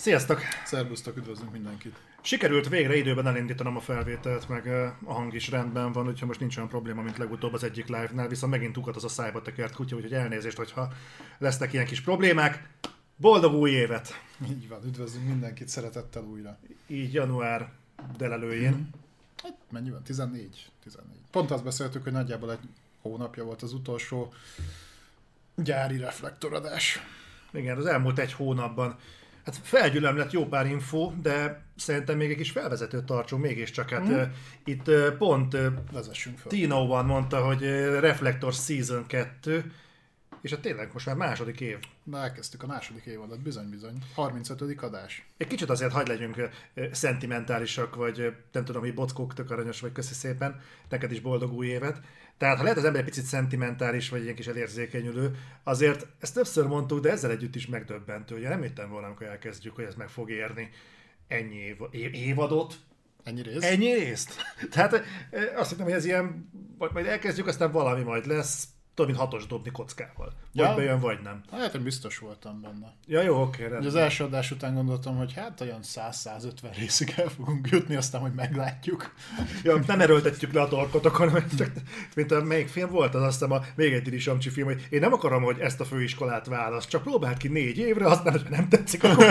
Sziasztok! Szervusztok, üdvözlünk mindenkit! Sikerült végre időben elindítanom a felvételt, meg a hang is rendben van, úgyhogy most nincs olyan probléma, mint legutóbb az egyik live-nál, viszont megint ugat az a szájba tekert kutya, úgyhogy elnézést, hogyha lesznek ilyen kis problémák. Boldog új évet! Így van, üdvözlünk mindenkit szeretettel újra. Így január delelőjén. Hát mennyi van? 14. Pont azt beszéltük, hogy nagyjából egy hónapja volt az utolsó gyári reflektoradás. Igen, az elmúlt egy hónapban. Hát felgyülemlett jó pár info, de szerintem még egy kis felvezetőt tartsunk mégiscsak. Hát itt pont Vezessünk fel. Tino van mondta, hogy Reflector Season 2, és hát tényleg most már második év. Na, elkezdtük a második évadat, bizony. 35. adás. Egy kicsit azért hagyd legyünk szentimentálisak, vagy nem tudom, hogy bockók, tök aranyos vagy, köszi szépen, neked is boldog új évet. Tehát ha lehet az ember egy picit szentimentális, vagy ilyen kis elérzékenyülő, azért ezt többször mondtuk, de ezzel együtt is megdöbbentő. Ugye nem hittem volna, amikor elkezdjük, hogy ez meg fog érni ennyi évadot. Ennyi részt? Tehát azt hittem, hogy ez ilyen, vagy majd elkezdjük, aztán valami majd lesz, tudom, mint hatos dobni kockával. Vagy bejön, vagy nem. Hát én biztos voltam benne. Ja, jó, oké. Az első adás után gondoltam, hogy hát olyan 100-150 részig el fogunk jutni, aztán hogy meglátjuk. Ja, nem erőltetjük le a torkotokon, mert csak, mint a melyik film volt, az azt hiszem a még egy Didi Samcsi film, hogy én nem akarom, hogy ezt a főiskolát választ, csak próbáld ki 4 évre, aztán, hogy nem tetszik, akkor...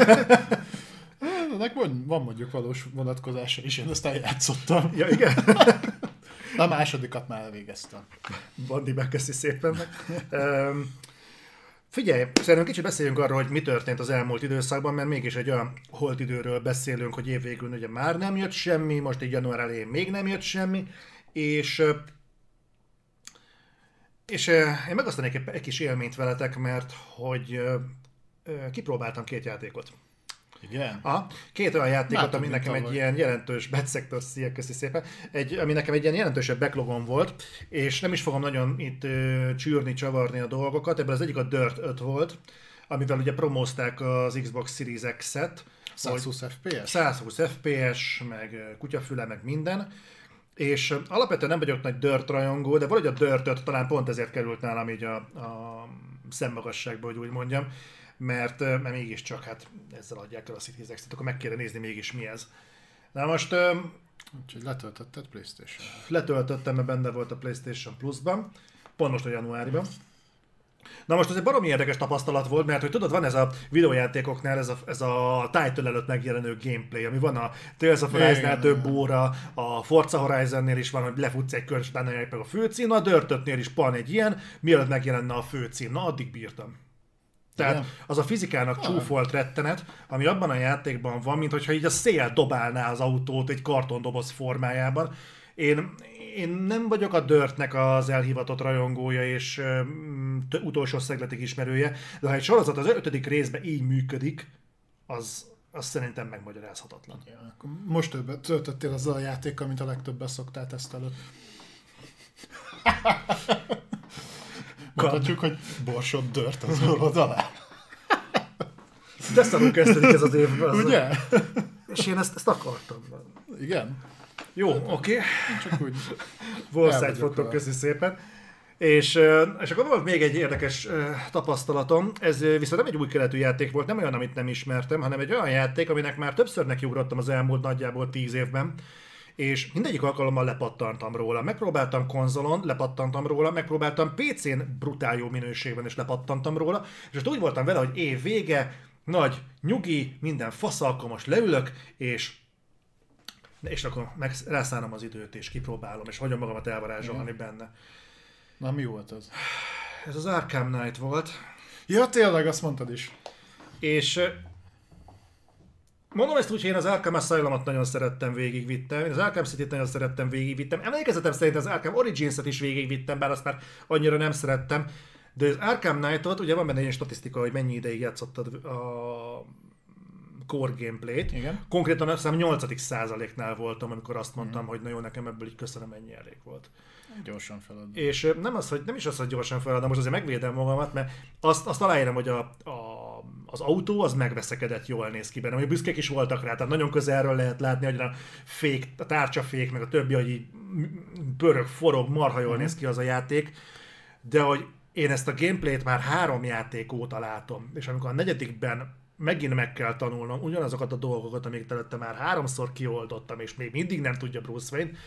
Ennek van mondjuk valós vonatkozása is, én ezt eljátszottam. Ja, igen. A másodikat már elvégeztem. Bandi, megköszi szépen. Figyelj, szerintem kicsit beszéljünk arról, hogy mi történt az elmúlt időszakban, mert mégis egy olyan holt időről beszélünk, hogy évvégül ugye már nem jött semmi, most így január elején még nem jött semmi, és én megosztanék egy kis élményt veletek, mert hogy kipróbáltam 2 játékot. Igen? Aha, 2 olyan játékot, Látom, ami nekem egy ilyen jelentős Bedszektor, szia, köszi szépen, ami nekem egy ilyen jelentősebb backlogom volt, és nem is fogom nagyon itt csűrni, csavarni a dolgokat, ebből az egyik a Dirt 5 volt, amivel ugye promózták az Xbox Series X-et. 120 FPS? 120 FPS, meg kutyafüle, meg minden. És alapvetően nem vagyok nagy Dirt rajongó, de valahogy a Dirt 5 talán pont ezért került nálam így a szemmagasságba, hogy úgy mondjam. Mert mégiscsak hát ezzel adják el a Cities X-et, akkor meg kéne nézni mégis mi ez. Na most... Úgyhogy letöltötted PlayStation? Letöltöttem, mert benne volt a PlayStation Plus-ban, pont most a januáriban. Na most ez egy baromi érdekes tapasztalat volt, mert hogy tudod, van ez a videójátékoknál ez a title előtt megjelenő gameplay, ami van a Tales of Arise-nál több óra, a Forza Horizon-nél is van, hogy lefutsz egy kört, és utána meg a főcím, a Dirt 5-nél is van egy ilyen, mielőtt megjelenne a főcím. Na, addig bírtam. Tehát az a fizikának csúfolt rettenet, ami abban a játékban van, mintha így a szél dobálná az autót egy kartondoboz formájában. Én nem vagyok a Dirtnek az elhivatott rajongója és utolsó szegletig ismerője, de ha egy sorozat az 5. részben így működik, az szerintem megmagyarázhatatlan. Ja, akkor most többet töltöttél azzal a játékkal, mint a legtöbbet szoktál teszt előtt. Mondhatjuk, hogy borsod Dirt az orrod alá. De szarul kezdődik ez az évben. Ugye? És én ezt akartam. Igen. Jó, oké. Csak úgy Wallside-fotok, köszi szépen. És akkor volt még egy érdekes tapasztalatom, ez viszont nem egy új keletű játék volt, nem olyan, amit nem ismertem, hanem egy olyan játék, aminek már többször nekiugrottam az elmúlt nagyjából 10 évben, és mindegyik alkalommal lepattantam róla. Megpróbáltam konzolon, lepattantam róla, megpróbáltam PC-n brutál jó minőségben, és lepattantam róla, és most úgy voltam vele, hogy év vége, nagy nyugi, minden faszalkalmas, leülök, és akkor rászállom az időt, és kipróbálom, és hagyom magamat elvarázsolni benne. Na, mi volt az? Ez az Arkham Knight volt. Ja, tényleg, azt mondtad is. És mondom ezt úgy, hogy én az Arkham Asylum-ot nagyon szerettem, végigvittem, én az Arkham City-t nagyon szerettem, végigvittem, emlékezetem szerint az Arkham Origins-et is végigvittem, bár azt már annyira nem szerettem, de az Arkham Knight-ot, ugye van benne egy statisztika, hogy mennyi ideig játszottad a core gameplayt. Igen. Konkrétan azt hiszem 8. százaléknál voltam, amikor azt mondtam, hogy na jó, nekem ebből így köszönöm, ennyi elég volt. Gyorsan feladom. És nem is az, hogy gyorsan feladom, most azért megvédem magamat, mert azt aláírom, hogy az autó az megveszekedett, jól néz ki benne, hogy büszkék is voltak rá, tehát nagyon közelről lehet látni, hogy a tárcsafék, meg a többi, hogy így pörög, forog, marha jól néz ki az a játék, de hogy én ezt a gameplayt már 3 játék óta látom, és amikor a 4. megint meg kell tanulnom ugyanazokat a dolgokat, amiket előtte már 3-szor kioldottam, és még mindig nem tudja Bruce Wayne,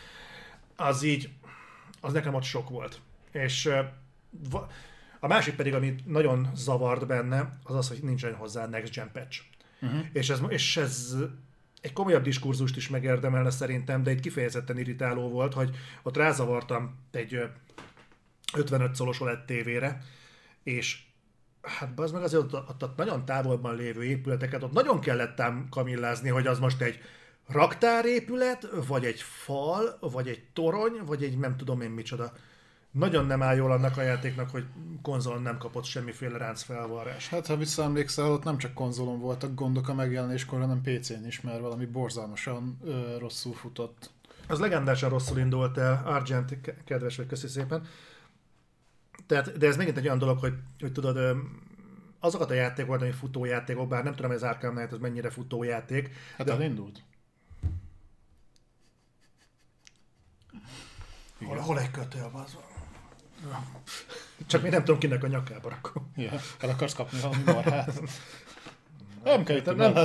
az nekem ott sok volt. És a másik pedig, ami nagyon zavart benne, az az, hogy nincsen hozzá Next Gen patch. És ez egy komolyabb diskurzust is megérdemelne szerintem, de egy kifejezetten irritáló volt, hogy ott rázavartam egy 55 szolos OLED tévére, és hát bazd meg azért ott nagyon távolban lévő épületeket, ott nagyon kellett ám kamillázni, hogy az most egy raktárépület, vagy egy fal, vagy egy torony, vagy egy nem tudom én micsoda. Nagyon nem áll jól annak a játéknak, hogy konzolon nem kapott semmiféle ráncfelvarrás. Hát ha visszaemlékszel, ott nem csak konzolon voltak gondok a megjelenéskor, hanem PC-n is, mert valami borzalmasan rosszul futott. Az legendásan rosszul indult el, Argent, kedves vagy, köszi szépen. Tehát, de ez megint egy olyan dolog, hogy tudod, azokat a játékokat, ami futójátékok, bár nem tudom, hogy az Arkham Knight az mennyire futójáték. Hát de elindult. Hol egy kötél, bazd. Csak még nem tudom, kinek a nyakába rakom. Ja, el akarsz kapni valami marhát? Nem kell itt, nem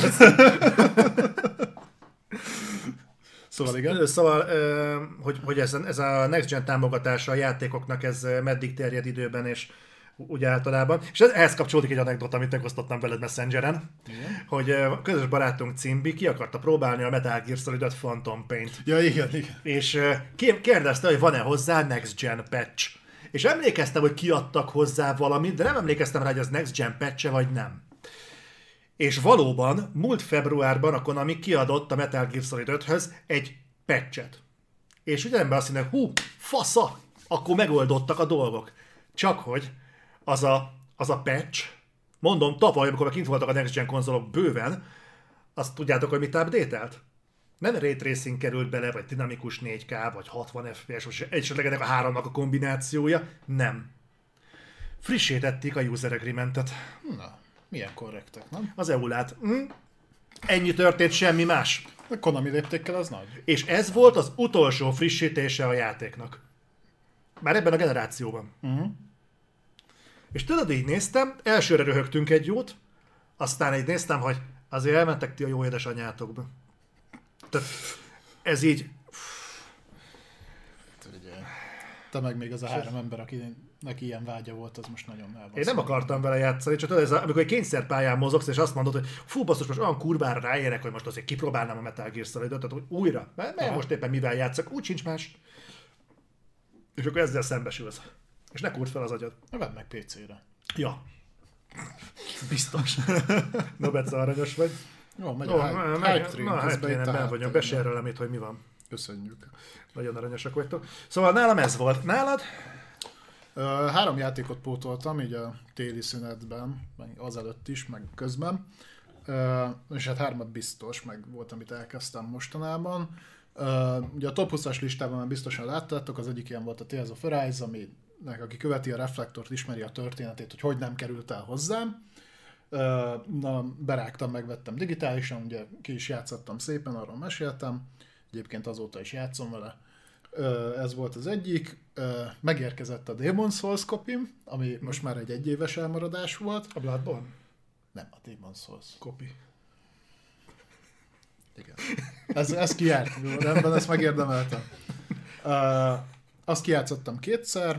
Szóval igen. Szóval, hogy ez a Next Gen támogatása a játékoknak, ez meddig terjed időben, és úgy általában. És ehhez kapcsolódik egy anekdota, amit megosztottam veled Messengeren, igen. Hogy a közös barátunk Cimbi ki akarta próbálni a Metal Gear Solid Phantom Paint. Ja, igen. És kérdezte, hogy van-e hozzá Next Gen patch. És emlékeztem, hogy kiadtak hozzá valamit, de nem emlékeztem rá, hogy az Next Gen patch-e vagy nem. És valóban múlt februárban a Konami kiadott a Metal Gear Solid 5-höz egy patchet. És ugyanebben azt mondja, fasza, akkor megoldottak a dolgok. Csak hogy az a patch, mondom, tavaly, amikor kint voltak a Next Gen konzolok bőven, azt tudjátok, hogy mit update-elt? Nem Ray Tracing került bele, vagy dinamikus 4K, vagy 60 FPS, vagy esetleg ennek a háromnak a kombinációja. Nem. Frissítették a user agreementet. Na, milyen korrektek, nem? Az EULA-t. Ennyi történt, semmi más. A Konami léptékkel az nagy. És ez volt az utolsó frissítése a játéknak. Már ebben a generációban. És tudod, így néztem, elsőre röhögtünk egy jót, aztán így néztem, hogy azért elmentek ti a jó édesanyátokba. Tehát ez így... Te meg még az a 3 ember, akinek ilyen vágya volt, az most nagyon elbaszol. Én nem akartam vele játszani, csak tudod, amikor egy kényszerpályán mozogsz, és azt mondod, hogy fú, basszus, most olyan kurvára ráérek, hogy most azért kipróbálnám a Metal Gear Solid-ot, tehát hogy újra, mert most éppen mivel játszok, úgy sincs más. És akkor ezzel szembesülsz. És ne kurd fel az agyad. Vedd meg PC-re. Ja. Biztos. No, Beca, aranyos vagy. Jó, megy a hype train. Hype train-ben vagyok, besélj erről, amit, hogy mi van. Köszönjük. Nagyon aranyosak vagytok. Szóval nálam ez volt. Nálad? 3 játékot pótoltam, így a téli szünetben, azelőtt is, meg közben. És hát 3 biztos, meg volt, amit elkezdtem mostanában. Ugye a top 20-as listában már biztosan láttátok, az egyik ilyen volt a Tales of Arise, aki követi a Reflektort, ismeri a történetét, hogy nem került el hozzám. Berágtam, megvettem digitálisan, ugye ki is játszottam szépen, arról meséltem. Egyébként azóta is játszom vele. Ez volt az egyik. Megérkezett a Demon's Souls kopim, ami most már egy 1 éves elmaradás volt. A Bloodborne? Nem, a Demon's Souls. Kopi. Igen. Ez kijárt, rendben, ezt megérdemeltem. Azt kijátszottam 2-szer,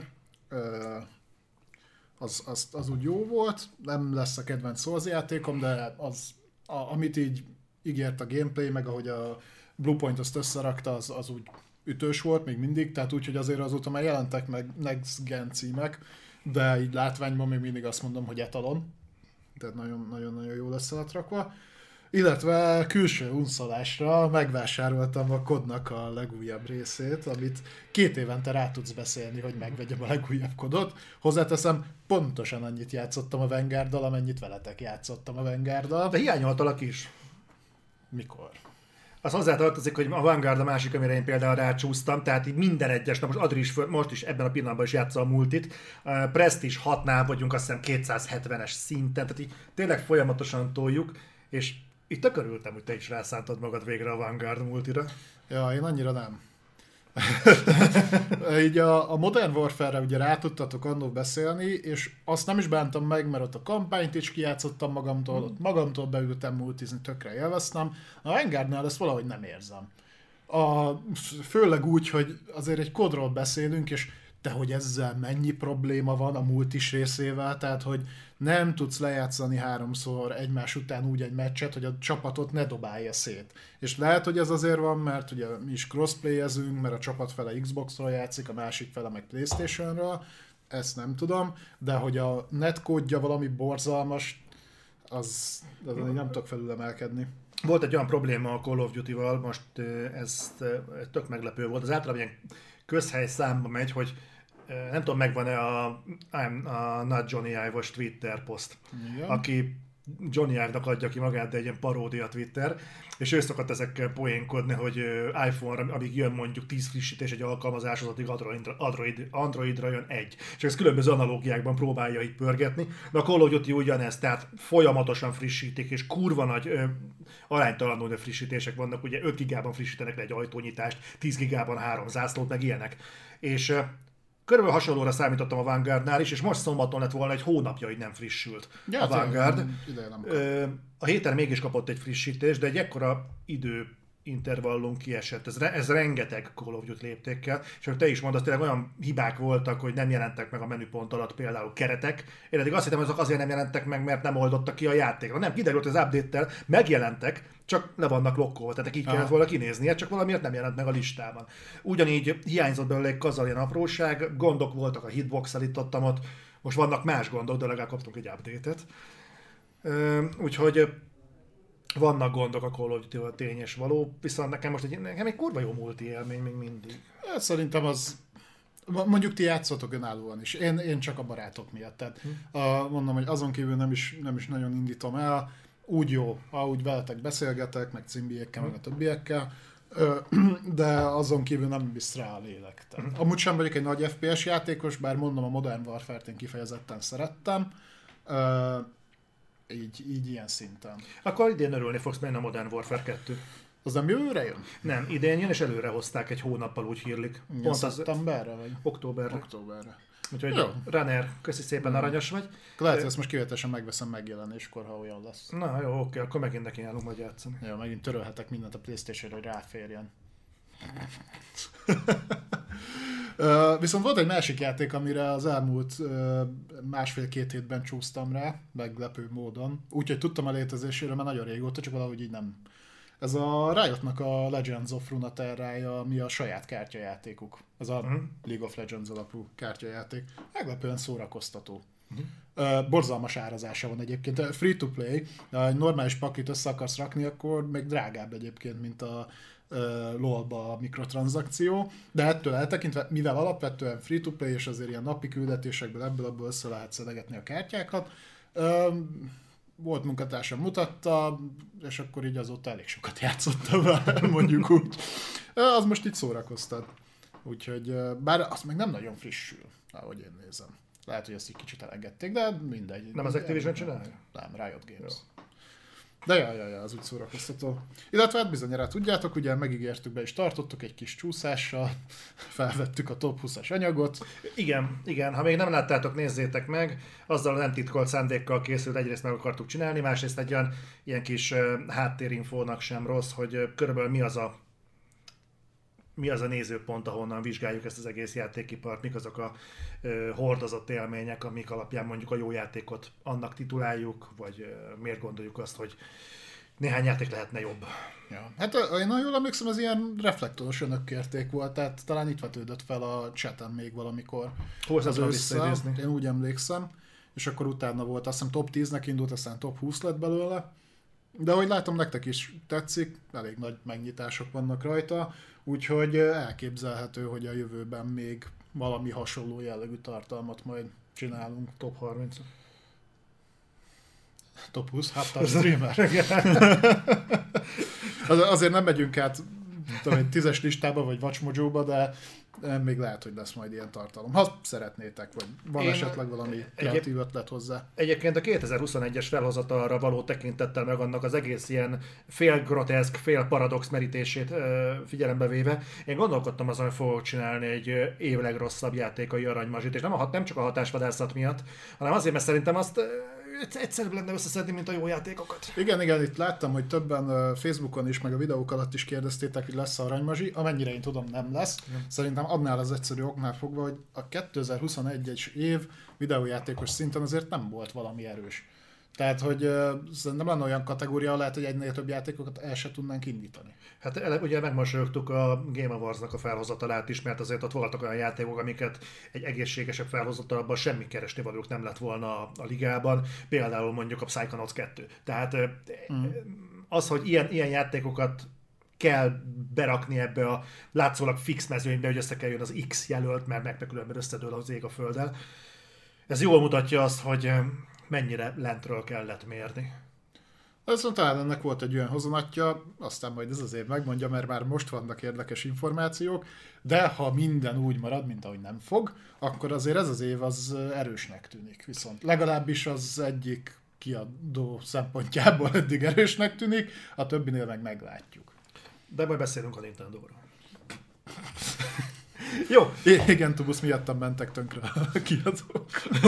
az úgy jó volt, nem lesz a kedvenc Souls játékom, de amit így ígért a gameplay, meg ahogy a Bluepoint azt összerakta, az úgy ütős volt még mindig, tehát úgy, hogy azért azóta már jelentek meg Next Gen címek, de így látványban még mindig azt mondom, hogy etalon, tehát nagyon-nagyon jó lesz átrakva. Illetve külső unszolásra megvásároltam a kodnak a legújabb részét, amit 2 évente rá tudsz beszélni, hogy megvegyem a legújabb kodot. Hozzáteszem, pontosan annyit játszottam a Vanguarddal, amennyit veletek játszottam a Vanguarddal. De hiányoltalak is. Mikor? Az hozzátartozik, hogy a Vanguard a másik, amire én például rácsúsztam, tehát így minden egyes nap, most is ebben a pillanatban is játsza a multit. Prestige 6-nál vagyunk, azt hiszem 270-es szinten, tehát így tényleg folyamatosan toljuk, és itt tök örültem, hogy te is rászántad magad végre a Vanguard multira. Ja, én annyira nem. Így a Modern Warfare-re ugye rá tudtatok annól beszélni, és azt nem is bántam meg, mert ott a kampányt is kijátszottam magamtól, ott magamtól beültem multizni, tökre élveztem. A Vanguardnál ezt valahogy nem érzem. Főleg úgy, hogy azért egy kodról beszélünk, és de hogy ezzel mennyi probléma van a multis részével, tehát hogy nem tudsz lejátszani 3-szor egymás után úgy egy meccset, hogy a csapatot ne dobálja szét. És lehet, hogy ez azért van, mert ugye mi is crossplay-ezünk, mert a csapat fele Xbox-ról játszik, a másik fele meg PlayStation-ről, ezt nem tudom, de hogy a netcode-ja valami borzalmas, az nem tudok felülemelkedni. Volt egy olyan probléma a Call of Duty-val, most ez tök meglepő volt, az általában ilyen közhely számba megy, hogy nem tudom, megvan-e a Not Johnny Ive-os Twitter poszt, Igen. aki Johnny Ive-nak adja ki magát, de egy ilyen paródia Twitter, és ő szokott ezekkel poénkodni, hogy iPhone-ra, amíg jön mondjuk 10 frissítés egy alkalmazáshoz, addig Androidra jön egy. És ez különböző analógiákban próbálja így pörgetni, de a Call of Duty ugyanez, tehát folyamatosan frissítik, és kurva nagy aránytalanul de frissítések vannak, ugye 5 gigában frissítenek le egy ajtónyitást, 10 gigában 3 zászlót, meg ilyenek. És körülbelül hasonlóra számítottam a Vanguardnál is, és most szombaton lett volna egy hónapja, hogy nem frissült a Vanguard. A héten mégis kapott egy frissítést, de egy ekkora időintervallum kiesett. Ez rengeteg Call of Duty léptékkel, és ahogy te is mondasz, tényleg olyan hibák voltak, hogy nem jelentek meg a menüpont alatt például keretek. Én eddig azt hittem, hogy azok azért nem jelentek meg, mert nem oldottak ki a játékra. Nem, kiderült, hogy az update-tel megjelentek, csak le vannak lokkolva, tehát így kellett volna kinéznie, csak valamiért nem jelent meg a listában. Ugyanígy hiányzott belőle egy kazal ilyen apróság, gondok voltak a hitbox-el, itt ott, most vannak más gondok, de legalább kaptunk egy update-et. Úgyhogy vannak gondok a Call of Duty-val, tényes való, viszont nekem egy kurva jó multi élmény még mindig. Szerintem az, mondjuk ti játszotok önállóan is, én csak a barátok miatt, tehát mondom, hogy azon kívül nem is nagyon indítom el, úgy jó, ahogy veletek beszélgetek, meg cimbiekkel, meg a többiekkel, de azon kívül nem visz rá a lélek. Tehát, amúgy sem vagyok egy nagy FPS játékos, bár mondom, a Modern Warfare-t én kifejezetten szerettem, így ilyen szinten. Akkor idén örülni fogsz menni a Modern Warfare 2. Az nem jövőre jön? Nem, idén jön, és előre hozták egy hónappal, úgy hírlik. Pont szeptemberre vagy? Októberre. Úgyhogy jó. Runner, köszi szépen, aranyos vagy. Lehet, hogy ezt most kivételesen megveszem megjelenéskor, ha olyan lesz. Na jó, oké, akkor megint neki állunk majd játszani. Jó, megint törölhetek mindent a PlayStation-re, hogy ráférjen. Viszont volt egy másik játék, amire az elmúlt másfél-két hétben csúsztam rá, meglepő módon. Úgyhogy tudtam a létezéséről, mert nagyon régóta, csak valahogy így nem. Ez a Riotnak a Legends of Runeterra, ami a saját kártyajátékuk. Ez a League of Legends alapú kártyajáték. Meglepően szórakoztató. Borzalmas árazása van egyébként. Free to play, de egy normális pakit össze akarsz rakni, akkor még drágább egyébként, mint a LOL-ba a mikrotranszakció, de ettől eltekintve, mivel alapvetően free to play, és azért ilyen napi küldetésekből ebből össze lehet szedegetni a kártyákat, volt munkatársam mutatta, és akkor így azóta elég sokat játszottam vele, mondjuk úgy. Az most így szórakoztat. Úgyhogy, bár azt meg nem nagyon frissül, ahogy én nézem. Lehet, hogy ezt így kicsit elengedték, de mindegy. Nem az Activision csinálja? Nem, Riot Games. Jó. De ja, az úgy szórakoztató. Illetve hát bizonyára tudjátok, ugye megígértük be és tartottuk egy kis csúszással, felvettük a top 20-as anyagot. Igen, ha még nem láttátok, nézzétek meg. Azzal a nem titkolt szándékkal készült, egyrészt meg akartuk csinálni, másrészt egy ilyen kis háttérinfónak sem rossz, hogy körülbelül mi az a nézőpont, ahonnan vizsgáljuk ezt az egész játékipart, mik azok a hordozott élmények, amik alapján mondjuk a jó játékot annak tituláljuk, vagy miért gondoljuk azt, hogy néhány játék lehetne jobb. Ja. Hát én nagyon jól emlékszem, az ilyen reflektoros önökkérték volt, tehát talán itt vetődött fel a chaten még valamikor. Hol az össze? Én úgy emlékszem, és akkor utána volt, azt hiszem top 10-nek indult, aztán top 20 lett belőle. De ahogy látom, nektek is tetszik, elég nagy megnyitások vannak rajta, úgyhogy elképzelhető, hogy a jövőben még valami hasonló jellegű tartalmat majd csinálunk. Top 30. Top 20? Hát a streamer. Azért nem megyünk át tudom, egy 10-es listába, vagy Watch Mojo-ba, de még lehet, hogy lesz majd ilyen tartalom. Ha szeretnétek, vagy van esetleg valami kreatív ötlet hozzá. Egyébként a 2021-es felhozatalra való tekintettel meg annak az egész ilyen fél groteszk, fél paradox merítését figyelembe véve, én gondolkodtam azon, hogy fogok csinálni egy év legrosszabb játékai aranymazsit, és nem csak a hatásvadászat miatt, hanem azért, mert szerintem azt egyszerűbb lenne összeszedni, mint a jó játékokat. Igen, itt láttam, hogy többen Facebookon is, meg a videók alatt is kérdeztétek, hogy lesz aranymazsi, amennyire én tudom, nem lesz. Szerintem annál az egyszerű oknál fogva, hogy a 2021-es év videójátékos szinten azért nem volt valami erős. Tehát, hogy szerintem lenne olyan kategória, lehet, hogy egynél több játékokat el se tudnánk indítani. Hát ugye megmosolyogtuk a Game Awards-nak a felhozatalát is, mert azért ott voltak olyan játékok, amiket egy egészségesebb felhozatalban semmi keresnivalók nem lett volna a ligában, például mondjuk a Psychonauts 2. Tehát az, hogy ilyen játékokat kell berakni ebbe a látszólag fix mezőnybe, hogy össze kell jön az X jelölt, mert különben összedől az ég a földdel. Ez jól mutatja azt, hogy mennyire lentről kellett mérni. Viszont talán ennek volt egy olyan hozonatja, aztán majd ez az év megmondja, mert már most vannak érdekes információk, de ha minden úgy marad, mint ahogy nem fog, akkor azért ez az év az erősnek tűnik. Viszont legalábbis az egyik kiadó szempontjából eddig erősnek tűnik, a többinél meg meglátjuk. De majd beszélünk a Nintendo-ról. Jó. Igen, Tubusz miattam mentek tönkre a kiadók.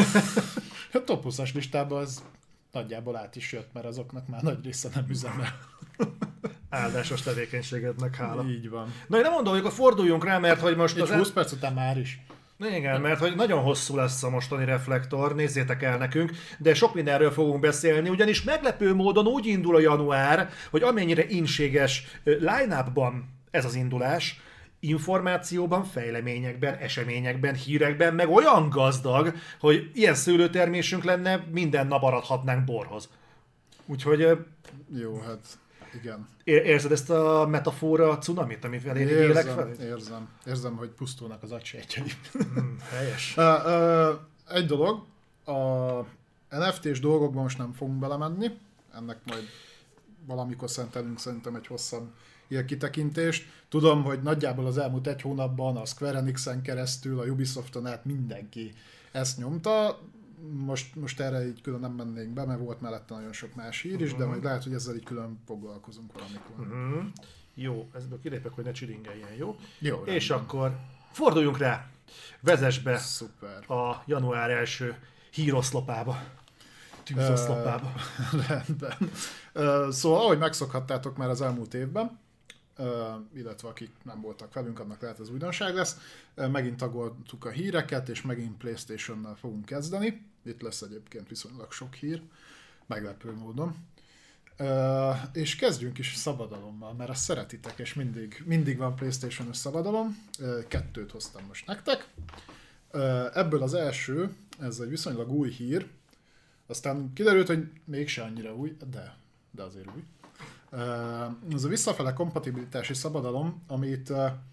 A top 20-as listában az nagyjából át is jött, mert azoknak már nagy része nem üzemel. Áldásos tevékenységednek hála. Így van. Na én nem mondom, hogy forduljunk rá, mert hogy most... Egy 20 perc után már is. Igen, mert hogy nagyon hosszú lesz a mostani reflektor, nézzétek el nekünk, de sok mindenről fogunk beszélni, ugyanis meglepő módon úgy indul a január, hogy amennyire inséges line-upban ez az indulás, információban, fejleményekben, eseményekben, hírekben, meg olyan gazdag, hogy ilyen szőlőtermésünk lenne, minden nap arathatnánk borhoz. Úgyhogy... Jó, hát igen. Érzed ezt a metafora cunamit, amivel én élek fel? Érzem, hogy pusztulnak az agysejtjeim. Helyes. Egy dolog, a NFT-s dolgokban most nem fogunk belemenni, ennek majd valamikor szentelünk szerintem egy hosszabb ilyen kitekintést. Tudom, hogy nagyjából az elmúlt egy hónapban a Square Enixen keresztül, a Ubisofton át mindenki ezt nyomta. Most erre így külön nem mennénk be, mert volt mellette nagyon sok más hír is, de majd lehet, hogy ezzel így külön foglalkozunk valamikor. Jó, ezből kilépek, hogy ne csiringeljen, jó? Jó. És akkor forduljunk rá, vezess be Szuper. A január első híroszlopába, tűzoszlopába. Rendben. Szóval, ahogy megszokhattátok már az elmúlt évben, illetve akik nem voltak velünk, annak lehet az újdonság lesz. Megint tagoltuk a híreket, és megint PlayStation-nal fogunk kezdeni. Itt lesz egyébként viszonylag sok hír, meglepő módon. És kezdjünk is szabadalommal, mert azt szeretitek, és mindig van PlayStation-os szabadalom. 2 hoztam most nektek. Ebből az első, ez egy viszonylag új hír. Aztán kiderült, hogy mégse annyira új, de azért új. Ez a visszafele kompatibilitási szabadalom, amit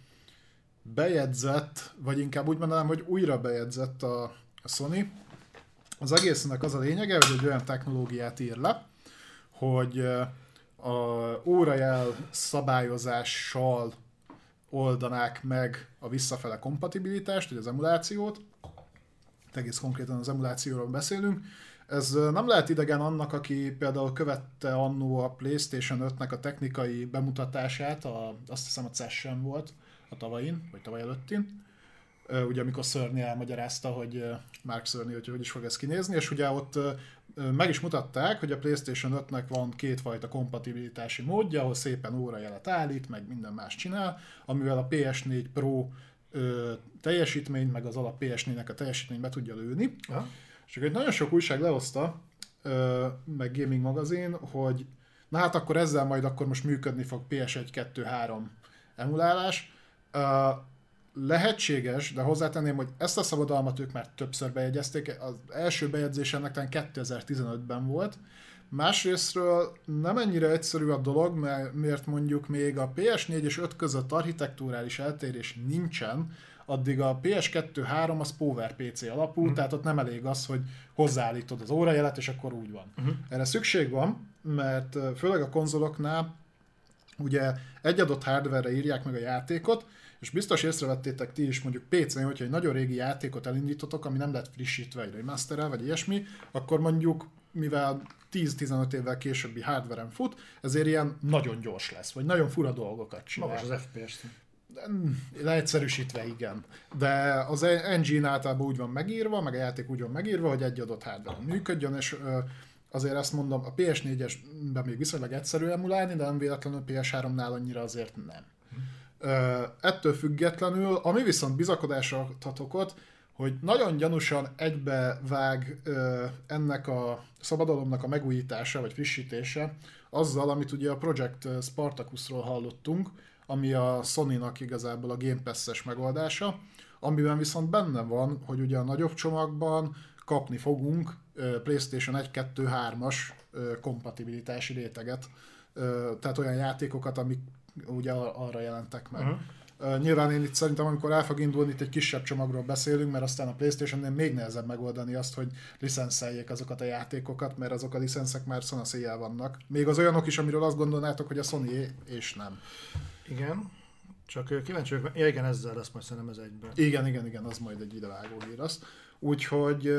bejegyzett, vagy inkább úgy mondanám, hogy újra bejegyzett a Sony. Az egésznek az a lényege, hogy egy olyan technológiát ír le, hogy a órajel szabályozással oldanák meg a visszafele kompatibilitást, vagy az emulációt. Egész konkrétan az emulációról beszélünk. Ez nem lehet idegen annak, aki például követte annó a PlayStation 5-nek a technikai bemutatását, azt hiszem a CES-en volt a tavain, vagy tavaly előttin. Ugye amikor Cerny elmagyarázta, hogy Mark Cerny, hogy is fog ez kinézni, és ugye ott meg is mutatták, hogy a PlayStation 5-nek van 2 fajta kompatibilitási módja, ahol szépen órajelet állít, meg minden más csinál, amivel a PS4 Pro teljesítményt, meg az alap PS4-nek a teljesítményt be tudja lőni. Ja. És akkor nagyon sok újság lehozta, meg Gaming magazin, hogy na hát akkor ezzel majd akkor most működni fog PS1, 2, 3 emulálás. Lehetséges, de hozzátenném, hogy ezt a szabadalmat ők már többször bejegyezték. Az első bejegyzés ennek talán 2015-ben volt. Másrésztről nem ennyire egyszerű a dolog, mert mondjuk még a PS4 és 5 között architekturális eltérés nincsen, addig a PS2-3 az PowerPC alapú, tehát ott nem elég az, hogy hozzáállítod az órajelet, és akkor úgy van. Erre szükség van, mert főleg a konzoloknál ugye egy adott hardware-re írják meg a játékot, és biztos észrevettétek ti is mondjuk PC-n, hogyha egy nagyon régi játékot elindítotok, ami nem lett frissítve, egy remasterrel, vagy ilyesmi, akkor mondjuk, mivel 10-15 évvel későbbi hardware-en fut, ezért ilyen nagyon gyors lesz, vagy nagyon fura dolgokat csinál. Magas az FPS. Leegyszerűsítve igen. De az engine általában úgy van megírva, meg a játék úgy van megírva, hogy egy adott hardware működjön, és azért ezt mondom, a PS4-esben még viszonylag egyszerű emulálni, de nem véletlenül PS3-nál annyira azért nem. Ettől függetlenül, ami viszont bizakodásra ad okot, hogy nagyon gyanúsan egybevág ennek a szabadalomnak a megújítása vagy frissítése azzal, amit ugye a Project Spartacusról hallottunk, ami a Sony-nak igazából a Game Pass-es megoldása, amiben viszont benne van, hogy ugye a nagyobb csomagban kapni fogunk PlayStation 1, 2, 3-as kompatibilitási réteget, tehát olyan játékokat, amik ugye arra jelentek meg. Nyilván én itt szerintem, amikor el fog indulni, itt egy kisebb csomagról beszélünk, mert aztán a PlayStation-nél még nehezebb megoldani azt, hogy licenszeljék azokat a játékokat, mert azok a licenszek már szanaszéjjel vannak. Még az olyanok is, amiről azt gondolnátok, hogy a Sony és nem. Igen, csak kíváncsi vagyok, ja igen, ezzel lesz majd szerintem ez egyben. Igen, az majd egy idevágó hír az. Úgyhogy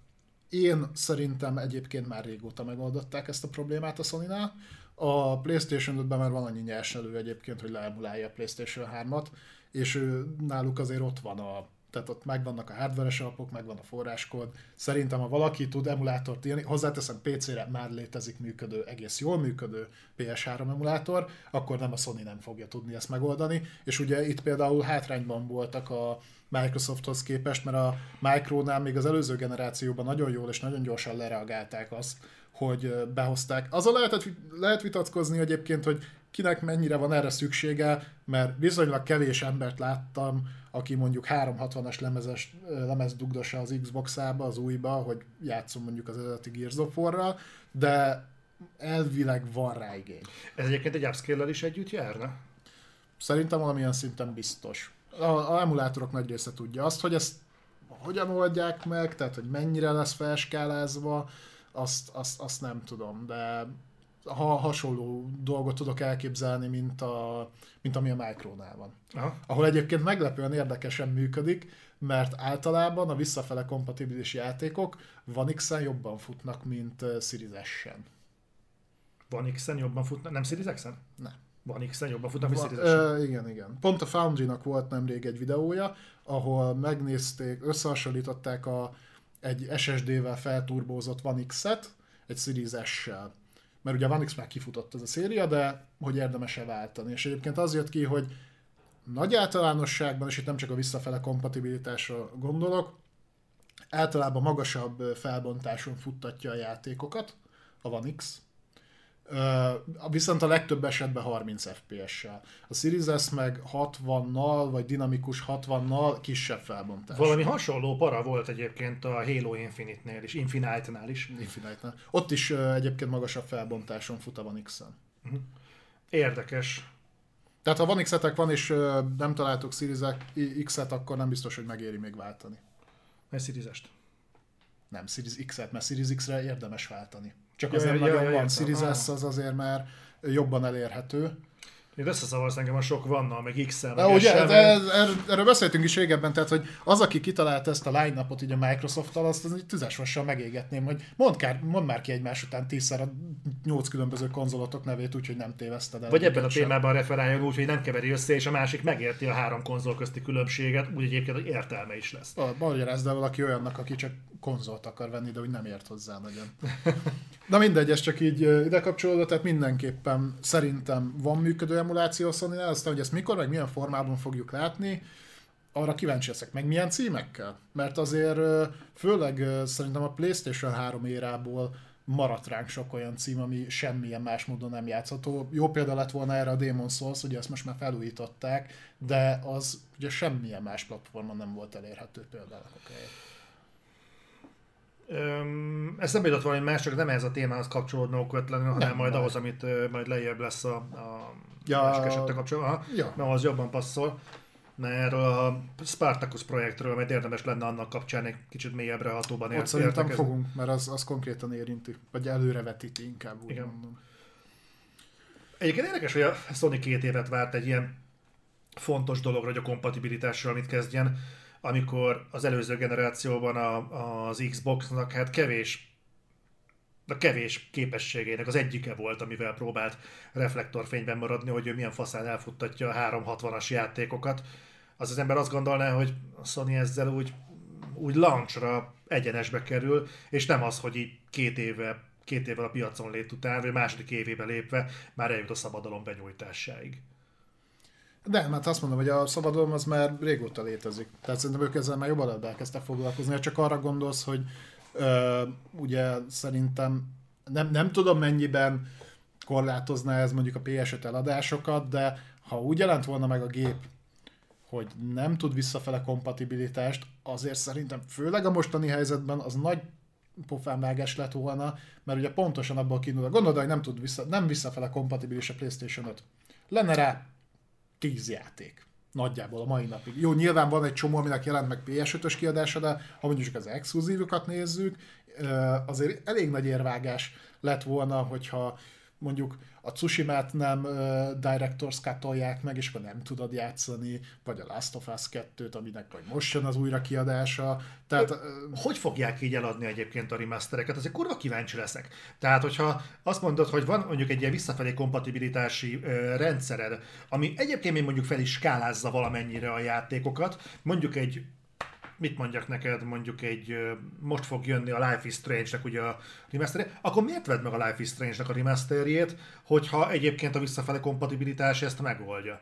én szerintem egyébként már régóta megoldották ezt a problémát a Sonynál. A PlayStation 5-ben már van annyi nyerselő egyébként, hogy leemulálja a PlayStation 3-at, és náluk azért ott van tehát ott megvannak a hardware-es alapok, megvan a forráskód. Szerintem, ha valaki tud emulátort írni, hozzáteszem PC-re már létezik működő, egész jól működő PS3 emulátor, akkor nem a Sony nem fogja tudni ezt megoldani. És ugye itt például hátrányban voltak a Microsofthoz képest, mert a Micronál még az előző generációban nagyon jól és nagyon gyorsan lereagálták azt, hogy behozták. Azon lehet vitatkozni egyébként, hogy kinek mennyire van erre szüksége, mert viszonylag kevés embert láttam, aki mondjuk 360-as lemez dugdossa az Xbox-ába, az újba, hogy játszom mondjuk az eredeti Gears of War-ral, de elvileg van rá igény. Ez egyébként egy upscale-lel is együtt járna? Szerintem valamilyen szinten biztos. A emulátorok nagy része tudja azt, hogy ezt hogyan oldják meg, tehát hogy mennyire lesz felskálázva, azt nem tudom, de hasonló dolgot tudok elképzelni, mint ami a Micronál van. Aha. Ahol egyébként meglepően érdekesen működik, mert általában a visszafele kompatibilis játékok One X-en jobban futnak, mint Series S-en. One X-en jobban futnak? Nem Series X-en? Nem. One X-en jobban futnak, mint Series S-en? Igen. Pont a Foundry-nak volt nemrég egy videója, ahol megnézték, összehasonlították egy SSD-vel felturbózott One X-et egy Series S-sel. Mert ugye a One X már kifutott ez a széria, de hogy érdemes-e váltani. És egyébként az jött ki, hogy nagy általánosságban, és itt nem csak a visszafele kompatibilitásra gondolok, általában magasabb felbontáson futtatja a játékokat, a One X, viszont a legtöbb esetben 30 FPS-sel. A Series S meg 60-nal, vagy dinamikus 60-nal kisebb felbontás. Valami hasonló para volt egyébként a Halo Infinite-nél is, Infinite-nál is. Infinite-nál. Ott is egyébként magasabb felbontáson fut a One X-en. Érdekes. Tehát ha One X-etek van, és nem találtok Series X-et, akkor nem biztos, hogy megéri még váltani. Mert Series S-t. Nem, Series X-et, mert Series X-re érdemes váltani. Csak az nem nagyon van. Series S az azért már jobban elérhető. Én összezavarsz engem a sok vannal, meg X-el, meg ugye, erről beszéltünk is régebben, tehát hogy az, aki kitalálta ezt a line-upot így a Microsoft-tal, azt egy tüzes vassal megégetném, hogy mondd már ki egymás után 10-szer a 8 különböző konzolotok nevét, úgyhogy nem téveszted el. Vagy ebben a témában referáljon úgy, hogy nem keveri össze, és a másik megérti a 3 konzol közti különbséget, úgy egyébként, hogy értelme is lesz. Magyarázd el valaki olyannak, aki csak konzolt akar venni, de úgy nem ért hozzá nagyon. Na mindegy, ez csak így ide kapcsolódott, tehát mindenképpen szerintem van működő emuláció a Sony-nál, aztán, hogy ezt mikor, meg milyen formában fogjuk látni, arra kíváncsi leszek. Meg milyen címekkel? Mert azért főleg szerintem a PlayStation 3 érából maradt ránk sok olyan cím, ami semmilyen más módon nem játszható. Jó példa lett volna erre a Demon's Souls, ugye ezt most már felújították, de az ugye semmilyen más platformon nem volt elérhető például. Ez nem jutott valami más, csak nem ez a témához kapcsolódna okvetlenül, hanem majd ahhoz, amit majd lejjebb lesz a másik esettel kapcsolatban. Mert az jobban passzol. Mert a Spartacus projektről majd érdemes lenne annak kapcsán egy kicsit mélyebbre hatóban értekezni. Ott szerintem fogunk, mert az konkrétan érinti, vagy előrevetíti inkább, úgy mondom. Egyébként érdekes, hogy a Sony 2 évet várt egy ilyen fontos dologra, hogy a kompatibilitással mit kezdjen, amikor az előző generációban az Xboxnak hát kevés képességének az egyike volt, amivel próbált reflektorfényben maradni, hogy ő milyen faszán elfuttatja a 360-as játékokat. Az ember azt gondolná, hogy a Sony ezzel úgy launchra egyenesbe kerül, és nem az, hogy így két évvel a piacon lét után, vagy második évébe lépve már eljut a szabadalom benyújtásáig. De, mert azt mondom, hogy a szabadalom az már régóta létezik. Tehát szerintem ők ezzel már jobban elkezdtek foglalkozni. Csak arra gondolsz, hogy ugye szerintem nem tudom mennyiben korlátozná ez mondjuk a PS5 eladásokat, de ha úgy jelent volna meg a gép, hogy nem tud visszafele kompatibilitást, azért szerintem főleg a mostani helyzetben az nagy pofánvágás lett volna, mert ugye pontosan abból kiindul. Gondolod, hogy nem visszafele kompatibilis a PlayStation 5. Lenne rá 10 játék. Nagyjából a mai napig. Jó, nyilván van egy csomó, aminek jelent meg PS5-ös kiadása, de ha mondjuk csak az exkluzívokat nézzük, azért elég nagy érvágás lett volna, hogyha mondjuk a Tsushima-t nem Director's Cut-olják meg, és akkor nem tudod játszani, vagy a Last of Us 2-t, aminek vagy most jön az újra kiadása. Tehát, hogy fogják így eladni egyébként a remastereket? Azért kurva kíváncsi leszek. Tehát, hogyha azt mondod, hogy van mondjuk egy ilyen visszafelé kompatibilitási rendszered, ami egyébként még mondjuk fel is skálázza valamennyire a játékokat, mondjuk mit mondjak neked, mondjuk most fog jönni a Life is Strange-nek ugye a remasterje, akkor miért vedd meg a Life is Strange-nek a remasterjét, hogyha egyébként a visszafele kompatibilitás ezt megoldja?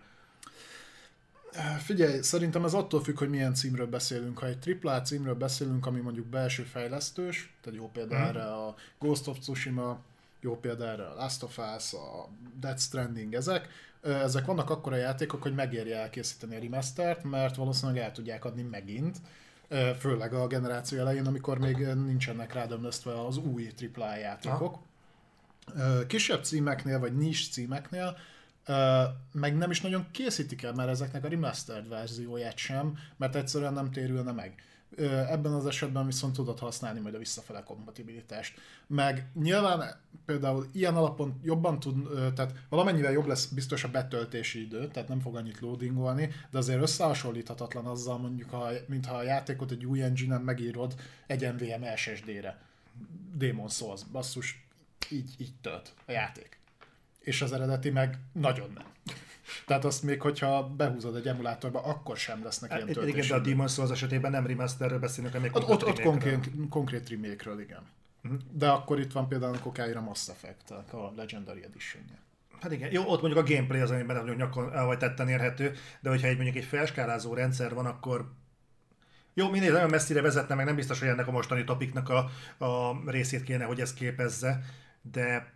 Figyelj, szerintem ez attól függ, hogy milyen címről beszélünk. Ha egy AAA címről beszélünk, ami mondjuk belső fejlesztős, tehát jó példa erre a Ghost of Tsushima, jó példa erre a Last of Us, a Death Stranding, ezek vannak akkora játékok, hogy megérje elkészíteni a remastert, mert valószínűleg el tudják adni megint, főleg a generáció elején, amikor még nincsenek rádömlesztve az új AAA játékok. Kisebb címeknél, vagy niche címeknél meg nem is nagyon készítik el már ezeknek a remastered verzióját sem, mert egyszerűen nem térülne meg. Ebben az esetben viszont tudod használni majd a visszafele kompatibilitást. Meg nyilván például ilyen alapon jobban tehát valamennyivel jobb lesz biztos a betöltési idő, tehát nem fog annyit loadingolni, de azért összehasonlíthatatlan azzal mondjuk, mintha a játékot egy új engine-en megírod egy NVMe SSD-re. Demon's Souls, basszus, így tölt a játék. És az eredeti meg nagyon nem. Tehát azt még, hogyha behúzod egy emulátorba, akkor sem lesznek ilyen töltési. Igen, de a Demon's Souls esetében nem remasterről beszélünk, hanem ott konkrét remake-ről, igen. De akkor itt van például, amikor kell a Mass Effect, a Legendary Edition-je. Hát igen, jó, ott mondjuk a gameplay az, amiben nagyon nyakon vagy tetten érhető, de hogyha mondjuk egy felskálázó rendszer van, akkor jó, minél nagyon messzire vezetne, meg nem biztos, hogy ennek a mostani topiknak a részét kéne, hogy ez képezze, de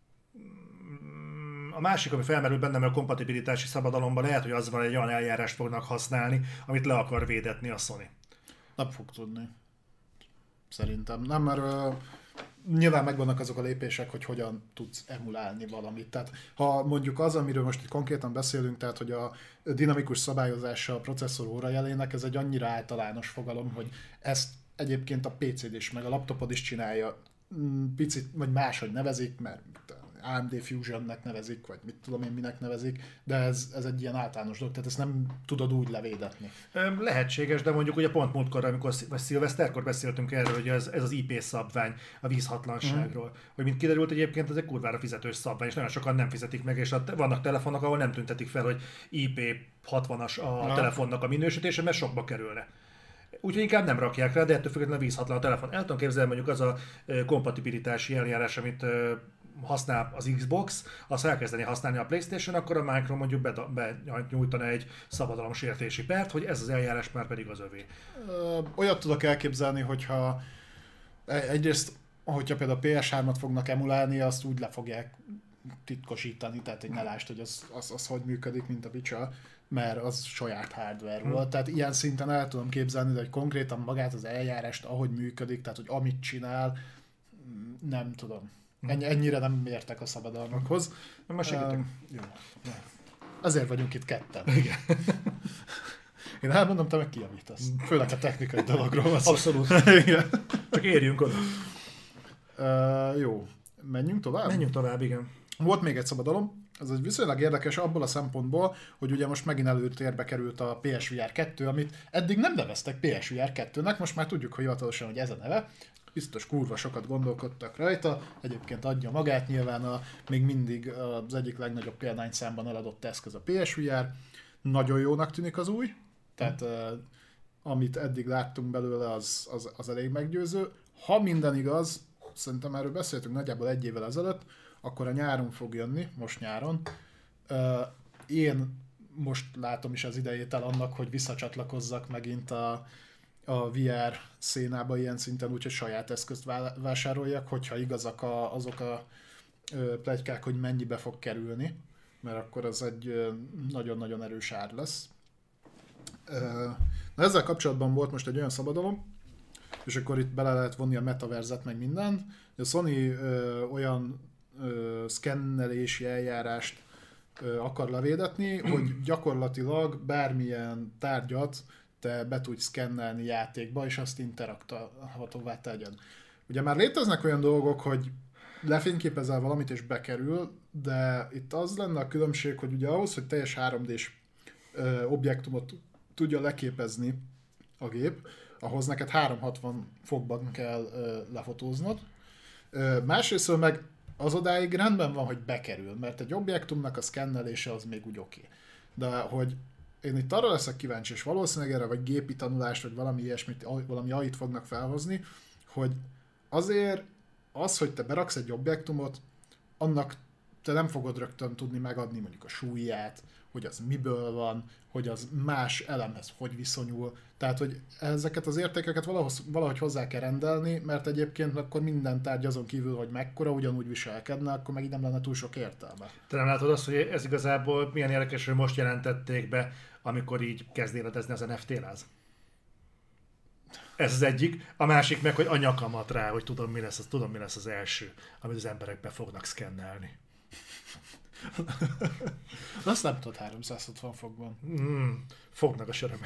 a másik, ami felmerül bennem a kompatibilitási szabadalomban, lehet, hogy az van, egy olyan eljárást fognak használni, amit le akar védetni a Sony. Nem fog tudni. Szerintem. Nem, mert nyilván megvannak azok a lépések, hogy hogyan tudsz emulálni valamit. Tehát ha mondjuk az, amiről most itt konkrétan beszélünk, tehát hogy a dinamikus szabályozása a processzor órajelének, ez egy annyira általános fogalom, hogy ezt egyébként a PC-d is, meg a laptopod is csinálja. Picit, vagy máshogy nevezik, mert AMD Fusionnek nevezik, vagy mit tudom én minek nevezik, de ez egy ilyen általános dolog, tehát ezt nem tudod úgy levédetni. Lehetséges, de mondjuk ugye pont múltkor, amikor szilveszterkor beszéltünk erről, hogy ez az IP szabvány a vízhatlanságról. Hogy mint kiderült egyébként, ez egy kurvára fizetős szabvány, és nagyon sokan nem fizetik meg, és vannak telefonok, ahol nem tüntetik fel, hogy IP 60-as a telefonnak a minősítése, mert sokba kerülne. Úgyhogy inkább nem rakják rá, de ettől függetlenül vízhatlan a telefon. El tudom képzelni, mondjuk az a kompatibilitási eljárás, amit használ az Xbox, azt elkezdeni használni a PlayStation, akkor a Micro mondjuk benyújtana egy szabadalomsértési pert, hogy ez az eljárás már pedig az övé. Olyat tudok elképzelni, hogyha egyrészt, hogyha például PS3-at fognak emulálni, azt úgy le fogják titkosítani, tehát hogy ne lásd, hogy az hogy működik, mint a picsa, mert az saját hardware volt. Tehát ilyen szinten el tudom képzelni, de hogy konkrétan magát az eljárást, ahogy működik, tehát hogy amit csinál, nem tudom. Ennyire nem értek a szabadalmakhoz. Most segítünk. Jó. Ezért vagyunk itt ketten. Igen. Én elmondom, te meg kijavítasz. Főleg a technikai dologról van. Abszolút. Igen. Csak érjünk oda. Jó. Menjünk tovább? Menjünk tovább, igen. Volt még egy szabadalom. Ez egy viszonylag érdekes abból a szempontból, hogy ugye most megint előtérbe került a PSVR 2, amit eddig nem neveztek PSVR 2-nek, most már tudjuk, hogy hivatalosan, hogy ez a neve. Biztos kurva sokat gondolkodtak rajta, egyébként adja magát, nyilván még mindig az egyik legnagyobb példányszámban eladott eszköz a PSVR. Nagyon jónak tűnik az új, tehát amit eddig láttunk belőle, az elég meggyőző. Ha minden igaz, szerintem erről beszéltünk nagyjából 1 évvel ezelőtt, akkor a nyáron fog jönni, most nyáron. Én most látom is az idejét el annak, hogy visszacsatlakozzak megint a VR szénába ilyen szinten, úgyhogy saját eszközt vásároljak, hogyha igazak azok a pletykák, hogy mennyibe fog kerülni, mert akkor az egy nagyon-nagyon erős ár lesz. Na ezzel kapcsolatban volt most egy olyan szabadalom, és akkor itt bele lehet vonni a metaverzet meg mindent. A Sony olyan szkennelési eljárást akar levédetni, hogy gyakorlatilag bármilyen tárgyat te be tudj szkennelni játékba, és azt interaktálhatóvá tegyen. Ugye már léteznek olyan dolgok, hogy lefényképezel valamit és bekerül, de itt az lenne a különbség, hogy ugye ahhoz, hogy teljes 3D-s objektumot tudja leképezni a gép, ahhoz neked 360 fokban kell lefotóznod. Másrészt meg az odáig rendben van, hogy bekerül, mert egy objektumnak a szkennelése az még úgy oké. De hogy én itt arra leszek kíváncsi, és valószínűleg erre vagy gépi tanulást, vagy valami ilyesmit, valami AI-t fognak felhozni, hogy azért az, hogy te beraksz egy objektumot, annak te nem fogod rögtön tudni megadni mondjuk a súlyát, hogy az miből van, hogy az más elemhez hogy viszonyul. Tehát, hogy ezeket az értékeket valahogy hozzá kell rendelni, mert egyébként akkor minden tárgy azon kívül, hogy mekkora, ugyanúgy viselkedne, akkor meg így nem lenne túl sok értelme. Te nem látod azt, hogy ez igazából milyen érdekes, hogy most jelentették be, amikor így kezd életezni az NFT-láz? Ez az egyik. A másik meg, hogy a nyakamat rá, hogy tudom mi lesz az első, amit az emberek be fognak szkennelni. Azt nem tudod 360 fokban. Fognak a sörömet.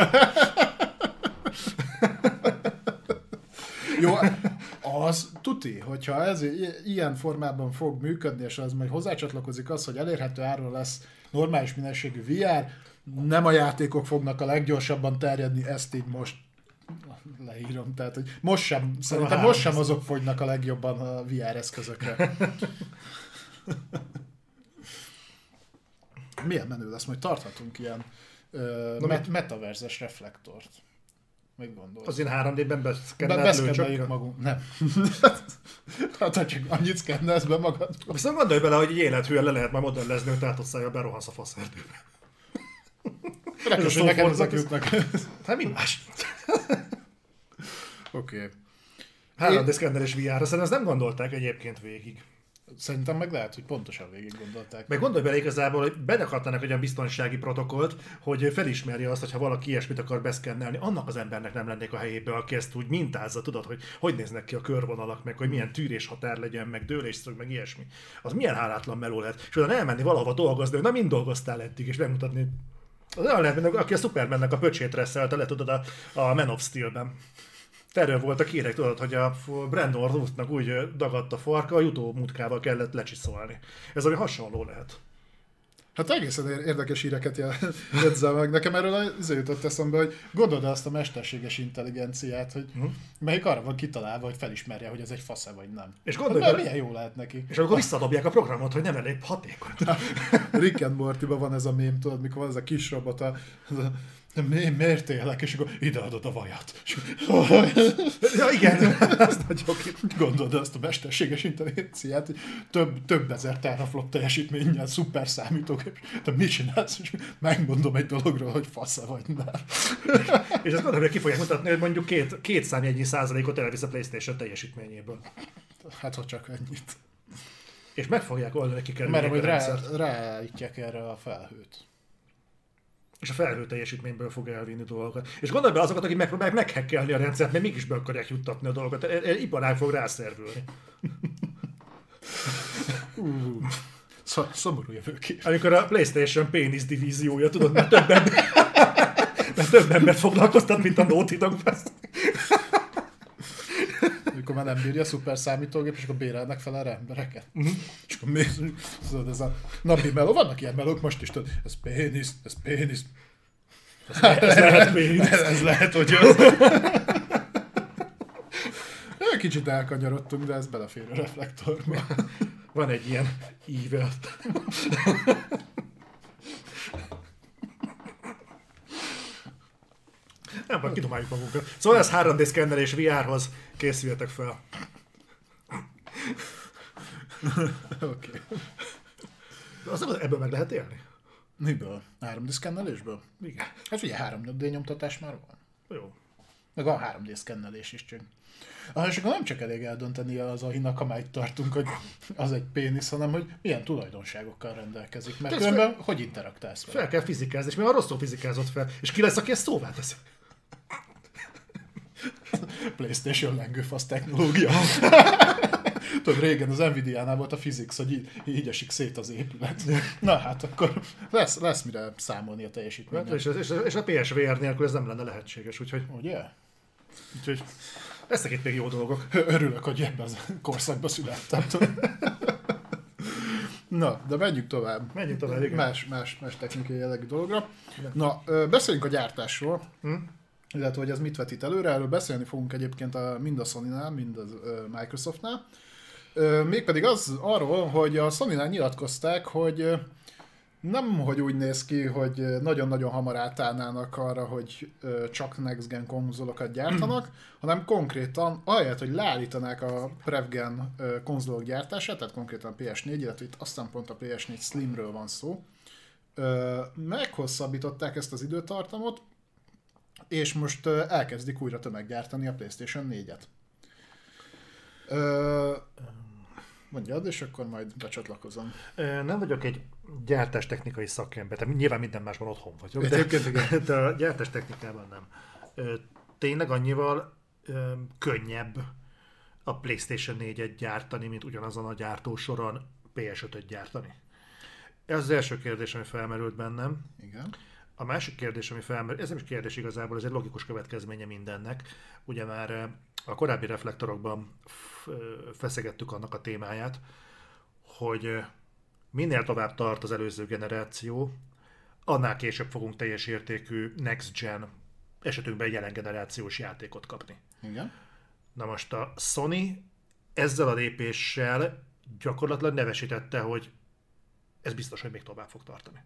Jó, az tuti, hogyha ez ilyen formában fog működni, és az majd hozzácsatlakozik az, hogy elérhető áron lesz normális minőségű VR, nem a játékok fognak a leggyorsabban terjedni, ezt így most leírom, tehát hogy szerintem most sem azok fogynak a legjobban a VR eszközökre. Milyen menő lesz, majd tarthatunk ilyen metaverzes reflektort. Mit gondolsz? Az én 3D-ben beszkenneljük magunk. Nem. Hát ha csak annyit szkennelsz be magad. Viszont gondolj bele, hogy egy élethűen le lehet majd modellezni, hogy tátosszájjal berohansz a faszerdőbe. Rekkos, hogy nekem ezek jutnak. Hát mi más? Oké. 3D szkennelés VR-ra, szerintem ezt nem gondolták egyébként végig. Szerintem meg lehet, hogy pontosan végig gondolták. Meg gondolj bele igazából, hogy benekartanak egy olyan biztonsági protokollt, hogy felismerje azt, hogy ha valaki ilyesmit akar beszkennelni, annak az embernek nem lennék a helyébe, aki ezt úgy mintázza, tudod, hogy néznek ki a körvonalak, meg hogy milyen tűréshatár legyen, meg dőlésszög, meg ilyesmi. Az milyen hálátlan meló lehet. És utána elmenni valahova dolgozni, hogy na mind dolgoztál eddig, és megmutatni. Az olyan lehet, mint aki a Supermannek a pöcsét reszelte le, tudod, a Man of Steel-ben. Erről volt a kérek, tudod, hogy a Brandon Routhnak úgy dagadt a farka, a jutómutkával kellett lecsiszolni. Ez ami hasonló lehet. Hát egészen érdekes híreket jegyzel meg. Nekem erről az jutott eszembe, hogy gondold azt a mesterséges intelligenciát, hogy melyik arra van kitalálva, hogy felismerje, hogy ez egy fasze vagy nem. És gondolj bele, milyen jó lehet neki. És akkor visszadobják a programot, hogy nem elég hatékony. Rick and Morty-ban van ez a mém, tudod, mikor van ez a kis robot, miért élek, és akkor ideadod a vajat. Ja igen, azt nagyon gondold azt a mesterséges intelligenciát, hogy több ezer teraflop teljesítménnyel, szuper számítógép, de mit csinálsz, és megmondom egy dologról, hogy fasza vagy nem. És ezt gondolom, hogy ki fogják mutatni, hogy mondjuk két számjegynyi százalékot elvisz a PlayStation teljesítményéből. Hát ha csak ennyit. És meg fogják oldani kikerülni. Mert hogy ráítják erre a felhőt. És a felhő teljesítményből fog elvinni dolgokat. És gondolj be azokat, akik megpróbálják meghekkelni a rendszert, mert mégis be akarják juttatni a dolgokat. Iparág fog rászervülni. Szomorú jövőkép. Amikor a PlayStation pénisz divíziója, tudod, mert több embert foglalkoztat, mint a Naughty Dog. Amikor már nem bírja a szuper számítógép, és akkor bérelnek fel erre embereket. És Tudod, ez a napi meló, vannak ilyen melók most is, tudod, ez pénisz. Ez lehet pénisz. Ez lehet, hogy az. Kicsit elkanyarodtunk, de ez belefér a reflektorba. Van egy ilyen ível. Nem, majd kidomáljuk magunkat. Szóval ez 3D szkennelés VR-hoz. Készüljetek fel. Oké. Ebből meg lehet élni? Miből? 3D szkennelésből? Igen. Hát ugye 3D nyomtatás már van. Jó. Meg van 3D szkennelés is csak. És akkor nem csak elég eldönteni az ahinak, amáig tartunk, hogy az egy pénisz, hanem hogy milyen tulajdonságokkal rendelkezik. Mert különben hogy interaktálsz vele? Fel kell fizikázni, és mi a rosszul fizikázott fel. És ki lesz, aki ezt szóvá teszi? PlayStation lengőfasz technológia. Tudod, régen az Nvidia-nál volt a physics, hogy így esik szét az épület. Na hát akkor lesz mire számolni a teljesítményt. És a PSVR nélkül ez nem lenne lehetséges, úgyhogy... Ugye? Úgyhogy lesznek itt még jó dolgok. Örülök, hogy ebben a korszakban születtem. Na, de menjünk tovább. Menjünk tovább, igen. Más technikai jellegű dologra. Na, beszéljünk a gyártásról. Illetve, hogy ez mit vetít előre. Erről beszélni fogunk egyébként mind a Sony-nál, mind a Microsoftnál. Mégpedig arról, hogy a Sony-nál nyilatkozták, hogy nem, hogy úgy néz ki, hogy nagyon-nagyon hamar átállnának arra, hogy csak Next Gen konzolokat gyártanak, hanem konkrétan, ahelyett, hogy leállítanák a Prev-gen konzolok gyártását, tehát konkrétan a PS4, illetve itt aztán pont a PS4 Slimről van szó, meghosszabbították ezt az időtartamot, és most elkezdik újra tömeggyártani a PlayStation 4-et. Mondjad, és akkor majd becsatlakozom. Nem vagyok egy gyártástechnikai szakember, tehát nyilván minden másban otthon vagyok, de a gyártástechnikában nem. Tényleg annyival könnyebb a PlayStation 4-et gyártani, mint ugyanazon a gyártósoron PS5-öt gyártani? Ez az első kérdés, ami felmerült bennem. Igen. A másik kérdés, ami felmerült, ez nem is kérdés igazából, ez egy logikus következménye mindennek. Ugye már a korábbi reflektorokban feszegettük annak a témáját, hogy minél tovább tart az előző generáció, annál később fogunk teljes értékű Next Gen, esetünkben jelen generációs játékot kapni. Igen. Na most a Sony ezzel a lépéssel gyakorlatilag nevesítette, hogy ez biztos, hogy még tovább fog tartani.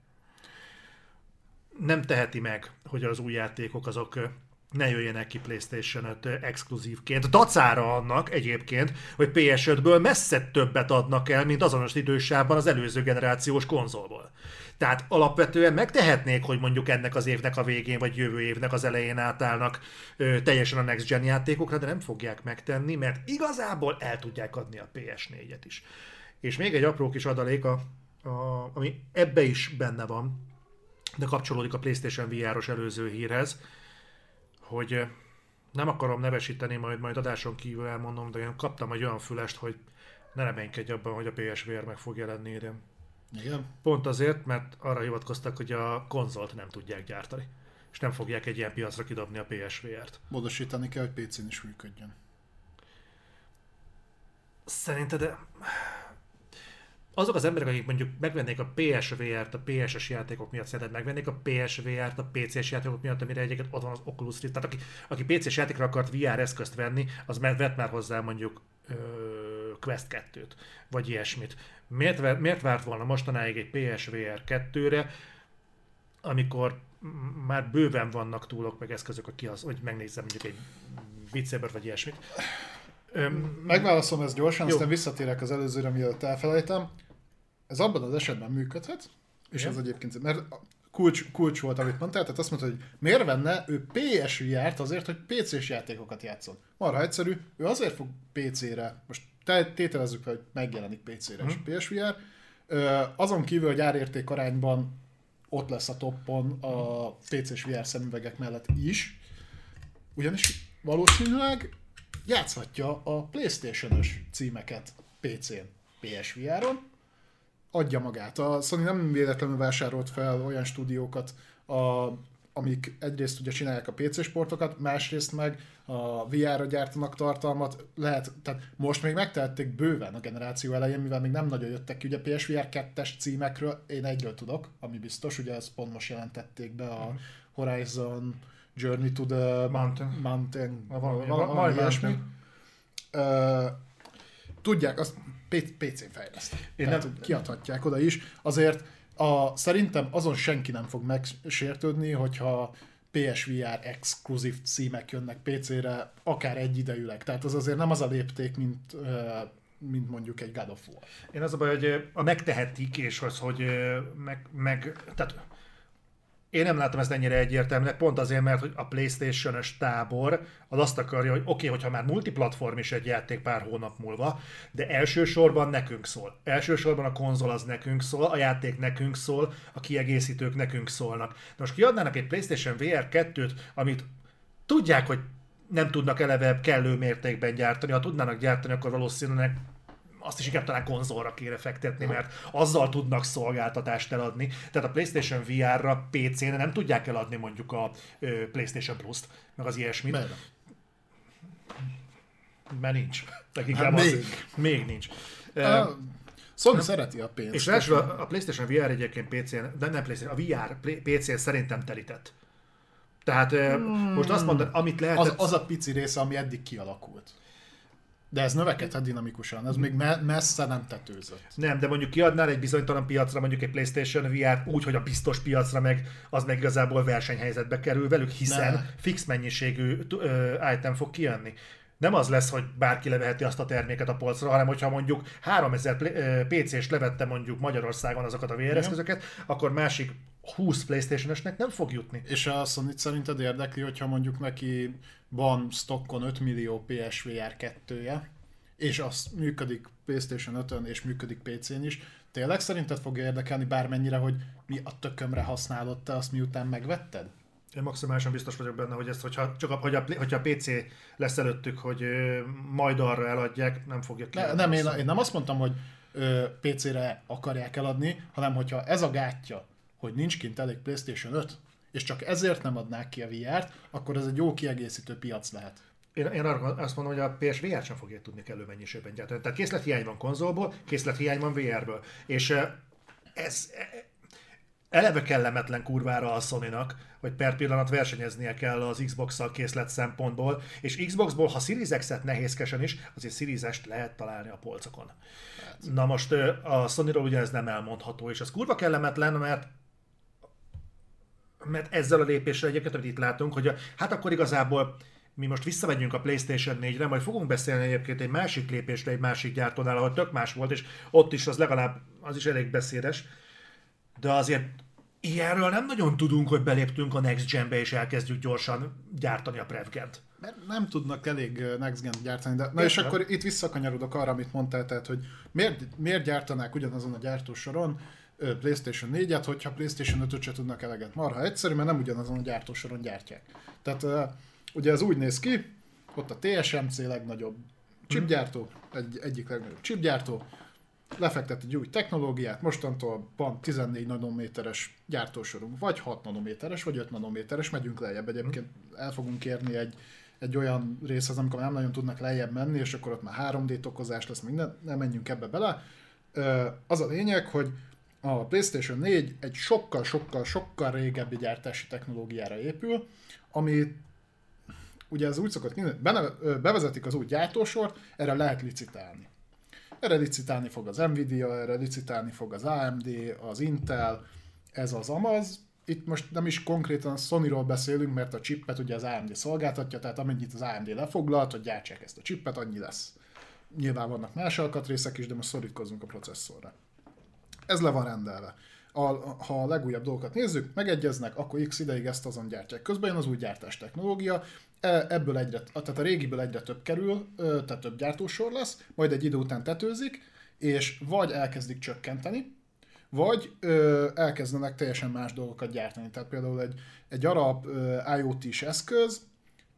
Nem teheti meg, hogy az új játékok azok ne jöjjenek ki PlayStation 5 exkluzívként. Dacára annak egyébként, hogy PS5-ből messze többet adnak el, mint azonos idősávban az előző generációs konzolból. Tehát alapvetően megtehetnék, hogy mondjuk ennek az évnek a végén, vagy jövő évnek az elején átállnak teljesen a Next Gen játékokra, de nem fogják megtenni, mert igazából el tudják adni a PS4-et is. És még egy apró kis adalék, ami ebbe is benne van, de kapcsolódik a PlayStation VR-os előző hírhez, hogy nem akarom nevesíteni, majd adáson kívül elmondom, de én kaptam egy olyan fülest, hogy ne reménykedj abban, hogy a PSVR meg fog jelenni idén. Igen. Pont azért, mert arra hivatkoztak, hogy a konzolt nem tudják gyártani, és nem fogják egy ilyen piacra kidobni a PSVR-t. Módosítani kell, hogy PC-n is működjön. Szerinted azok az emberek, akik mondjuk megvennék a PSVR-t a PS-es játékok miatt, szerinted megvennék a PSVR-t a PC-s játékok miatt, amire egyébként ott van az Oculus Rift. Tehát aki PC-s játékra akart VR eszközt venni, az vett már hozzá mondjuk Quest 2-t, vagy ilyesmit. Miért várt volna mostanáig egy PSVR 2-re, amikor már bőven vannak túlok, meg eszközök, hogy megnézzem mondjuk egy Beat Saber, vagy ilyesmit. Megválaszolom ezt gyorsan, Jó. aztán visszatérek az előzőre, mielőtt elfelejtem. Ez abban az esetben működhet, és Igen. ez egyébként, mert kulcs volt, amit mondtál, tehát azt mondta, hogy miért venne ő PSVR-t azért, hogy PC-s játékokat játszon. Marha egyszerű, ő azért fog PC-re, most tételezzük fel, hogy megjelenik PC-re és PSVR, azon kívül, hogy árérték arányban ott lesz a toppon a PC-s VR szemüvegek mellett is, ugyanis valószínűleg játszhatja a PlayStation-ös címeket PC-n, PSVR-on, adja magát. A Sony nem véletlenül vásárolt fel olyan stúdiókat a amik egyrészt ugye csinálják a PC sportokat, másrészt meg a VR-ra gyártanak tartalmat, lehet, tehát most még megtehették bőven a generáció elején, mivel még nem nagyon jöttek ki, ugye PSVR 2-es címekről, én egyről tudok, ami biztos, ugye ezt pont most jelentették be a Horizon Journey to the Mountain valami ilyesmi. Tudják, azt PC-n fejlesztek. Tehát kiadhatják oda is. Azért szerintem azon senki nem fog megsértődni, hogyha PSVR exkluzív címek jönnek PC-re, akár egyidejűleg. Tehát az azért nem az a lépték, mint mondjuk egy God of War. Én az a baj, hogy megtehetik, és az, hogy tehát én nem látom ezt ennyire egyértelműnek, pont azért, mert hogy a PlayStation-ös tábor az azt akarja, hogy oké, hogyha már multiplatform is egy játék pár hónap múlva, de elsősorban nekünk szól. Elsősorban a konzol az nekünk szól, a játék nekünk szól, a kiegészítők nekünk szólnak. De most kiadnának egy PlayStation VR 2-t, amit tudják, hogy nem tudnak eleve kellő mértékben gyártani, ha tudnának gyártani, akkor valószínűleg azt is inkább talán konzolra kéne fektetni, mert azzal tudnak szolgáltatást eladni. Tehát a PlayStation VR-ra PC-n nem tudják eladni mondjuk a PlayStation Plus-t, meg az ilyesmit. Mert nincs. Még nincs. Sony szereti a pénzt. És ráadásul a PlayStation VR egyébként PC-n, de nem PlayStation, a VR PC-n szerintem telített. Tehát most azt mondod, amit lehetett... Az a pici része, ami eddig kialakult. De ez növekedhet dinamikusan, ez még messze nem tetőzött. Nem, de mondjuk kiadnál egy bizonytalan piacra, mondjuk egy PlayStation VR úgy, hogy a biztos piacra az meg igazából versenyhelyzetbe kerül velük, hiszen fix mennyiségű item fog kijönni. Nem az lesz, hogy bárki leveheti azt a terméket a polcra, hanem hogyha mondjuk 3000 PC-s levette mondjuk Magyarországon azokat a VR eszközöket, akkor másik 20 PlayStation-ösnek nem fog jutni. És a Sony szerinted érdekli, hogyha mondjuk neki van stockon 5 millió PSVR 2-je, és az működik PlayStation 5-ön és működik PC-n is, tényleg szerinted fogja érdekelni bármennyire, hogy mi a tökömre használod te azt, miután megvetted? Én maximálisan biztos vagyok benne, hogy ezt, hogyha a PC lesz előttük, hogy majd arra eladják, nem fogja kiadni. Nem, én nem azt mondtam, hogy PC-re akarják eladni, hanem hogyha ez a gátja, hogy nincs kint elég PlayStation 5, és csak ezért nem adnák ki a VR-t, akkor ez egy jó kiegészítő piac lehet. Én azt mondom, hogy a PSVR sem fogja tudni kellő mennyiségben gyártani. Tehát készlethiány van konzolból, készlethiány van VR-ből. És ez eleve kellemetlen kurvára a Sony-nak, hogy per pillanat versenyeznie kell az Xbox-szal készlet szempontból, és Xboxból, ha Series X-et nehézkesen is, azért Series S-t lehet találni a polcokon. Na most a Sony-ról ugye ez nem elmondható, és ez kurva kellemetlen, mert ezzel a lépéssel egyébként, amit itt látunk, hogy hát akkor igazából mi most visszamegyünk a PlayStation 4-re, majd fogunk beszélni egyébként egy másik lépésre, egy másik gyártónál, ahol tök más volt, és ott is az legalább, az is elég beszédes, de azért ilyenről nem nagyon tudunk, hogy beléptünk a Next Gen-be, és elkezdjük gyorsan gyártani a Prevgent. Mert nem tudnak elég Next Gen-t gyártani, de na és akkor itt visszakanyarodok arra, amit mondtál, tehát, hogy miért gyártanák ugyanazon a gyártósoron PlayStation 4-et, hogyha PlayStation 5-öt se tudnak eleget. Marha egyszerű, mert nem ugyanazon a gyártósoron gyártják. Tehát ugye ez úgy néz ki, ott a TSMC legnagyobb chipgyártó, egyik legnagyobb chipgyártó, lefektet egy új technológiát, mostantól van 14 nanométeres gyártósorunk, vagy 6 nanométeres, vagy 5 nanométeres, megyünk lejjebb. Egyébként el fogunk érni egy olyan részhez, amikor nem nagyon tudnak lejjebb menni, és akkor ott már 3D tokozás lesz, minden, nem menjünk ebbe bele. Az a lényeg, hogy a PlayStation 4 egy sokkal régebbi gyártási technológiára épül, ami ugye ez úgy szokott bevezetik az új gyártósort, erre lehet licitálni. Erre licitálni fog az Nvidia, erre licitálni fog az AMD, az Intel, ez az Amaz. Itt most nem is konkrétan Sony-ról beszélünk, mert a chipet ugye az AMD szolgáltatja, tehát amennyit az AMD lefoglalt, hogy gyártsák ezt a chipet, annyi lesz. Nyilván vannak más alkatrészek is, de most szorítkozzunk a processzorra. Ez le van rendelve. Ha a legújabb dolgokat nézzük, megegyeznek, akkor x ideig ezt azon gyártják. Közben jön az új gyártás technológia, tehát a régiből egyre több kerül, tehát több gyártósor lesz, majd egy idő után tetőzik, és vagy elkezdik csökkenteni, vagy elkezdenek teljesen más dolgokat gyártani. Tehát például egy arab IoT-s eszköz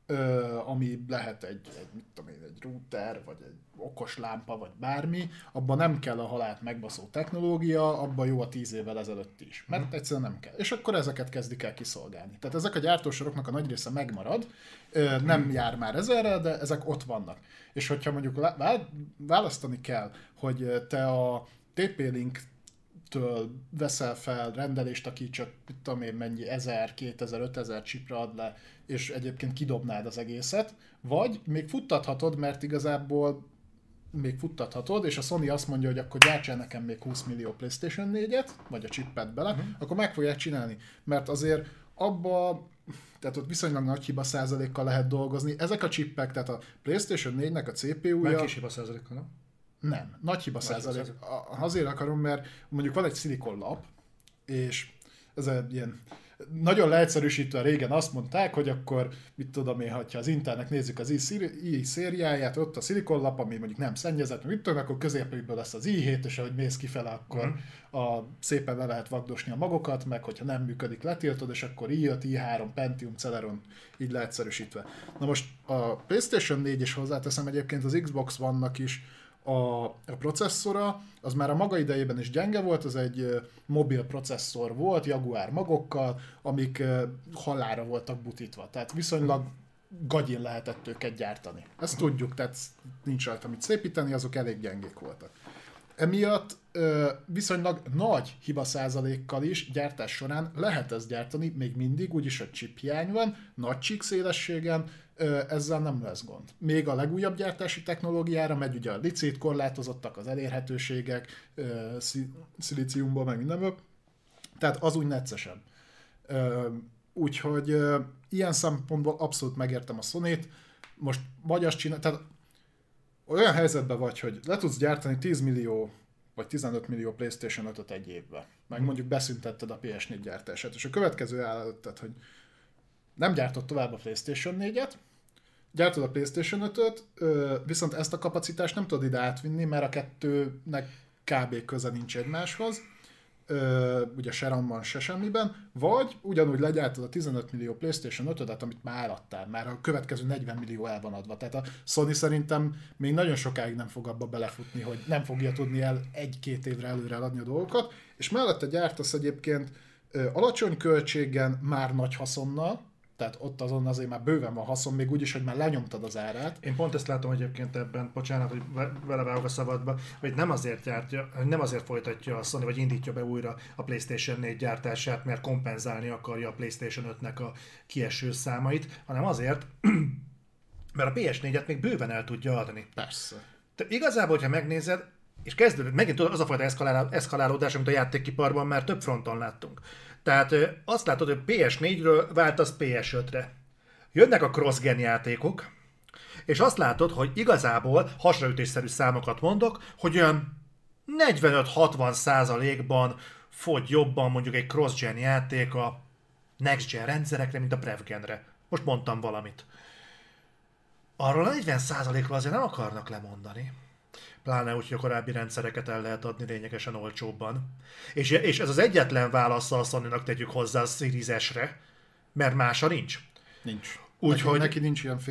ami lehet mit tudom én, egy router, vagy egy okos lámpa, vagy bármi, abban nem kell a halált megbaszó technológia, abban jó a 10 évvel ezelőtt is, mert egyszerűen nem kell. És akkor ezeket kezdik el kiszolgálni. Tehát ezek a gyártósoroknak a nagy része megmarad, nem jár már ezerrel, de ezek ott vannak. És hogyha mondjuk választani kell, hogy te a TP-Link-től veszel fel rendelést, aki csak tudom én mennyi 1000, 2000, 5000 chipre ad le, és egyébként kidobnád az egészet, vagy még futtathatod, mert igazából még futtathatod, és a Sony azt mondja, hogy akkor gyártsál nekem még 20 millió PlayStation 4-et, vagy a chippet bele, akkor meg fogják csinálni. Mert azért abba, tehát ott viszonylag nagy hiba százalékkal lehet dolgozni. Ezek a chippek, tehát a PlayStation 4-nek a CPU-ja... Meg kis hiba százalékkal, nem? Nem, nagy hiba százalék. Azért akarom, mert mondjuk van egy szilikonlap, és ez egy ilyen nagyon leegyszerűsítve régen azt mondták, hogy akkor, mit tudom én, ha az Intelnek nézzük az i szériáját, ott a szilikonlap, ami mondjuk nem szennyezett, mit tudom, akkor középükből lesz az i7, és ahogy mész kifele, akkor szépen le lehet vagdosni a magokat, meg hogyha nem működik, letiltod, és akkor i5, i3, Pentium, Celeron, így leegyszerűsítve. Na most a PlayStation 4 is hozzáteszem, egyébként az Xbox One-nak is a processzora, az már a maga idejében is gyenge volt, az egy mobil processzor volt, Jaguar magokkal, amik halálra voltak butítva. Tehát viszonylag gagyin lehetett őket gyártani. Ezt tudjuk, tehát nincs rajta mit szépíteni, azok elég gyengék voltak. Emiatt viszonylag nagy hiba százalékkal is gyártás során lehet ezt gyártani, még mindig, úgyis, hogy chip hiány van, nagy csíkszélességen, ezzel nem lesz gond. Még a legújabb gyártási technológiára megy ugye a licit, korlátozottak az elérhetőségek, szilíciumból, meg mindenből, tehát az úgy neccesebb. Úgyhogy ilyen szempontból abszolút megértem a Sony-t. Most vagy azt csinál, tehát olyan helyzetben vagy, hogy le tudsz gyártani 10 millió vagy 15 millió PlayStation 5-öt egy évben. Meg mondjuk beszüntetted a PS4 gyártását. És a következő áll előtted, hogy nem gyártod tovább a PlayStation 4-et, gyártod a PlayStation 5-öt, viszont ezt a kapacitást nem tudod ide átvinni, mert a kettőnek kb. Köze nincs egymáshoz, ugye se RAM-ban, se semmiben, vagy ugyanúgy legyártod a 15 millió PlayStation 5-ödet, amit már eladtál, már a következő 40 millió el van adva. Tehát a Sony szerintem még nagyon sokáig nem fog abba belefutni, hogy nem fogja tudni el 1-2 évre előre eladni a dolgokat, és mellette gyártasz egyébként alacsony költségen, már nagy haszonnal, tehát ott azon azért már bőven van haszon, még úgyis, hogy már lenyomtad az árát. Én pont ezt látom egyébként ebben, bocsánat, hogy vele vágok a szabadba, hogy nem azért gyártja, nem azért folytatja a Sony, vagy indítja be újra a PlayStation 4 gyártását, mert kompenzálni akarja a PlayStation 5-nek a kieső számait, hanem azért, mert a PS4-et még bőven el tudja adni. Persze. Te igazából, hogyha megnézed, és kezdődött megint az a fajta eszkalálódás, amit a játékiparban már több fronton láttunk. Tehát azt látod, hogy PS4-ről váltasz PS5-re. Jönnek a cross-gen játékok, és azt látod, hogy igazából hasraütésszerű számokat mondok, hogy olyan 45-60%-ban fogy jobban mondjuk egy cross-gen játék a next-gen rendszerekre, mint a prev-genre. Most mondtam valamit. Arról a 40%-ról azért nem akarnak lemondani. Pláne úgy, hogy a korábbi rendszereket el lehet adni lényegesen olcsóbban. És ez az egyetlen válasz a Sony-nak, tegyük hozzá a Series S-re, mert mása nincs. Nincs. Úgyhogy neki nincs ilyen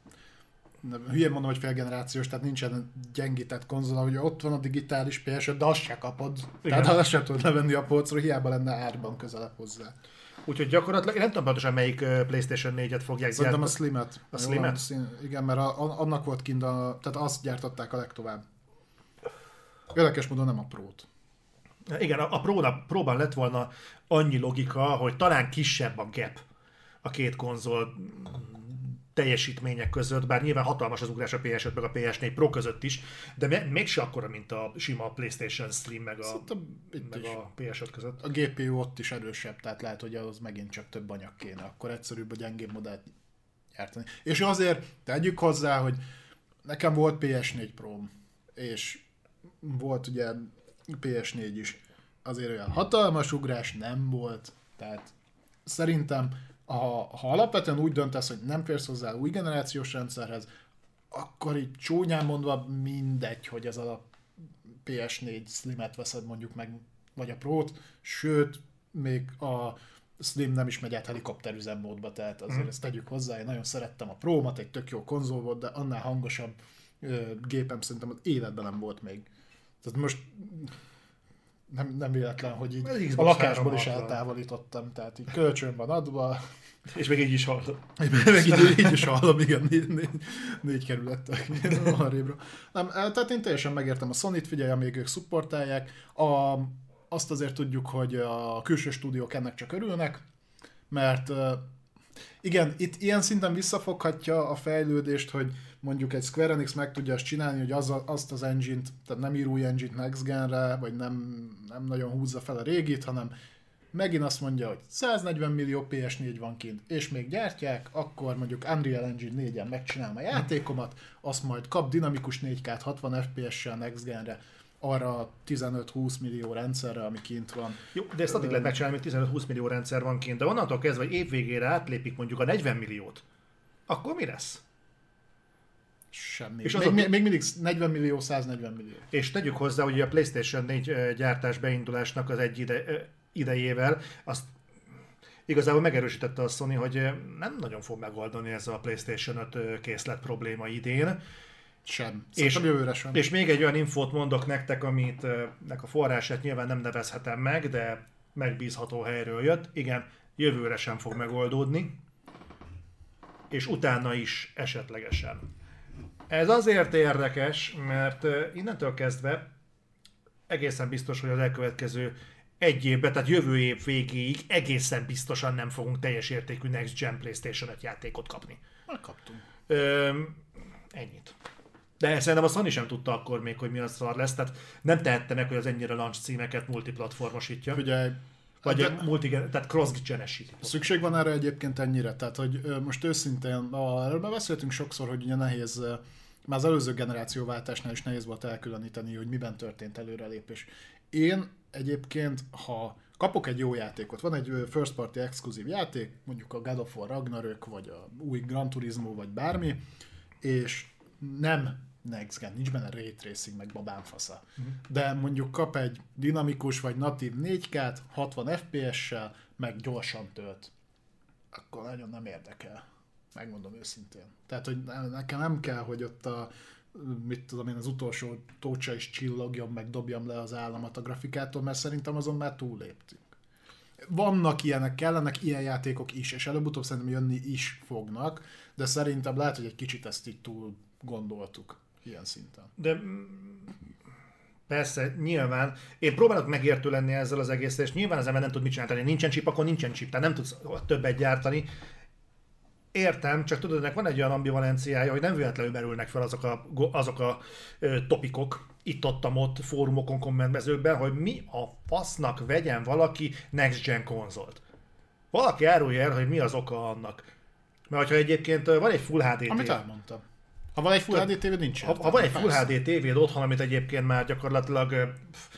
hülyén mondom, hogy félgenerációs, tehát nincsen gyengített konzola, hogy ott van a digitális PS5, de azt se kapod. Igen. Tehát azt sem tudod levenni a polcról, hiába lenne árban közelebb hozzá. Úgyhogy gyakorlatilag, én nem tudom pontosan melyik PlayStation 4-et fogják gyártani. Szerintem a Slim-et. A Slim-et? Igen, mert annak volt kint, tehát azt gyártották a legtovább. Érdekes módon nem a Pro-t. Igen, a Pro-ban lett volna annyi logika, hogy talán kisebb a gap a két konzol teljesítmények között, bár nyilván hatalmas az ugrás a PS5 meg a PS4 Pro között is, de mégse akkora, mint a sima PlayStation Slim meg a PS5 között. A GPU ott is erősebb, tehát lehet, hogy az megint csak több anyag kéne, akkor egyszerűbb a gyengébb modellt gyártani. És azért tegyük hozzá, hogy nekem volt PS4 Pro-m, és volt ugye PS4 is. Azért olyan hatalmas ugrás nem volt, tehát szerintem ha alapvetően úgy döntesz, hogy nem férsz hozzá új generációs rendszerhez, akkor így csúnyán mondva mindegy, hogy ez a PS4 Slim-et veszed mondjuk meg, vagy a Pro-t, sőt, még Slim nem is megy át helikopter üzemmódba, tehát azért ezt tegyük hozzá, én nagyon szerettem a Pro-mat, egy tök jó konzol volt, de annál hangosabb gépem szerintem az életben nem volt még. Tehát most nem véletlen, hogy így a lakásból is eltávolítottam, tehát így kölcsön van adva. És még így is hallom. Meg így is hallom, igen, négy kerülettel arrébről. Nem, tehát én teljesen megértem a Sony-t, figyelj, amíg ők szupportálják. Azt azért tudjuk, hogy a külső stúdiók ennek csak örülnek, mert igen, itt ilyen szinten visszafoghatja a fejlődést, hogy mondjuk egy Square Enix meg tudja azt csinálni, hogy azt az engine-t, tehát nem ír új engine-t Next Gen-re, vagy nem nagyon húzza fel a régit, hanem megint azt mondja, hogy 140 millió PS4 van kint, és még gyártják, akkor mondjuk Unreal Engine 4-en megcsinálom a játékomat, azt majd kap dinamikus 4K-t 60 FPS-sel Next Gen-re, arra 15-20 millió rendszerre, ami kint van. Jó, de ezt addig lehet megcsinálni, hogy 15-20 millió rendszer van kint, de onnantól kezdve, hogy évvégére átlépik mondjuk a 40 milliót, akkor mi lesz? Semmi. És még mindig 40 millió, 140 millió. És tegyük hozzá, hogy a PlayStation 4 gyártás beindulásnak az idejével, azt igazából megerősítette a Sony, hogy nem nagyon fog megoldani ez a PlayStation 5 készlet probléma idén. Sem. És még egy olyan infót mondok nektek, amit a forrását nyilván nem nevezhetem meg, de megbízható helyről jött. Igen, jövőre sem fog megoldódni, és utána is esetlegesen. Ez azért érdekes, mert innentől kezdve egészen biztos, hogy az elkövetkező egy évben, tehát jövő év végéig egészen biztosan nem fogunk teljes értékű Next Gen PlayStation 5 játékot kapni. Megkaptunk. Ennyit. De szerintem a Sony sem tudta akkor még, hogy mi az szar lesz, tehát nem tehette meg, hogy az ennyire launch címeket multiplatformosítja. Ugye, tehát cross-genesíti. Szükség van erre egyébként ennyire, tehát hogy most őszintén, erről beszéltünk sokszor, hogy ugye nehéz, már az előző generációváltásnál is nehéz volt elkülöníteni, hogy miben történt előrelépés. Én egyébként, ha kapok egy jó játékot, van egy first party exkluzív játék, mondjuk a God of War Ragnarök, vagy a új Gran Turismo, vagy bármi, és nem Next Gen, nincs benne Ray Tracing, meg babánfasza. De mondjuk kap egy dinamikus, vagy natív 4K-t, 60 FPS-sel, meg gyorsan tölt. Akkor nagyon nem érdekel. Megmondom őszintén. Tehát, hogy nekem nem kell, hogy ott mit tudom én, az utolsó tócsa is csillogjon, meg dobjam le az államat a grafikától, mert szerintem azon már túlléptünk. Vannak ilyenek, kellenek ilyen játékok is, és előbb-utóbb szerintem jönni is fognak, de szerintem lehet, hogy egy kicsit ezt így túl gondoltuk ilyen szinten. De persze, nyilván. Én próbálok megértő lenni ezzel az egésszel, és nyilván az ember nem tud mit csinálni. Nincsen chip, akkor nincsen chip, tehát nem tudsz többet gyártani. Értem, csak tudod, ennek van egy olyan ambivalenciája, hogy nem véletlenül merülnek fel azok a topikok itt-ott fórumokon, kommentmezőkben, hogy mi a fasznak vegyen valaki Next Gen konzolt. Valaki árulja el, hogy mi az oka annak. Mert ha egyébként van egy Full HD TV... Amit elmondtam. Ha van egy Full HD TV, nincs. Ha van egy Full HD TV-d otthon, amit egyébként már gyakorlatilag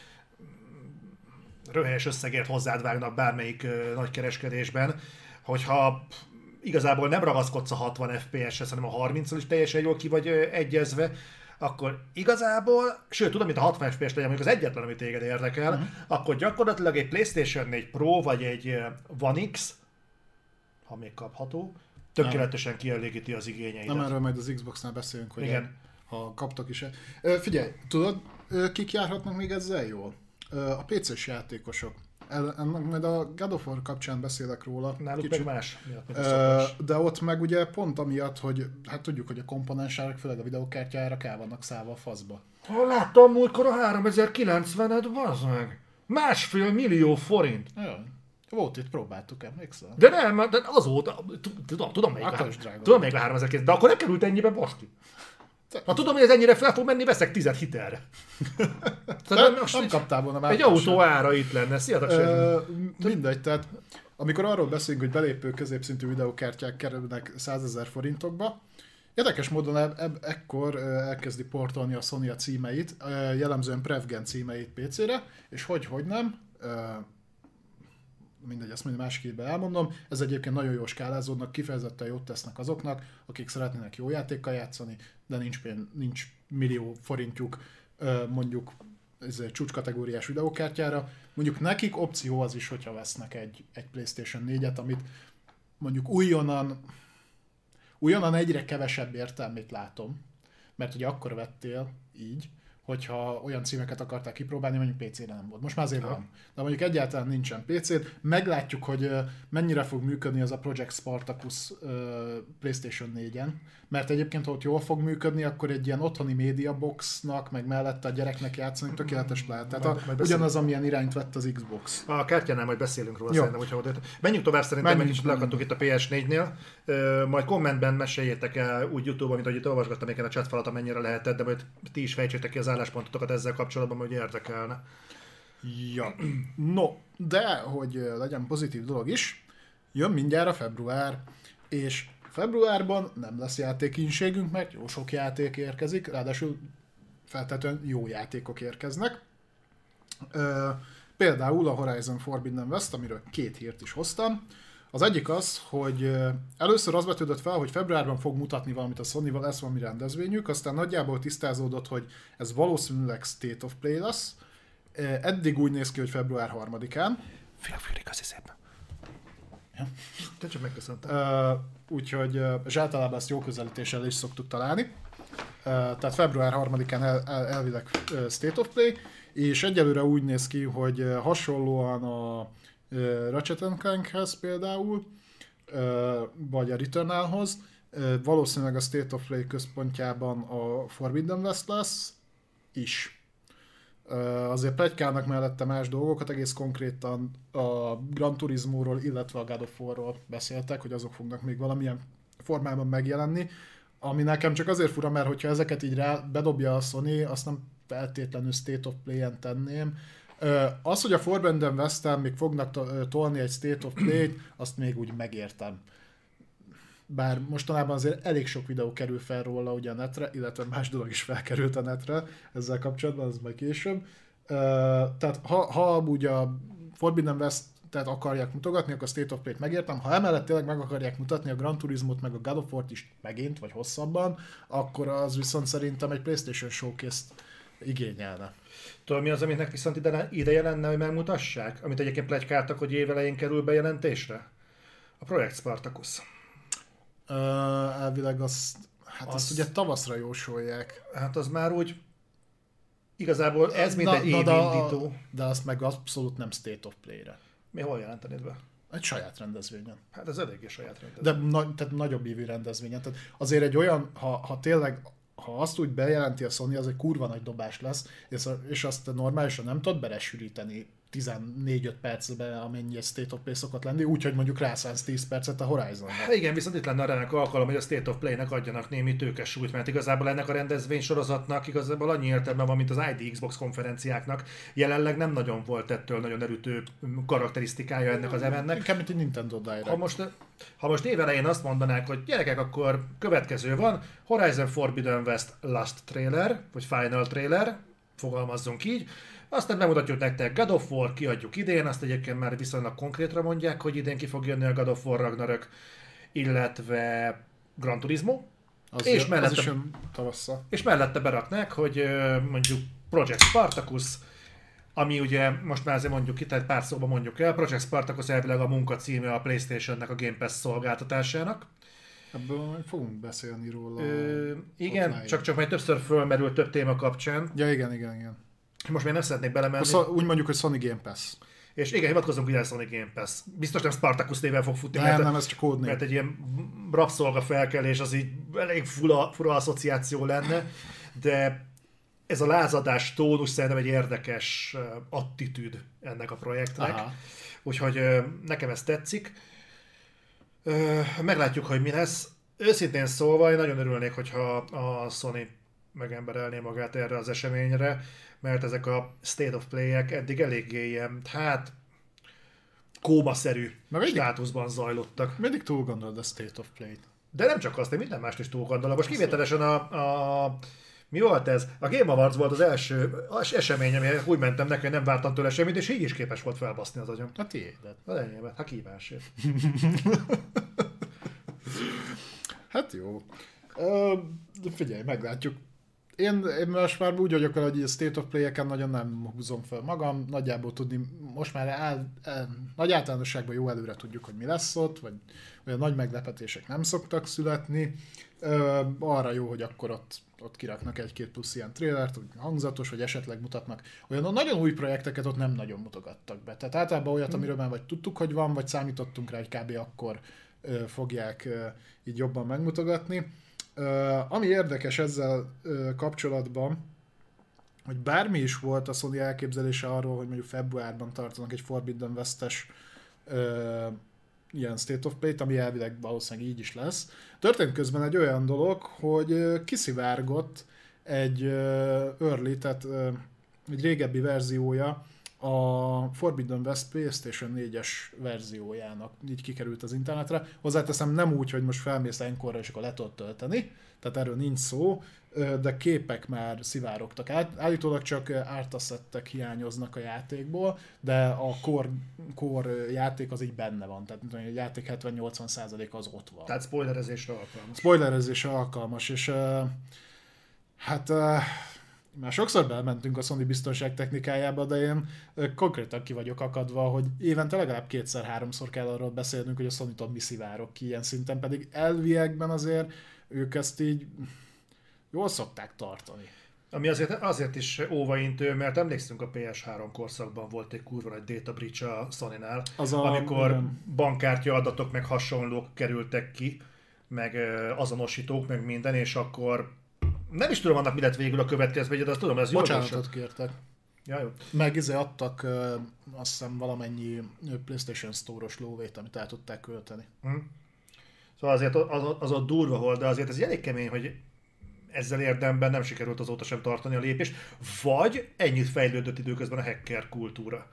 röhelyes összegért hozzád vágnak bármelyik nagykereskedésben, hogyha igazából nem ragaszkodsz a 60 FPS-hez, hanem a 30-al is teljesen jól ki vagy egyezve, akkor igazából, sőt, tudom, mint a 60 FPS legyen mondjuk az egyetlen, ami téged érdekel, akkor gyakorlatilag egy PlayStation 4 Pro vagy egy One X, ha még kapható, tökéletesen kielégíti az igényeidet. Nem, erről majd az Xbox-nál beszélünk, hogy igen. Ha kaptak is. Figyelj, tudod, kik járhatnak még ezzel jól? A PC-s játékosok. Majd a God of War kapcsán beszélek róla. Náluk meg más. De ott meg ugye pont amiatt, hogy hát tudjuk, hogy a komponensárak, főleg a videókártyára el vannak szállva a faszba. Láttam múltkor a 3090-et, bazd meg! 1,5 millió forint! Jaj. Volt itt, próbáltuk, emlékszel? De nem, de azóta, tudom melyik a 3000, de akkor nem került ennyibe, baszki. Ha tudom, hogy ez ennyire fel fog menni, veszek 10 hitelre. Nem kaptál volna egy autó ára itt lenne, mindegy, tehát amikor arról beszélünk, hogy belépő középszintű videókártyák kerülnek 100 000 forintokba, érdekes módon ekkor elkezdi portolni a Sony a címeit, jellemzően Prevgen címeit PC-re, és hogy nem, mindegy, ezt majd másik évben elmondom, ez egyébként nagyon jó skálázódnak, kifejezetten jót tesznek azoknak, akik szeretnének jó játékkal játszani, de nincs millió forintjuk mondjuk csúcskategóriás videókártyára. Mondjuk nekik opció az is, hogyha vesznek egy PlayStation 4-et, amit mondjuk újonnan egyre kevesebb értelmét látom, mert ugye akkor vettél így, hogyha olyan címeket akarták kipróbálni, mondjuk PC-re nem volt. Most már azért van. De mondjuk egyáltalán nincsen PC-t. Meglátjuk, hogy mennyire fog működni az a Project Spartacus PlayStation 4-en. Mert egyébként, ha ott jól fog működni, akkor egy ilyen otthoni médiaboxnak, meg mellette a gyereknek játszani tökéletes lehet. Tehát ugyanaz, amilyen irányt vett az Xbox. A kártyánál majd beszélünk róla, szerintem, hogyha oda. Menjünk tovább, szerintem meg is leakadtunk itt a PS4-nél. Majd kommentben meséljétek el úgy YouTube-ban, mint ahogy itt olvasgattam a chatfalat, amennyire lehetett, de majd ti is fejtsétek ki az álláspontotokat ezzel kapcsolatban, hogy érdekelne. Ja. No, de hogy legyen pozitív dolog is, jön mindjárt a február, és februárban nem lesz játékinségünk, mert jó sok játék érkezik, ráadásul feltétlenül jó játékok érkeznek. Például a Horizon Forbidden West, amiről 2 hírt is hoztam. Az egyik az, hogy először az vetődött fel, hogy februárban fog mutatni valamit a Sony-val, lesz valami rendezvényük, aztán nagyjából tisztázódott, hogy ez valószínűleg State of Play lesz. Eddig úgy néz ki, hogy február 3-án. Fűrik az szépen. Ja. Te csak megköszöntem. Úgyhogy és általában ezt jó közelítéssel is szoktuk találni. Tehát február 3-án elvileg State of Play, és egyelőre úgy néz ki, hogy hasonlóan a Ratchet & Clankhez például, vagy a Returnalhoz, valószínűleg a State of Play központjában a Forbidden West lesz is. Azért pletykálnak mellette más dolgokat, egész konkrétan a Gran Turismo-ról, illetve a God of War-ról beszéltek, hogy azok fognak még valamilyen formában megjelenni, ami nekem csak azért fura, mert hogyha ezeket így bedobja a Sony, azt nem feltétlenül State of Play-en tenném. Az, hogy a Forbidden West-en még fognak tolni egy State of Play-t, azt még úgy megértem. Bár mostanában azért elég sok videó kerül fel róla ugye a netre, illetve más dolog is felkerült a netre ezzel kapcsolatban, az majd később. Tehát ha úgy a Forbidden West-et akarják mutogatni, akkor a State of Play-t megértem. Ha emellett tényleg meg akarják mutatni a Gran Turismo-t, meg a God of War-t is megint, vagy hosszabban, akkor az viszont szerintem egy PlayStation Showcase-t igényelne. Tudod, mi az, aminek viszont ideje lenne, hogy megmutassák? Amit egyébként pletykáltak, hogy évelején kerül bejelentésre? A Project Spartacus. Elvileg azt ugye tavaszra jósolják. Hát az már úgy igazából ez mint egy évindító. De azt meg abszolút nem State of Play-re. Mi hol jelentenéd be? Egy saját rendezvényen. Hát ez eléggé saját rendezvény. De tehát nagyobb évű rendezvényen. Tehát azért egy olyan, ha tényleg, ha azt úgy bejelenti a Sony, az egy kurva nagy dobás lesz, és azt normálisan nem tudod belesűríteni 14-5 percbe, amennyi egy State of Play szokott lenni, úgyhogy mondjuk rászánsz 10 percet a Horizonra. Igen, viszont itt lenne a remek alkalom, hogy a State of Play-nek adjanak némi tőkesúlyt, mert igazából ennek a rendezvénysorozatnak igazából annyi értelme van, mint az ID Xbox konferenciáknak. Jelenleg nem nagyon volt ettől nagyon elütő karakterisztikája ennek az eventnek. Inkább, mint egy Nintendo Direct. Ha most évelején azt mondanák, hogy gyerekek, akkor következő van, Horizon Forbidden West Last Trailer, vagy Final Trailer, fogalmazzunk így, aztán bemutatjuk nektek God of War, kiadjuk idén, azt egyébként már viszonylag konkrétra mondják, hogy idén ki fog jönni a God of War Ragnarök, illetve Gran Turismo, és mellette beraknák, hogy mondjuk Project Spartacus, ami ugye most már azért mondjuk itt, egy pár szóban mondjuk el, Project Spartacus elvileg a munkacíme a PlayStation-nek a Game Pass szolgáltatásának. Ebből majd fogunk beszélni róla. Igen, csak majd többször fölmerült több téma kapcsán. Ja, igen. Most még nem szeretnék belemenni. Úgy mondjuk, hogy Sony Game Pass. És igen, hivatkozunk ugye a Sony Game Pass. Biztos nem Spartacus néven fog futni, nem, ez csak kódnév. Mert egy ilyen rabszolga felkelés az így elég fura asszociáció lenne, de ez a lázadás tónus szerintem egy érdekes attitűd ennek a projektnek. Aha. Úgyhogy nekem ez tetszik. Meglátjuk, hogy mi lesz. Őszintén szólva, én nagyon örülnék, hogyha a Sony megemberelné magát erre az eseményre, mert ezek a State of Play-ek eddig eléggé ilyen, kómaszerű státuszban zajlottak. Mindig túl gondolod a State of Play-t. De nem csak azt, én minden mást is túl gondolom. Most kivételesen mi volt ez? A Game Awards volt az első esemény, amire úgy mentem neki, hogy nem vártam tőle semmit, és így is képes volt felbaszni az agyam. A tiédet. Az enyémet, kívásért. Hát jó. Figyelj, meglátjuk. Én most már úgy vagyok vele, hogy a State of Play-eken nagyon nem húzom fel magam, nagyjából tudni, most már nagy általánosságban jó előre tudjuk, hogy mi lesz ott, vagy olyan nagy meglepetések nem szoktak születni. Arra jó, hogy akkor ott kiraknak egy-két plusz ilyen trailert, úgy hangzatos, vagy esetleg mutatnak. Olyan nagyon új projekteket ott nem nagyon mutogattak be. Tehát általában olyat, amiről már vagy tudtuk, hogy van, vagy számítottunk rá, hogy kb. Akkor fogják így jobban megmutogatni. Ami érdekes ezzel kapcsolatban, hogy bármi is volt a Sony elképzelése arról, hogy mondjuk februárban tartanak egy Forbidden West-es ilyen State of Play-t, ami elvileg valószínűleg így is lesz. Történt közben egy olyan dolog, hogy kiszivárgott egy early, tehát egy régebbi verziója a Forbidden West PlayStation 4-es verziójának, így kikerült az internetre. Hozzáteszem, nem úgy, hogy most felmész Encore-ra és akkor le tudod tölteni, tehát erről nincs szó, de képek már szivárogtak át. Állítólag csak artassettek hiányoznak a játékból, de a core játék az így benne van, tehát a játék 70-80% az ott van. Tehát spoilerezésre alkalmas. Spoilerezésre alkalmas, és hát már sokszor belmentünk a Sony biztonságtechnikájába, de én konkrétan ki vagyok akadva, hogy évente legalább 2-3-szor kell arról beszélnünk, hogy a Sony-tól mi szivárog ki ilyen szinten, pedig elviekben azért ők ezt így jól szokták tartani. Ami azért is óvaintő, mert emlékszünk, a PS3 korszakban volt egy kurva nagy data breach a Sony-nál, amikor bankkártya adatok meg hasonlók kerültek ki, meg azonosítók, meg minden, és akkor nem is tudom annak mi lett végül a következménye, de azt tudom, ez jó. Bocsánatot kértek. Ja, jó. Meg adtak azt hiszem valamennyi PlayStation Store-os lóvét, amit el tudták költeni. Szóval azért az a durva volt, de azért ez elég kemény, hogy ezzel érdemben nem sikerült azóta sem tartani a lépést, vagy ennyit fejlődött időközben a hacker kultúra?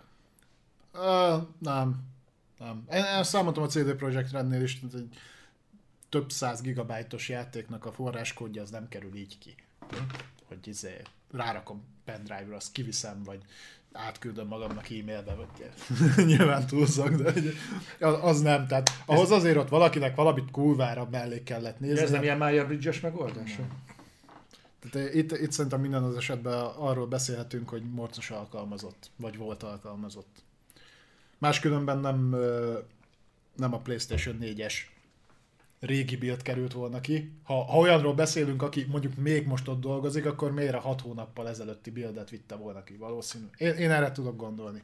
Nem. Én számoltam a CD Projekt Rednél is, egy több 100 gigabájtos játéknak a forráskódja az nem kerül így ki. Hogy rárakom pendrive-ra, azt kiviszem, vagy átküldöm magamnak e-mailbe, vagy nyilván túlzok, de az nem. Tehát ahhoz azért ott valakinek valamit kurvára mellé kellett nézni. De ez nem ilyen Meyer Bridges megoldás? Tehát itt szerintem minden az esetben arról beszélhetünk, hogy morcos alkalmazott, vagy volt alkalmazott. Máskülönben nem a PlayStation 4-es régi build került volna ki. Ha olyanról beszélünk, aki mondjuk még most ott dolgozik, akkor mélyre 6 hónappal ezelőtti buildet vitte volna ki valószínű. Én erre tudok gondolni.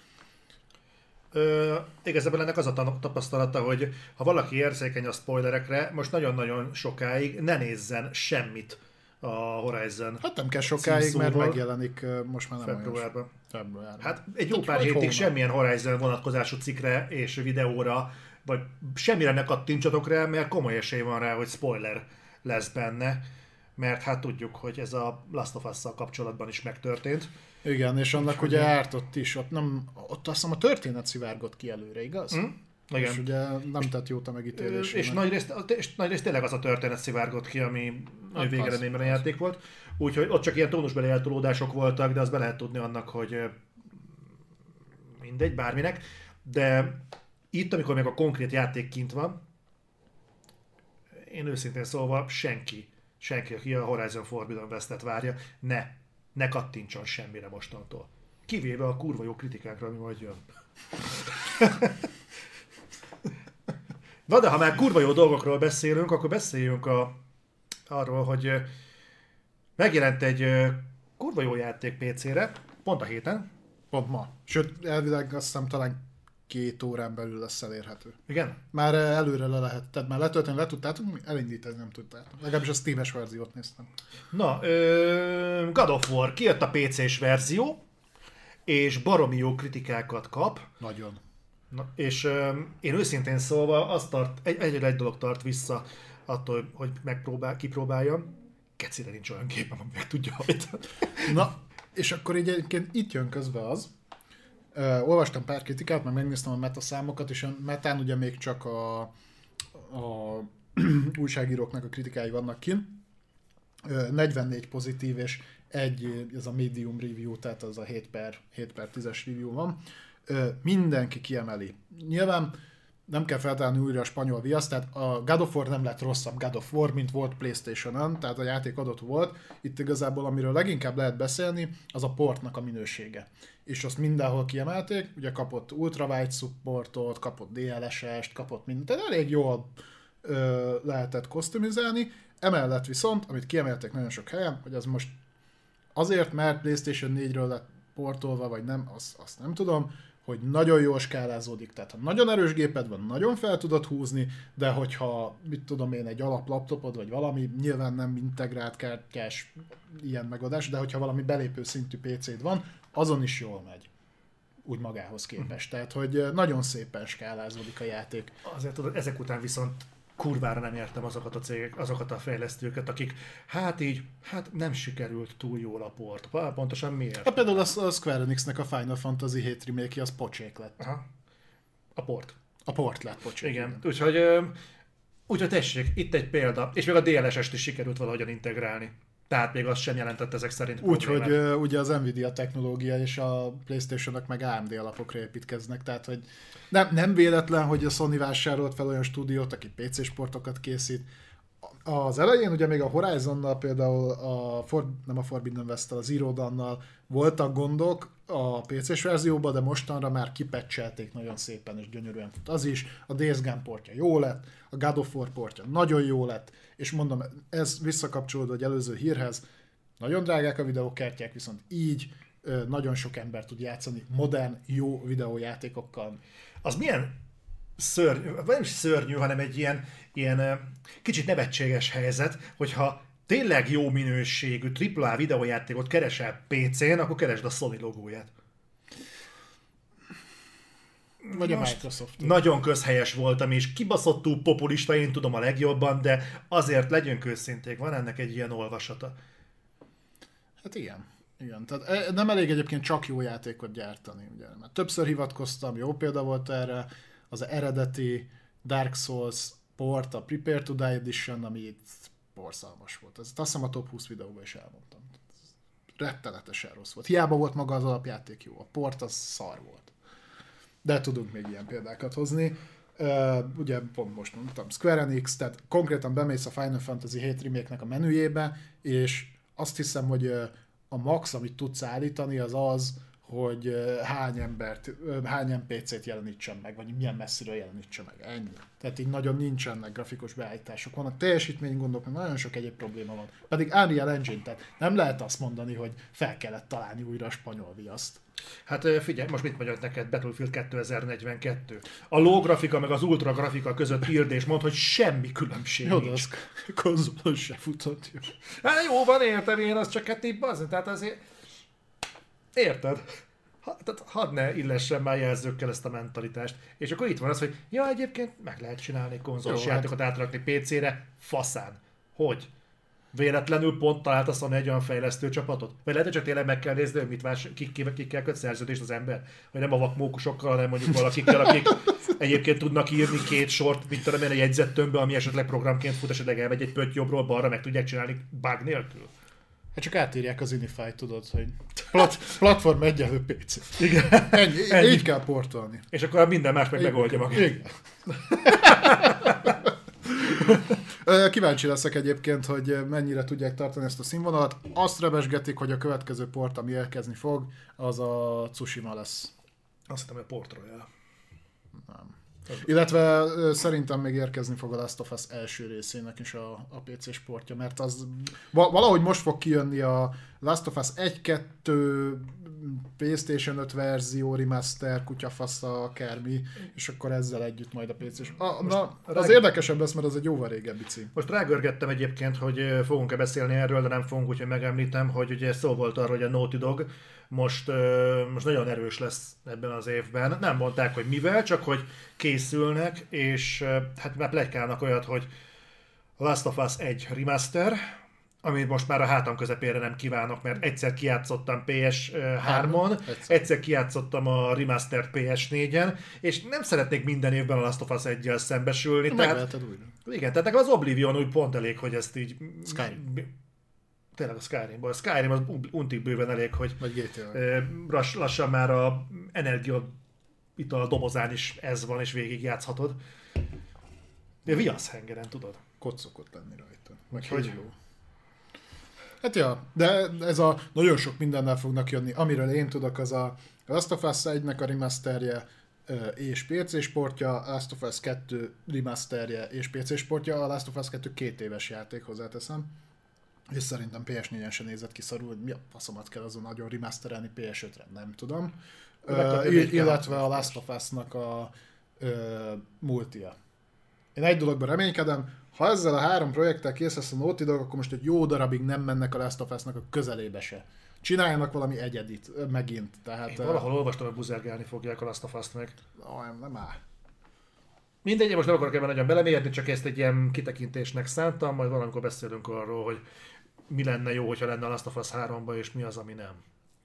Igazából ennek az a tapasztalata, hogy ha valaki érzékeny a spoilerekre, most nagyon-nagyon sokáig ne nézzen semmit a Horizon. Hát nem kell sokáig, mert megjelenik most már nem februárban. Februárban. Hát egy jó pár hétig semmilyen Horizon vonatkozású cikkre és videóra, vagy semmire ne kattintsatok rá, mert komoly esély van rá, hogy spoiler lesz benne, mert hát tudjuk, hogy ez a Last of Us-szal kapcsolatban is megtörtént. Igen, és annak ugye ártott is, ott azt hiszem a történet szivárgott ki előre, igaz? Igen. És ugye nem tett jót a megítélés. És nagyrészt tényleg az a történet szivárgott ki, ami végeredményben a játék volt. Úgyhogy ott csak ilyen tónusbeli eltolódások voltak, de azt be lehet tudni annak, hogy mindegy, bárminek. De itt, amikor még a konkrét játék kint van, én őszintén szólva senki, aki a Horizon Forbidden West-et várja, ne kattintson semmire mostantól. Kivéve a kurva jó kritikákra, ami majd jön. Na de ha már kurva jó dolgokról beszélünk, akkor beszéljünk arról, hogy megjelent egy kurva jó játék PC-re, pont a héten. Pont ma. Sőt, elvileg azt hiszem talán 2 órán belül lesz elérhető. Igen? Már előre le lehet, tehát már letölteni le tudtátok, elindítani nem tudtátok. Legalábbis a Steam-es verziót néztem. Na, God of War, kijött a PC-s verzió, és baromi jó kritikákat kap. Nagyon. Na, és én őszintén szólva egy dolog tart vissza attól, hogy kipróbáljam. Kecire nincs olyan képem, ami meg tudja hajtani. Na, és akkor így egyébként itt jön közbe az. Olvastam pár kritikát, meg megnéztem a metaszámokat, és a metán ugye még csak a újságíróknak a kritikái vannak kint. 44 pozitív, és ez a medium review, tehát az a 7/10-es review van. Mindenki kiemeli. Nyilván nem kell feltalálni újra a spanyol viaszt, tehát a God of War nem lett rosszabb God of War, mint volt PlayStation-on, tehát a játék adott volt. Itt igazából amiről leginkább lehet beszélni, az a portnak a minősége. És azt mindenhol kiemelték, ugye kapott ultrawide supportot, kapott DLSS-t, kapott mindent, tehát elég jól lehetett customizálni. Emellett viszont, amit kiemelték nagyon sok helyen, hogy az most azért, mert PlayStation 4-ről lett portolva, vagy nem, azt nem tudom, hogy nagyon jól skálázódik, tehát ha nagyon erős géped van, nagyon fel tudod húzni, de hogyha, mit tudom én, egy alap laptopod, vagy valami, nyilván nem integrált kártyás ilyen megoldás, de hogyha valami belépő szintű PC-d van, azon is jól megy. Úgy magához képest. Tehát, hogy nagyon szépen skálázódik a játék. Azért tudod, ezek után viszont kurvára nem értem azokat a cégek, azokat a fejlesztőket, akik hát nem sikerült túl jól a port. Pontosan miért? Hát például a Square Enixnek a Final Fantasy 7 remake az pocsék lett. Aha. A port. A port lett pocsék. Igen. Úgyhogy tessék, itt egy példa. És még a DLSS-t is sikerült valahogyan integrálni. Tehát még az sem jelentett ezek szerint problémát. Úgyhogy ugye az Nvidia technológia és a PlayStation-ok meg AMD alapokra építkeznek, tehát hogy nem véletlen, hogy a Sony vásárolt fel olyan stúdiót, aki PC sportokat készít. Az elején ugye még a Horizonnal például, nem a Forbidden West-tel, a Zero Dawn-nal voltak gondok a PC-s verzióban, de mostanra már kipatchelték nagyon szépen és gyönyörűen fut az is. A Days Gone portja jó lett, a God of War portja nagyon jó lett, és mondom, ez visszakapcsolódó egy előző hírhez, nagyon drágák a videókártyák, viszont így nagyon sok ember tud játszani modern, jó videójátékokkal. Az milyen szörnyű, vagy nem is szörnyű, hanem egy ilyen kicsit nevetséges helyzet, hogyha tényleg jó minőségű AAA videójátékot keresel PC-n, akkor keresd a Sony logóját. Vagy a Microsoft. Nagyon közhelyes voltam, és kibaszottul populista, én tudom a legjobban, de azért legyünk őszinték, van ennek egy ilyen olvasata. Hát igen. Igen, tehát nem elég egyébként csak jó játékot gyártani. Ugye? Mert többször hivatkoztam, jó példa volt erre, az eredeti Dark Souls port, a Prepare to Die Edition, ami itt borzalmas volt. Ezt azt hiszem a top 20 videóban is elmondtam. Rettenetesen rossz volt. Hiába volt maga az alapjáték jó, a port az szar volt. De tudunk még ilyen példákat hozni. Ugye pont most mondtam, Square Enix, tehát konkrétan bemész a Final Fantasy 7 remake-nek a menüjébe, és azt hiszem, hogy a max, amit tudsz állítani, az, hogy hány NPC-t jelenítsen meg, vagy milyen messziről jelenítsen meg. Ennyi. Tehát így nagyon nincsenek grafikus beállítások. Vannak teljesítménygondok, mert nagyon sok egyéb probléma van. Pedig Unreal Engine, tehát nem lehet azt mondani, hogy fel kellett találni újra a spanyol viaszt. Hát figyelj, most mit mondjak neked, Battlefield 2042. A low grafika meg az ultra grafika között írd és mondd, hogy semmi különbség jó, nincs. Jó, konzolon se futott jó. Hát jó van, értem én, az csak így bazd, tehát azért... Érted? Tehát hadd ne illessen már jelzőkkel ezt a mentalitást. És akkor itt van az, hogy ja, egyébként meg lehet csinálni konzolos játékot átrakni PC-re, faszán. Hogy? Véletlenül pont talált a Sony egy olyan fejlesztő csapatot? Vagy lehet, hogy csak tényleg meg kell nézni, hogy mit kikkel köt szerződést az ember? Hogy nem a vakmókusokkal, hanem mondjuk valakikkel, akik egyébként tudnak írni két sort, mint tudom én, a jegyzettömbbe, ami esetleg programként fut, esetleg elmegy egy pötty jobbról balra, meg tudják csinálni bug nélkül. Hát csak átírják az Unify, tudod, hogy platform egyenlő PC. Igen. Ennyi. Így kell portolni. És akkor minden más meg megoldja magát. Igen. Kíváncsi leszek egyébként, hogy mennyire tudják tartani ezt a színvonalat. Azt rebesgetik, hogy a következő port, ami érkezni fog, az a Tsushima lesz. Azt hittem, hogy a Port Royal. Nem. Illetve szerintem még érkezni fog a Last of Us első részének is a PC sportja, mert az valahogy most fog kijönni a Last of Us 1-2 PlayStation 5 verzió, remaster, kutyafasza, akármi, és akkor ezzel együtt majd a PC-s. Az érdekesebb lesz, mert az egy jóval régebbi cím. Most rágörgettem egyébként, hogy fogunk-e beszélni erről, de nem fogunk, úgyhogy megemlítem, hogy ugye szó volt arról, hogy a Naughty Dog most nagyon erős lesz ebben az évben. Nem mondták, hogy mivel, csak hogy készülnek, és hát már pletykálnak olyat, hogy Last of Us 1 remaster, amit most már a hátam közepére nem kívánok, mert egyszer kijátszottam PS3-on, egyszer kijátszottam a remastered PS4-en, és nem szeretnék minden évben a Last of Us 1-jel szembesülni. Megveheted újra. Igen, tehát nekem az Oblivion úgy pont elég, hogy ezt így... Skyrim. Tényleg a Skyrimból. A Skyrim az untig bőven elég, hogy vagy GTA. Lassan már a energia itt a dobozán is ez van, és végigjátszhatod. De viasz hengeren, tudod? Kod szokott lenni rajta. Meg Hogy? Halo. Hát ja, de ez a nagyon sok mindennel fognak jönni. Amiről én tudok, az a Last of Us 1-nek a remasterje és PC sportja, Last of Us 2 remasterje és PC sportja, a Last of Us 2 2 éves játék, hozzáteszem. És szerintem PS4-en sem nézett ki szarul, hogy mi a faszomat kell azon nagyon remasterelni PS5-re, nem tudom. Illetve a Last of Us-nak a multia. Én egy dologban reménykedem, ha ezzel a 3 projekttel kész lesz a Naughty Dog, akkor most egy jó darabig nem mennek a Last of Us-nak a közelébe se. Csináljanak valami egyedit megint. Tehát, Én valahol olvastam, hogy buzergálni fogják a Last of Us-t meg. Nem áll. Mindegy, én most nem akarok ebben nagyon belemérni, csak ezt egy ilyen kitekintésnek szántam, majd valamikor beszélünk arról, hogy mi lenne jó, hogyha lenne a Last of Us 3-ba, és mi az, ami nem.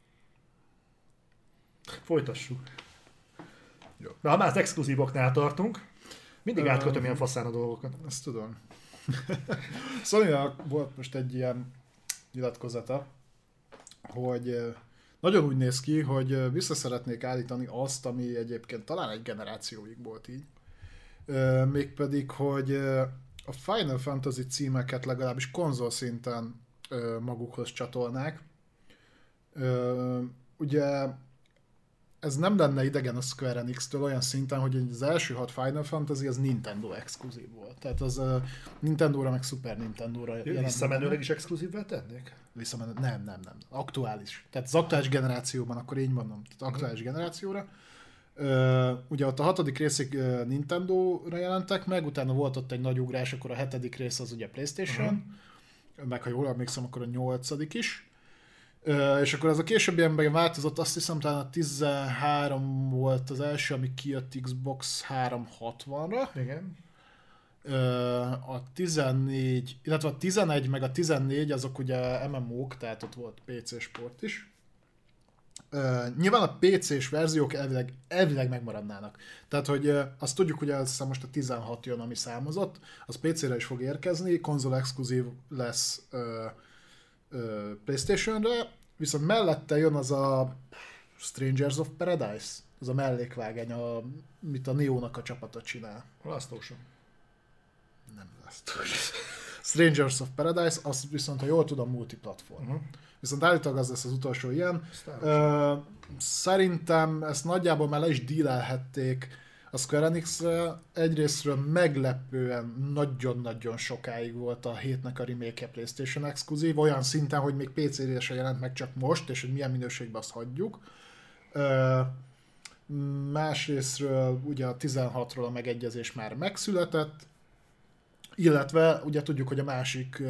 Folytassuk. Jó. Na, ha már az exkluzívoknál tartunk, mindig átkötöm ilyen faszán a dolgokat. Ezt tudom. Sony-nak volt most egy ilyen nyilatkozata, hogy nagyon úgy néz ki, hogy vissza szeretnék állítani azt, ami egyébként talán egy generációig volt így. Mégpedig, hogy a Final Fantasy címeket legalábbis konzol szinten magukhoz csatolnák. Ugye ez nem lenne idegen a Square Enix-től olyan szinten, hogy az első 6 Final Fantasy az Nintendo exkluzív volt. Tehát az Nintendo-ra meg Super Nintendo-ra jelent. Visszamenőleg is exkluzívvel tennék? Nem. Aktuális. Tehát az aktuális generációban, akkor így mondom. Tehát aktuális generációra. Ugye ott a 6. részig Nintendo-ra jelentek meg, utána volt ott egy nagy ugrás, akkor a 7. rész az ugye PlayStation, meg ha jól emlékszem, akkor a 8. is. És akkor ez a későbbiekben változott, azt hiszem talán a 13 volt az első, ami kijött Xbox 360-ra. Igen. A 14, illetve a 11 meg a 14 azok ugye MMO-k, tehát ott volt PC sport is. Nyilván a PC-s verziók elvileg megmaradnának. Tehát, hogy azt tudjuk, hogy azt hiszem most a 16 jön, ami számozott, az PC-re is fog érkezni, konzol exkluzív lesz PlayStation-re, viszont mellette jön az a Strangers of Paradise, az a mellékvágány, amit a Neo-nak a csapata csinál. Last Ocean. Nem Last Ocean. Strangers of Paradise, az viszont, ha jól tudom, multiplatform. Viszont állítólag az lesz az utolsó ilyen. Szerintem ezt nagyjából már le is dealelhették a Square enix. Egyrésztről meglepően nagyon-nagyon sokáig volt a hétnek a remake PlayStation exkluzív, olyan szinten, hogy még PC-re se jelent meg csak most, és hogy milyen minőségben azt hagyjuk. Másrésztről ugye a 16-ról a megegyezés már megszületett, illetve ugye tudjuk, hogy a másik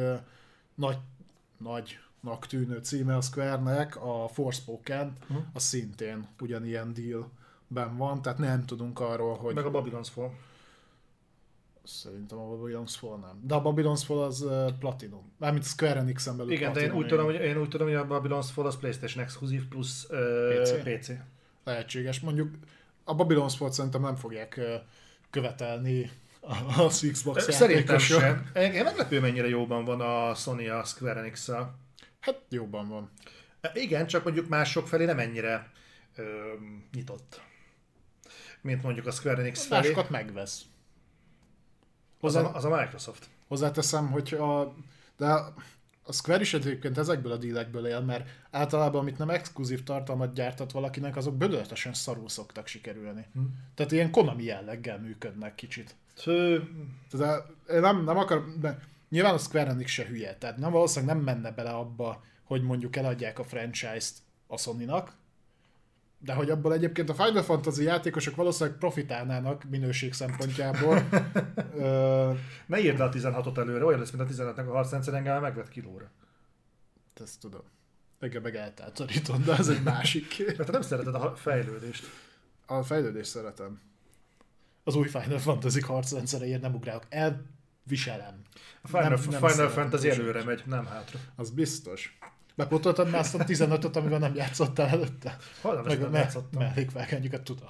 nagynak tűnő címe a Square-nek, a Forspoken, az szintén ugyanilyen dealben van, tehát nem tudunk arról, hogy... Meg a Babylon's Fall. Szerintem a Babylon's Fall nem. De a Babylon's Fall az Platinum. Mármint a Square Enix-en belül. Igen, de én úgy tudom, hogy a Babylon's Fall az PlayStation exkluzív plusz PC. Lehetséges. Mondjuk a Babylon's Fall szerintem nem fogják követelni az Xbox Szerintem sem. Engem meglepő, mennyire jóban van a Sony a Square Enix-szel. Hát jóban van. Igen, csak mondjuk mások felé nem ennyire nyitott, mint mondjuk a Square Enix felé. Másokat megvesz. Az a Microsoft. Hozzáteszem, hogy de a Square is egyébként ezekből a dílekből él, mert általában, amit nem exkluzív tartalmat gyártat valakinek, azok bődöletesen szarul szoktak sikerülni. Tehát ilyen Konami jelleggel működnek kicsit. Tehát nem akar, de nyilván a Square Enix se hülye, tehát nem, valószínűleg nem menne bele abba, hogy mondjuk eladják a franchise-t a Sony-nak, de hogy abból egyébként a Final Fantasy játékosok valószínűleg profitálnának minőség szempontjából. Ne írd le a 16-ot előre, olyan lesz, mint a 15-nek a harcrendszer, engem megvett kilóra. Ezt tudom. Engem meg eltátorítod, de ez egy másik. Mert te nem szereted a fejlődést. A fejlődést szeretem. Az új Final Fantasy harcrendszereért nem ugrálok. Elviselem. A Final Fantasy előre megy, nem hátra. Az biztos. Bepotoltad már azt a 15-öt, amivel nem játszottál előtte? Nem játszottam. Mellékvágányokat tudom.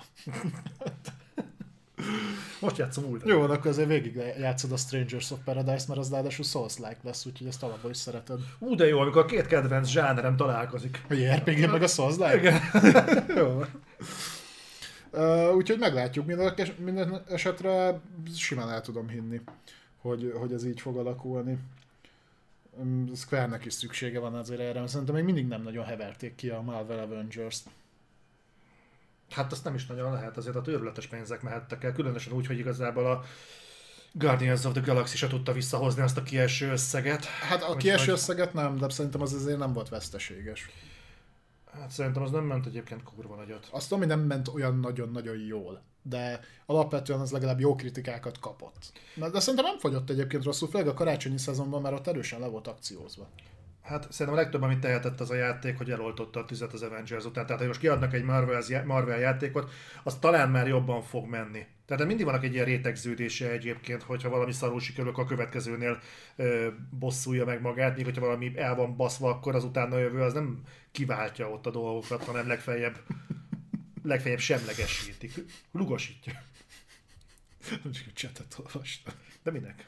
Most játszom újra. Jó, akkor azért végig játszod a Strangers of Paradise, mert az ráadásul Souls-like lesz, úgyhogy ezt alapból is szereted. De jó, amikor a két kedvenc zsánerem találkozik. Hogy RPG meg a Souls-like? Igen. Jó. Úgyhogy meglátjuk, minden esetre simán el tudom hinni, hogy ez így fog alakulni. Square-nek is szüksége van azért erre, mert szerintem még mindig nem nagyon heverték ki a Marvel Avengers-t. Hát azt nem is nagyon lehet, azért a őrületes pénzek mehettek el, különösen úgy, hogy igazából a Guardians of the Galaxy se tudta visszahozni azt a kieső összeget. Hát a kieső összeget nem, de szerintem az azért nem volt veszteséges. Hát szerintem az nem ment egyébként kurva nagyot. Azt tudom, hogy nem ment olyan nagyon-nagyon jól, de alapvetően az legalább jó kritikákat kapott. De szerintem nem fogyott egyébként rosszul, főleg a karácsonyi szezonban már ott erősen le volt akciózva. Hát szerintem a legtöbb, amit tehetett az a játék, hogy eloltotta a tüzet az Avengers után. Tehát, ha most kiadnak egy Marvel játékot, az talán már jobban fog menni. Tehát mindig vannak egy ilyen rétegződése egyébként, hogyha valami szarul sikerül, a következőnél bosszulja meg magát, míg hogyha valami el van baszva, akkor az utána jövő az nem kiváltja ott a dolgokat, hanem legfeljebb semlegesítik, lugosítja. Csak a csetet olvastam. De minek?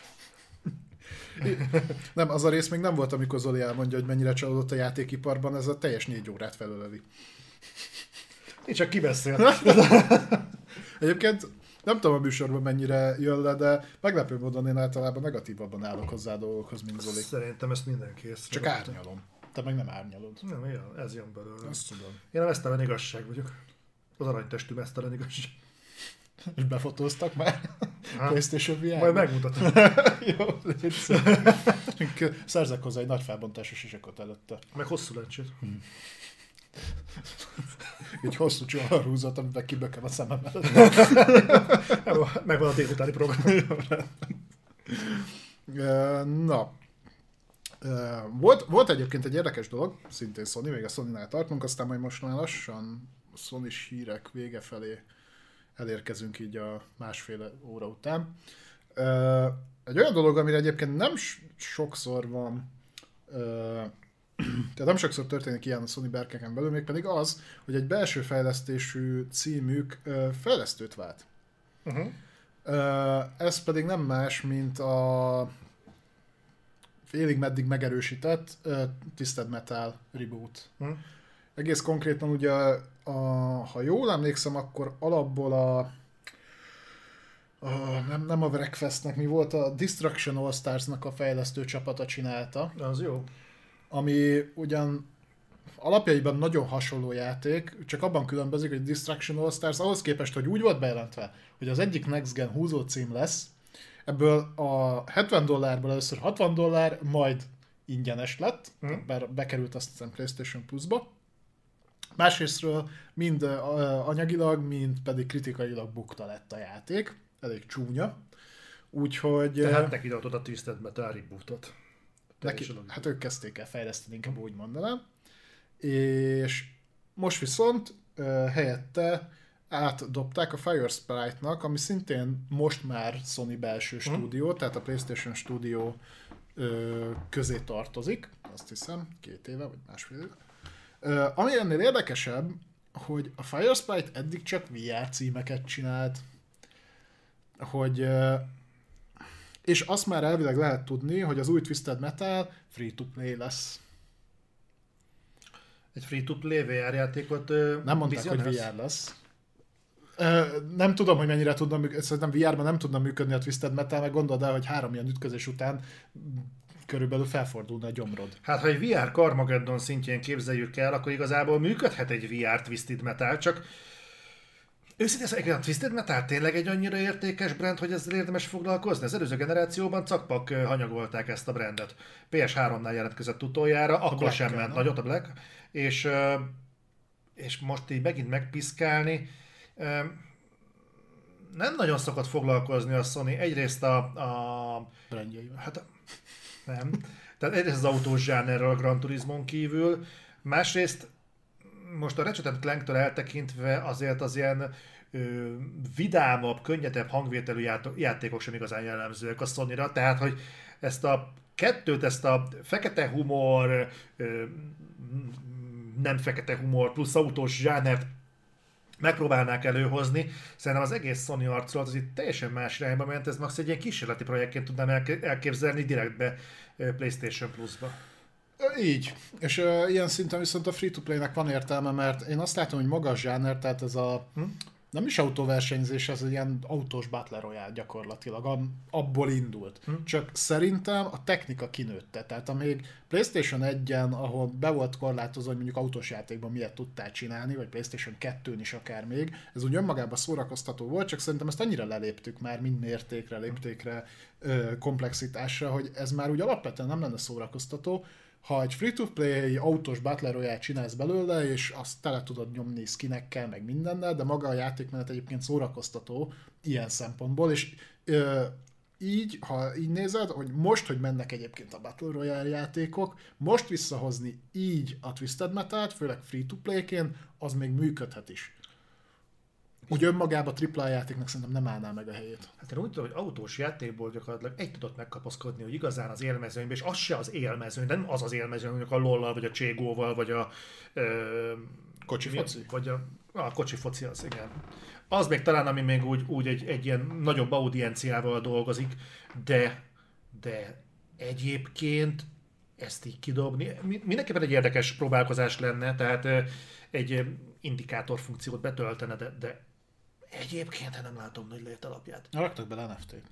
Nem, az a rész még nem volt, amikor Zoli elmondja, hogy mennyire csalódott a játékiparban, ez a teljes 4 órát felöleli. Én csak kibeszél. Egyébként nem tudom a műsorban mennyire jön le, de meglepő módon én általában negatívabban állok hozzá a dolgokhoz, mint Zoli. Szerintem ezt mindenki észre. Csak árnyalom. Te meg nem árnyalod. Nem, ilyen, ez jön belőle. Azt tudom. Én a mesztelen igazság vagyok. Az aranytestű mesztelen igazság. És befotóztak már? PlayStation VR? Majd megmutatom. Jó, légy szerzek hozzá egy nagy felbontású sisakot előtte. Meg hosszú lencsét. Egy hosszú csavarhúzat, amiben kibökem a szemem előtt. Megvan a délutáni program. Na. Volt egyébként egy érdekes dolog, szintén Sony, még a Sony-nál tartunk, aztán majd most már lassan a Sony-s hírek vége felé elérkezünk így a másfél óra után. Egy olyan dolog, amire egyébként nem sokszor van, tehát nem sokszor történik ilyen a Sony berkeken belül, mégpedig az, hogy egy belső fejlesztésű címük fejlesztőt vált. Ez pedig nem más, mint a félig meddig megerősített Twisted Metal reboot. Egész konkrétan ugye, ha jól emlékszem, akkor alapból nem a Wreckfestnek, mi volt, a Destruction All Stars-nak a fejlesztő csapata csinálta. Az jó. Ami ugyan alapjaiban nagyon hasonló játék, csak abban különbözik, hogy Destruction All Stars ahhoz képest, hogy úgy volt bejelentve, hogy az egyik Next Gen húzó cím lesz, ebből a $70 először $60, majd ingyenes lett, bekerült azt hiszem PlayStation Plus-ba. Másrésztről mind anyagilag, mind pedig kritikailag bukta lett a játék, elég csúnya. Úgyhogy... Tehát neki adott a Twisted Metal rebootot. Hát ők kezdték el fejleszteni, inkább úgy mondanám. És most viszont helyette átdobták a Firesprite-nak, ami szintén most már Sony belső stúdió, tehát a PlayStation stúdió közé tartozik, azt hiszem, 2 éve, vagy másfél éve. Ami ennél érdekesebb, hogy a Firesprite eddig csak VR címeket csinált, hogy és azt már elvileg lehet tudni, hogy az új Twisted Metal free-to-play lesz. Egy free-to-play VR játékot nem mondták, hogy VR lesz. Nem tudom, hogy mennyire tudna működni, szerintem VR-ban nem tudna működni a Twisted Metal, meg gondold el, hogy 3 ilyen ütközés után körülbelül felfordulna a gyomrod. Hát, ha egy VR Carmageddon szintjén képzeljük el, akkor igazából működhet egy VR Twisted Metal, csak őszintén a Twisted Metal tényleg egy annyira értékes brand, hogy ezzel érdemes foglalkozni? Az előző generációban cakpak hanyagolták ezt a brandet. PS3-nál jelentkezett utoljára, akkor sem ment nagyot a Black, és most így megint megpiszkálni. Nem nagyon szokott foglalkozni a Sony. Egyrészt a brandjeivel. Hát nem. Tehát egyrészt az autós zsánerről a Gran Turismon kívül, másrészt most a Ratchet & Clank-től eltekintve azért az ilyen vidámabb, könnyedebb hangvételű játékok sem igazán jellemzőek a Sonyra, tehát hogy ezt a kettőt, ezt a fekete humor, nem fekete humor plusz autós zsánert megpróbálnák előhozni, szerintem az egész Sony arcolat az itt teljesen más irányba ment, ez max egy ilyen kísérleti projektként tudnám elképzelni direktbe PlayStation Plus-ba. Így. És ilyen szinten viszont a free-to-play-nek van értelme, mert én azt látom, hogy maga a zsáner, tehát ez a nem is autóversenyzés, ez egy ilyen autós Battle Royale gyakorlatilag, abból indult. Csak szerintem a technika kinőtte. Tehát amíg PlayStation 1-en, ahol be volt korlátozva, hogy mondjuk autós játékban miért tudtál csinálni, vagy PlayStation 2-n is akár még, ez úgy önmagában szórakoztató volt, csak szerintem ezt annyira leléptük már, mind mértékre, léptékre, komplexitásra, hogy ez már úgy alapvetően nem lenne szórakoztató. Ha egy free-to-play autós Battle Royale csinálsz belőle, és azt tele tudod nyomni skinekkel, meg mindennel, de maga a játékmenet egyébként szórakoztató ilyen szempontból, és így, ha így nézed, hogy most, hogy mennek egyébként a Battle Royale játékok, most visszahozni így a Twisted Metal-t, főleg free-to-play-ként, az még működhet is. Úgy önmagában a AAA játéknak szerintem nem állná meg a helyét. Hát én úgy tudom, hogy autós játékból gyakorlatilag egy tudott megkapaszkodni, hogy igazán az élmezőnyben, és az se az élmezőny, nem az az élmezőny, mondjuk a LOL-lal, vagy a Cségóval, vagy a... Kocsi foci? Vagy a kocsi foci az, igen. Az még talán, ami még úgy egy ilyen nagyobb audienciával dolgozik, de egyébként ezt így kidobni, mindenképpen egy érdekes próbálkozás lenne, tehát egy indikátor funkciót betöltene, de egyébként nem látom nagy létalapját. Raktak bele NFT-t.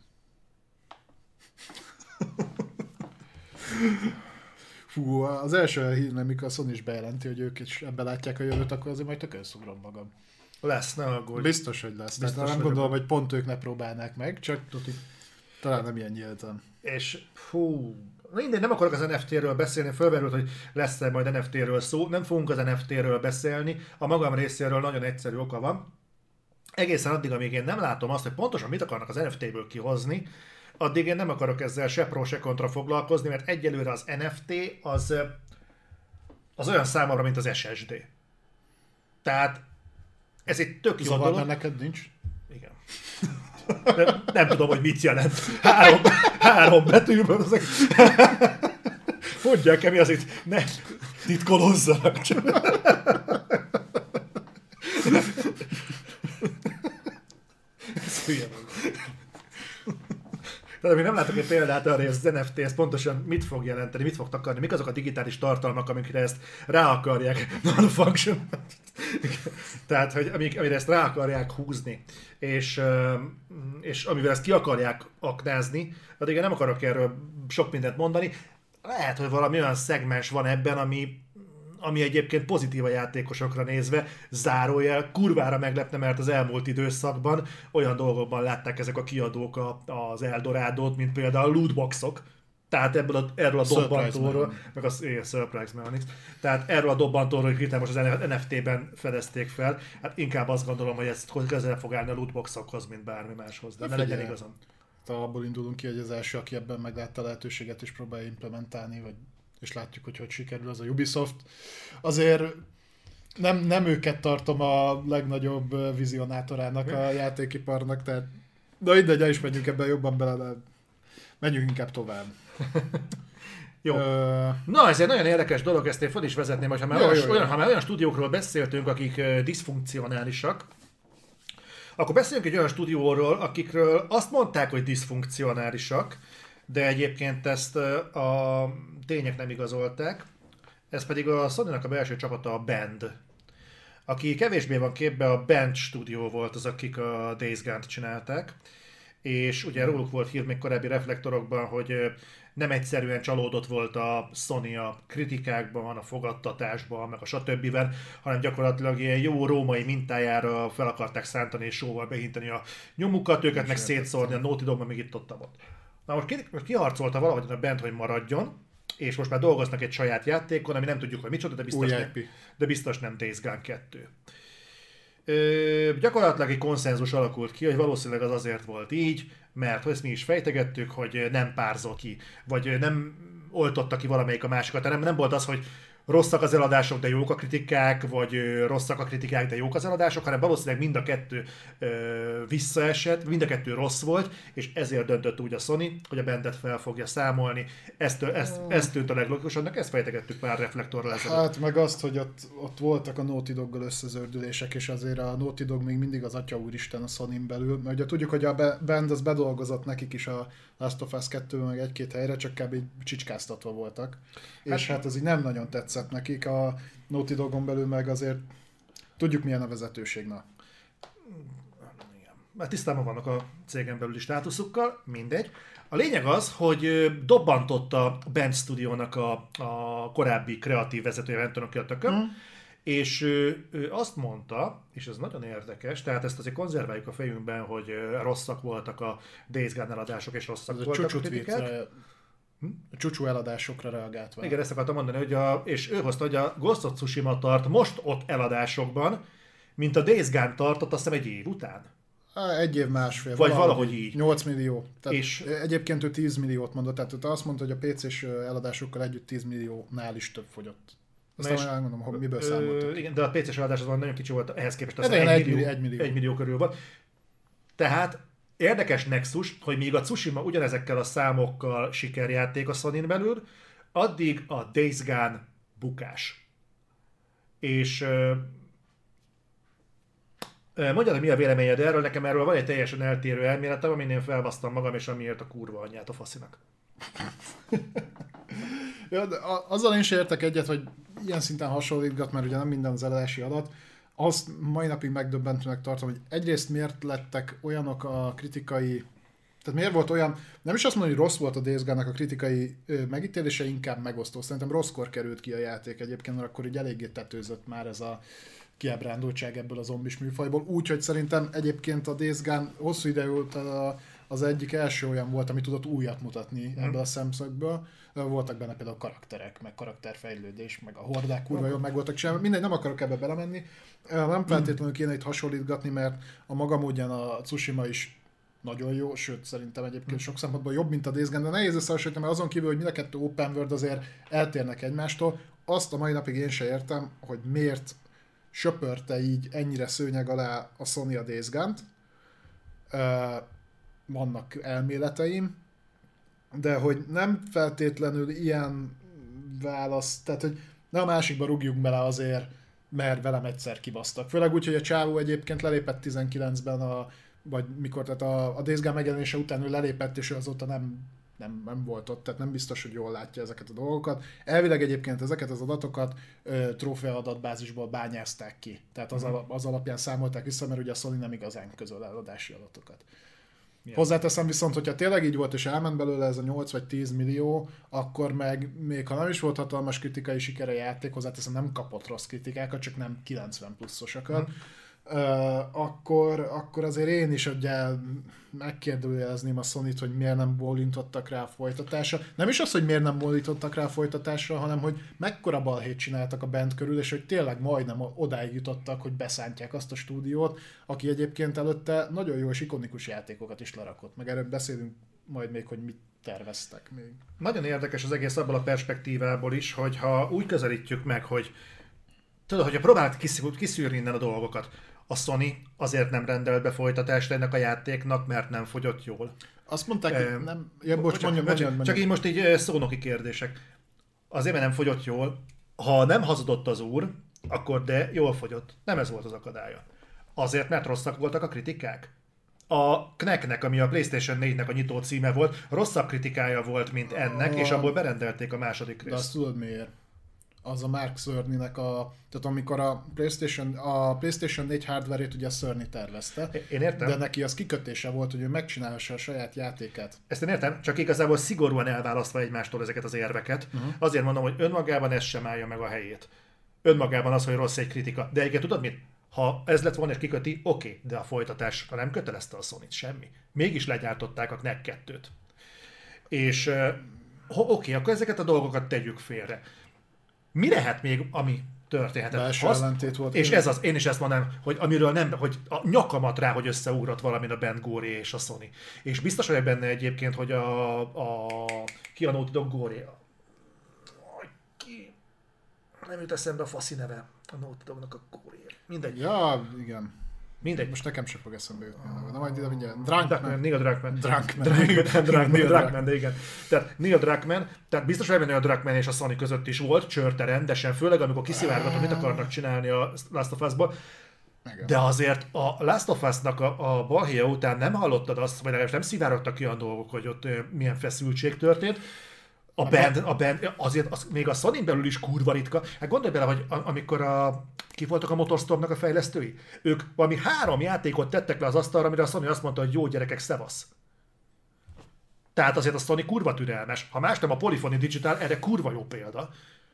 Fú, az első hír, amikor a Sony is bejelenti, hogy ők is ebbe látják a jövőt, akkor azért majd tökölszugrom magam. Lesz, ne aggódj. Biztos, hogy lesz. Biztos, nem gondolom, hogy pont ők ne próbálnák meg, csak talán nem ilyen nyíltan. És mindegy, nem akarok az NFT-ről beszélni, fölmerült, hogy lesz-e majd NFT-ről szó, nem fogunk az NFT-ről beszélni, a magam részéről nagyon egyszerű oka van. Egészen addig, amíg én nem látom azt, hogy pontosan mit akarnak az NFT-ből kihozni, addig én nem akarok ezzel se pro, se kontra foglalkozni, mert egyelőre az NFT az olyan számomra, mint az SSD. Tehát ez egy tök jó dolog. Mert neked nincs? Igen. Nem tudom, hogy mit jelent. Három betűből. Mondják-e, mi az itt? Ne titkolozzanak csak. Ez hülye van. Tehát még nem látok egy példát arra, hogy az NFT ez pontosan mit fog jelenteni, mit fog takarni, mik azok a digitális tartalmak, amikre ezt rá akarják, non-function. Tehát, hogy amire ezt rá akarják húzni, és amivel ezt ki akarják aknázni, addig én nem akarok erről sok mindent mondani. Lehet, hogy valami olyan szegmens van ebben, ami egyébként pozitív a játékosokra nézve, zárójel, kurvára meglepne, mert az elmúlt időszakban olyan dolgokban látták ezek a kiadók az Eldorádót, mint például a lootboxok. Tehát erről a dobbantóról, meg az Surprise Mechanics, tehát erről a dobbantóról, hogy most az NFT-ben fedezték fel, hát inkább azt gondolom, hogy ez közel fog állni a lootboxokhoz, mint bármi máshoz, de ne legyen igazam. Abból indulunk ki, hogy az első, aki ebben meglátta a lehetőséget és próbálja implementálni, és látjuk, hogy sikerül az a Ubisoft. Azért nem őket tartom a legnagyobb vizionátorának a játékiparnak, tehát de mindegy, el is megyünk ebben jobban bele, de menjünk inkább tovább. Jó. Na, ez egy nagyon érdekes dolog, ezt én fel is vezetném, hogy ha már olyan stúdiókról beszéltünk, akik diszfunkcionálisak, akkor beszéljünk egy olyan stúdióról, akikről azt mondták, hogy diszfunkcionálisak, de egyébként ezt a tények nem igazolták. Ez pedig a Sony-nak a belső csapata, a Band. Aki kevésbé van képbe, a Band stúdió volt az, akik a Days Gone-t csinálták. És ugye róluk volt hír még korábbi reflektorokban, hogy nem egyszerűen csalódott volt a Sony a kritikákban, a fogadtatásban, meg a stb., hanem gyakorlatilag ilyen jó római mintájára fel akarták szántani és sóval behinteni a nyomukat, őket meg szétszórni a Naughty Dogban, még itt ott. Na most kiharcolta valahogy a Band, hogy maradjon, és most már dolgoznak egy saját játékon, ami nem tudjuk, hogy micsoda, de biztos nem Days Gone 2. Gyakorlatilag egy konszenzus alakult ki, hogy valószínűleg az azért volt így, mert ezt mi is fejtegettük, hogy nem párzott ki, vagy nem oltotta ki valamelyik a másikat, nem volt az, hogy rosszak az eladások, de jók a kritikák, vagy rosszak a kritikák, de jók az eladások, hanem valószínűleg mind a kettő visszaesett, mind a kettő rossz volt, és ezért döntött úgy a Sony, hogy a Bandet fel fogja számolni. Ez tűnt a leglogikusabbnak, ezt fejtegettük már reflektorral ezelőtt. Hát meg azt, hogy ott voltak a Naughty Doggal összezördülések, és azért a Naughty Dog még mindig az atya úristen a Sonyn belül, mert ugye tudjuk, hogy a Band az bedolgozott nekik is a Last of Us 2 meg egy-két helyre, csak kb. Csicskáztatva voltak. És hát az így nem nagyon tetszett nekik a Naughty Dogon belül, meg azért tudjuk milyen a vezetőség, na. Mert tisztában vannak a cégen belüli státuszukkal, mindegy. A lényeg az, hogy dobbantott a Band Studio-nak a korábbi kreatív vezetője, nem tudom ki a tököm, és ő azt mondta, és ez nagyon érdekes, tehát ezt azért konzerváljuk a fejünkben, hogy rosszak voltak a Days Gone eladások, és rosszak voltak a kritikák. A csúcsú eladásokra reagált vele. Igen, ezt akartam mondani, hogy és ő hozta, hogy a Ghost of Tsushima tart most ott eladásokban, mint a Days Gone tartott, azt hiszem egy év után. Egy év, másfél. Vagy valahogy így. 8 millió. Tehát és egyébként ő 10 milliót mondott, tehát ő azt mondta, hogy a PC-s eladásokkal együtt 10 milliónál is több fogyott. Aztán elmondom, hogy miből számoltak. Igen, de a PC-s eladás az nagyon kicsi volt, ehhez képest az 1 millió körül volt. Tehát érdekes nexus, hogy míg a Tsushima ugyanezekkel a számokkal sikerjáték a Sonyn belül, addig a Days Gone bukás. És mondjad, hogy mi a véleményed erről, nekem erről van egy teljesen eltérő elméletem, amin én felbasztam magam, és amiért a kurva anyját a faszinak. Ja, de azzal én is értek egyet, hogy ilyen szinten hasonlítgat, mert ugye nem minden az eladási adat. Azt mai napig megdöbbentőnek tartom, hogy egyrészt miért lettek olyanok a kritikai... Tehát miért volt olyan... Nem is azt mondom, hogy rossz volt a Days Gone-nak a kritikai megítélése, inkább megosztó. Szerintem rosszkor került ki a játék egyébként, mert akkor így eléggé tetőzött már ez a kiábrándultság ebből a zombis műfajból. Úgyhogy szerintem egyébként a Days Gone hosszú ideje óta az egyik első olyan volt, ami tudott újat mutatni ebből a szemszögből. Voltak benne például karakterek, meg karakterfejlődés, meg a hordák kurva jól meg voltak csinálva. Mindegy, nem akarok ebbe belemenni. Nem feltétlenül kéne itt hasonlítgatni, mert a maga módján a Tsushima is nagyon jó, sőt szerintem egyébként sok szempontból jobb, mint a Days Gone, de nehéz összehasonlítani, mert azon kívül, hogy mind a kettő open world azért eltérnek egymástól, azt a mai napig én se értem, hogy miért söpörte így ennyire szőnyeg alá a Sony a Days Gone-t. Vannak elméleteim, de hogy nem feltétlenül ilyen válasz, tehát hogy ne a másikba rúgjunk bele azért, mert velem egyszer kibasztak. Főleg úgy, hogy a csávó egyébként lelépett 19-ben, vagy mikor, tehát a Days Gone megjelenése után ő lelépett, és ő azóta nem volt ott, tehát nem biztos, hogy jól látja ezeket a dolgokat. Elvileg egyébként ezeket az adatokat trófea adatbázisból bányázták ki. Tehát az alapján számolták vissza, mert ugye a Sony nem igazán közöl eladási adatokat. Yeah. Hozzáteszem viszont, hogyha tényleg így volt, és elment belőle ez a 8 vagy 10 millió, akkor meg még ha nem is volt hatalmas kritikai sikere játék, hozzáteszem nem kapott rossz kritikákat, csak nem 90 pluszosakat, akkor azért én is ugye megkérdőjelezném a Sony-t, hogy miért nem bólintottak rá a folytatásra. Nem is az, hogy miért nem bólintottak rá a folytatásra, hanem hogy mekkora balhét csináltak a Band körül, és hogy tényleg majdnem odáig jutottak, hogy beszántják azt a stúdiót, aki egyébként előtte nagyon jó és ikonikus játékokat is lerakott. Meg erről beszélünk majd még, hogy mit terveztek még. Nagyon érdekes az egész abból a perspektívából is, hogy ha úgy közelítjük meg, hogy tudod, hogyha próbált kiszűrni innen a dolgokat, a Sony azért nem rendelt be folytatást ennek a játéknak, mert nem fogyott jól. Azt mondták, hogy nem... Ja, mondjam. Csak így most így szónoki kérdések. Azért, mert nem fogyott jól, ha nem hazudott az úr, akkor de jól fogyott. Nem ez volt az akadálya. Azért, mert rosszak voltak a kritikák. A Knacknek, ami a PlayStation 4-nek a nyitó címe volt, rosszabb kritikája volt, mint ennek, és abból berendelték a második részt. De azt tudod miért? Az a Mark Cerny-nek tehát amikor a PlayStation 4 hardware-ét ugye a Cerny tervezte, én értem. De neki az kikötése volt, hogy ő megcsinálhassa a saját játékát. Ezt én értem, csak igazából szigorúan elválasztva egymástól ezeket az érveket. Azért mondom, hogy önmagában ez sem állja meg a helyét. Önmagában az, hogy rossz egy kritika. De egyébként tudod mit? Ha ez lett volna és kiköti, oké, de a folytatásra nem kötelezte a Sony-t semmi. Mégis legyártották a Knack 2-t. És oké, akkor ezeket a dolgokat tegyük félre. Mi lehet még, ami történhetett? Belső ellentét volt. És ez az, én is ezt mondanám, hogy amiről nem, hogy a nyakamat rá, hogy összeugrott valamin a Ben Goré és a Sony. És biztos vagyok benne egyébként, hogy ki a Naughty Dog Goré? nem jut eszembe a faszi neve a Naughty Dognak a kóriért. Mindegy. Ja, igen. Mindegy. Most nekem sem fog eszembe jutni. Na majd ide mindjárt. Neil Druckmann. Druckmann, de igen. Tehát Neil Druckmann, tehát biztos, hogy Neil Druckmann és a Sony között is volt csörte rendesen, főleg amikor kiszivárgott, mit akarnak csinálni a Last of Us-ból. De azért a Last of Us-nak a balhéja után nem hallottad azt, vagy legalábbis nem szivárogtak olyan dolgok, hogy ott milyen feszültség történt. A band azért még a Sony belül is kurva ritka. Hát gondolj bele, hogy amikor ki voltak a Motorstormnak a fejlesztői? Ők valami 3 játékot tettek le az asztalra, amire a Sony azt mondta, hogy jó gyerekek, szevasz. Tehát azért a Sony kurva türelmes. Ha más nem, a Polyphony Digital erre kurva jó példa.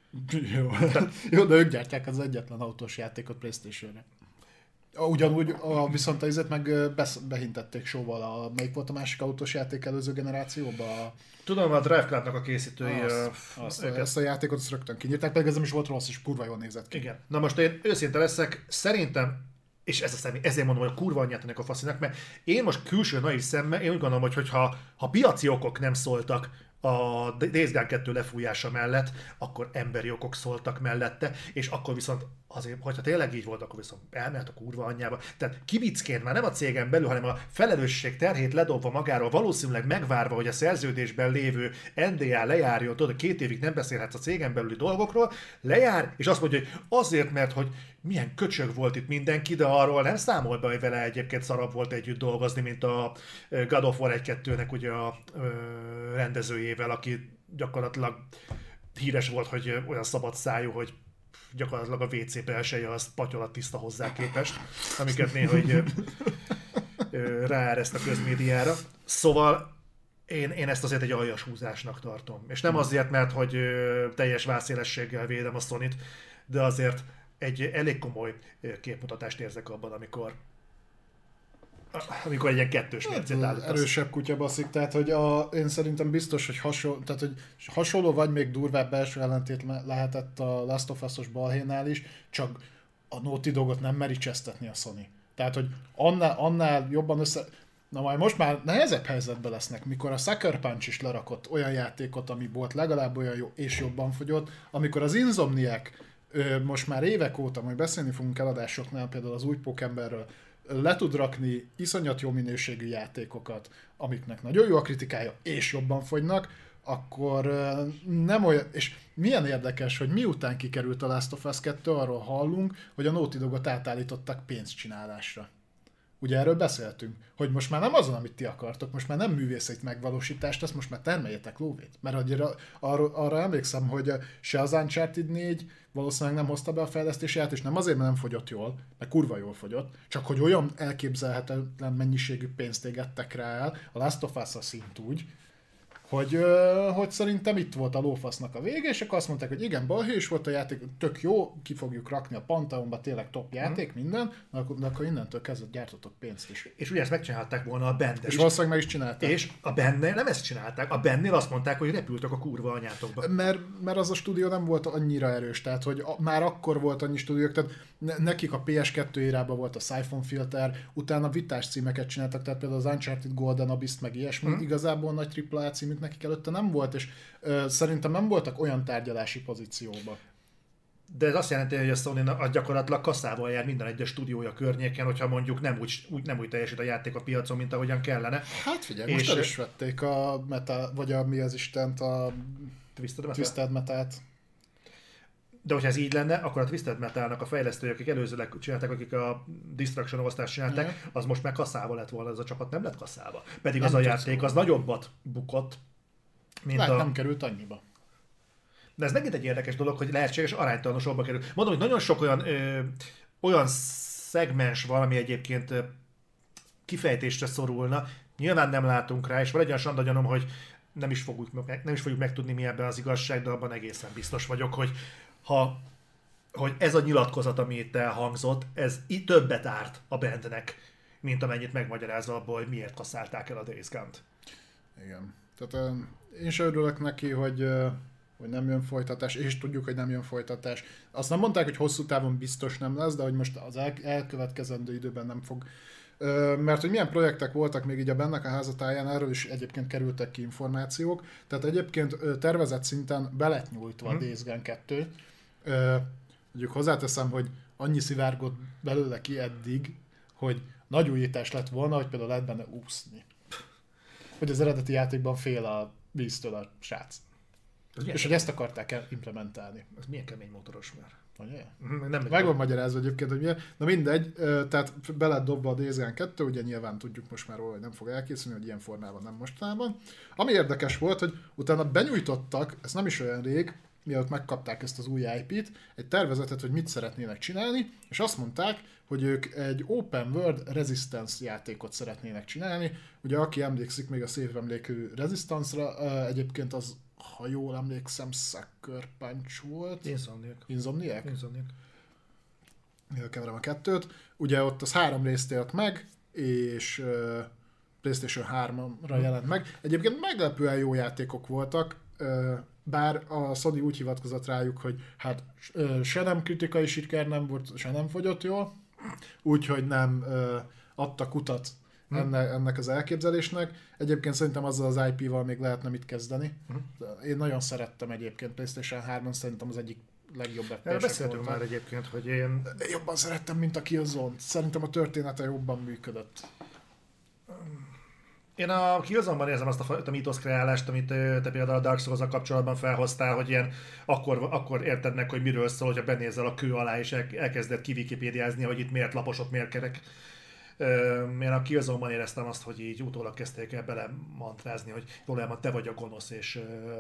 Jó, de ők gyártják az egyetlen autós játékot PlayStation-re. Ugyanúgy viszont a izet meg behintették showval. Melyik volt a másik autós játék előző generációban? Tudom, a Drive Clubnak a készítői... Ezt a játékot azt rögtön kinyírták, pedig ez nem is volt rossz, és kurva jól nézett ki. Igen. Na most én őszinte leszek, szerintem, és ezért mondom, hogy a kurva anyját ennek a faszinak, mert én most külső naív szemmel, én úgy gondolom, hogy ha piaci okok nem szóltak a Days Gone 2 lefújása mellett, akkor emberi okok szóltak mellette, és akkor viszont azért, hogyha tényleg így volt, akkor viszont elmehet a kurva anyjába. Tehát kibicként már nem a cégen belül, hanem a felelősség terhét ledobva magáról, valószínűleg megvárva, hogy a szerződésben lévő NDA lejárjon, tudod, 2 évig nem beszélhetsz a cégen belüli dolgokról, lejár, és azt mondja, hogy azért, mert hogy milyen köcsög volt itt mindenki, de arról nem számolt be, hogy vele egyébként szarabb volt együtt dolgozni, mint a God of War 1-2-nek ugye a rendezőjével, aki gyakorlatilag híres volt, hogy olyan szabad szájú, hogy gyakorlatilag a WC belseje az patyolat tiszta hozzá képest, amiket néha így ráereszt a közmédiára. Szóval én ezt azért egy aljas húzásnak tartom. És nem azért, mert hogy teljes vászélességgel védem a Sony-t, de azért egy elég komoly képmutatást érzek abban, amikor egy ilyen kettős mércét állítasz. Erősebb kutya baszik, tehát hogy én szerintem biztos, hogy hasonló vagy még durvább belső ellentét lehetett a Last of Us-os balhénál is, csak a Naughty Dogot nem meri csesztetni a Sony. Tehát, hogy annál jobban Na majd most már nehezebb helyzetben lesznek, mikor a Sucker Punch is lerakott olyan játékot, ami volt legalább olyan jó és jobban fogyott, amikor az Insomniac most már évek óta, majd beszélni fogunk eladásoknál, például az új Pókemberről, le tud rakni iszonyat jó minőségű játékokat, amiknek nagyon jó a kritikája, és jobban fogynak, akkor nem olyan... És milyen érdekes, hogy miután kikerült a Last of Us 2, arról hallunk, hogy a Naughty Dogot átállítottak pénzcsinálásra. Ugye erről beszéltünk, hogy most már nem azon, amit ti akartok, most már nem művészeti megvalósítást, azt most már termeljetek lóvét. Mert arra emlékszem, hogy se az Uncharted 4 valószínűleg nem hozta be a fejlesztését, és nem azért, mert nem fogyott jól, mert kurva jól fogyott, csak hogy olyan elképzelhetetlen mennyiségű pénzt égettek rá el, a Last of Us a szint úgy, hogy szerintem itt volt a lófasznak a vége, és akkor azt mondták, hogy igen, balhős volt a játék, tök jó, ki fogjuk rakni a Pantheonba, tényleg top játék, minden, de akkor innentől kezdve gyártottok pénzt is. És ugye ezt megcsinálták volna a Bennel is. És valószínűleg meg is csinálták. És a Bennel nem ezt csinálták, a Bennél azt mondták, hogy repültek a kurva anyátokba. Mert az a stúdió nem volt annyira erős, tehát hogy már akkor volt annyi stúdiók, tehát nekik a PS2 érában volt a Siphon Filter, utána vitás címeket csináltak, tehát például az Uncharted Golden Abyss meg ilyesmi, igazából nagy AAA címük nekik előtte nem volt, és szerintem nem voltak olyan tárgyalási pozícióban. De ez azt jelenti, hogy a Sony gyakorlatilag kasszával jár minden egyes stúdiója környéken, hogyha mondjuk nem úgy teljesít a játék a piacon, mint ahogyan kellene. Hát figyelj, most el is vették a Metal, vagy mi az Istent, a Twisted Metal-t. De hogyha ez így lenne, akkor a Twisted Metal-nak a fejlesztői, akik előzőleg csinálták, akik a Destruction osztást csinálták, az most már kasszával lett volna, ez a csapat nem lett kasszával. Pedig nem az a játék az nagyobbat bukott, mint nem került annyiba. De ez megint egy érdekes dolog, hogy lehetséges aránytalanul kerül. Mondom, hogy nagyon sok olyan szegmens van, ami egyébként kifejtésre szorulna. Nyilván nem látunk rá, és van egy olyan sandagyanom, hogy nem is fogjuk megtudni, mi ebben az igazság, de abban egészen biztos vagyok, hogy ez a nyilatkozat, ami itt elhangzott, ez többet árt a bandnek, mint amennyit megmagyarázza abból, hogy miért kasszálták el a Days Gone-t. Igen. Tehát én sem örülök neki, hogy nem jön folytatás, és tudjuk, hogy nem jön folytatás. Azt nem mondták, hogy hosszú távon biztos nem lesz, de hogy most az elkövetkezendő időben nem fog. Mert hogy milyen projektek voltak még így a bennek a házatáján, erről is egyébként kerültek ki információk. Tehát egyébként tervezett szinten be lett nyújtva a Days Gone 2. Mondjuk hozzáteszem, hogy annyi szivárgott belőle ki eddig, hogy nagy újítás lett volna, hogy például lehet benne úszni. Hogy az eredeti játékban fél a víztől a srác. És hogy ezt akarták implementálni. Ez milyen kemény motoros már. Ugye? Nem meg van magyarázva egyébként, hogy milyen. Na mindegy, tehát be lett dobva a Days Gone 2, ugye nyilván tudjuk most már róla, hogy nem fog elkészülni, hogy ilyen formában nem mostanában. Ami érdekes volt, hogy utána benyújtottak, ez nem is olyan rég, mielőtt megkapták ezt az új IP-t, egy tervezetet, hogy mit szeretnének csinálni, és azt mondták, hogy ők egy Open World Resistance játékot szeretnének csinálni. Ugye aki emlékszik még a szép emlékű Resistance-ra, egyébként az, ha jól emlékszem, Sucker Punch volt. Insomniac? Keverem a kettőt. Ugye ott az 3 részt élt meg, és PlayStation 3-ra jelent meg. Egyébként meglepően jó játékok voltak, bár a Sony úgy hivatkozott rájuk, hogy hát se nem kritikai siker nem volt, se nem fogyott jól, úgyhogy nem adtak utat ennek az elképzelésnek. Egyébként szerintem azzal az IP-val még lehetne mit kezdeni. Én nagyon szerettem egyébként PlayStation 3-on, szerintem az egyik legjobb FPS-ek beszéltünk már egyébként, hogy én... Jobban szerettem, mint a Killzone. Szerintem a története jobban működött. Én a Killzone-ban érzem azt a fajta mítoszkreálást, amit te például a Dark Souls-al kapcsolatban felhoztál, hogy ilyen akkor érted meg, hogy miről szól, hogyha benézel a kő alá és elkezded kiwikipédiázni, hogy itt miért laposok, miért kerek. Én a Killzone-ban éreztem azt, hogy így utólag kezdték el belemantrázni, hogy valójában te vagy a gonosz, és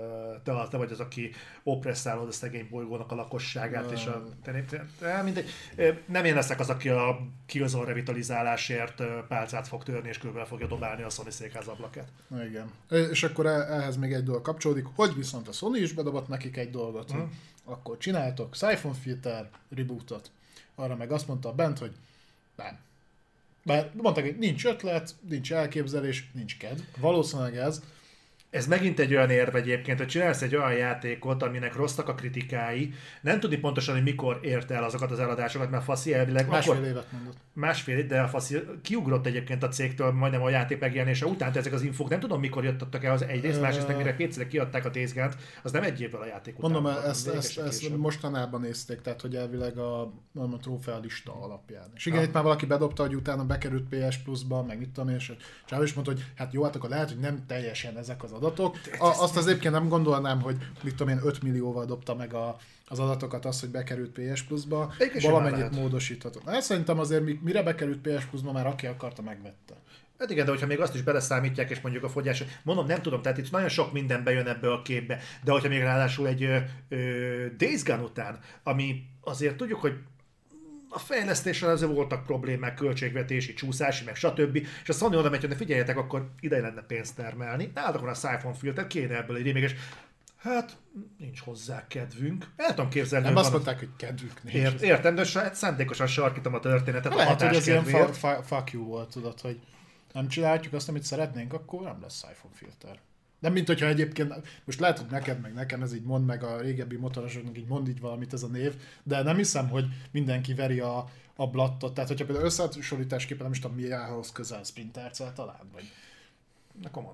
te vagy az, aki oppresszálod a szegény bolygónak a lakosságát, és mindegy. Nem én leszek az, aki a Killzone revitalizálásért pálcát fog törni, és körbe fogja dobálni a Sony székház ablakát. Igen. És akkor ehhez még egy dolog kapcsolódik, hogy viszont a Sony is bedobott nekik egy dolgot, hogy akkor csináltok Siphon Filter rebootot. Arra meg azt mondta bent, hogy nem. Bár mondták, hogy nincs ötlet, nincs elképzelés, nincs kedv. Valószínűleg ez. Ez megint egy olyan érv egyébként, hogy csinálsz egy olyan játékot, aminek rosszak a kritikái, nem tudni pontosan, hogy mikor ért el azokat az eladásokat, mert a Faszi elvileg... Évet mondott. Másfél év, de a Faszi kiugrott egyébként a cégtől majdnem a játék megjelenése után, ezek az infók, nem tudom mikor jöttek el az egyrészt, másrészt meg mire kétszer kiadták a Days Gone-t, az nem egy évvel a játék után. Mondom, ezt mostanában nézték, tehát hogy elvileg a trófea lista alapján. És igen, itt már valaki bedobta, hogy utána bekerült PS Plus-ba, meg mit tudom én, és Csáv is mondta, hogy hát jó, hát akkor lehet, hogy nem teljesen ezek az adatok. Azt az egyébként nem gondolnám, hogy mit tudom én, 5 millióval dobta meg az adatokat az, hogy bekerült PS Plus-ba, valamennyit módosíthatott. Hát szerintem azért mire bekerült PS Plus-ba, már aki akarta, megvette. Hát igen, de hogyha még azt is beleszámítják, és mondjuk a fogyás, mondom, nem tudom, tehát itt nagyon sok minden bejön ebbe a képbe, de hogyha még ráadásul egy Days Gone után, ami azért tudjuk, hogy a fejlesztéssel azért voltak problémák, költségvetési, csúszási, meg stb. És a Sony oda megy, hogy ne figyeljetek, akkor ide lenne pénzt termelni. Nálatok van a Siphon Filter, kéne ebből egy remake, és hát nincs hozzá kedvünk. El tudom képzelni. Nem azt mondták, hogy kedvük nincs. Értem, de szándékosan sarkítom a történetet. Lehet, hogy ez ilyen fuck you volt, tudod, hogy nem csináljuk azt, amit szeretnénk, akkor nem lesz Siphon Filter. Nem, mint hogyha egyébként, most lehet, hogy neked meg nekem ez így mond, meg a régebbi motorosoknak így mond így valamit ez a név, de nem hiszem, hogy mindenki veri a blattot. Tehát, hogyha például összehasonlításképpen nem is tudom, mi ahhoz közel Splinter-Cell talán, vagy... Na komoly.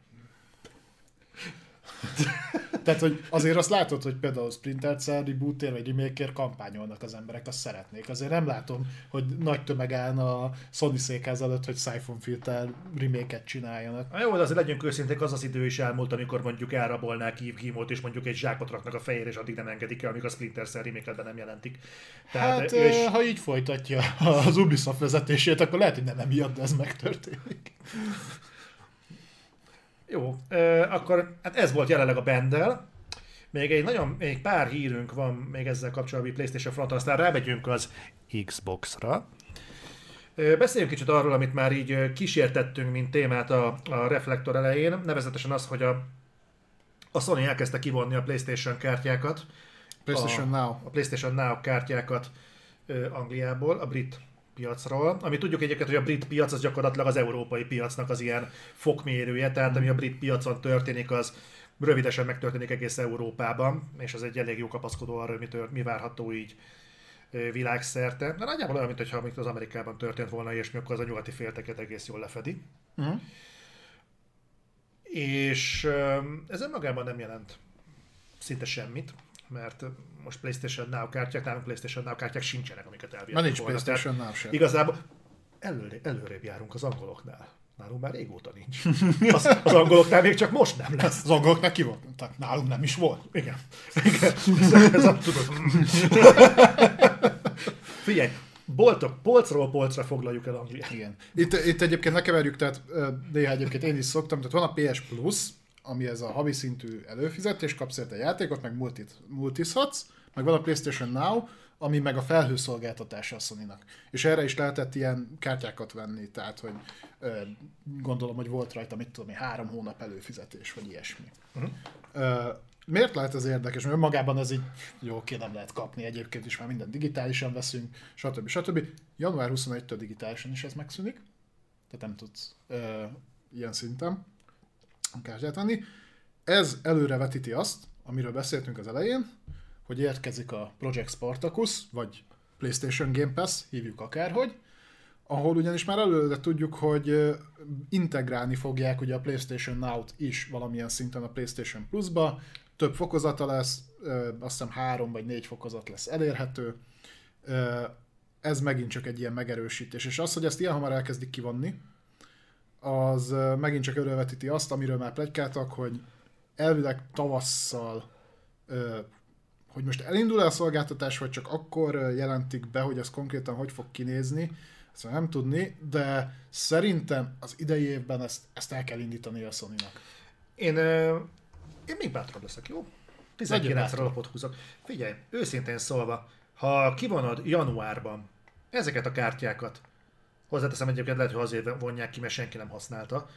Tehát, hogy azért azt látod, hogy például Splinter Cell rebootért vagy remake-ért kampányolnak az emberek, azt szeretnék. Azért nem látom, hogy nagy tömeg állna a Sony székház előtt, hogy Siphon Filter remake-et csináljanak. Jó, de azért legyünk őszinték, az idő is elmúlt, amikor mondjuk elrabolnák Yves Guillemot, és mondjuk egy zsákot raknak a fejére, és addig nem engedik el, amíg a Splinter Cell remake-ben nem jelentik. Tehát, hát, ha így folytatja az Ubisoft vezetését, akkor lehet, hogy nem emiatt, de ez megtörténik. Jó, akkor hát ez volt jelenleg a Bendel. Még pár hírünk van még ezzel kapcsolatban PlayStation fronton, aztán rámegyünk az Xbox-ra. Beszéljünk kicsit arról, amit már így kísértettünk, mint témát a Reflektor elején, nevezetesen az, hogy a Sony elkezdte kivonni a PlayStation kártyákat. A PlayStation Now kártyákat Angliából, a brit piacról, ami tudjuk egyébként, hogy a brit piac az gyakorlatilag az európai piacnak az ilyen fokmérője, tehát ami a brit piacon történik, az rövidesen megtörténik egész Európában, és az egy elég jó kapaszkodó arra, hogy mi várható így világszerte. De nagyjából olyan, mintha az Amerikában történt volna ilyesmi, akkor az a nyugati félteket egész jól lefedi. És ez önmagában nem jelent szinte semmit. mert most PlayStation Now kártyák, nálunk PlayStation Now kártyák sincsenek, amiket elvihetnek. Már nincs PlayStation Now sem. Igazából előrébb járunk az angoloknál. Nálunk már régóta nincs. Az angoloknál még csak most nem lesz. Az angoloknak ki volt? Tehát nálunk nem is volt. Igen. Tudod. Figyelj, polcról polcra foglaljuk el Angliát. Igen. Itt egyébként ne keverjük, tehát néha egyébként én is szoktam, tehát van a PS Plus, ami ez a havi szintű előfizetés, kapsz érte játékot, meg multizhatsz, meg van a PlayStation Now, ami meg a felhőszolgáltatása a Sony-nak. És erre is lehetett ilyen kártyákat venni, tehát hogy gondolom, hogy volt rajta, mit tudom én, 3 hónap előfizetés, vagy ilyesmi. Miért lehet ez érdekes? Mert önmagában ez így jó, oké, nem lehet kapni, egyébként is már minden digitálisan veszünk, stb. Január 21-től digitálisan is ez megszűnik, tehát nem tudsz ilyen szinten kártyát venni. Ez előrevetíti azt, amiről beszéltünk az elején, hogy érkezik a Project Spartacus, vagy PlayStation Game Pass, hívjuk akárhogy, ahol ugyanis már előre tudjuk, hogy integrálni fogják ugye a PlayStation Now-t is valamilyen szinten a PlayStation Plus-ba, több fokozata lesz, azt hiszem 3 vagy 4 fokozat lesz elérhető, ez megint csak egy ilyen megerősítés, és az, hogy ezt ilyen hamar elkezdik kivonni, az megint csak előrevetíti azt, amiről már pletykáltak, hogy elvileg tavasszal, hogy most elindul-e a szolgáltatás, vagy csak akkor jelentik be, hogy ez konkrétan hogy fog kinézni, ezt nem tudni, de szerintem az idei évben ezt el kell indítani a Sony-nak. Én még bátrabb leszek, jó? 19-re alapot húzok. Figyelj, őszintén szólva, ha kivonod januárban ezeket a kártyákat, hozzáteszem egyébként, lehet, hogy azért vonják ki, mert senki nem használta,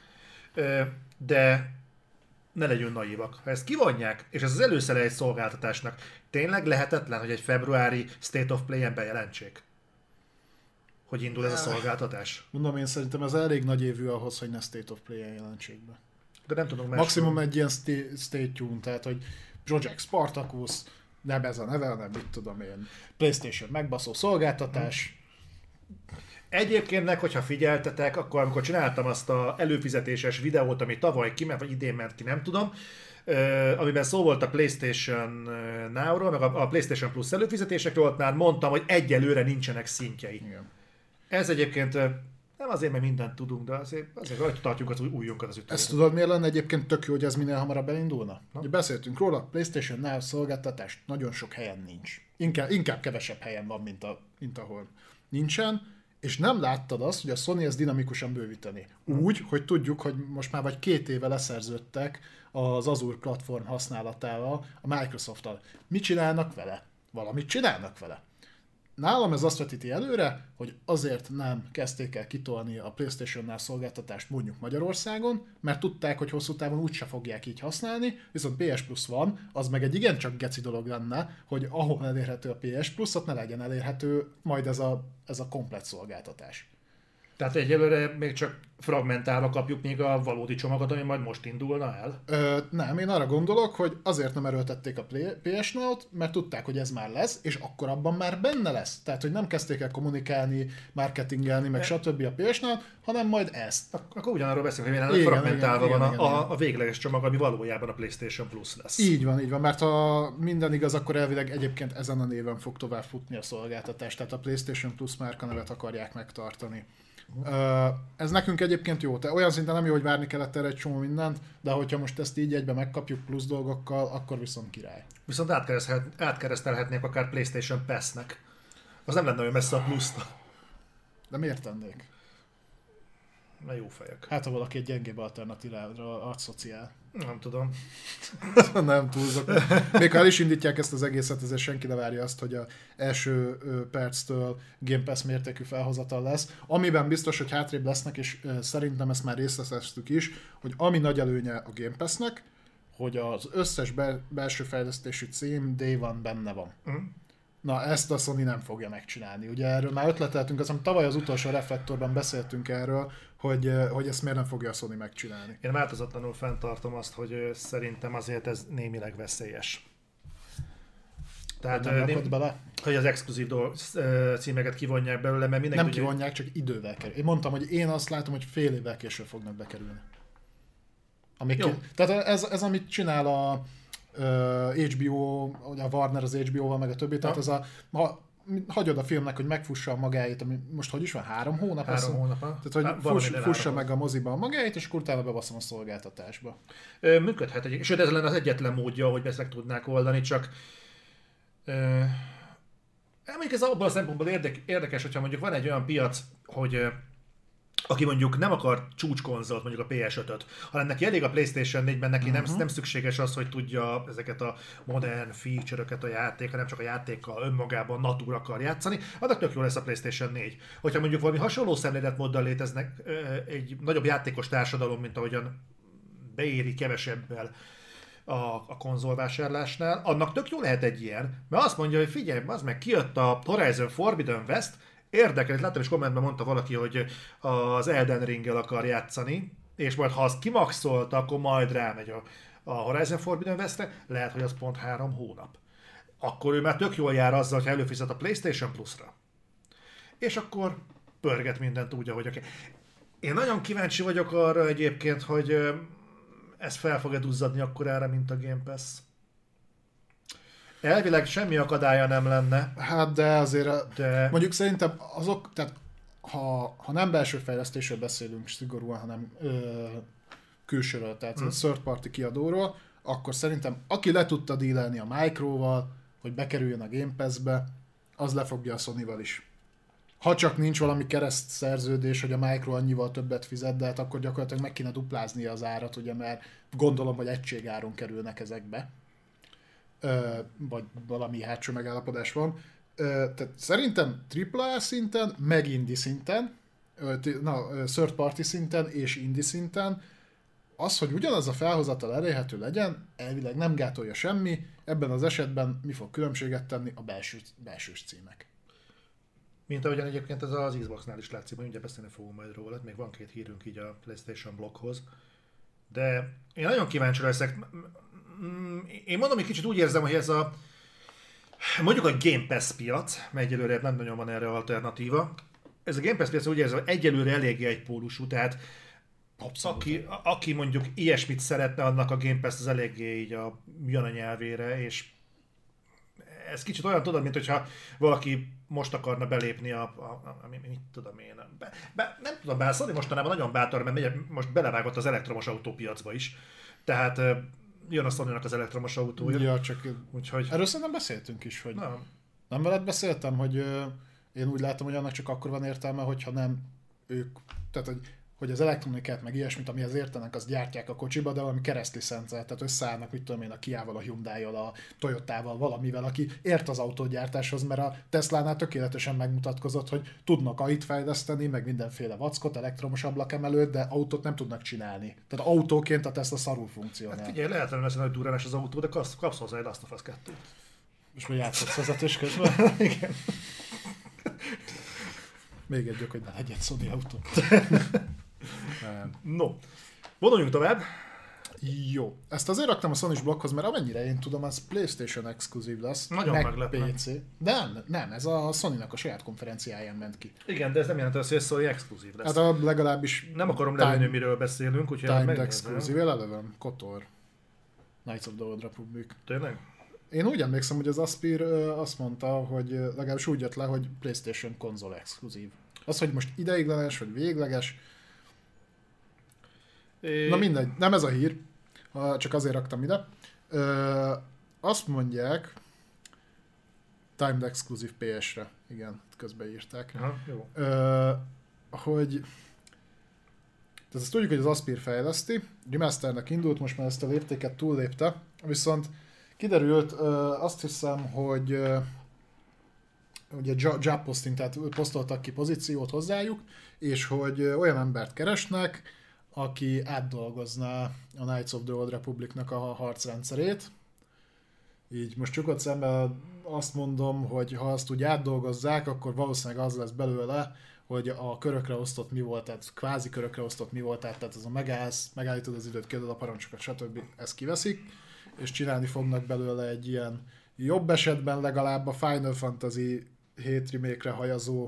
de ne legyünk naívak. Ha ezt kivonják, és ez az előszele egy szolgáltatásnak, tényleg lehetetlen, hogy egy februári State of Play-en bejelentsék, hogy indul ez a szolgáltatás? Mondom, én szerintem ez elég nagy évű ahhoz, hogy ne State of Play-en jelentsék be. De nem tudom, maximum egy ilyen Stay Tuned, tehát hogy Project Spartacus, nem ez a neve, hanem mit tudom én, PlayStation megbaszó szolgáltatás. Egyébként meg, hogyha figyeltetek, akkor amikor csináltam azt a előfizetéses videót, ami tavaly kiment, vagy idén ment ki, nem tudom, amiben szó volt a PlayStation Now-ról, meg a PlayStation Plus előfizetésekről, ott már mondtam, hogy egyelőre nincsenek szintjei. Igen. Ez egyébként nem azért, mert mindent tudunk, de azért rajta tartjuk az újunkat az ütőre. Ezt tudod, miért lenne egyébként tök jó, hogy ez minél hamarabb elindulna? Ugye beszéltünk róla, PlayStation Now szolgáltatás nagyon sok helyen nincs. Inkább kevesebb helyen van, mint ahol nincsen. És nem láttad azt, hogy a Sony ezt dinamikusan bővíteni. Úgy, hogy tudjuk, hogy most már vagy 2 éve leszerződtek az Azure platform használatával a Microsofttal. Mit csinálnak vele? Valamit csinálnak vele. Nálam ez azt vetíti előre, hogy azért nem kezdték el kitolni a PlayStation-nál szolgáltatást mondjuk Magyarországon, mert tudták, hogy hosszú távon úgyse fogják így használni, viszont PS Plus van, az meg egy igencsak geci dolog lenne, hogy ahol elérhető a PS Plus, ott ne legyen elérhető majd ez a komplett szolgáltatás. Tehát egyelőre még csak fragmentálva kapjuk még a valódi csomagot, ami majd most indulna el? Nem, én arra gondolok, hogy azért nem erőltették a PS Now-t, mert tudták, hogy ez már lesz, és akkor abban már benne lesz. Tehát, hogy nem kezdték el kommunikálni, marketingelni, meg stb. A PS Now-t, hanem majd ezt. Akkor ugyanarról beszélünk, hogy jelenleg fragmentálva van a végleges csomag, ami valójában a PlayStation Plus lesz. Így van, mert ha minden igaz, akkor elvileg egyébként ezen a néven fog tovább futni a szolgáltatás, tehát a PlayStation Plus márkanevet akarják megtartani. Ez nekünk egyébként jó, olyan szinten nem jó, hogy várni kellett erre egy csomó mindent, de hogyha most ezt így egybe megkapjuk plusz dolgokkal, akkor viszont király. Viszont átkeresztelhetnék akár PlayStation Pass-nek. Az nem lenne olyan messze a pluszta. De miért tennék? Na jó fejek. Hát ha valaki egy gyengébb alternatívára arcszociál. Nem tudom. Nem túlzok. Még ha el is indítják ezt az egészet, ezért senki ne várja azt, hogy az első perctől Game Pass mértékű felhozatal lesz. Amiben biztos, hogy hátrébb lesznek, és szerintem ezt már részleteztük is, hogy ami nagy előnye a Game Passnek, hogy az összes belső fejlesztésű cím Day One benne van. Na, ezt a Sony nem fogja megcsinálni. Ugye erről már ötleteltünk, azt hiszem tavaly az utolsó Reflektorban beszéltünk erről, hogy ezt miért nem fogja a Sony megcsinálni. Én változatlanul fenntartom azt, hogy szerintem azért ez némileg veszélyes. Tehát hogy az exkluzív címeket kivonják belőle, mert mindenki... Nem kivonják, csak idővel kerül. Én mondtam, hogy én azt látom, hogy fél évvel később fognak bekerülni. Tehát ez amit csinál HBO, ugye a Warner az HBO-val, meg a többi, tehát ez hagyod a filmnek, hogy megfussa a magáit, ami most hogy is van, 3 hónap? 3 hónap. Tehát, hogy fussa meg a moziban a magáit, és akkor utána bebaszom a szolgáltatásba. Működhet egyébként. Sőt, ez lenne az egyetlen módja, hogy ezt meg tudnák oldani, csak mondjuk ez abban a szempontból érdekes, hogyha mondjuk van egy olyan piac, hogy aki mondjuk nem akar csúcskonzolt, mondjuk a PS5-öt, hanem neki elég a PlayStation 4-ben, neki nem szükséges az, hogy tudja ezeket a modern feature-öket a játék, hanem csak a játékkal önmagában natur akar játszani, annak tök jó lesz a PlayStation 4. Hogyha mondjuk valami hasonló szemléletmóddal léteznek egy nagyobb játékos társadalom, mint ahogyan beéri kevesebbel a konzolvásárlásnál, annak tök jó lehet egy ilyen, mert azt mondja, hogy figyelj, az meg kijött a Horizon Forbidden West, érdekes, láttam is kommentben mondta valaki, hogy az Elden Ring-el akar játszani, és majd ha azt kimaxolta, akkor majd rámegy a Horizon Forbidden Westre, lehet, hogy az pont 3 hónap. Akkor ő már tök jól jár azzal, hogy előfizet a PlayStation Plus-ra. És akkor pörget mindent úgy, ahogy akar. Én nagyon kíváncsi vagyok arra egyébként, hogy ez fel fog-e duzzadni akkorára, mint a Game Pass. Elvileg semmi akadálya nem lenne. Hát de azért, mondjuk szerintem azok, tehát ha nem belső fejlesztésről beszélünk szigorúan, hanem külsőről, tehát third party kiadóról, akkor szerintem aki le tudta dílelni a Microval, hogy bekerüljön a Game Pass-be, az lefogja a Sony-val is. Ha csak nincs valami kereszt szerződés, hogy a Micro annyival többet fizet, de hát akkor gyakorlatilag meg kéne dupláznia az árat, ugye, mert gondolom, hogy egységáron kerülnek ezekbe. Vagy valami hátsó megállapodás van. Tehát szerintem AAA szinten, meg indie szinten, third party szinten és indie szinten, az, hogy ugyanaz a felhozatal elérhető legyen, elvileg nem gátolja semmi, ebben az esetben mi fog különbséget tenni? A belsős címek. Mint ahogyan egyébként ez az Xboxnál is látszik, hogy ugye beszélni fogunk majd róla, még van 2 hírünk így a PlayStation blokkhoz. De én nagyon kíváncsi leszek. Én mondom, hogy kicsit úgy érzem, hogy ez mondjuk a Game Pass piac, mert egyelőre nem nagyon van erre alternatíva. Ez a Game Pass piac úgy érzem, hogy egyelőre eléggé egypólusú, tehát aki mondjuk ilyesmit szeretne, annak a Game Pass az eléggé így jön a nyelvére, és ez kicsit olyan, tudod, mint hogyha valaki most akarna belépni mit tudom én, nem tudom, bár Sony mostanában nagyon bátor, mert most belevágott az elektromos autópiacba is, tehát jön a Sony-nak az elektromos autója. Ja, csak úgyhogy... erről szerintem beszéltünk is, hogy nem veled beszéltem, hogy én úgy látom, hogy annak csak akkor van értelme, hogyha nem ők, tehát hogy az elektronikát, meg ilyesmit, amihez értenek, azt gyártják a kocsiba, de valami keresztlicencel, tehát összeállnak, mit tudom én, a Kia-val, a Hyundai-val, a Toyotával, valamivel, aki ért az autógyártáshoz, mert a Teslánál tökéletesen megmutatkozott, hogy tudnak AI-t fejleszteni, meg mindenféle vackot, elektromos ablakemelőt, de autót nem tudnak csinálni. Tehát autóként a Tesla szarul funkcionál. Hát figyelj, lehet lenni, hogy durránás az autó, de kapsz hozzá egy Last of Us 2-t. És mi játszotsz vezetés közben? Igen. Még egy hogy ne legyen Sony autó. No, vonuljunk tovább. Jó. Ezt azért raktam a Sony-s blokkhoz, mert amennyire én tudom, az PlayStation exkluzív lesz. Nagyon meglepne. PC. De nem, ez a Sony-nak a saját konferenciáján ment ki. Igen, de ez nem jelenti azt, hogy ez Sony exkluzív lesz. Hát legalábbis... Nem akarom lelőni, miről beszélünk, úgyhogy timed exkluzív, elevem, Kotor. Knights of the Old Republic. Tényleg? Én úgy emlékszem, hogy az Aspir azt mondta, hogy legalábbis úgy jött le, hogy PlayStation konzol exkluzív. Az, hogy most ideiglenes vagy végleges, na mindegy, nem ez a hír, csak azért raktam ide. Azt mondják, timed exclusive PS-re, igen, közbeírták. Aha, jó. Hogy tehát ezt tudjuk, hogy az Aspir fejleszti, remasternek indult, most már ezt a léptéket túllépte, viszont kiderült, azt hiszem, hogy ugye job posting, tehát posztoltak ki pozíciót hozzájuk, és hogy olyan embert keresnek, aki átdolgozná a Knights of the Old Republicnak a harcrendszerét. Így most csukott szemben azt mondom, hogy ha azt úgy átdolgozzák, akkor valószínűleg az lesz belőle, hogy a körökre osztott mi volt, tehát kvázi körökre osztott mi volt, tehát az a megállítod az időt, kiadod a parancsokat, stb. Ezt kiveszik, és csinálni fognak belőle egy ilyen jobb esetben legalább a Final Fantasy 7 remake-re hajazó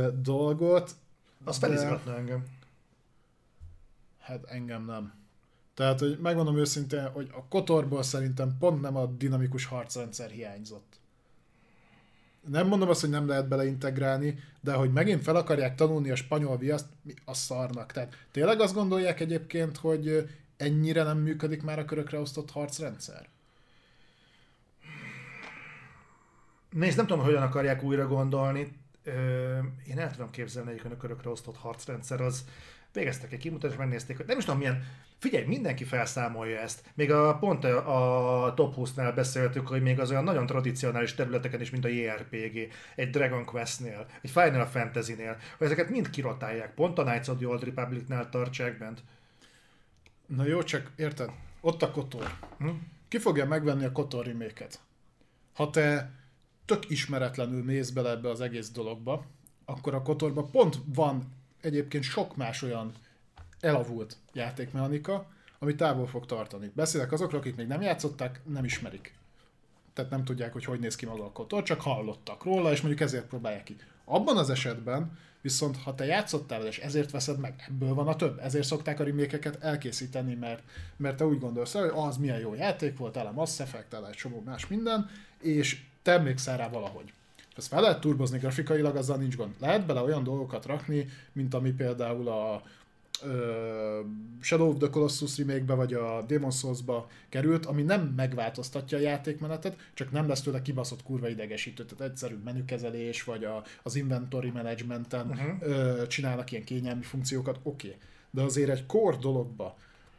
dolgot. Az felizgatna engem. Hát engem nem. Tehát, hogy megmondom őszintén, hogy a KOTOR-ból szerintem pont nem a dinamikus harcrendszer hiányzott. Nem mondom azt, hogy nem lehet beleintegrálni, de hogy megint fel akarják tanulni a spanyol viaszt, a szarnak. Tehát tényleg azt gondolják egyébként, hogy ennyire nem működik már a körökre osztott harcrendszer? Nézd, nem tudom, hogyan akarják újra gondolni. Én el tudom képzelni, hogy a körökre osztott harcrendszer az végeztek egy kimutatást, megnézték, hogy nem is tudom milyen. Figyelj, mindenki felszámolja ezt. Még pont a Top 20-nál beszéltük, hogy még az olyan nagyon tradicionális területeken is, mint a JRPG, egy Dragon Quest-nél, egy Final Fantasy-nél, hogy ezeket mind kirotálják. Pont a Knights of the Old Republic-nál tartsák bent. Na jó, csak érted? Ott a KOTOR. Ki fogja megvenni a KOTOR remake-et? Ha te tök ismeretlenül mész bele ebbe az egész dologba, akkor a KOTOR-ba pont van egyébként sok más olyan elavult játékmechanika, ami távol fog tartani. Beszélek azokról, akik még nem játszották, nem ismerik. Tehát nem tudják, hogy néz ki maga a KOTOR, csak hallottak róla, és mondjuk ezért próbálják ki. Abban az esetben viszont, ha te játszottál, és ezért veszed meg, ebből van a több. Ezért szokták a remake-eket elkészíteni, mert te úgy gondolsz, hogy az milyen jó játék volt, el a Mass Effect, el egy csomó más minden, és te emlékszel rá valahogy. Ezt fel lehet turbozni grafikailag, azzal nincs gond. Lehet bele olyan dolgokat rakni, mint ami például a Shadow of the Colossus remake-be vagy a Demon's Souls-ba került, ami nem megváltoztatja a játékmenetet, csak nem lesz tőle kibaszott kurva idegesítő, tehát egyszerű menükezelés, vagy az inventory managementen csinálnak ilyen kényelmi funkciókat, oké. De azért egy core dologba,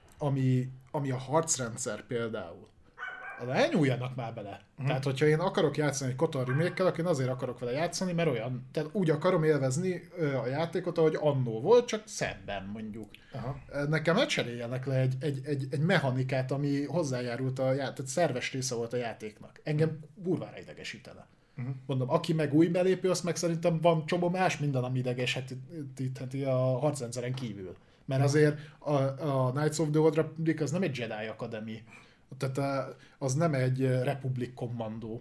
ami a harcrendszer például, az elnyúljanak már bele. Tehát, hogyha én akarok játszani egy KOTOR remake-kel, akkor én azért akarok vele játszani, mert olyan, tehát úgy akarom élvezni a játékot, ahogy annó volt, csak szebben mondjuk. Aha. Nekem ne cseréljenek le egy mechanikát, ami hozzájárult tehát szerves része volt a játéknak. Engem burvára idegesítene. Mondom, aki meg új belépő, azt meg szerintem van csomó más minden, ami idegesítheti a harcrendszeren kívül. Mert azért a Knights of the Old Republic az nem egy Jedi Academy. Tehát az nem egy Republic kommandó.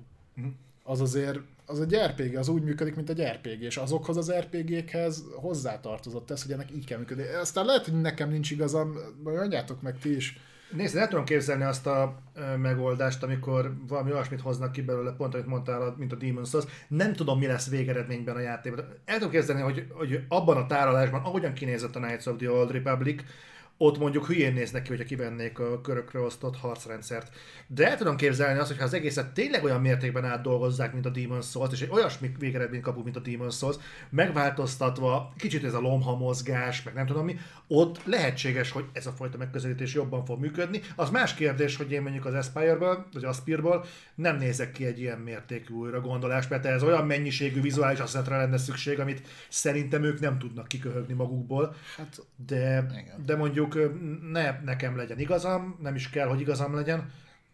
Az egy RPG, az úgy működik, mint egy RPG, és azokhoz az RPG-khez hozzátartozott ez, hogy ennek így kell működni. Aztán lehet, hogy nekem nincs igazam, mondjátok meg ti is. Nézd, el tudom képzelni azt a megoldást, amikor valami olyasmit hoznak ki belőle, pont amit mondtál, mint a Demon's Souls. Nem tudom, mi lesz végeredményben a játékban. El tudom képzelni, hogy abban a tárolásban, ahogyan kinézett a Knights of the Old Republic, ott mondjuk hülyén néznek ki, hogyha kivennék a körökre osztott harcrendszert. De el tudom képzelni azt, hogy ha az egészet tényleg olyan mértékben átdolgozzák, mint a Demon's Souls, és egy olyasmi végeredményt kapunk, mint a Demon's Souls, megváltoztatva kicsit ez a lomha mozgás, meg nem tudom mi, ott lehetséges, hogy ez a fajta megközelítés jobban fog működni. Az más kérdés, hogy én mondjuk az Aspire-ből, vagy Aspire-ból nem nézek ki egy ilyen mértékű újra gondolást, mert ez olyan mennyiségű vizuális asszetre lenne szükség, amit szerintem ők nem tudnak kiköhögni magukból. Hát, de mondjuk nekem legyen igazam, nem is kell, hogy igazam legyen.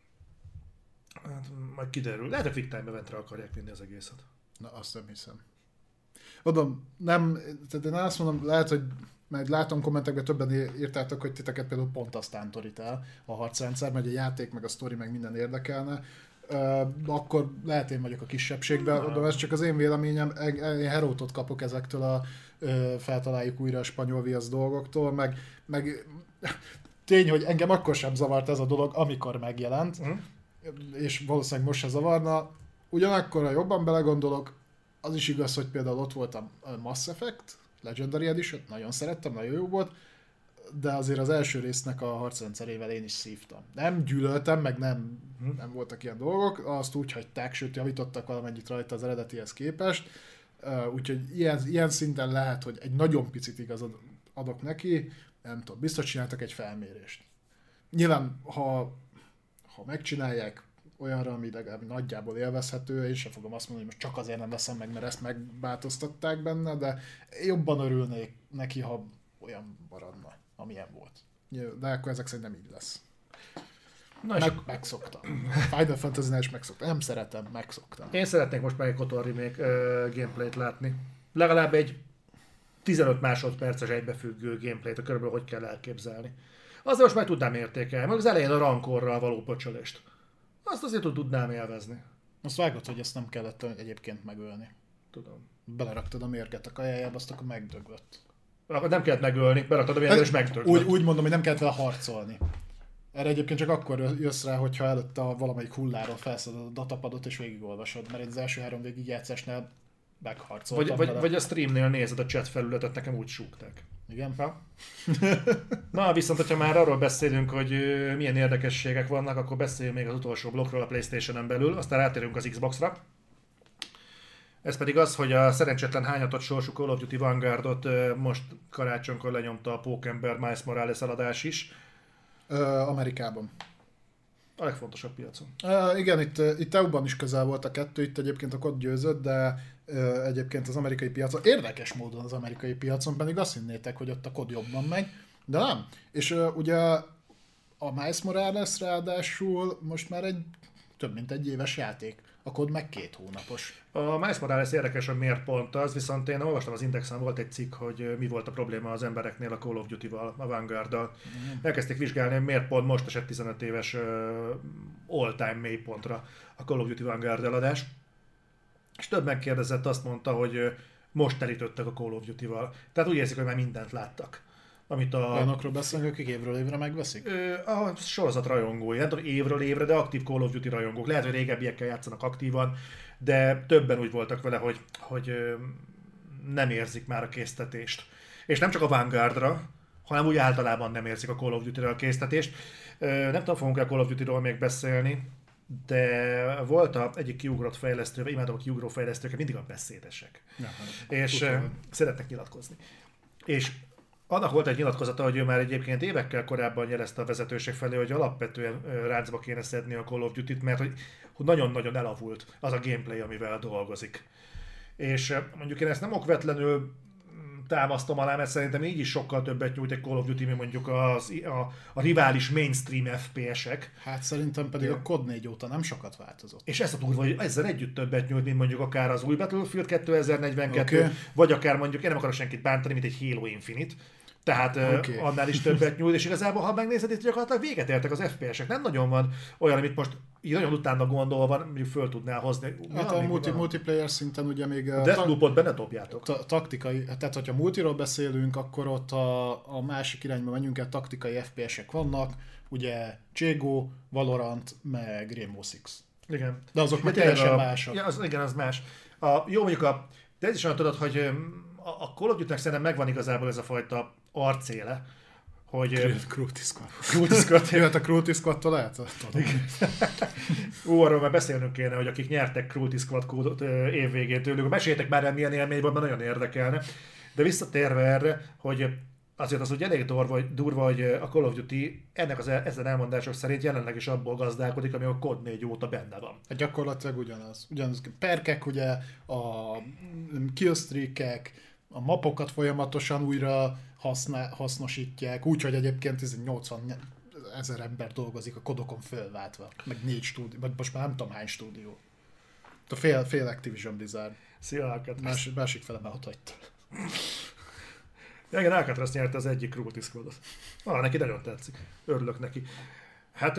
Hát, majd kiderül. Lehet, hogy Quick Time Eventre akarják vinni az egészet. Na, azt nem hiszem. Mondom, tehát én azt mondom, lehet, hogy mert látom kommentekben többen írtátok, hogy titeket például pont azt tántorít el a harcrendszer, mert a játék, meg a sztori, meg minden érdekelne. Akkor lehet én vagyok a kisebbségben, de ez csak az én véleményem, én herótot kapok ezektől a feltaláljuk újra a spanyol viasz dolgoktól, meg tény, hogy engem akkor sem zavart ez a dolog, amikor megjelent, és valószínűleg most se zavarna. Ugyanakkor, ha jobban belegondolok, az is igaz, hogy például ott volt a Mass Effect, Legendary Edition, nagyon szerettem, nagyon jó volt, de azért az első résznek a harcrendszerével én is szívtam. Nem gyűlöltem, meg nem voltak ilyen dolgok, azt úgy hagyták, sőt javítottak valamennyit rajta az eredetihez képest, úgyhogy ilyen szinten lehet, hogy egy nagyon picit igazat adok neki, nem tudom, biztos csináltak egy felmérést. Nyilván, ha megcsinálják olyanra, ami legalább nagyjából élvezhető, én sem fogom azt mondani, hogy most csak azért nem veszem meg, mert ezt megváltoztatták benne, de jobban örülnék neki, ha olyan maradna, amilyen volt. De akkor ezek szerint nem így lesz. Na megszoktam. Final Fantasy-nál is megszoktam. Nem szeretem, megszoktam. Én szeretnék most már egy KOTOR remake gameplayt látni. Legalább egy 15 másodperces egybefüggő gameplayt, a körülbelül hogy kell elképzelni. Azzal most már tudnám értékelni, meg az elején a rankorral való pöcsölést. Azt azért tudnám élvezni. Azt vágod, hogy ezt nem kellett egyébként megölni. Tudom. Beleraktad a mérget a kajájába, azt akkor megdöglött. Akkor nem kellett megölni, beraktad a mérget és megdöglött. Úgy mondom, hogy nem kellett vele harcolni. Erre egyébként csak akkor jössz rá, hogyha előtte valamelyik hulláról felszeded a datapadot és végigolvasod, mert az első 3 végigjátszásnál megharcoltam vagy a streamnél nézed a chat felületet, nekem úgy súgták. Igen? Na, viszont, hogyha már arról beszélünk, hogy milyen érdekességek vannak, akkor beszéljünk még az utolsó blokkról a PlayStation-en belül, aztán rátérünk az Xbox-ra. Ez pedig az, hogy a szerencsétlen hányatott sorsú Call of Duty Vanguardot most karácsonykor lenyomta a Pókember Miles Morales eladás is. Amerikában. A legfontosabb piacon. Igen, itt EU-ban is közel volt a kettő, itt egyébként a COD győzött, de egyébként az amerikai piacon, érdekes módon az amerikai piacon, pedig azt hinnétek, hogy ott a COD jobban megy, de nem. És ugye a Miles Morales ráadásul most már több mint egy éves játék. A COD meg 2 hónapos. A Miles Morales érdekes, hogy miért pont az, viszont én olvastam az Indexen, volt egy cikk, hogy mi volt a probléma az embereknél a Call of Duty-val, a Vanguarddal. Elkezdték vizsgálni, hogy miért pont most esett 15 éves all-time mélypontra a Call of Duty Vanguard eladás. És több megkérdezett, azt mondta, hogy most telítődtek a Call of Duty-val. Tehát úgy érzik, hogy már mindent láttak. Amit olyanokról beszélünk, akik évről évre megveszik? A sorozat rajongói, nem tudom évről évre, de aktív Call of Duty rajongók. Lehet, hogy régebbiekkel játszanak aktívan, de többen úgy voltak vele, hogy nem érzik már a késztetést. És nem csak a Vanguardra, hanem úgy általában nem érzik a Call of Duty-ra a késztetést. Nem tudom, fogunk-e Call of Duty-ról még beszélni, de volt egyik kiugrott fejlesztő, imádom a kiugró fejlesztőket, mindig a beszédesek. És szeretnek nyilatkozni. És annak volt egy nyilatkozata, hogy ő már egyébként évekkel korábban jelezte a vezetőség felé, hogy alapvetően ráncba kéne szedni a Call of Duty-t, mert hogy nagyon-nagyon elavult az a gameplay, amivel dolgozik. És mondjuk én ezt nem okvetlenül támasztom alá, mert szerintem így is sokkal többet nyújt egy Call of Duty, mint mondjuk a rivális mainstream FPS-ek. Hát szerintem pedig a COD 4 óta nem sokat változott. És ez a durva, hogy ezzel együtt többet nyújt, mint mondjuk akár az új Battlefield 2042, vagy akár mondjuk, én nem akarok senkit bántani, mint egy Halo Infinite. Tehát annál is többet nyújt, és igazából, ha megnézed, itt gyakorlatilag véget értek az FPS-ek. Nem nagyon van olyan, amit most így nagyon utána gondolva, mondjuk föl tudnál hozni. Hát a multiplayer szinten ugye még... Deathloopot benne dobjátok. Taktikai, tehát hogyha multiról beszélünk, akkor ott a másik irányba menjünk el, taktikai FPS-ek vannak, ugye CSGO, Valorant, meg Rainbow Six. Igen. De azok meg teljesen másak. Ja, igen, az más. Jó, mondjuk de ez is olyan tudod, hogy a Call of Duty-nek szerintem megvan igazából ez a fajta arcéle, hogy... Cruelty Squad. Cruelty Squad. Jöhet a Cruelty Squad-tól lehet? Arról már beszélnünk kéne, hogy akik nyertek Cruelty Squad kódot évvégén tőlük, meséltek már el milyen élmény volt, mert nagyon érdekelne. De visszatérve erre, hogy azért az úgy elég durva, hogy a Call of Duty ezen elmondások szerint jelenleg is abból gazdálkodik, ami a COD 4 óta benne van. Hát gyakorlatilag ugyanaz. Perkek, ugye a killstreakek, a mapokat folyamatosan újra hasznosítják, úgyhogy egyébként 80 000 ember dolgozik a kodokon fölváltva, meg 4 stúdió, vagy most már nem tudom hány stúdió. A fél Activision Blizzard. Szia, Alcatraz. Másik fele már ott hagyta. Igen, Alcatraz nyerte az egyik Cruelty Squadot. Neki nagyon tetszik. Örülök neki. Hát...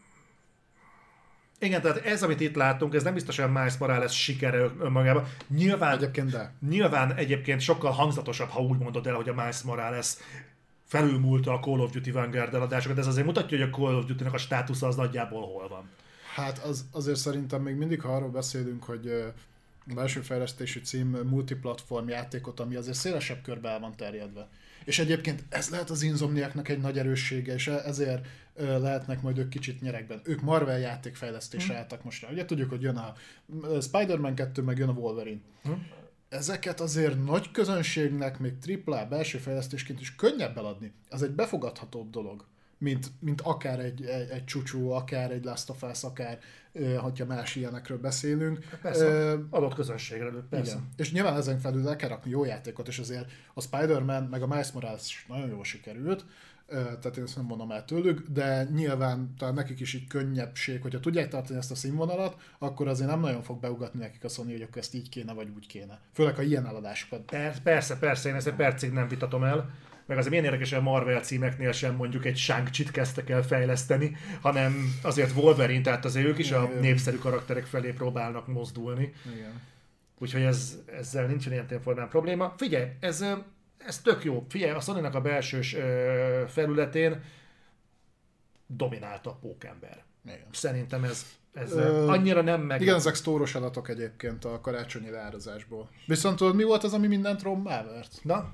Igen, tehát ez, amit itt látunk, ez nem biztosan Miles Morales sikere önmagában. Nyilván egyébként sokkal hangzatosabb, ha úgy mondod el, hogy a Miles Morales felülmúlta a Call of Duty Vanguard eladásokat, de ez azért mutatja, hogy a Call of Duty-nak a státusza az nagyjából hol van. Hát azért szerintem még mindig, ha arról beszélünk, hogy a belső fejlesztési cím multiplatform játékot, ami azért szélesebb körbe el van terjedve. És egyébként ez lehet az Insomniacnak egy nagy erőssége, és ezért lehetnek majd ők kicsit nyerekben. Ők Marvel játékfejlesztésre álltak most. Ugye tudjuk, hogy jön a Spider-Man 2, meg jön a Wolverine. Ezeket azért nagy közönségnek, még AAA belső fejlesztésként is könnyebb eladni. Ez egy befogadhatóbb dolog, mint akár egy csúcsú, akár egy Last of Us, akár ha más ilyenekről beszélünk. Persze, adott közönségre, persze. Igen. És nyilván ezen felül el kell rakni jó játékot, és azért a Spider-Man meg a Miles Morales is nagyon jól sikerült, tehát én ezt nem mondom el tőlük, de nyilván talán nekik is így könnyebbség, hogyha tudják tartani ezt a színvonalat, akkor azért nem nagyon fog beugatni nekik a Sony, hogy akkor ezt így kéne, vagy úgy kéne. Főleg, ha ilyen eladásokat. Persze, én ezt egy percig nem vitatom el. Meg azért milyen érdekes, hogy a Marvel címeknél sem mondjuk egy Shang-Chi-t kezdtek el fejleszteni, hanem azért Wolverine, tehát azért ők is a népszerű karakterek felé próbálnak mozdulni. Igen. Úgyhogy ezzel nincsen ilyen formán probléma. Figyelj, ez tök jó. Figyelj, a Sony-nak a belsős felületén dominálta a pókember. Igen. Szerintem ez annyira nem meg... Igen, ezek sztóros adatok egyébként a karácsonyi árazásból. Viszont tudod, mi volt az, ami mindent rommá vert? Na?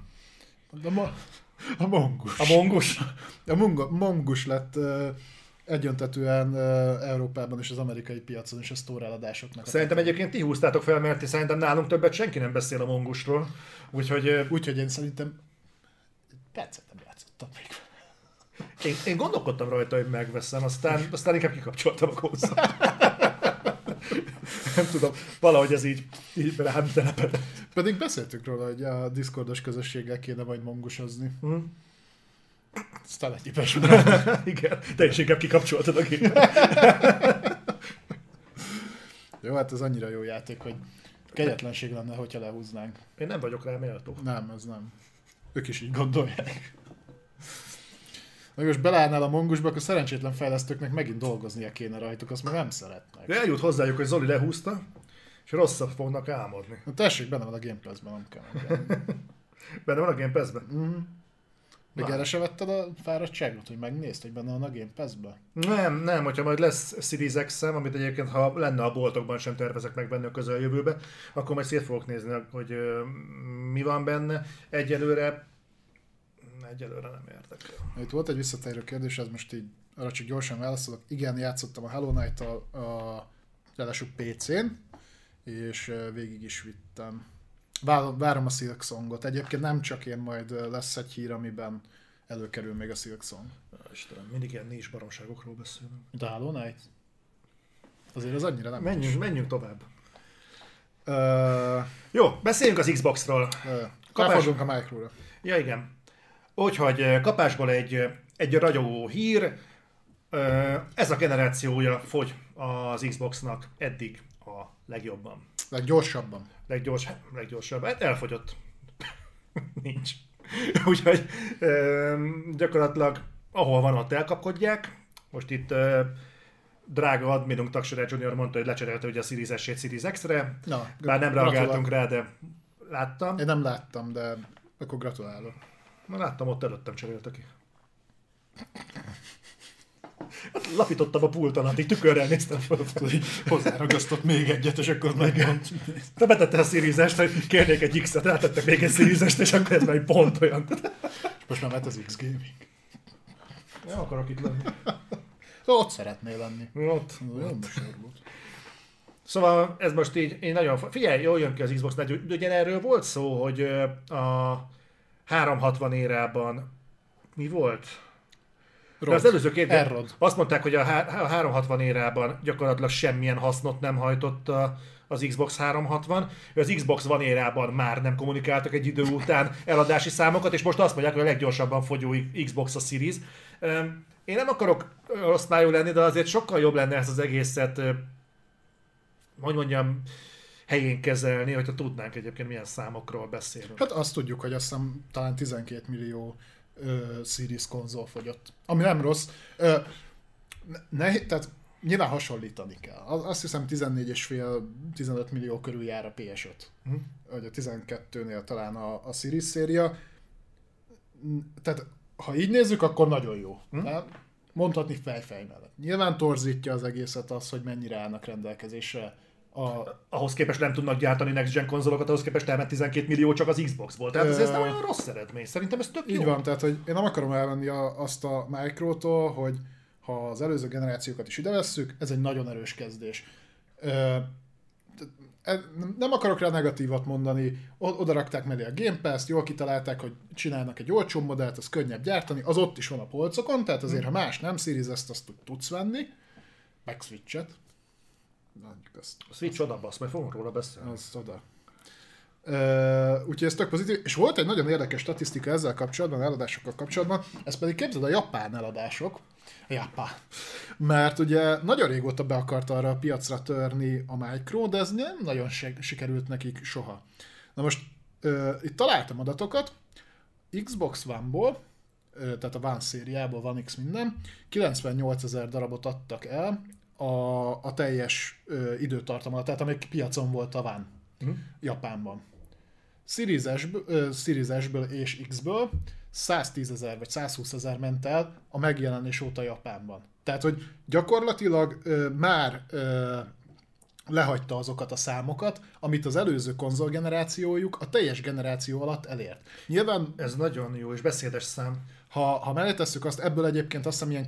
A mongus. A mongus? A mongus lett egyöntetűen Európában és az amerikai piacon is a sztórál adásoknak. Szerintem egyébként ti húztátok fel, mert szerintem nálunk többet senki nem beszél a mongusról. Úgyhogy én szerintem percet nem játszottam még. Én gondolkodtam rajta, hogy megveszem, aztán inkább kikapcsoltam a konzolt. Nem tudom, valahogy ez így rám telepedett. Pedig beszéltük róla, hogy a Discordos közösséggel kéne majd mongusozni. Aztán egyébes. Igen, te is inkább kikapcsoltad a gépet. Jó, hát ez annyira jó játék, hogy kegyetlenség lenne, hogyha lehúznánk. Én nem vagyok rá méltó. Nem, az nem. Ők is így gondolják. Meg most beleállnál a mongusba, akkor szerencsétlen fejlesztőknek megint dolgoznia kéne rajtuk, azt meg nem szeretnek. De eljut hozzájuk, hogy Zoli lehúzta, és rosszat fognak álmodni. Na tessék, benne van a Game Pass-ben, nem kell megjelni. Benne van a Game Pass-ben? Még erre se vetted a fáradtságot, hogy megnézd, hogy benne van a Game Pass-ben? Nem, hogyha majd lesz Series X-em, amit egyébként ha lenne a boltokban sem tervezek meg benne a közeljövőbe, akkor majd szét fogok nézni, hogy mi van benne. Egyelőre nem érdekel. Itt volt egy visszatérő kérdés, ez most így arra csak gyorsan válaszolok. Igen, játszottam a Hollow Knight-tal ráadásul PC-n, és végig is vittem. Várom a Silksongot. Egyébként nem csak én, majd lesz egy hír, amiben előkerül még a Silksong. Istenem, mindig ilyen nincs baromságokról beszélünk. Mint a Hollow Knight? Azért az annyira nem. Menjünk tovább. Jó, beszéljünk az Xbox-ról. Ráfordulunk a Micro-ra. Ja, igen. Úgyhogy kapásból egy ragyogó hír. Ez a generációja fogy az Xboxnak eddig a legjobban. Leggyorsabban. Leggyorsabban. Hát elfogyott. Nincs. Úgyhogy gyakorlatilag ahol van, ott elkapkodják. Most itt drága adminunk Taksere Junior mondta, hogy lecserélte ugye a Series S-ét Series X-re. Bár nem reagáltunk rá, de láttam. Én nem láttam, de akkor gratulálok. Na láttam, ott előttem cserélte ki. Hát lapítottam a pulton, így tükörrel néztem fel. Hozzáragasztott még egyet, és akkor megmond. Te betette a Series-est, hogy kérnék egy X-et, rátettek még egy Series-est, és akkor ez már pont olyan. Most már mert az X-Gaming. Nem akarok itt lenni. Ott szeretnél lenni. Ott. Jó műsor volt. Szóval ez most így nagyon... Figyelj, jól jön ki az Xbox, de ugye erről volt szó, hogy a 360 érában mi volt? De az előző két azt mondták, hogy a 360 érában gyakorlatilag semmilyen hasznot nem hajtott az Xbox 360. Az Xbox One érában már nem kommunikáltak egy idő után eladási számokat, és most azt mondják, hogy a leggyorsabban fogyó Xbox a Series. Én nem akarok rossz májú lenni, de azért sokkal jobb lenne ezt az egészet, hogy mondjam, helyén kezelni, hogyha tudnánk egyébként milyen számokról beszélünk. Hát azt tudjuk, hogy azt hiszem talán 12 millió Series konzol fogyott. Ami nem rossz. Tehát nyilván hasonlítani kell. Azt hiszem 14,5-15 millió körül jár a PS5. Vagy a 12-nél talán a Series széria. Tehát ha így nézzük, akkor nagyon jó. Mondhatni fejfej mellett. Nyilván torzítja az egészet az, hogy mennyire állnak rendelkezésre. Ahhoz képest nem tudnak gyártani next gen konzolokat, ahhoz képest elment 12 millió csak az Xbox volt. Tehát ez nem olyan rossz eredmény. Szerintem ez tök jó. Így van, tehát hogy én nem akarom elvenni azt a Microtól, hogy ha az előző generációkat is ide vesszük, ez egy nagyon erős kezdés. Nem akarok rá negatívat mondani, oda rakták mellé a Game Pass-t, jól kitalálták, hogy csinálnak egy olcsó modellt, az könnyebb gyártani, az ott is van a polcokon, tehát azért ha más nem Series ezt azt tudsz venni, meg Switch-et. A Switch oda bassz, majd fogunk róla beszélni. Az oda. Úgyhogy ez tök pozitív, és volt egy nagyon érdekes statisztika ezzel kapcsolatban, eladásokkal kapcsolatban, ez pedig képzeld a japán eladások. Japán. Mert ugye nagyon régóta be akart arra a piacra törni a Micro, de ez nem nagyon sikerült nekik soha. Na most itt találtam adatokat, Xbox One-ból, tehát a One szériából, One X minden, 98 000 darabot adtak el a teljes időtartam alatt, tehát amelyik piacon volt a One Japánban. Series S-ből és X-ből 110 000 vagy 120 000 ment el a megjelenés óta Japánban. Tehát, hogy gyakorlatilag már lehagyta azokat a számokat, amit az előző konzolgenerációjuk a teljes generáció alatt elért. Nyilván ez nagyon jó és beszédes szám. Ha mellé tesszük azt, ebből egyébként azt hiszem ilyen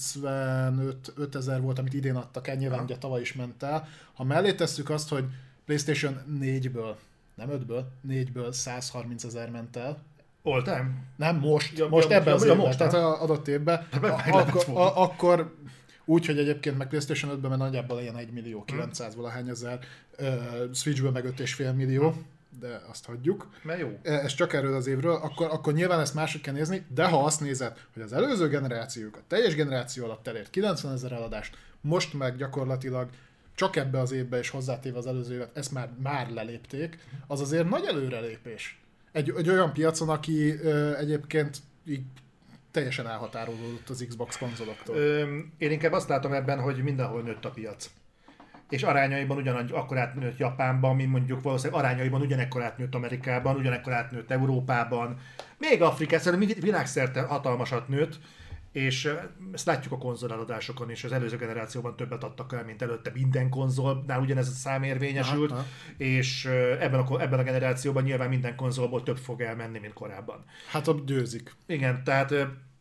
95 000 volt, amit idén adtak el, nyilván ugye tavaly is ment el. Ha mellé tesszük azt, hogy PlayStation 4-ből, nem 5-ből, 4-ből 130 000 ment el. All time? Nem, most ebben az évben, tehát adott évben. Akkor úgy, hogy egyébként meg PlayStation 5-ben nagyjából ilyen 1 millió 900 valahány ezer, Switchből meg 5,5 millió, de azt hagyjuk. Mert jó. Ez csak erről az évről, akkor nyilván ezt máshogy kell nézni, de ha azt nézed, hogy az előző generációk, a teljes generáció alatt elért 90 000 eladást, most meg gyakorlatilag csak ebbe az évbe és hozzátéve az előző évet, ezt már lelépték, az azért nagy előrelépés. Egy olyan piacon, aki egyébként így teljesen elhatárolódott az Xbox konzoloktól. Én inkább azt látom ebben, hogy mindenhol nőtt a piac. És arányaiban akkor átnőtt Japánban, mint mondjuk valószínűleg arányaiban ugyanekkor átnőtt Amerikában, ugyanekkor átnőtt Európában, még Afrikában, szerintem világszerte hatalmasat nőtt, és ezt látjuk a konzoleladásokon is, az előző generációban többet adtak el, mint előtte minden konzolnál ugyanez a szám érvényesült, és ebben a generációban nyilván minden konzolból több fog elmenni, mint korábban. Hát ott győzik. Igen, tehát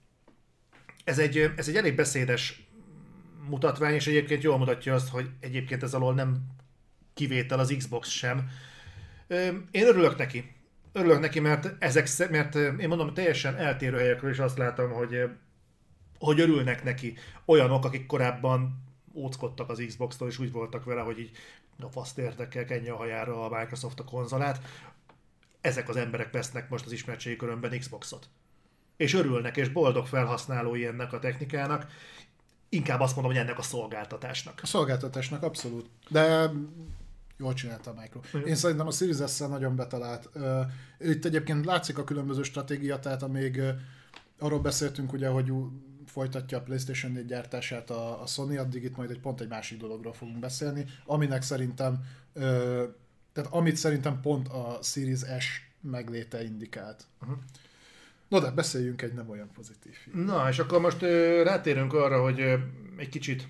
ez egy elég beszédes mutatvány, és egyébként jól mutatja azt, hogy egyébként ez alól nem kivétel az Xbox sem. Én örülök neki, mert én mondom, teljesen eltérő helyekről is azt látom, hogy örülnek neki olyanok, akik korábban óckodtak az Xbox-tól, és úgy voltak vele, hogy így a faszt érdekel, kenje a hajára a Microsoft a konzolát. Ezek az emberek vesznek most az ismertségi körömben Xboxot. És örülnek, és boldog felhasználói ennek a technikának. Inkább azt mondom, hogy ennek a szolgáltatásnak. A szolgáltatásnak abszolút. De jól csinálta a Micro. Én szerintem a Series S-szel nagyon betalált. Itt egyébként látszik a különböző stratégia, tehát amíg arról beszéltünk ugye, hogy folytatja a PlayStation 4 gyártását a Sony, addig itt majd pont egy másik dologról fogunk beszélni, aminek szerintem, tehát amit szerintem pont a Series S megléte indikált. No de beszéljünk egy nem olyan pozitív film. Na, és akkor most rátérünk arra, hogy egy kicsit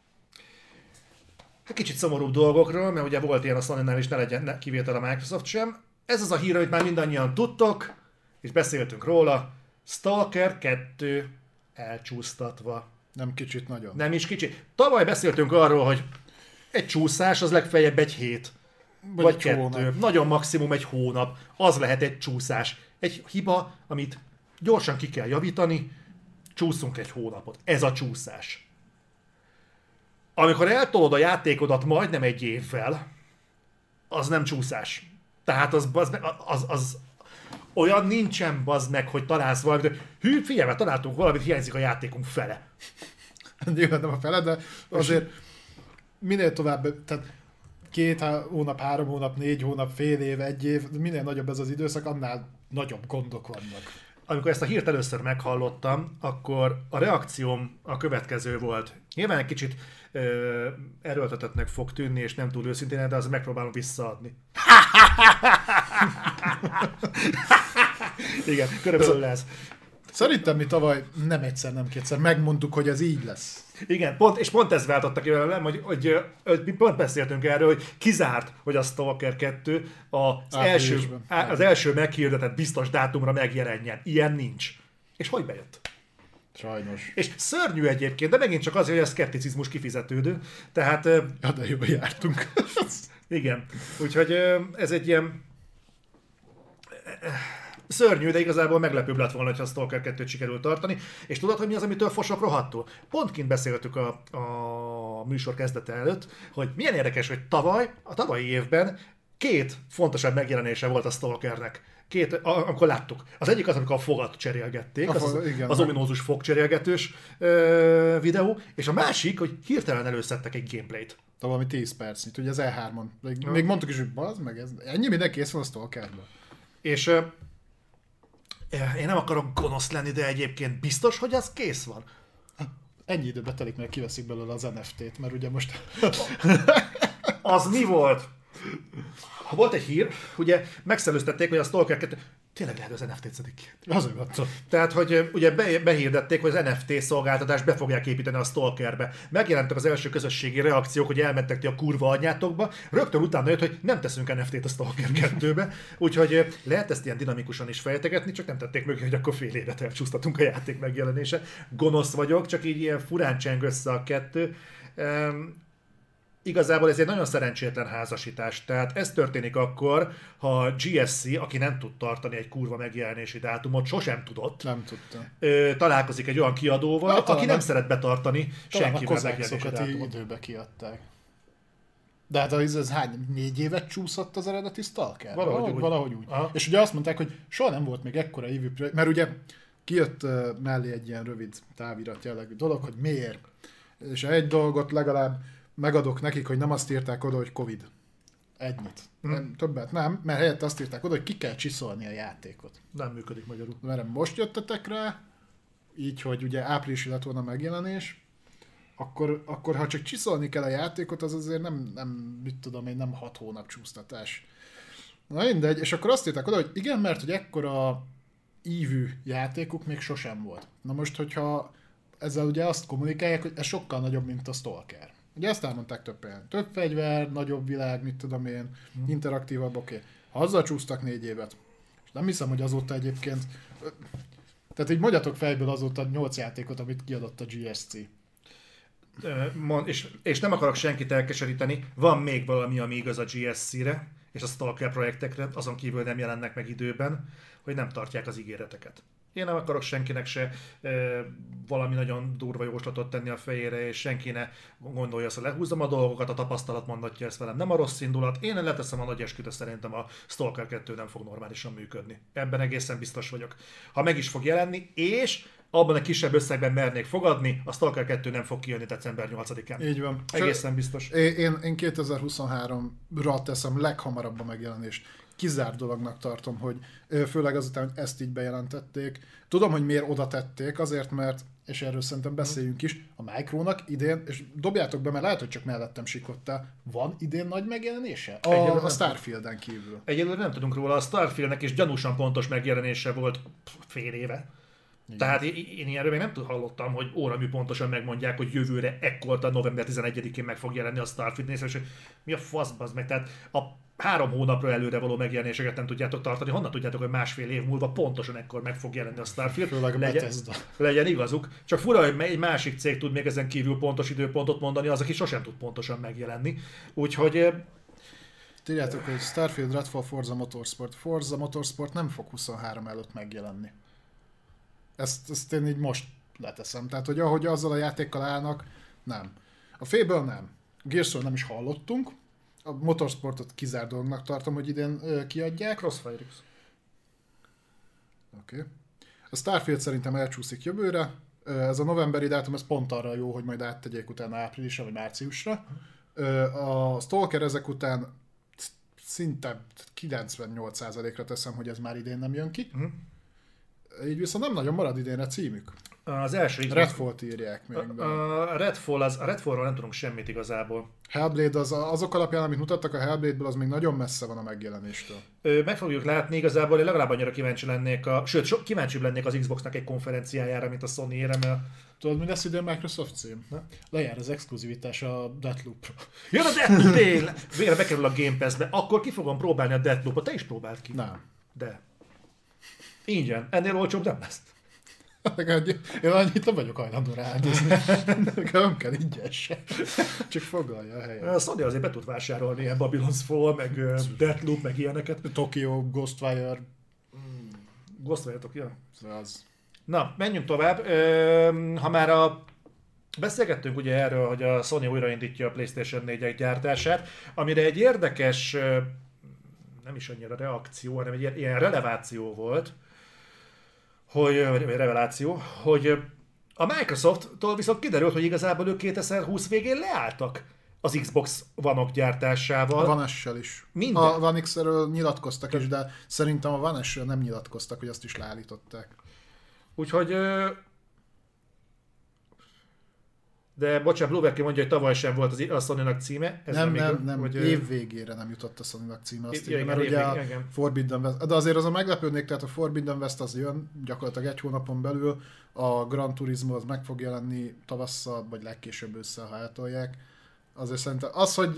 szomorúbb dolgokról, mert ugye volt ilyen a Sony-nál is, ne legyen kivétel a Microsoft sem. Ez az a hír, amit már mindannyian tudtok, és beszéltünk róla. Stalker 2 elcsúsztatva. Nem kicsit, nagyon. Nem is kicsit. Tavaly beszéltünk arról, hogy egy csúszás az legfeljebb egy hét. Vagy 2. Hónap. Nagyon maximum egy hónap. Az lehet egy csúszás. Egy hiba, amit gyorsan ki kell javítani, csúszunk egy hónapot. Ez a csúszás. Amikor eltolod a játékodat majdnem egy évvel, az nem csúszás. Tehát az olyan nincsen, bazd meg, hogy találsz valamit, de figyelj, mert találtunk valamit, hiányzik a játékunk fele. Nyilván nem a fele, de azért minél tovább, tehát 2 hónap, 3 hónap, 4 hónap, fél év, 1 év, minél nagyobb ez az időszak, annál nagyobb gondok vannak. Amikor ezt a hírt először meghallottam, akkor a reakcióm a következő volt. Nyilván egy kicsit erőltetettnek fog tűnni, és nem túl őszintén, de azt megpróbálom visszaadni. Igen, körülbelül ez. Szerintem mi tavaly nem egyszer, nem kétszer megmondtuk, hogy ez így lesz. Igen, pont ez váltotta ki velem, hogy pont beszéltünk erről, hogy kizárt, hogy a Stalker 2 az első meghirdetett biztos dátumra megjelenjen. Ilyen nincs. És hogy bejött? Sajnos. És szörnyű egyébként, de megint csak azért, hogy a szkepticizmus kifizetődő. Tehát... Ja, de jobban jártunk. Igen. Úgyhogy ez egy ilyen... Szörnyű, de igazából meglepőbb lett volna, hogyha a Stalker 2-t sikerült tartani. És tudod, hogy mi az, amitől fosok rohadtul? Pont kint beszéltük a műsor kezdete előtt, hogy milyen érdekes, hogy a tavalyi évben 2 fontosabb megjelenése volt a Stalkernek. 2, amikor láttuk. Az egyik az, amikor a fogat cserélgették, az ominózus fogcserélgetős videó, és a másik, hogy hirtelen előszedtek egy gameplayt. Valami 10 percnyit, ugye az E3-on. Még mondtuk is, hogy bazd meg, ennyi minden kész van a Stalkerben. És én nem akarok gonosz lenni, de egyébként biztos, hogy az kész van. Ennyi időbe telik, mert kiveszik belőle az NFT-t, mert ugye most... Az mi volt? Ha volt egy hír, ugye megszellőztették, hogy a Stalker 2... Tényleg lehet, az NFT-t szedik ki. Azért van. Tehát, hogy ugye behirdették, hogy az NFT szolgáltatást be fogják építeni a Stalkerbe. Megjelentek az első közösségi reakciók, hogy elmentek ti a kurva anyjátokba. Rögtön utána jött, hogy nem teszünk NFT-t a Stalker 2-be. Úgyhogy lehet ezt ilyen dinamikusan is fejtegetni, csak nem tették mögé, hogy akkor fél évet elcsúsztatunk a játék megjelenése. Gonosz vagyok, csak így ilyen furán cseng össze a kettő. Igazából ez egy nagyon szerencsétlen házasítás. Tehát ez történik akkor, ha GSC, aki nem tud tartani egy kurva megjelenési dátumot, sosem tudott. Nem tudta. Találkozik egy olyan kiadóval, aki nem szeret betartani senkivel a megjelenési dátumot. Időbe kiadták. De hát ez hány? 4 évet csúszott az eredeti Stalker? Valahogy úgy. Aha. És ugye azt mondták, hogy soha nem volt még ekkora ívű projekt, mert ugye kijött mellé egy ilyen rövid távirat jellegű dolog, hogy miért. És egy dolgot legalább megadok nekik, hogy nem azt írták oda, hogy Covid. Ennyit. Többet nem, mert helyett azt írták oda, hogy ki kell csiszolni a játékot. Nem működik magyarul. Mert most jöttetek rá, így, hogy ugye áprilisi lett volna megjelenés, akkor ha csak csiszolni kell a játékot, az azért nem mit tudom én, nem 6 hónap csúsztatás. Na mindegy, és akkor azt írták oda, hogy igen, mert hogy ekkora ívű játékuk még sosem volt. Na most, hogyha ezzel ugye azt kommunikálják, hogy ez sokkal nagyobb, mint a Stalker. Ugye ezt elmondták több fegyver, nagyobb világ, mit tudom én, interaktívabb, oké. Ha azzal csúsztak 4 évet, és nem hiszem, hogy azóta egyébként, tehát így mondjatok fejből azóta 8 játékot, amit kiadott a GSC. És nem akarok senkit elkeseríteni, van még valami, ami igaz a GSC-re, és a Stalker projektekre, azon kívül nem jelennek meg időben, hogy nem tartják az ígéreteket. Én nem akarok senkinek se valami nagyon durva jóslatot tenni a fejére, és senki ne gondolja azt, hogy lehúzzam a dolgokat, a tapasztalat mondatja ezt velem. Nem a rossz indulat, én leteszem a nagy esküt, szerintem a Stalker 2 nem fog normálisan működni. Ebben egészen biztos vagyok. Ha meg is fog jelenni, és abban a kisebb összegben mernék fogadni, a Stalker 2 nem fog kijönni december 8-án. Így van. Egészen biztos. Én 2023-ra teszem leghamarabb a megjelenést. Kizárt dolognak tartom, hogy főleg azután, hogy ezt így bejelentették. Tudom, hogy miért oda tették, azért, mert, és erről szerintem beszéljünk is, a Micronak idén, és dobjátok be, mert lehet, hogy csak mellettem sikottál, van idén nagy megjelenése? A Starfielden kívül. Egyelőre nem tudunk róla, a Starfieldnek is gyanúsan pontos megjelenése volt fél éve. Igen. Tehát én ilyenről még nem hallottam, hogy óramű pontosan megmondják, hogy jövőre ekkorta november 11-én meg fog jelenni a Starfield, és mi a fasz az meg, tehát a 3 hónapra előre való megjelenéseket nem tudjátok tartani, honnan tudjátok, hogy másfél év múlva pontosan ekkor meg fog jelenni a Starfield. Főleg legyen igazuk. Csak fura, hogy egy másik cég tud még ezen kívül pontos időpontot mondani, az, aki sosem tud pontosan megjelenni. Úgyhogy... Tudjátok, hogy Starfield, Redfall, Forza Motorsport. Forza Motorsport nem fog 23 előtt megjelenni. Ezt én így most leteszem. Tehát, hogy ahogy azzal a játékkal állnak, nem. A Fable nem. Gearsről nem is hallottunk. A Motorsportot kizárt dolognak tartom, hogy idén kiadják. Crossfire X. Oké. A Starfield szerintem elcsúszik jövőre. Ez a novemberi dátum, ez pont arra jó, hogy majd áttegyék utána áprilisra vagy márciusra. A Stalker ezek után szinte 98%-ra teszem, hogy ez már idén nem jön ki. Így viszont nem nagyon marad idénre címük. Az első Redfall-t írják még. A Redfallról nem tudunk semmit igazából. Hellblade, azok alapján, amit mutattak a Hellblade-ből, az még nagyon messze van a megjelenéstől. Meg fogjuk látni, igazából én legalább annyira kíváncsi lennék, sőt, kíváncsibb lennék az Xboxnak egy konferenciájára, mint a Sony-ére, mert... Tudod, mi lesz idén Microsoft cím? Lejár az exkluzivitás a Deathloop-ra. Jön a Deathloop, tényleg! Végre bekerül a Game Pass-be, akkor ki fogom próbálni a Deathloop-ot, te is próbáld ki. Nem. De. Ingyen, ennél olcsóbb nem lesz. Én annyit nem vagyok hajlandó rááldozni. Nem kell ingyen se. Csak foglalja a helyet. A Sony azért be tud vásárolni ilyen Babylon's Fall, meg Deathloop, meg ilyeneket. Tokyo, Ghostwire. Ghostwire Tokyo? Az. Na, menjünk tovább. Ha már beszélgettünk ugye erről, hogy a Sony újraindítja a PlayStation 4 gyártását, amire egy érdekes, nem is annyira reakció, hanem egy ilyen releváció volt, hogy a Microsofttól viszont kiderült, hogy igazából ők 2020 végén leálltak az Xbox One-ok gyártásával. A One S-sel is. Minden. A One X-ről nyilatkoztak is, de szerintem a One S-ről nem nyilatkoztak, hogy azt is leállították. Úgyhogy De bocsánat, Blueberry mondja, hogy tavaly sem volt a Sony-nak címe. Ez nem, hogy, év végére nem jutott a Sony-nak címe, azt igen, mert ugye a igen. Forbidden West, de azért azon meglepődnék, tehát a Forbidden West az jön, gyakorlatilag egy hónapon belül, a Gran Turismo az meg fog jelenni tavasszal, vagy legkésőbb ősszel, ha eltolják. Azért szerintem az, hogy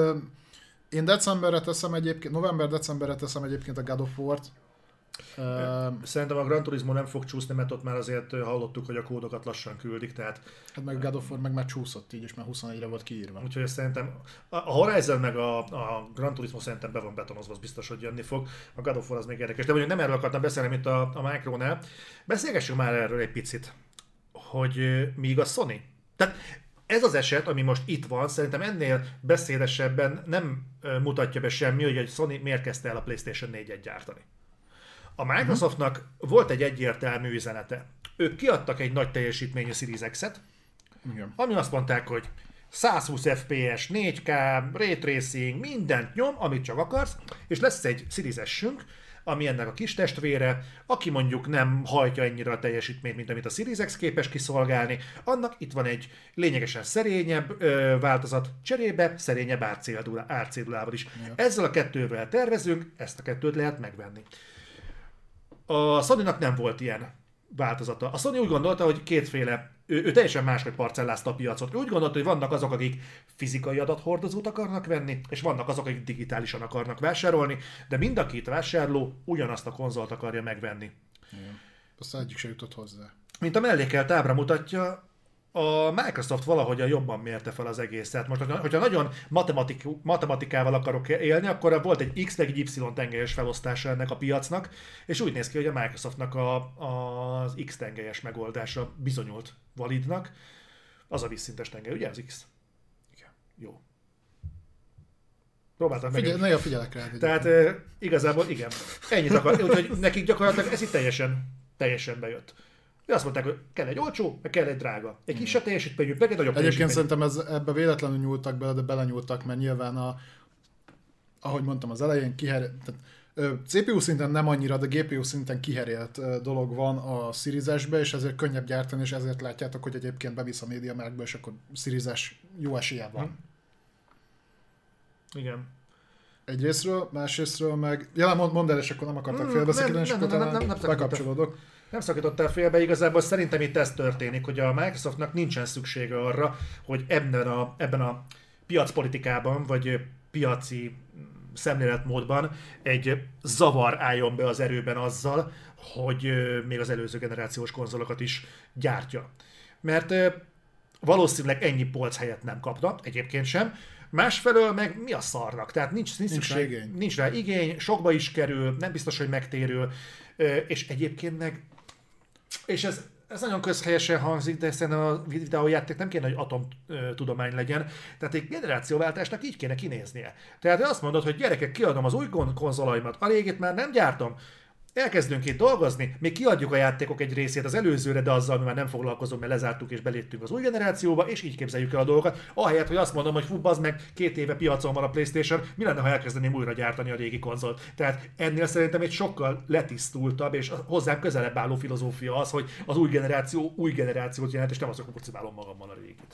én november-decemberre teszem egyébként a God of War-t. Szerintem a Gran Turismo nem fog csúszni, mert ott már azért hallottuk, hogy a kódokat lassan küldik, tehát... Hát meg a God of War meg már csúszott így, és már 21-re volt kiírva. Úgyhogy szerintem a Horizon meg a Gran Turismo szerintem be van betonozva, az biztos, hogy jönni fog. A God of War az még érdekes. De mondjuk nem erről akartam beszélni, mint a Micronál. Beszélgessünk már erről egy picit, hogy míg a Sony. Tehát ez az eset, ami most itt van, szerintem ennél beszédesebben nem mutatja be semmi, hogy a Sony miért kezdte el a PlayStation 4-et gyártani. A Microsoftnak volt egy egyértelmű üzenete. Ők kiadtak egy nagy teljesítményű Series X-et, ami azt mondták, hogy 120 FPS, 4K, Ray Tracing, mindent nyom, amit csak akarsz, és lesz egy Series S-ünk, ami ennek a kis testvére, aki mondjuk nem hajtja ennyire a teljesítményt, mint amit a Series X képes kiszolgálni, annak itt van egy lényegesen szerényebb változat, cserébe szerényebb árcédulával is. Ja. Ezzel a kettővel tervezünk, ezt a kettőt lehet megvenni. A Sony-nak nem volt ilyen változata. A Sony úgy gondolta, hogy kétféle, ő teljesen máshogy parcellázta a piacot. Ő úgy gondolta, hogy vannak azok, akik fizikai adathordozót akarnak venni, és vannak azok, akik digitálisan akarnak vásárolni, de mind a két vásárló ugyanazt a konzolt akarja megvenni. Igen. Aztán egyik se jutott hozzá. Mint a mellékelt ábra mutatja, a Microsoft valahogyan jobban mérte fel az egészet. Most, hogyha nagyon matematikával akarok élni, akkor volt egy X meg egy Y tengelyes felosztása ennek a piacnak, és úgy néz ki, hogy a Microsoftnak az X tengelyes megoldása bizonyult validnak. Az a vízszintes tengely, ugye az X? Igen. Jó. Próbáltam meg. Figyelek rá. Tehát igazából igen. Ennyit akar. Úgyhogy nekik gyakorlatilag ez itt teljesen bejött. Azt mondták, hogy kell egy olcsó, meg kell egy drága. Egy kisebb teljesítményű, meg egy nagyobb teljesítményű. Egyébként szerintem ebbe véletlenül nyúltak bele, de belenyúltak, mert nyilván ahogy mondtam az elején, CPU szinten nem annyira, de GPU szinten kiherélt dolog van a Series S-be, és ezért könnyebb gyártani, és ezért látjátok, hogy egyébként bevisz a MediaMarktba, és akkor Series S jó esélye van. Igen. Egyrésztről, másrésztről meg... mondd el, és akkor nem akartak félbeszakítani, és akkor bekapcsolódok. Nem szakítottál félbe, igazából szerintem itt ez történik, hogy a Microsoftnak nincsen szüksége arra, hogy ebben a piacpolitikában, vagy piaci szemléletmódban egy zavar álljon be az erőben azzal, hogy még az előző generációs konzolokat is gyártja. Mert valószínűleg ennyi polc helyet nem kapna, egyébként sem. Másfelől meg mi a szarnak? Tehát nincs szükség, nincs rá igény, sokba is kerül, nem biztos, hogy megtérül, és egyébként meg, és ez nagyon közhelyesen hangzik, de szerintem a videójáték nem kéne, hogy atomtudomány legyen. Tehát egy generációváltásnak így kéne kinéznie. Tehát azt mondod, hogy gyerekek, kiadom az új konzolaimat, a régit már nem gyártom, elkezdünk itt dolgozni, még kiadjuk a játékok egy részét az előzőre, de azzal mi már nem foglalkozunk, mert lezártuk és beléptünk az új generációba, és így képzeljük el a dolgokat. Ahelyett, hogy azt mondom, hogy fú, bazd meg, 2 éve piacon van a PlayStation, mi lenne, ha elkezdeném újra gyártani a régi konzolt. Tehát ennél szerintem egy sokkal letisztultabb és hozzám közelebb álló filozófia az, hogy az új generációt jelent, és nem azok, hogy pocibálom magammal a régit.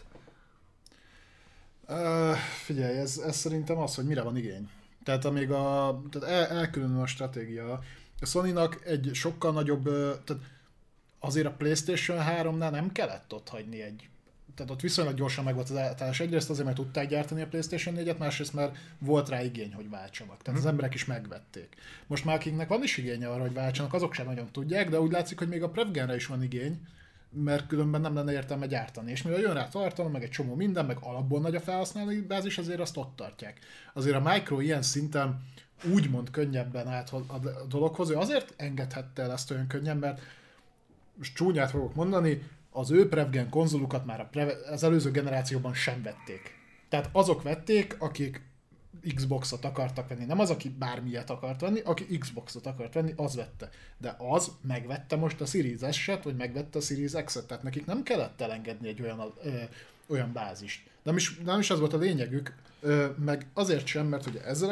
Figyelj, ez szerintem az, hogy mire van igény. Tehát amíg elkülönül a stratégia, a Sony-nak egy sokkal nagyobb, tehát azért a PlayStation 3-nál nem kellett ott hagyni tehát ott viszonylag gyorsan meg volt az átállás. Egyrészt azért, mert tudták gyártani a PlayStation 4-et, másrészt mert volt rá igény, hogy váltsanak. Tehát az emberek is megvették. Most már akiknek van is igénye arra, hogy váltsanak, azok sem nagyon tudják, de úgy látszik, hogy még a Prevgenre is van igény, mert különben nem lenne értelme gyártani. És mivel jön rá tartalom, meg egy csomó minden, meg alapból nagy a felhasználói bázis, azért azt ott tartják. Azért a Micro ilyen szinten úgymond könnyebben állt a dologhoz, ő azért engedhette el ezt olyan könnyen, mert most csúnyát fogok mondani, az ő Prevgen konzolukat már az előző generációban sem vették. Tehát azok vették, akik Xboxot akartak venni. Nem az, aki bármilyet akart venni, aki Xboxot akart venni, az vette. De az megvette most a Series S-et, vagy megvette a Series X-et, tehát nekik nem kellett elengedni egy olyan bázist. Nem is az volt a lényegük, meg azért sem, mert ugye ezzel a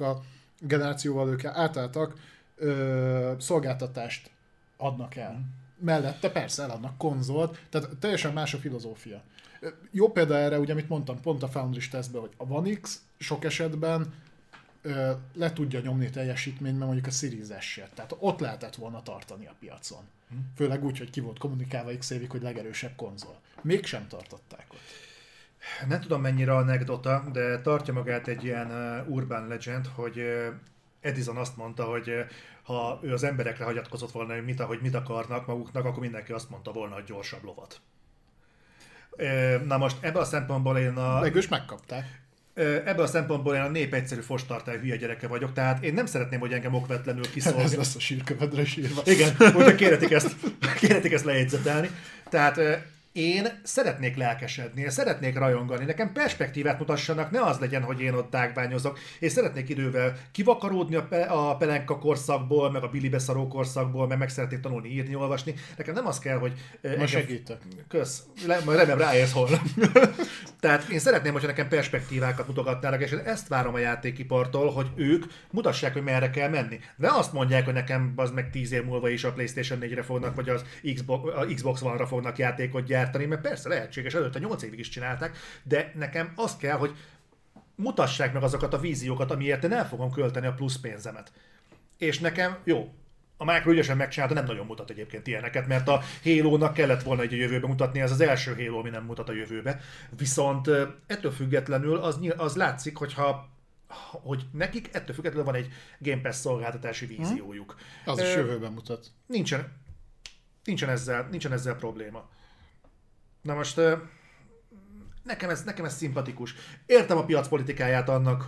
generációval ők átálltak, szolgáltatást adnak el. mellette persze eladnak konzolt, tehát teljesen más a filozófia. Jó példa erre, ugye, amit mondtam, pont a Foundry tesztben, hogy a One X sok esetben le tudja nyomni teljesítményben mondjuk a Series S-et. Tehát ott lehetett volna tartani a piacon. Főleg úgy, hogy ki volt kommunikálva x évig, hogy legerősebb konzol. Mégsem tartották ott. Nem tudom mennyire anekdota, de tartja magát egy ilyen urban legend, hogy Edison azt mondta, hogy ha ő az emberekre hagyatkozott volna, hogy mit akarnak maguknak, akkor mindenki azt mondta volna, hogy gyorsabb lovat. Na most ebből a szempontból én Mégis megkapták. Ebből a szempontból én a nép egyszerű fostartály hülye gyereke vagyok, tehát én nem szeretném, hogy engem okvetlenül kiszolgál. Ez lesz a sírkövedre sírva. Igen, úgyhogy kérhetik ezt lejegyzetelni. Tehát én szeretnék lelkesedni, én szeretnék rajongani, nekem perspektívát mutassanak, ne az legyen, hogy én ott dágványozok. Én szeretnék idővel kivakaródni a pelenka korszakból, meg a bilibeszaró korszakból, meg szeretnék tanulni írni, olvasni. Nekem nem az kell, hogy... Ma segítek. Kösz. Remélem ráérsz holnap. Tehát én szeretném, hogyha nekem perspektívákat mutogatnának, és ezt várom a játékipartól, hogy ők mutassák, hogy merre kell menni. Ne azt mondják, hogy nekem az meg 10 év múlva is a PlayStation 4-re fognak, vagy az Xbox One-ra fognak játékot gyártani, mert persze lehetséges, előtte 8 évig is csinálták, de nekem az kell, hogy mutassák meg azokat a víziókat, amiért én el fogom költeni a plusz pénzemet. És nekem, jó, a Micro ügyesen megcsinálta, nem nagyon mutat egyébként ilyeneket, mert a Halo-nak kellett volna egy a jövőbe mutatni, ez az első Halo, ami nem mutat a jövőbe. Viszont ettől függetlenül az látszik, hogy nekik ettől függetlenül van egy Game Pass szolgáltatási víziójuk. Az is jövőben mutat. Nincsen ezzel probléma. Na most nekem ez szimpatikus. Értem a piac politikáját annak,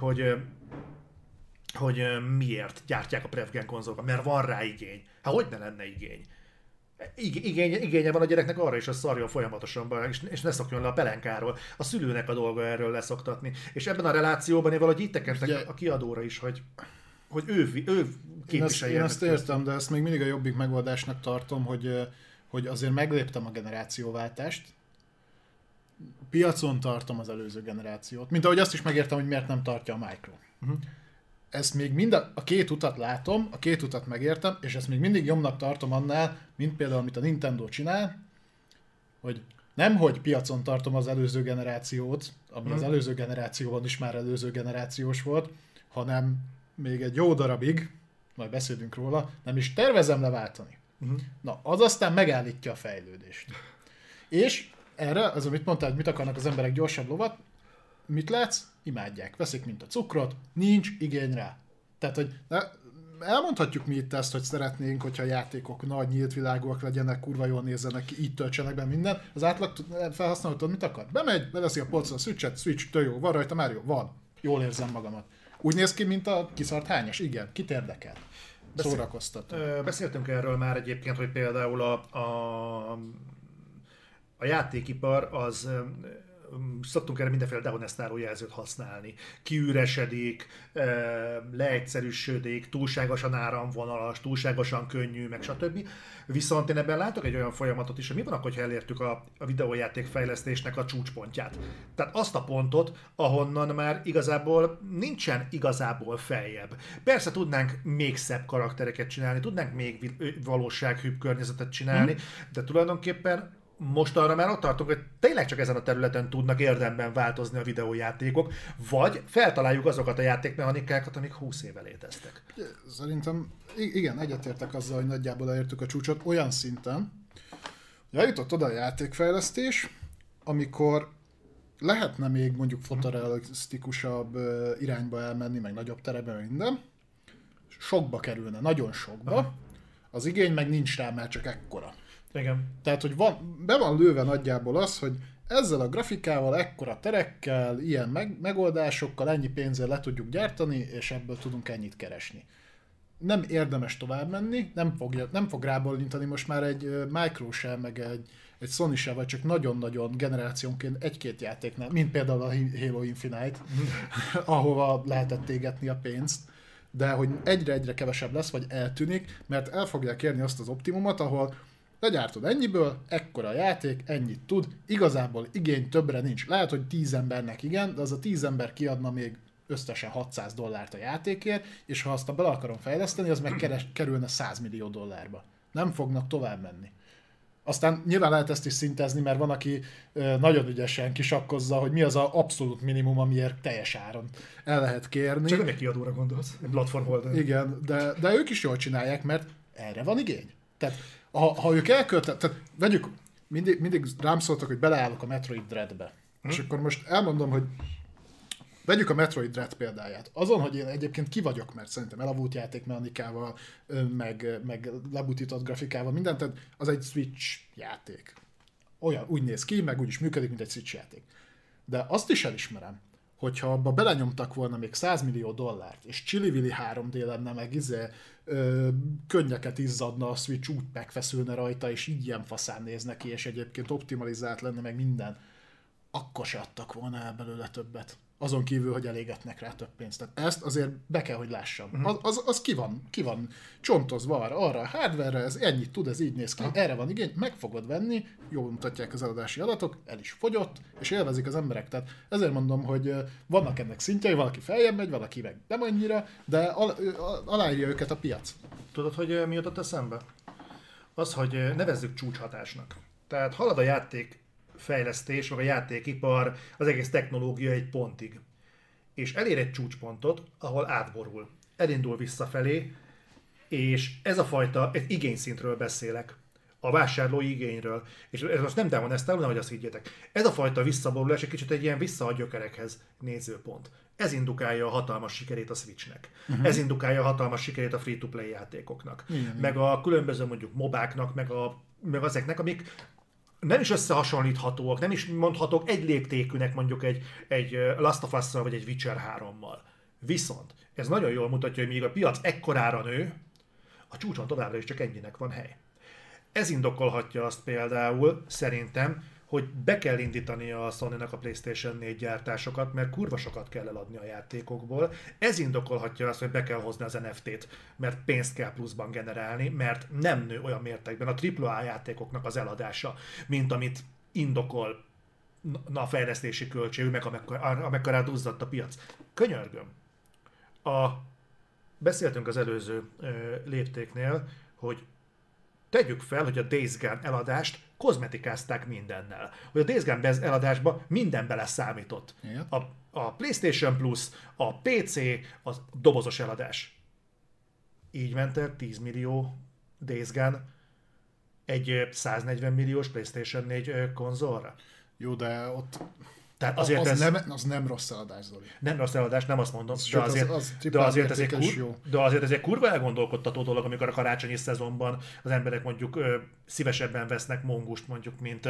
hogy miért gyártják a Prevgen konzolokat, mert van rá igény. Hát hogy ne lenne igény? Igénye van a gyereknek arra is, hogy szarjon folyamatosan be, és ne szokjon le a pelenkáról. A szülőnek a dolga erről leszoktatni. És ebben a relációban én valahogy így tekertek a kiadóra is, hogy ő képviselje. Én ezt értem, de ezt még mindig a jobbik megoldásnak tartom, hogy azért megléptem a generációváltást, piacon tartom az előző generációt, mint ahogy azt is megértem, hogy miért nem tartja a Micro. Ezt még mind a két utat látom, a két utat megértem, és ezt még mindig jobbnak tartom annál, mint például, amit a Nintendo csinál, hogy nem, hogy piacon tartom az előző generációt, ami az előző generációban is már előző generációs volt, hanem még egy jó darabig, majd beszélünk róla, nem is tervezem leváltani. Na, az aztán megállítja a fejlődést. És erre, az amit mondtál, hogy mit akarnak az emberek, gyorsabb lovat, mit látsz? Imádják. Veszik, mint a cukrot, nincs igény rá. Tehát, hogy elmondhatjuk mi itt ezt, hogy szeretnénk, hogyha a játékok nagy, nyílt világúak legyenek, kurva jól nézzenek ki, így töltsenek be minden. Az átlag felhasználó tudod, mit akar? Bemegy, beveszi a polcra a Switch, tök jó, van rajta már jó, van. Jól érzem magamat. Úgy néz ki, mint a kiszart hányas. Igen, kit érdekel? Szórakoztató. Beszéltünk erről már egyébként, hogy például a játékipar az szoktunk erre mindenféle dehonestáló jelzőt használni. Kiüresedik, leegyszerűsödik, túlságosan áramvonalas, túlságosan könnyű, meg stb. Viszont én ebben látok egy olyan folyamatot is, hogy mi van akkor, ha elértük a videójáték fejlesztésnek a csúcspontját. Tehát azt a pontot, ahonnan már igazából nincsen igazából feljebb. Persze tudnánk még szebb karaktereket csinálni, tudnánk még valósághűbb környezetet csinálni, de tulajdonképpen most arra már ott tartunk, hogy tényleg csak ezen a területen tudnak érdemben változni a videójátékok, vagy feltaláljuk azokat a játékmechanikákat, amik 20 éve léteztek. Szerintem igen, egyetértek azzal, hogy nagyjából elértük a csúcsot olyan szinten, hogy eljutott oda a játékfejlesztés, amikor lehetne még mondjuk fotorealisztikusabb irányba elmenni, meg nagyobb terebe, meg minden, sokba kerülne, nagyon sokba, az igény meg nincs rá, mert csak ekkora. Igen. Tehát, hogy be van lőve nagyjából az, hogy ezzel a grafikával, ekkora terekkel, ilyen megoldásokkal ennyi pénzzel le tudjuk gyártani, és ebből tudunk ennyit keresni. Nem érdemes tovább menni, nem fog rábólintani most már egy Micro se, meg egy Sony se, vagy csak nagyon-nagyon generációnként egy-két játéknál, mint például a Halo Infinite, ahova lehetett égetni a pénzt, de hogy egyre-egyre kevesebb lesz, vagy eltűnik, mert el fogják érni azt az optimumot, ahol legyártod ennyiből, ekkora a játék, ennyit tud, igazából igény többre nincs. Lehet, hogy 10 embernek igen, de az a 10 ember kiadna még összesen $600 a játékért, és ha azt bele akarom fejleszteni, az meg kerülne $100 millió. Nem fognak tovább menni. Aztán nyilván lehet ezt is szintezni, mert van, aki nagyon ügyesen kisakkozza, hogy mi az a abszolút minimum, amiért teljes áron el lehet kérni. Csak nem egy kiadóra gondolsz, egy platform oldalon. Igen, de ők is jól csinálják, mert erre van igény. Tehát ha ők tehát vegyük, mindig rám szóltak, hogy beleállok a Metroid Dreadbe. És akkor most elmondom, hogy vegyük a Metroid Dread példáját. Azon, hogy én egyébként ki vagyok, mert szerintem elavult játékmechanikával, meg lebutított grafikával, mindent, tehát az egy Switch játék. Olyan, úgy néz ki, meg úgy is működik, mint egy Switch játék. De azt is elismerem, hogyha abba belenyomtak volna még $100 millió, és Chili-Willy 3D lenne, meg könnyeket izzadna a Switch, úgy megfeszülne rajta, és így ilyen faszán nézne ki, és egyébként optimalizált lenne, meg minden, akkor se adtak volna el belőle többet. Azon kívül, hogy elégetnek rá több pénzt. Tehát ezt azért be kell, hogy lássam. Az ki van csontozva arra a hardware-re, ez ennyit tud, ez így néz ki, erre van igény, meg fogod venni, jól mutatják az eladási adatok, el is fogyott, és élvezik az emberek. Tehát ezért mondom, hogy vannak ennek szintjei, valaki feljebb megy, valaki meg nem annyira, de aláírja őket a piac. Tudod, hogy mi jutott eszembe? Az, hogy nevezzük csúcshatásnak. Tehát halad a játék fejlesztés, vagy a játékipar, az egész technológia egy pontig. És elér egy csúcspontot, ahol átborul. Elindul visszafelé, és ez a fajta, egy igényszintről beszélek. A vásárlói igényről. És ez most nem demonesztál, nehogy azt higgyétek. Ez a fajta visszaborulás egy kicsit egy ilyen vissza a gyökerekhez nézőpont. Ez indukálja a hatalmas sikerét a Switchnek. Ez indukálja a hatalmas sikerét a free-to-play játékoknak. Meg a különböző mondjuk mobáknak, meg ezeknek, amik nem is összehasonlíthatóak, nem is mondhatók egy léptékűnek mondjuk egy Last of Us-szal vagy egy Witcher 3-mal. Viszont ez nagyon jól mutatja, hogy míg a piac ekkorára nő, a csúcson továbbra is csak ennyinek van hely. Ez indokolhatja azt például, szerintem, hogy be kell indítani a Sony-nak a PlayStation 4 gyártásokat, mert kurva sokat kell eladni a játékokból. Ez indokolhatja azt, hogy be kell hozni az NFT-t, mert pénzt kell pluszban generálni, mert nem nő olyan mértékben a AAA játékoknak az eladása, mint amit indokol a fejlesztési költség, meg amekkorát duzzadt a piac. Könyörgöm. Beszéltünk az előző léptéknél, hogy tegyük fel, hogy a Days Gone eladást kozmetikázták mindennel. Hogy a Days Gone eladásba minden beleszámított. A PlayStation Plus, a PC, a dobozos eladás. Így ment el 10 millió Days Gone egy 140 milliós PlayStation 4 konzolra. Jó, de ott tehát azért az nem rossz eladás, Zoli. Nem rossz eladás, nem azt mondom, de azért ez egy kurva elgondolkodtató dolog, amikor a karácsonyi szezonban az emberek mondjuk szívesebben vesznek mongust, mondjuk, mint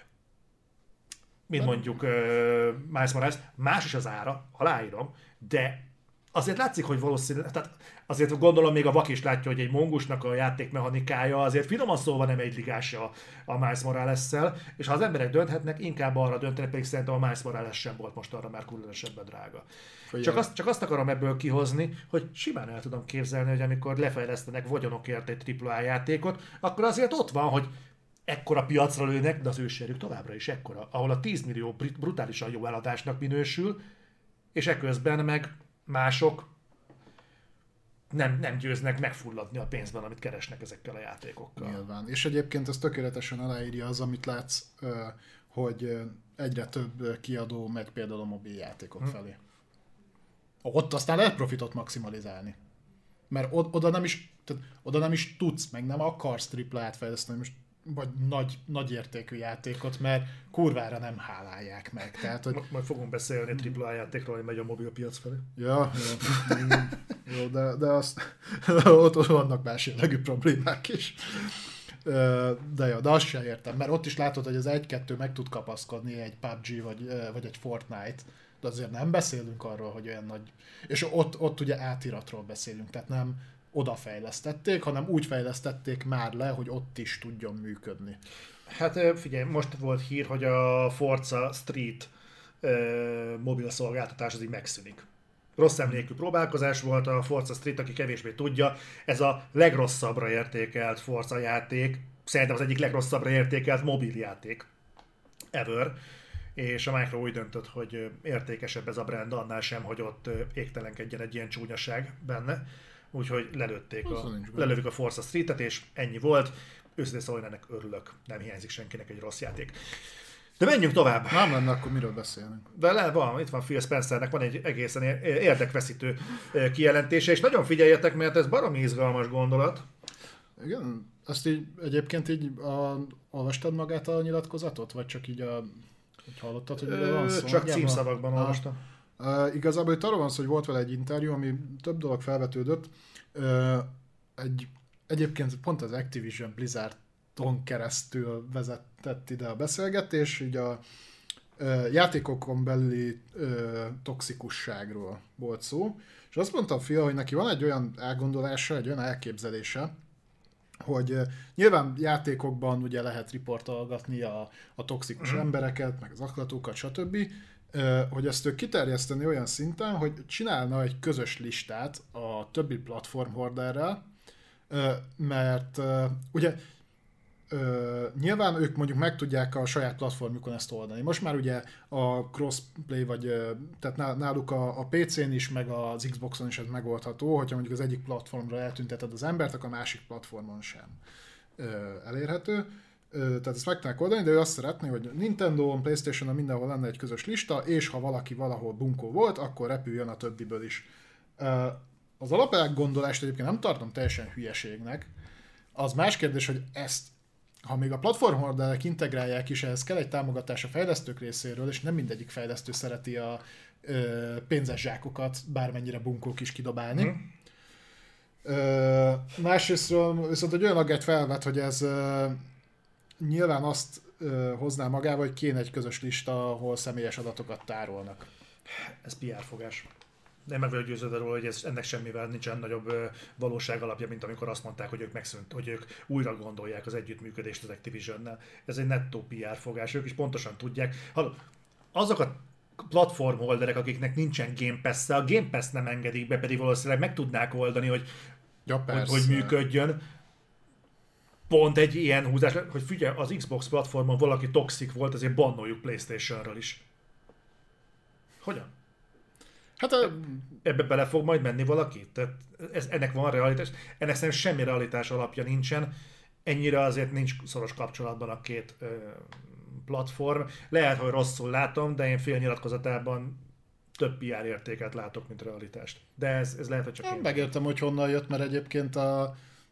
mondjuk Miles Morales. Más is az ára, aláírom, de azért látszik, hogy valószínűleg, tehát azért gondolom még a vak is látja, hogy egy mongusnak a játékmechanikája azért finoman szóval nem egy ligás a Miles Morales-szel, és ha az emberek dönthetnek, inkább arra döntenek, pedig szerintem a Miles Morales sem volt most arra már különösebben drága. Csak azt akarom ebből kihozni, hogy simán el tudom képzelni, hogy amikor lefejlesztenek vagyonokért egy AAA játékot, akkor azért ott van, hogy ekkora piacra lőnek, de az ősérjük továbbra is ekkora, ahol a 10 millió brutálisan jó eladásnak minősül, és eközben meg mások nem győznek megfulladni a pénzben, amit keresnek ezekkel a játékokkal. Nyilván. És egyébként ez tökéletesen aláírja az, amit látsz, hogy egyre több kiadó megy például a mobil játékok felé. Ott aztán lehet profitot maximalizálni. Mert oda nem is tudsz, meg nem akarsz triplát fejleszteni, most vagy nagy értékű játékot, mert kurvára nem hálálják meg. Tehát, hogy... Majd fogunk beszélni AAA játékról, hogy megy a mobilpiac felé. Ja, jó, de ott vannak más jellegű problémák is. De azt sem értem, mert ott is látod, hogy az 1-2 meg tud kapaszkodni egy PUBG vagy egy Fortnite, de azért nem beszélünk arról, hogy olyan nagy... És ott ugye átiratról beszélünk, tehát nem odafejlesztették, hanem úgy fejlesztették már le, hogy ott is tudjon működni. Hát figyelj, most volt hír, hogy a Forza Street mobil szolgáltatás az így megszűnik. Rossz emlékű próbálkozás volt, a Forza Street, aki kevésbé tudja, ez a legrosszabbra értékelt Forza játék, szerintem az egyik legrosszabbra értékelt mobiljáték ever, és a Micro úgy döntött, hogy értékesebb ez a brand annál sem, hogy ott égtelenkedjen egy ilyen csúnyaság benne. Úgyhogy lelőtték lelövik a Forza Street-et, és ennyi volt. őszintén szóval ennek örülök, nem hiányzik senkinek egy rossz játék. De menjünk tovább. Nem lenne, akkor miről beszélünk? De itt van Phil Spencernek, van egy egészen érdekveszítő kijelentése, és nagyon figyeljetek, mert ez baromi izgalmas gondolat. Igen, azt így egyébként így olvastad magát a nyilatkozatot, vagy csak így hogy hallottad, hogy van szó? Csak címszavakban olvastam. Igazából itt arról van szó, hogy volt vele egy interjú, ami több dolog felvetődött. Egyébként pont az Activision Blizzardon keresztül vezetett ide a beszélgetés, így a játékokon belüli toxikusságról volt szó, és azt mondta a Phil, hogy neki van egy olyan elgondolása, egy olyan elképzelése, hogy nyilván játékokban ugye lehet riportolgatni a toxikus embereket, meg az aklatókat, stb., hogy ezt ő kiterjeszteni olyan szinten, hogy csinálna egy közös listát a többi platform horderrel, mert ugye nyilván ők mondjuk meg tudják a saját platformjukon ezt oldani. Most már ugye a crossplay, vagy tehát náluk a PC-n is, meg az Xboxon is ez megoldható, hogyha mondjuk az egyik platformra eltünteted az embert, akkor a másik platformon sem elérhető. Tehát ezt meg tudják oldani, de ő azt szeretné, hogy Nintendo-on, PlayStation-on mindenhol lenne egy közös lista, és ha valaki valahol bunkó volt, akkor repüljön a többiből is. Az alapelgondolást egyébként nem tartom teljesen hülyeségnek. Az más kérdés, hogy ezt, ha még a platform horderek integrálják is, ehhez kell egy támogatás a fejlesztők részéről, és nem mindegyik fejlesztő szereti a pénzes zsákokat bármennyire bunkók is kidobálni. Másrésztről viszont egy olyan aggályt felvet, hogy ez nyilván azt hozná magával, hogy kéne egy közös lista, ahol személyes adatokat tárolnak. Ez PR fogás. Nem meg vagyok győződve róla, hogy ennek semmivel nincsen nagyobb valóság alapja, mint amikor azt mondták, hogy ők újra gondolják az együttműködést az Activisionnel. Ez egy nettó PR fogás, ők is pontosan tudják. Azok a platform holderek, akiknek nincsen Game Pass-e, a Game Pass nem engedik be, pedig valószínűleg meg tudnák oldani, hogy működjön. Pont egy ilyen húzás, hogy figyelj, az Xbox platformon valaki toxik volt, ezért bannoljuk PlayStation-ről is. Hogyan? Hát ebbe bele fog majd menni valaki? Tehát ennek van realitás. Ennek szerintem semmi realitás alapja nincsen. Ennyire azért nincs szoros kapcsolatban a két platform. Lehet, hogy rosszul látom, de én fél nyilatkozatában több PR értéket látok, mint realitást. De ez lehet, hogy csak én. Megértem, hogy honnan jött, mert egyébként a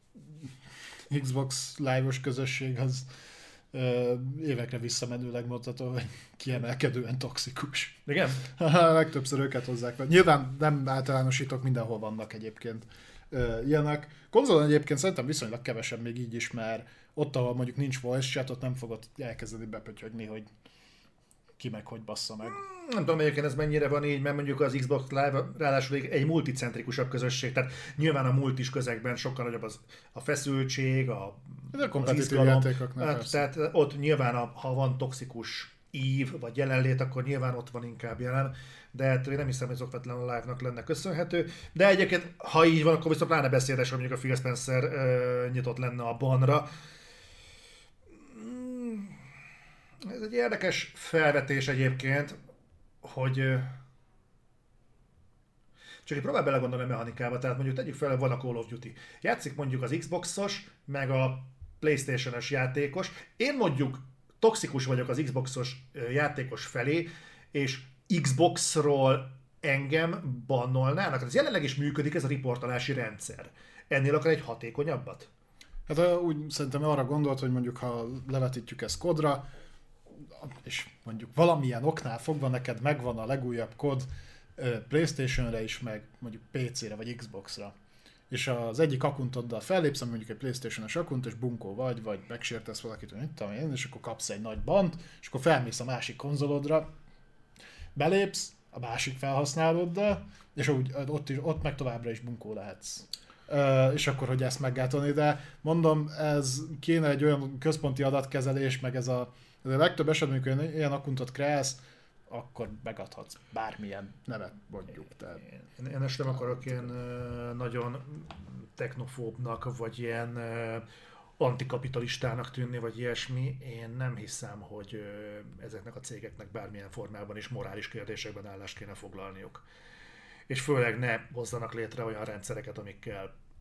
Xbox Live-os közösség az évekre visszamenőleg mondható, hogy kiemelkedően toxikus. Igen? Legtöbbször őket hozzák. Nyilván nem általánosítok, mindenhol vannak egyébként ilyenek. Konzolon egyébként szerintem viszonylag kevesebb még így is, mert ott, ahol mondjuk nincs voice chat, ott nem fogod elkezdeni bepötyögni, hogy ki meg hogy bassza meg. Nem tudom egyébként ez mennyire van így, mert mondjuk az Xbox Live ráadásul egy multicentrikusabb közösség, tehát nyilván a multis közegben sokkal nagyobb a feszültség, a kompetitív játékoknál. Tehát ott nyilván, ha van toxikus ív vagy jelenlét, akkor nyilván ott van inkább jelen, de hát én nem hiszem, hogy ez okvetlenül a live-nak lenne köszönhető. De egyébként, ha így van, akkor viszont pláne beszédes, hogy mondjuk a Phil Spencer nyitott lenne a banra. Ez egy érdekes felvetés egyébként, hogy csak így próbál belegondolni a mechanikába, tehát mondjuk tegyük fel, van a Call of Duty. Játszik mondjuk az Xboxos, meg a PlayStation-os játékos. Én mondjuk toxikus vagyok az Xboxos játékos felé, és Xboxról engem bannolnának. Ez jelenleg is működik ez a riportolási rendszer. Ennél akar egy hatékonyabbat? Hát úgy szerintem arra gondolt, hogy mondjuk ha levetítjük ezt kodra, és mondjuk valamilyen oknál fogva neked megvan a legújabb kod PlayStation-re is, meg mondjuk PC-re vagy Xbox-ra, és az egyik akuntoddal fellépsz, ami mondjuk egy PlayStation-os akunt, és bunkó vagy megsértesz valakit, hogy mit tudom én, és akkor kapsz egy nagy bant, és akkor felmész a másik konzolodra, belépsz a másik felhasználóddal, és ott meg továbbra is bunkó lehetsz. És akkor, hogy ezt meggátolni, de mondom, ez kéne egy olyan központi adatkezelés, meg ez a legtöbb esetben, amikor ilyen akuntot kreálsz, akkor megadhatsz bármilyen nevet mondjuk. Tehát... Én ezt nem akarok ilyen nagyon technofóbnak, vagy ilyen antikapitalistának tűnni, vagy ilyesmi. Én nem hiszem, hogy ezeknek a cégeknek bármilyen formában is morális kérdésekben állást kéne foglalniuk. És főleg ne hozzanak létre olyan rendszereket, amikkel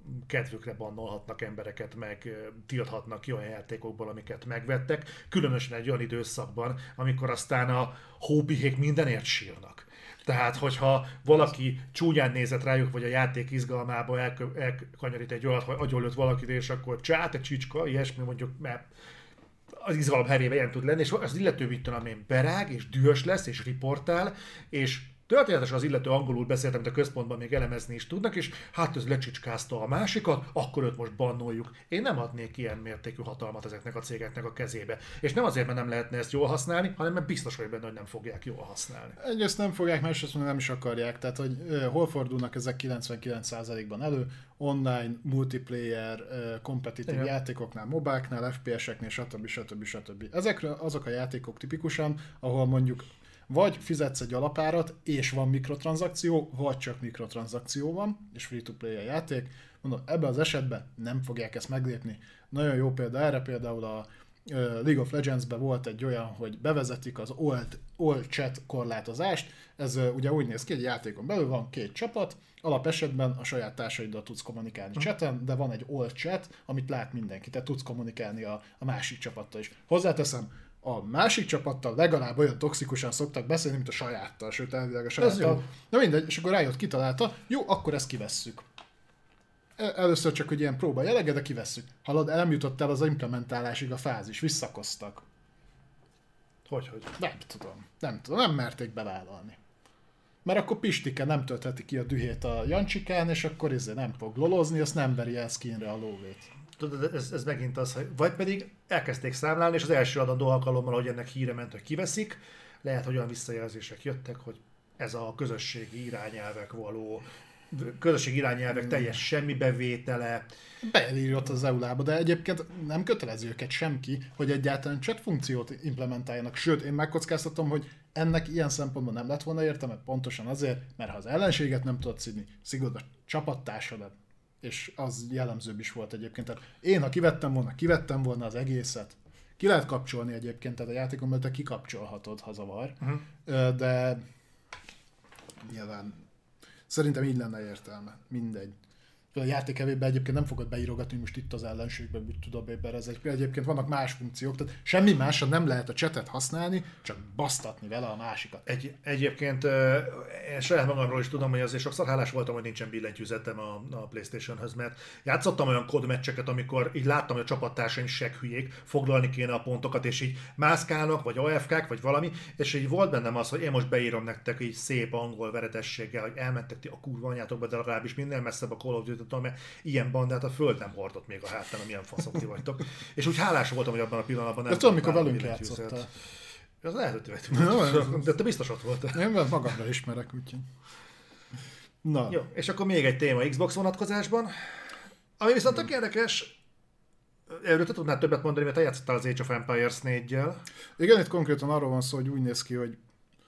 kedvükre bannolhatnak embereket, meg tilthatnak ki olyan játékokból, amiket megvettek, különösen egy olyan időszakban, amikor aztán a hópihék mindenért sírnak. Tehát, hogyha valaki csúnyán nézett rájuk, vagy a játék izgalmába elkanyarít egy olyat, hogy agyonlőtt valakit, és akkor te csicska, ilyesmi mondjuk, mert az izgalom herébe ilyen tud lenni, és az illető, mit tudom én, berág, és dühös lesz, és riportál, és történetesen az illető angolul beszélt, amit a központban még elemezni is tudnak, és hát ez lecsicskázta a másikat, akkor őt most bannoljuk. Én nem adnék ilyen mértékű hatalmat ezeknek a cégeknek a kezébe. És nem azért, mert nem lehetne ezt jól használni, hanem mert biztos vagyok benne, hogy nem fogják jól használni. Egyrészt nem fogják, másrészt nem is akarják. Tehát, hogy hol fordulnak ezek 99%-ban elő, online, multiplayer, kompetitív játékoknál, mobáknál, FPS-eknél, stb. Ezekről azok a játékok tipikusan, ahol mondjuk vagy fizetsz egy alapárat, és van mikrotranszakció, vagy csak mikrotranszakció van, és free-to-play a játék. Mondom, ebben az esetben nem fogják ezt meglépni. Nagyon jó példa erre, például a League of Legends-ben volt egy olyan, hogy bevezetik az all chat korlátozást. Ez ugye úgy néz ki, egy játékon belül van 2 csapat, alapesetben a saját társaiddal tudsz kommunikálni chaten, de van egy all chat, amit lát mindenki, tehát tudsz kommunikálni a másik csapattal is. Hozzáteszem, a másik csapattal legalább olyan toxikusan szoktak beszélni, mint a sajáttal, sőt elvileg a sajáttal. Na mindegy, és akkor rájött, kitalálta, jó, akkor ezt kivesszük. Először csak, hogy ilyen próba jellege, de kivesszük. Hallod, eljutott el az implementálásig a fázis, visszakoztak. Hogy? Nem tudom, nem merték bevállalni. Mert akkor Pistike nem töltheti ki a dühét a Jancsikán, és akkor nem fog lolozni, azt nem veri el skinre a lóvét. Tudod, ez megint az, hogy vagy pedig elkezdték számlálni, és az első adandó alkalommal, hogy ennek híre ment, hogy kiveszik, lehet, hogy olyan visszajelzések jöttek, hogy ez a közösségi irányelvek teljes semmi bevétele. Beírott az EULA-ba, de egyébként nem kötelező őket semki, hogy egyáltalán chat funkciót implementáljanak. Sőt, én megkockáztatom, hogy ennek ilyen szempontból nem lett volna értelme, pontosan azért, mert ha az ellenséget nem tudod szidni, szigod a csapattársadat, és az jellemzőbb is volt egyébként. Tehát én, ha kivettem volna az egészet. Ki lehet kapcsolni egyébként, tehát a játékon belül te kikapcsolhatod, ha zavar, de nyilván szerintem így lenne értelme. Mindegy. A játékevében egyébként nem fogod beírogatni, most itt az ellenségben, mit tudom én, ez egyébként vannak más funkciók, tehát semmi másra nem lehet a chatet használni, csak basztatni vele a másikat. Egyébként én saját magamról is tudom, hogy azért sokszor hálás voltam, hogy nincsen billentyűzetem a PlayStation-höz, mert játszottam olyan kodmeccseket, amikor így láttam, hogy a csapattársaim hülyék, foglalni kéne a pontokat, és így mászkálnak, vagy AFK-k, vagy valami, és így volt bennem az, hogy én most beírom nektek így szép angol veretességgel, hogy elmentek ti a kurva anyátokba, de legalábbis minél messzebb a Call of Duty, mert ilyen bandát a föld nem hordott még a hátán, amilyen faszok ti vagytok. És úgy hálás voltam, hogy abban a pillanatban nem. De tudom, mikor velünk játszottál. Az lehet, hogy vettünk. De te biztos ott voltál. Én magamra ismerek, úgyhogy. Na. Jó, és akkor még egy téma Xbox vonatkozásban. Ami viszont tök érdekes, erről te tudnál többet mondani, mert te játszottál az Age of Empires 4-jel. Igen, itt konkrétan arról van szó, hogy úgy néz ki, hogy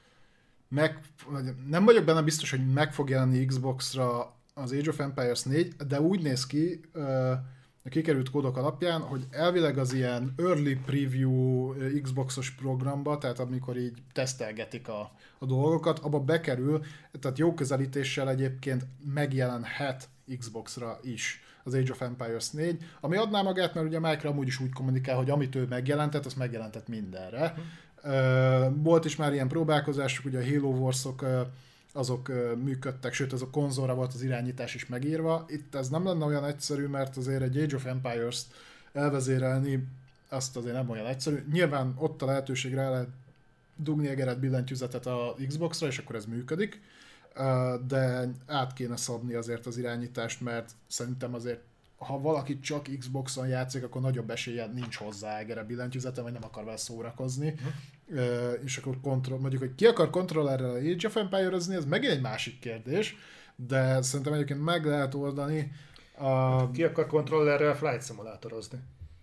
nem vagyok benne biztos, hogy meg fog jelenni Xbox-ra az Age of Empires 4, de úgy néz ki a kikerült kódok alapján, hogy elvileg az ilyen early preview Xboxos programba, tehát amikor így tesztelgetik a dolgokat, abba bekerül, tehát jó közelítéssel egyébként megjelenhet Xbox-ra is az Age of Empires 4, ami adná magát, mert ugye Mike amúgy is úgy kommunikál, hogy amit ő megjelentett, azt megjelentett mindenre. Volt is már ilyen próbálkozások, ugye a Halo Wars-ok azok működtek, sőt az a konzolra volt az irányítás is megírva. Itt ez nem lenne olyan egyszerű, mert azért egy Age of Empires-t elvezérelni, azt azért nem olyan egyszerű. Nyilván ott a lehetőségre el lehet dugni egeret billentyűzetet a Xbox-ra, és akkor ez működik, de át kéne szabni azért az irányítást, mert szerintem azért ha valaki csak Xboxon játszik, akkor nagyobb esélye nincs hozzá egere billentyűzete, vagy nem akar vele szórakozni. És akkor mondjuk, hogy ki akar kontrollerrel a Age of Empire-özni, ez megint egy másik kérdés, de szerintem egyébként meg lehet oldani. Ki akar kontrollerrel Flight Simulátorozni?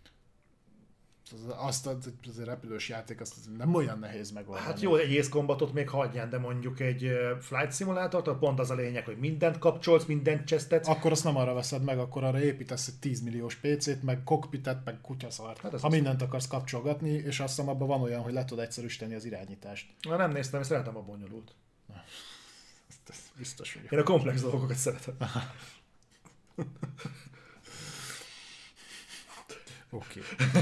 Azt az repülős játék, azt nem olyan nehéz megoldani. Hát jó, egy Ace Combatot még hagyján, de mondjuk egy Flight Simulátort, pont az a lényeg, hogy mindent kapcsolsz, mindent csesztetsz. Akkor azt nem arra veszed meg, akkor arra építesz egy 10 milliós PC-t, meg cockpitet, meg kutyaszart. Hát ha mindent akarsz kapcsolgatni, és azt hiszem abban van olyan, hogy le tudod egyszerűsíteni az irányítást. Na nem néztem, és szeretem a bonyolult. Ez biztos, hogy én a komplex dolgokat szeretem. Oké.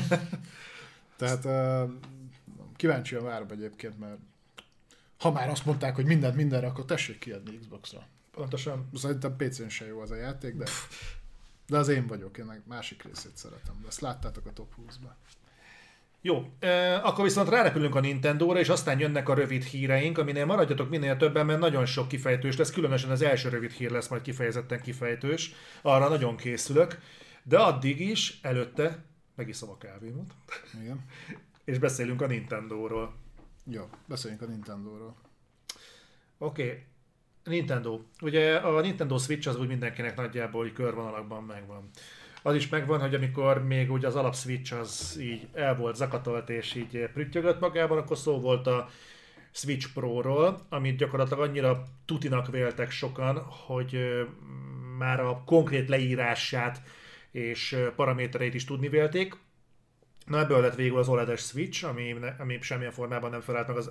Tehát kíváncsian várom egyébként, mert ha már azt mondták, hogy mindent mindenre, akkor tessék kiadni Xbox-ra. Pontosan. Szerintem PC-n sem jó az a játék, de az én vagyok, én meg másik részét szeretem. De ezt láttátok a Top 20-ban. Jó, akkor viszont rárepülünk a Nintendóra, és aztán jönnek a rövid híreink, aminél maradjatok minél többen, mert nagyon sok kifejtős lesz, különösen az első rövid hír lesz majd kifejezetten kifejtős, arra nagyon készülök, de addig is, előtte megiszom a kávémot, Igen. és beszélünk a Nintendóról. Jó, beszéljünk a Nintendóról. Oké. Nintendo. Ugye a Nintendo Switch az úgy mindenkinek nagyjából így körvonalakban megvan. Az is megvan, hogy amikor még ugye az alap Switch az így el volt zakatolt és így prüttyögött magában, akkor szó volt a Switch Pro-ról, amit gyakorlatilag annyira tutinak véltek sokan, hogy már a konkrét leírását és paramétereit is tudni vélték. Na ebből lett végül az OLED-es Switch, ami semmilyen formában nem felelt meg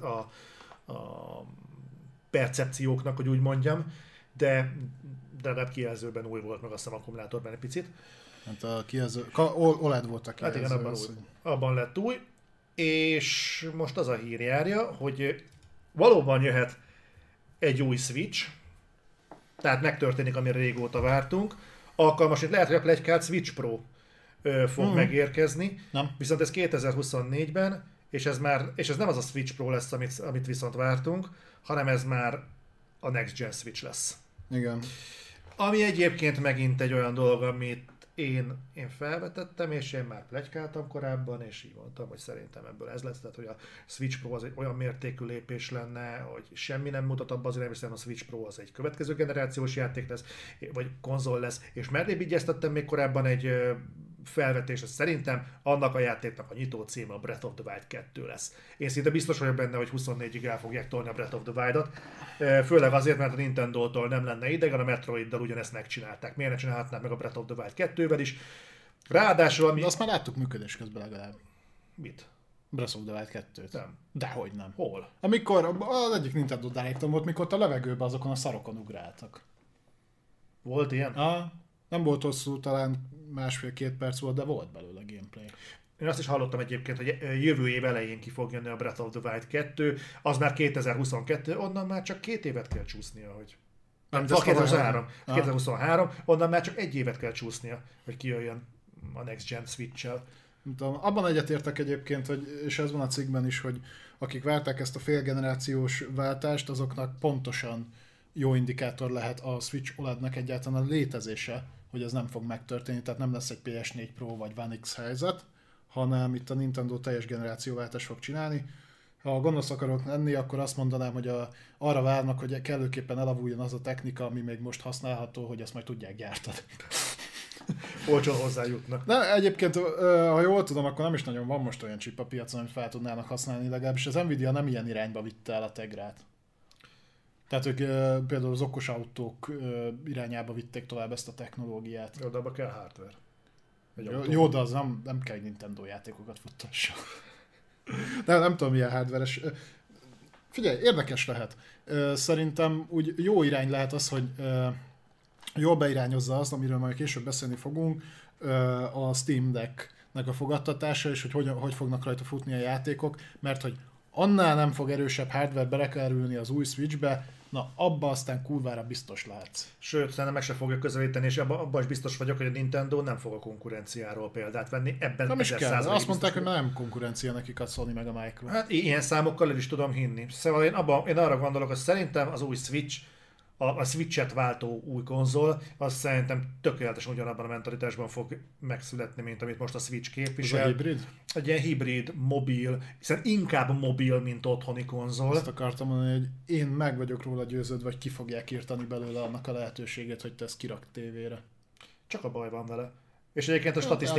a percepcióknak, hogy úgy mondjam, de kijelzőben új volt, meg azt hiszem akkumulátorban egy picit. Hát a kijelző, OLED volt a kijelző. Hát igen, abban lett új, és most az a hír járja, hogy valóban jöhet egy új Switch, tehát megtörténik, amire régóta vártunk. Alkalmas, itt lehet, hogy a pletykált Switch Pro fog megérkezni, nem. Viszont ez 2024-ben, és ez nem az a Switch Pro lesz, amit viszont vártunk, hanem ez már a Next Gen Switch lesz. Igen. Ami egyébként megint egy olyan dolog, amit én felvetettem, és én már pletykáltam korábban, és így mondtam, hogy szerintem ebből ez lesz, tehát hogy a Switch Pro az egy olyan mértékű lépés lenne, hogy semmi nem mutat abban az irányba, hiszen a Switch Pro az egy következő generációs játék lesz, vagy konzol lesz, és merrébb igyeztettem még korábban egy felvetés, hogy szerintem annak a játéknak a nyitó címe a Breath of the Wild 2 lesz. Én szinte biztos vagyok benne, hogy 24-ig el fogják tolni a Breath of the Wild-ot, főleg azért, mert a Nintendo-tól nem lenne idegen, a Metroiddal ugyanezt megcsinálták. Miért ne csinálhatnák meg a Breath of the Wild 2-vel is? Ráadásul, ami... De azt már láttuk működés közben legalább. Mit? Breath of the Wild 2-t. Nem. Dehogy nem. Hol? Amikor az egyik Nintendo Directon volt, mikor a levegőben azokon a szarokon ugráltak. Volt ilyen? Nem volt hosszú, talán 1,5-2 perc volt, de volt belőle gameplay. Én azt is hallottam egyébként, hogy jövő év elején ki fog jönni a Breath of the Wild 2, az már 2022, onnan már csak 2 évet kell csúsznia, hogy... Nem, 2023, onnan már csak 1 évet kell csúsznia, hogy kijöjjön a Next Gen Switch-el. Abban egyetértek egyébként, hogy, és ez van a cikkben is, hogy akik várták ezt a félgenerációs váltást, azoknak pontosan jó indikátor lehet a Switch OLED-nek egyáltalán a létezése, hogy ez nem fog megtörténni, tehát nem lesz egy PS4 Pro vagy One X helyzet, hanem itt a Nintendo teljes generációváltást fog csinálni. Ha gonosz akarok lenni, akkor azt mondanám, hogy arra várnak, hogy kellőképpen elavuljon az a technika, ami még most használható, hogy ezt majd tudják gyártani. Olcsón hozzájutnak. De egyébként, ha jól tudom, akkor nem is nagyon van most olyan chip a piacon, amit fel tudnának használni, legalábbis az Nvidia nem ilyen irányba vitte el a Tegrát. Tehát ők például az okos autók irányába vitték tovább ezt a technológiát. Jó, de abba kell hardware. Jó, de az nem kell, hogy Nintendo játékokat futtassa. De nem tudom, milyen hardware-es. Figyelj, érdekes lehet. Szerintem úgy jó irány lehet az, hogy jól beirányozza azt, amiről majd később beszélni fogunk, a Steam Deck-nek a fogadtatása, és hogy fognak rajta futni a játékok, mert hogy annál nem fog erősebb hardware belekerülni az új Switchbe, na abba aztán kurvára biztos látsz. Sőt, szerintem meg se fogja közelíteni, és abban is biztos vagyok, hogy a Nintendo nem fog a konkurenciáról példát venni. Ebben nem is kell, azt mondták, hogy vagyok. nem konkurencia nekik a Sony meg a Micro. Hát ilyen számokkal el is tudom hinni. Szóval én arra gondolok, hogy szerintem az új Switch, a Switch-et váltó új konzol, az szerintem tökéletesen ugyanabban a mentalitásban fog megszületni, mint amit most a Switch képvisel. Ez a hibrid? Egy ilyen hibrid, mobil, hiszen inkább mobil, mint otthoni konzol. Azt akartam mondani, hogy én meg vagyok róla győződve, hogy ki fogják írtani belőle annak a lehetőséget, hogy te ezt kirak tévére. Csak a baj van vele. És egyébként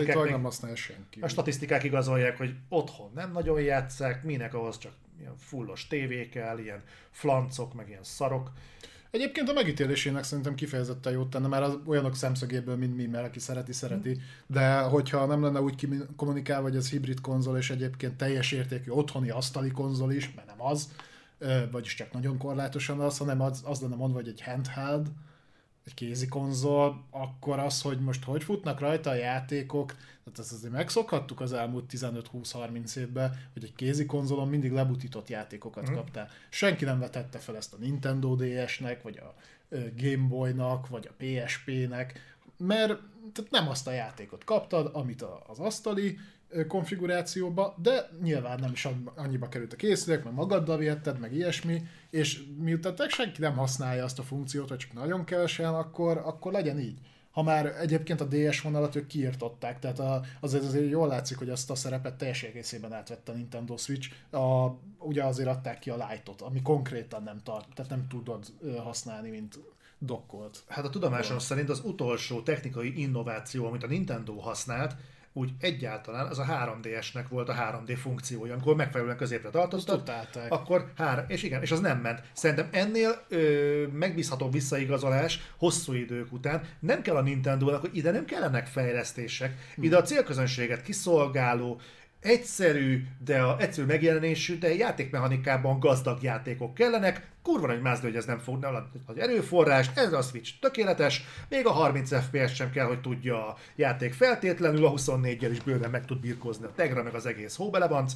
a statisztikák igazolják, hogy otthon nem nagyon játsszák, minek ahhoz csak ilyen fullos tévékkel, ilyen flancok, meg ilyen szarok. Egyébként a megítélésének szerintem kifejezetten jót tenne, már az olyanok szemszögéből, mint mi, mert aki szereti, de hogyha nem lenne úgy kommunikálva, hogy ez hibrid konzol, és egyébként teljes értékű otthoni asztali konzol is, mert nem az, vagyis csak nagyon korlátosan az, hanem az lenne mondva, hogy egy handheld, egy kézi konzol, akkor az, hogy most hogy futnak rajta a játékok, tehát ezt azért megszokhattuk az elmúlt 15-20-30 évben, hogy egy kézi konzolon mindig lebutított játékokat kaptál. Senki nem vetette fel ezt a Nintendo DS-nek, vagy a Game Boy-nak, vagy a PSP-nek, mert tehát nem azt a játékot kaptad, amit az asztali konfigurációba, de nyilván nem is annyiba került a készülék, mert magaddal vihetted, meg ilyesmi, és miután senki nem használja azt a funkciót, vagy csak nagyon kevesen, akkor legyen így. Ha már egyébként a DS vonalat ők kiirtották, tehát azért jól látszik, hogy azt a szerepet teljes egészében átvette a Nintendo Switch. Ugye azért adták ki a Lite-ot, ami konkrétan nem tart, tehát nem tudod használni, mint dokkolt. Hát a tudomásom szerint az utolsó technikai innováció, amit a Nintendo használt, úgy egyáltalán az a 3DS-nek volt a 3D funkciója, amikor megfelelően középre tartoztat, akkor és igen, és az nem ment. Szerintem ennél megbízható visszaigazolás hosszú idők után nem kell a Nintendo-nak, hogy ide nem kellenek fejlesztések, ide a célközönséget kiszolgáló, egyszerű megjelenésű, de játékmechanikában gazdag játékok kellenek. Kurva nagy mázli, hogy ez nem fog nagy erőforrás, ez a Switch tökéletes, még a 30 FPS sem kell, hogy tudja a játék feltétlenül, a 24-jel is bőven meg tud birkózni a Tegra, meg az egész hóbelebanc.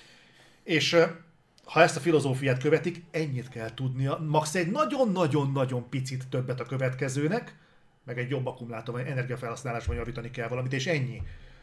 És ha ezt a filozófiát követik, ennyit kell tudnia, max. Egy nagyon-nagyon-nagyon picit többet a következőnek, meg egy jobb akkumulátor, vagy energiafelhasználásban javítani kell valamit, és ennyi.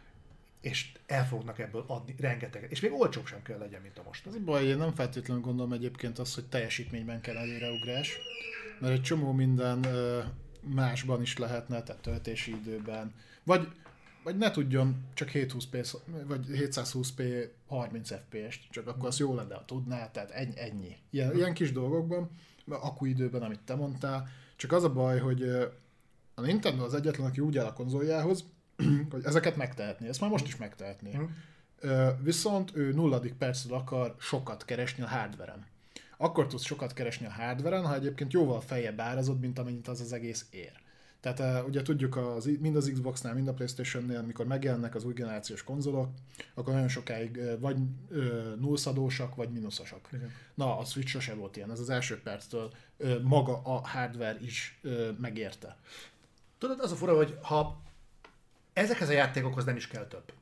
És el fognak ebből adni rengeteget. És még olcsóbb sem kell legyen, mint a most. Az baj, én nem feltétlenül gondolom egyébként azt, hogy teljesítményben kell előreugrás, mert egy csomó minden másban is lehetne, tehát töltési időben, vagy ne tudjon csak 720p, vagy 720p 30 fps-t, csak akkor az jó lenne, ha tudná, tehát ennyi. Ilyen kis dolgokban, akkuidőben, amit te mondtál, csak az a baj, hogy a Nintendo az egyetlen, aki úgy áll a konzoljához, hogy ezeket megtehetné, ezt már most is megtehetné. Viszont ő 0. percről akar sokat keresni a hardveren. Akkor tudsz sokat keresni a hardveren, ha egyébként jóval feljebb árazod, mint amennyit az egész ér. Tehát ugye tudjuk, mind az Xboxnál, mind a PlayStation-nél, amikor megjelennek az új generációs konzolok, akkor nagyon sokáig vagy nullszadósak, vagy minuszosak. Igen. Na, a Switch sose volt ilyen, ez az első perctől maga a hardware is megérte. Tudod, az a fura, hogy ha ezekhez a játékokhoz nem is kell több.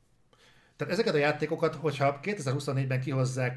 Tehát ezeket a játékokat, hogyha 2024-ben kihozzák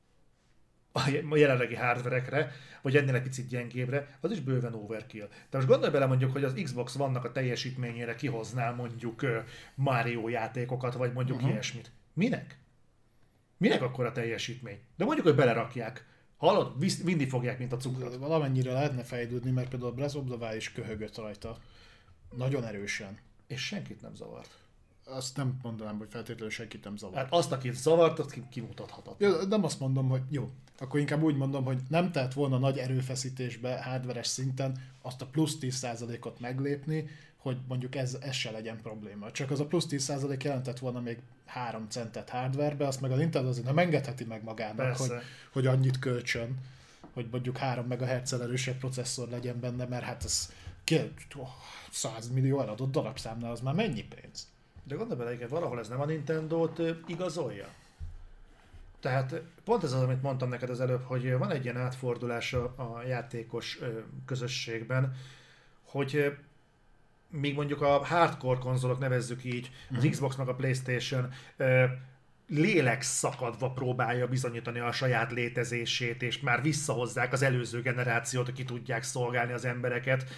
a jelenlegi hardverekre, vagy ennél egy picit gyengébbre, az is bőven overkill. De most gondolj bele mondjuk, hogy az Xbox One-nak a teljesítményére kihoznál mondjuk Mario játékokat, vagy mondjuk ilyesmit. Minek? Minek akkor a teljesítmény? De mondjuk, hogy belerakják. Hallod? Vinni fogják, mint a cukrot. Valamennyire lehetne fejlődni, mert például a Breath of the Wild is köhögött rajta. Nagyon erősen. És senkit nem zavart. Azt nem mondanám, hogy feltétlenül senkit nem zavart. Hát azt, akit zavart, azt kimutathatatlan. Ja, nem azt mondom, hogy jó. Akkor inkább úgy mondom, hogy nem tett volna nagy erőfeszítésbe hardveres szinten azt a plusz 10%-ot meglépni, hogy mondjuk ez se legyen probléma. Csak az a plusz 10% jelentett volna még 3 centet hardwarebe, azt meg a Nintendo azért nem engedheti meg magának, hogy annyit költsön, hogy mondjuk 3 MHz-el erősebb processzor legyen benne, mert hát ez 100 millió eladott darabszámnál az már mennyi pénz? De gondolj bele, igen, valahol ez nem a Nintendo-t igazolja. Tehát pont ez az, amit mondtam neked az előbb, hogy van egy ilyen átfordulás a játékos közösségben, hogy még mondjuk a hardcore konzolok, nevezzük így, az Xbox meg a PlayStation lélekszakadva próbálja bizonyítani a saját létezését, és már visszahozzák az előző generációt, hogy ki tudják szolgálni az embereket.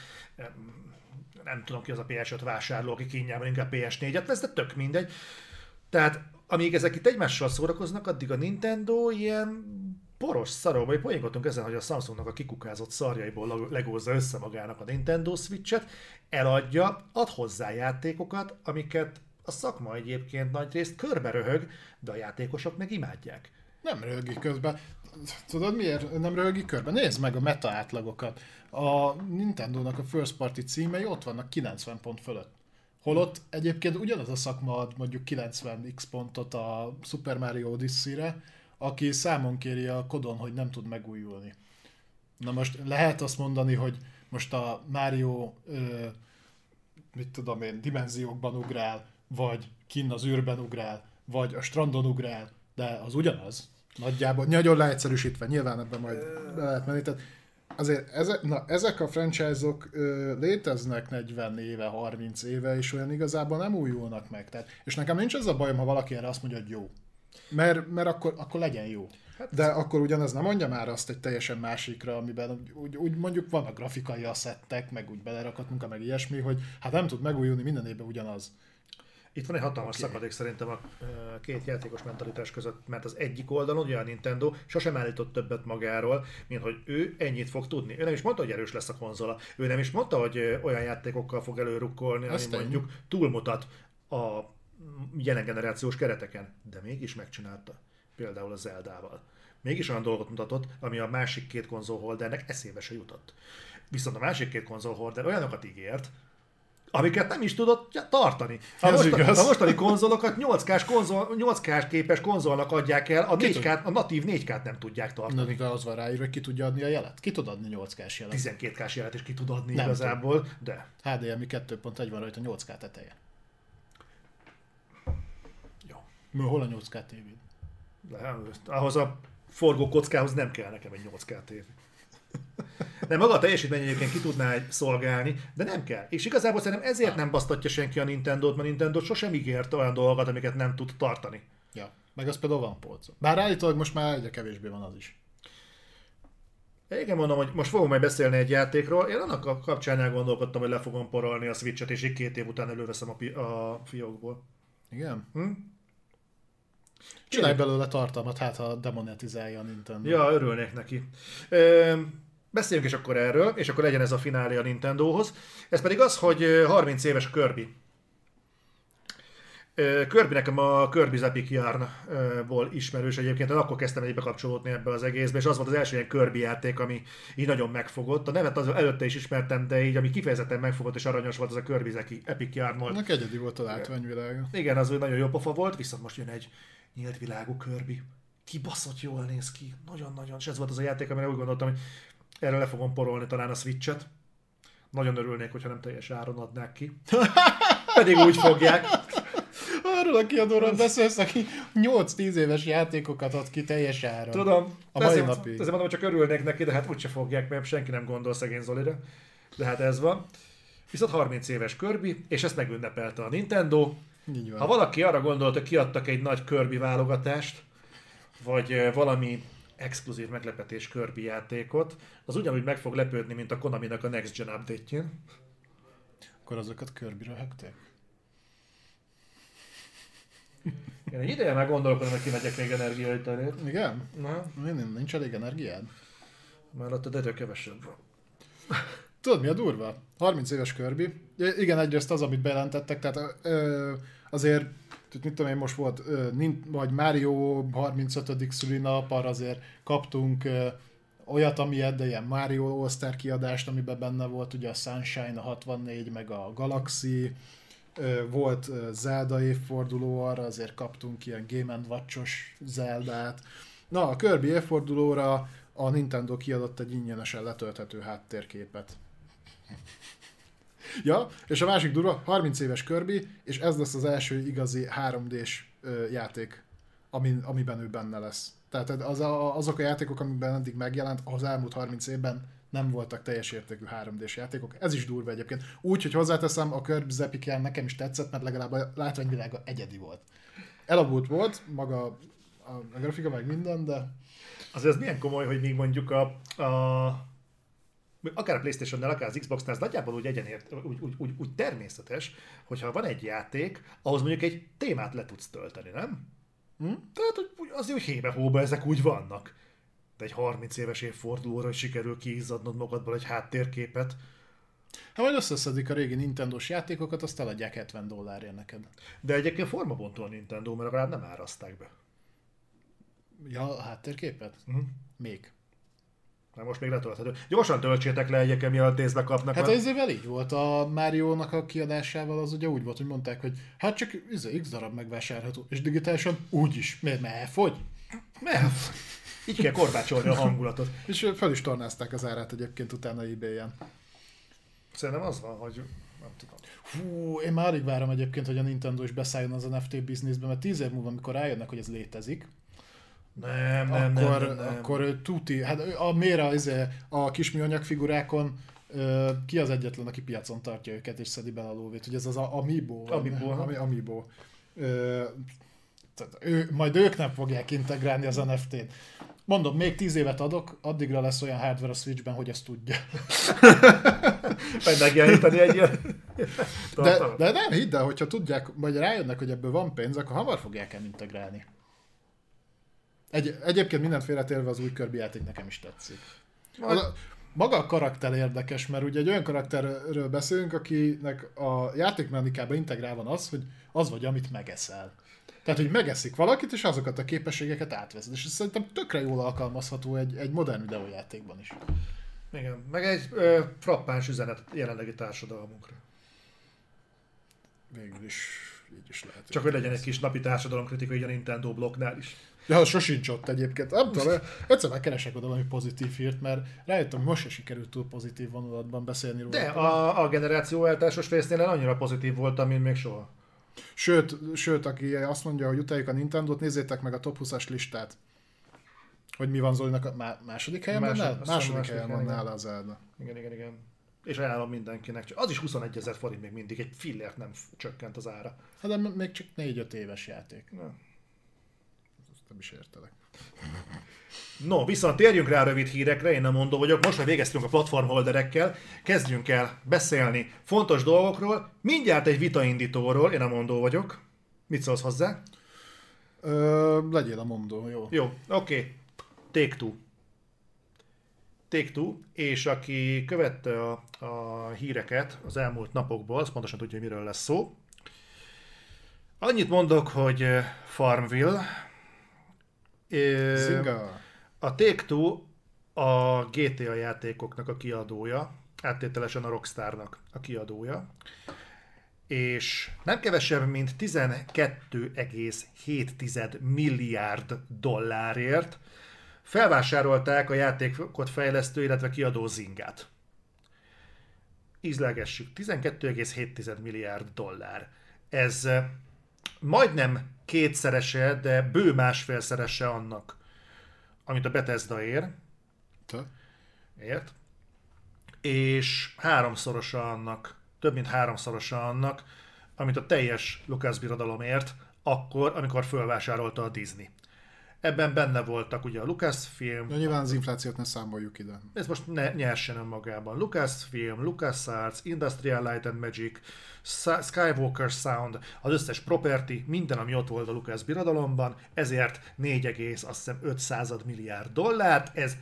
Nem tudom ki az a PS5 vásárló, aki kínjában inkább PS4-et vesz, de tök mindegy. Tehát amíg ezek itt egymással szórakoznak, addig a Nintendo ilyen poros szaró, vagy poénkodtunk ezen, hogy a Samsungnak a kikukázott szarjaiból legózza össze magának a Nintendo Switch-et, eladja, ad hozzá játékokat, amiket a szakma egyébként nagyrészt körbe röhög, de a játékosok meg imádják. Nem röhögi közben. Tudod miért nem röhögi körbe? Nézd meg a meta átlagokat. A Nintendo-nak a first party címei ott vannak 90 pont fölött. Holott egyébként ugyanaz a szakma ad mondjuk 90x pontot a Super Mario Odyssey-re, aki számon kéri a kodon, hogy nem tud megújulni. Na most lehet azt mondani, hogy most a Mario mit tudom én, dimenziókban ugrál, vagy kinn az űrben ugrál, vagy a strandon ugrál, de az ugyanaz. Nagyjából, nagyon leegyszerűsítve, nyilván ebben majd be lehet menni. Tehát azért ezek a franchise-ok léteznek 40 éve, 30 éve, és olyan igazából nem újulnak meg. Tehát, és nekem nincs az a bajom, ha valaki erre azt mondja, hogy jó. Mert akkor legyen jó. De akkor ugyanez nem mondja már azt egy teljesen másikra, amiben úgy mondjuk vannak grafikai asszettek, meg úgy belerakott munka, meg ilyesmi, hogy hát nem tud megújulni, minden évben ugyanaz. Itt van egy hatalmas szakadék szerintem a két játékos mentalitás között, mert az egyik oldalon, ugye a Nintendo sosem állított többet magáról, mint hogy ő ennyit fog tudni. Ő nem is mondta, hogy erős lesz a konzola. Ő nem is mondta, hogy olyan játékokkal fog előrukkolni, ami mondjuk túlmutat a jelen generációs kereteken. De mégis megcsinálta. Például a Zeldával. Mégis olyan dolgot mutatott, ami a másik két konzolholdernek eszébe se jutott. Viszont a másik két konzolholder olyanokat ígért, amiket nem is tudott tartani. A mostani konzolokat 8K képes konzolnak adják el, a natív 4K-t nem tudják tartani. De az van ráírva, hogy ki tudja adni a jelet? Ki tud adni 8K-s jelet? 12K-s jelet is ki tud adni nem igazából, tud. De... HDMI 2.1 van rajta 8K teteje. Jó. Hol a 8K tévéd? Ahhoz a forgó kockához nem kell nekem egy 8K tévé. De maga a teljesítmény egyébként ki tudná szolgálni, de nem kell. És igazából szerintem ezért nem basztatja senki a Nintendót, mert Nintendo sosem ígért olyan dolgokat, amiket nem tud tartani. Ja, meg az például van polcon. Bár állítólag most már egyre kevésbé van az is. Igen, mondom, hogy most fogom majd beszélni egy játékról. Én annak a kapcsán elgondolkodtam, hogy le fogom porolni a Switch-et, és így 2 év után előveszem a fiókból. Igen? Csinálj belőle tartalmat, hát ha demonetizálja a Nintendo. Ja, örülnék neki. Beszéljünk is akkor erről, és akkor legyen ez a finálé a Nintendohoz. Ez pedig az, hogy 30 éves Kirby. Kirby nekem a Kirby's Epic Yarn-ból ismerős egyébként, akkor kezdtem egy bekapcsolódni ebbe az egészbe, és az volt az első ilyen Kirby játék, ami így nagyon megfogott. A nevet az előtte is ismertem, de így ami kifejezetten megfogott és aranyos volt, az a Kirby's Epic Yarn volt. Ennek egyedi volt a látványvilága. Igen, az nagyon jó pofa volt, viszont most jön egy nyílt világú Kirby. Kibaszott jól néz ki, nagyon-nagyon, és ez volt az a játék, amire úgy gondoltam, hogy erre le fogom porolni talán a Switch-et. Nagyon örülnék, hogyha nem teljes áron adnák ki. Pedig úgy fogják. Arról a kiadóról beszélsz, aki 8-10 éves játékokat ad ki teljes áron. Tudom. A mai napig. Ezért mondom, hogy csak örülnék neki, de hát úgyse fogják, mert senki nem gondol szegény Zolira. De hát ez van. Viszont 30 éves Kirby, és ezt megünnepelte a Nintendo. Ha valaki arra gondolt, hogy kiadtak egy nagy Kirby válogatást, vagy valami exkluzív meglepetés Kirby játékot, az ugyanúgy meg fog lepődni, mint a Konaminak a Next Gen update-jén. Akkor azokat Kirby-re hagyták? Én egy ideje már gondolkodom, hogy kimegyek még energiaitalért. Igen? Nincs elég energiád? Már ott a egyre kevesebb van. Tudod mi a durva? 30 éves Kirby. Igen, egyrészt az, amit bejelentettek, tehát azért, mit tudom én, most volt vagy Mario 35. szülinap, arra azért kaptunk olyat, amilyet, de ilyen Mario All-Star kiadást, amiben benne volt ugye a Sunshine, a 64, meg a Galaxy, volt Zelda évforduló, arra azért kaptunk ilyen Game & Watch-os Zeldát. Na, a Kirby évfordulóra a Nintendo kiadott egy ingyenesen letölthető háttérképet. Ja, és a másik durva, 30 éves Kirby, és ez lesz az első igazi 3D-s játék, amiben ő benne lesz. Tehát azok a játékok, amikben eddig megjelent, az elmúlt 30 évben nem voltak teljes értékű 3D-s játékok. Ez is durva egyébként. Úgy, hogy hozzáteszem, a Kirby's Epic Yarn nekem is tetszett, mert legalább a látványvilága egyedi volt. Elavult volt, maga a grafika meg minden, de... Azért ez milyen komoly, hogy még mondjuk akár a PlayStation-nál, akár az Xbox-nál, ez nagyjából úgy természetes, hogyha van egy játék, ahhoz mondjuk egy témát le tudsz tölteni, nem? Tehát azért, hogy hébe-hóba ezek úgy vannak. De egy 30 éves évfordulóra, hogy sikerül kiizzadnod magadból egy háttérképet. Hát majd összeszedik a régi Nintendo-s játékokat, azt eladják $70 neked. De egyébként formabontó a Nintendo, mert legalább nem árazták be. Ja, a háttérképet? Még. Már most még letölthető. Gyorsan töltsétek le egyébként, mielőtt észbe kapnak. Hát azért így volt a Mario-nak a kiadásával, az ugye úgy volt, hogy mondták, hogy hát csak X darab megvásárolható, és digitálisan úgyis. Miért elfogy? Így kell korbácsolni a hangulatot. És fel is tornázták az árát egyébként utána eBay-en. Szerintem az van, hogy nem tudom. Hú, én már alig várom egyébként, hogy a Nintendo is beszálljon az NFT bizniszbe, mert 10 év múlva, amikor rájönnek, hogy ez létezik, Nem. Akkor ő tuti, hát a kis műanyag figurákon ki az egyetlen, aki piacon tartja őket és szedi bele a lóvét, ugye ez az Amiibo. Amiibo. Majd ők nem fogják integrálni az NFT-t. Mondom, még 10 évet adok, addigra lesz olyan hardware a Switchben, hogy ezt tudja. Megjeleníteni egy ilyen... De nem, hidd el, hogyha tudják, vagy rájönnek, hogy ebből van pénz, akkor hamar fogják el integrálni. Egyébként mindent félretélve az új Kirby játék nekem is tetszik. Maga a karakter érdekes, mert ugye egy olyan karakterről beszélünk, akinek a játékmechanikában integrál van az, hogy az vagy, amit megeszel. Tehát, hogy megeszik valakit, és azokat a képességeket átveszed. És ez szerintem tökre jól alkalmazható egy modern videójátékban is. Igen, meg egy frappáns üzenet jelenlegi társadalmunkra. Végül is így is lehet. Csak hogy legyen egy kis napi társadalomkritika, így a Nintendo blokknál is. Ja, sosincs ott egyébként. Nem tudom, egyszer már keresek oda valami pozitív hírt, mert rájöttem, hogy most se sikerült túl pozitív vonulatban beszélni róla. De a generációváltásos résznél annyira pozitív voltam, mint még soha. Sőt, aki azt mondja, hogy utáljuk a Nintendót, nézzétek meg a top 20-as listát. Hogy mi van Zolinak a második helyen van nála? Második helyen van nála az Zelda. Igen. És ajánlom mindenkinek. Az is 21 000 forint még mindig, egy fillért nem csökkent az ára. Hát de még csak 4-5 éves játék. Ezt nem is értelek. No, viszont térjünk rá rövid hírekre, én nem mondó vagyok. Most, hogy végeztünk a platformholderekkel, kezdjünk el beszélni fontos dolgokról. Mindjárt egy vitaindítóról, én nem mondó vagyok. Mit szólsz hozzá? Legyél a mondó, jó. Jó, oké. Take-Two, és aki követte a híreket az elmúlt napokból, az pontosan tudja, hogy miről lesz szó. Annyit mondok, hogy Farmville. A Take-Two a GTA játékoknak a kiadója, áttételesen a Rockstarnak a kiadója, és nem kevesebb, mint 12,7 milliárd dollárért felvásárolták a játékot fejlesztő, illetve kiadó Zingát. Ízlelgessük, 12,7 milliárd dollár. Ez majdnem kétszerese, de bő másfélszerese annak, amit a Bethesda ér. Ért? És háromszorosa annak, több mint háromszorosa annak, amit a teljes Lucas birodalom ért, akkor, amikor fölvásárolta a Disney. Ebben benne voltak ugye a Lucasfilm... De nyilván az inflációt ne számoljuk ide. Ez most nyersen önmagában. Lucasfilm, LucasArts, Industrial Light and Magic, Skywalker Sound, az összes property, minden, ami ott volt a Lucas birodalomban, ezért 4,5 milliárd dollárt, ez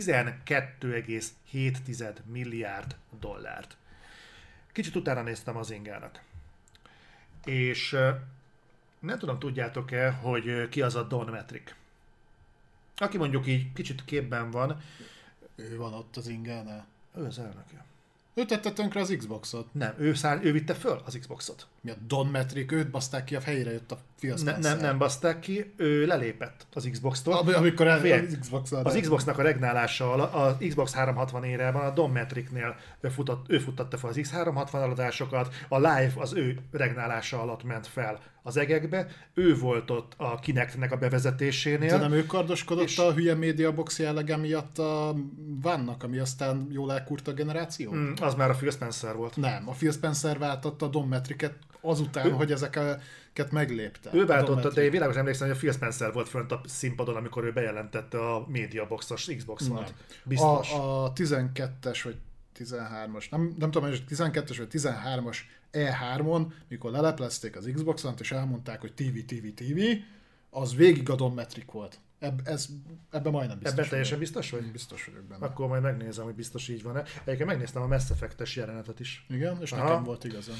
12,7 milliárd dollárt. Kicsit utána néztem az Ingának. És nem tudom, tudjátok-e, hogy ki az a Don Metric? Aki mondjuk így kicsit képben van. Ő van ott az Ingánál. Ő az elnöke. Ő tette tönkre az Xboxot. Nem, ő vitte föl az Xboxot. Mi a Don Metric? Őt baszták ki, a helyére jött a Phil Spencer. Nem baszták ki, ő lelépett az Xbox-tól. Amikor az Xboxnak a regnálása, a Xbox 360 érában a Don Metricnél ő futtatta fel az X360 adásokat, a Live az ő regnálása alatt ment fel az egekbe, ő volt ott a Kinectnek a bevezetésénél. De nem ő kardoskodott és... a hülye Mediabox jellege miatt a Vannak, ami aztán jól elkúrta a generáció? Az már a Phil Spencer volt. Nem, a Phil Spencer váltotta a Don Metricet azután, hogy ezeket meglépte. Ő váltotta, de én világos emlékszem, hogy a Phil Spencer volt fönt a színpadon, amikor ő bejelentette a Mediaboxos Xbox-ot. Biztos. A 12-es vagy 13-as, nem tudom, hogy 12-es vagy 13-as E3-on, mikor leleplezték az Xbox-ot, és elmondták, hogy TV, az végig a Don Metric volt. Ebben majdnem biztos. Ebben teljesen biztos vagy? Biztos vagyok benne. Akkor majd megnézem, hogy biztos így van-e. Egyébként megnéztem a Mass Effect-es jelenetet is. Igen, és nekem volt igazán.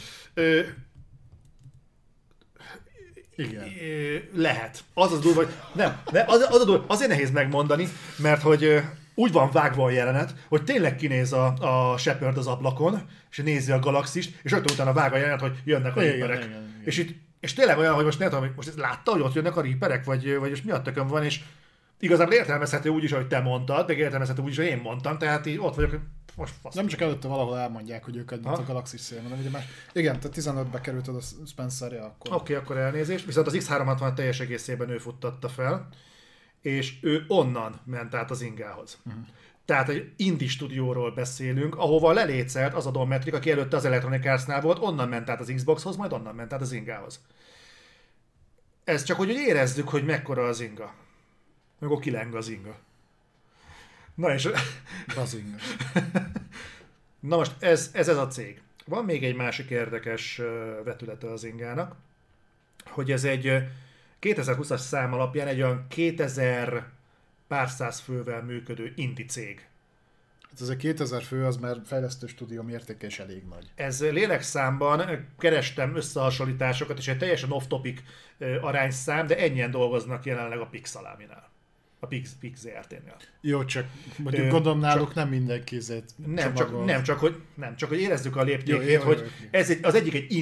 Igen. Lehet. Az az durva, hogy nem, az a durva, azért nehéz megmondani, mert hogy úgy van vágva a jelenet, hogy tényleg kinéz a Shepard az ablakon, és nézi a galaxist, és rögtön utána vág a jelenet, hogy jönnek a Reaperek. És tényleg olyan, hogy most nem tudom, most látta, hogy ott jönnek a Reaperek, vagy most mi a tököm van, és igazából értelmezhető úgy is, ahogy te mondtad, meg értelmezhető úgy is, hogy én mondtam, tehát így ott vagyok, hogy most fasz. Nem csak előtte valahol elmondják, hogy ők adnak a galaxis szélben, hanem ugye már, igen, tehát 15-be került oda Spencer-je akkor. Oké, akkor elnézést, viszont az X360 teljes egészében ő futtatta fel, és ő onnan ment át az Ingához. Tehát egy indie stúdióról beszélünk, ahova lelécelt az a Don Matrick, aki előtte az Electronic Arts-nál volt, onnan ment át az Xboxhoz, majd onnan ment át az Ingához. Ez csak, hogy érezzük, hogy mekkora az Inga. Akkor kileng az Inga. Na és... Az Inga. Na most ez a cég. Van még egy másik érdekes vetülete az Ingának, hogy ez egy 2020-as szám alapján egy olyan 2000 pár száz fővel működő indie cég. Hát ez a 2000 fő, az már fejlesztő stúdió mértéke is elég nagy. Ez lélekszámban kerestem összehasonlításokat, és egy teljesen off-topic arányszám, de ennyien dolgoznak jelenleg a Pixaláminál. A Pix ZRT-nél. Jó, csak mondjuk gondolom náluk nem mindenkizét nem csak, hogy érezzük a léptékét, hogy ez az egyik egy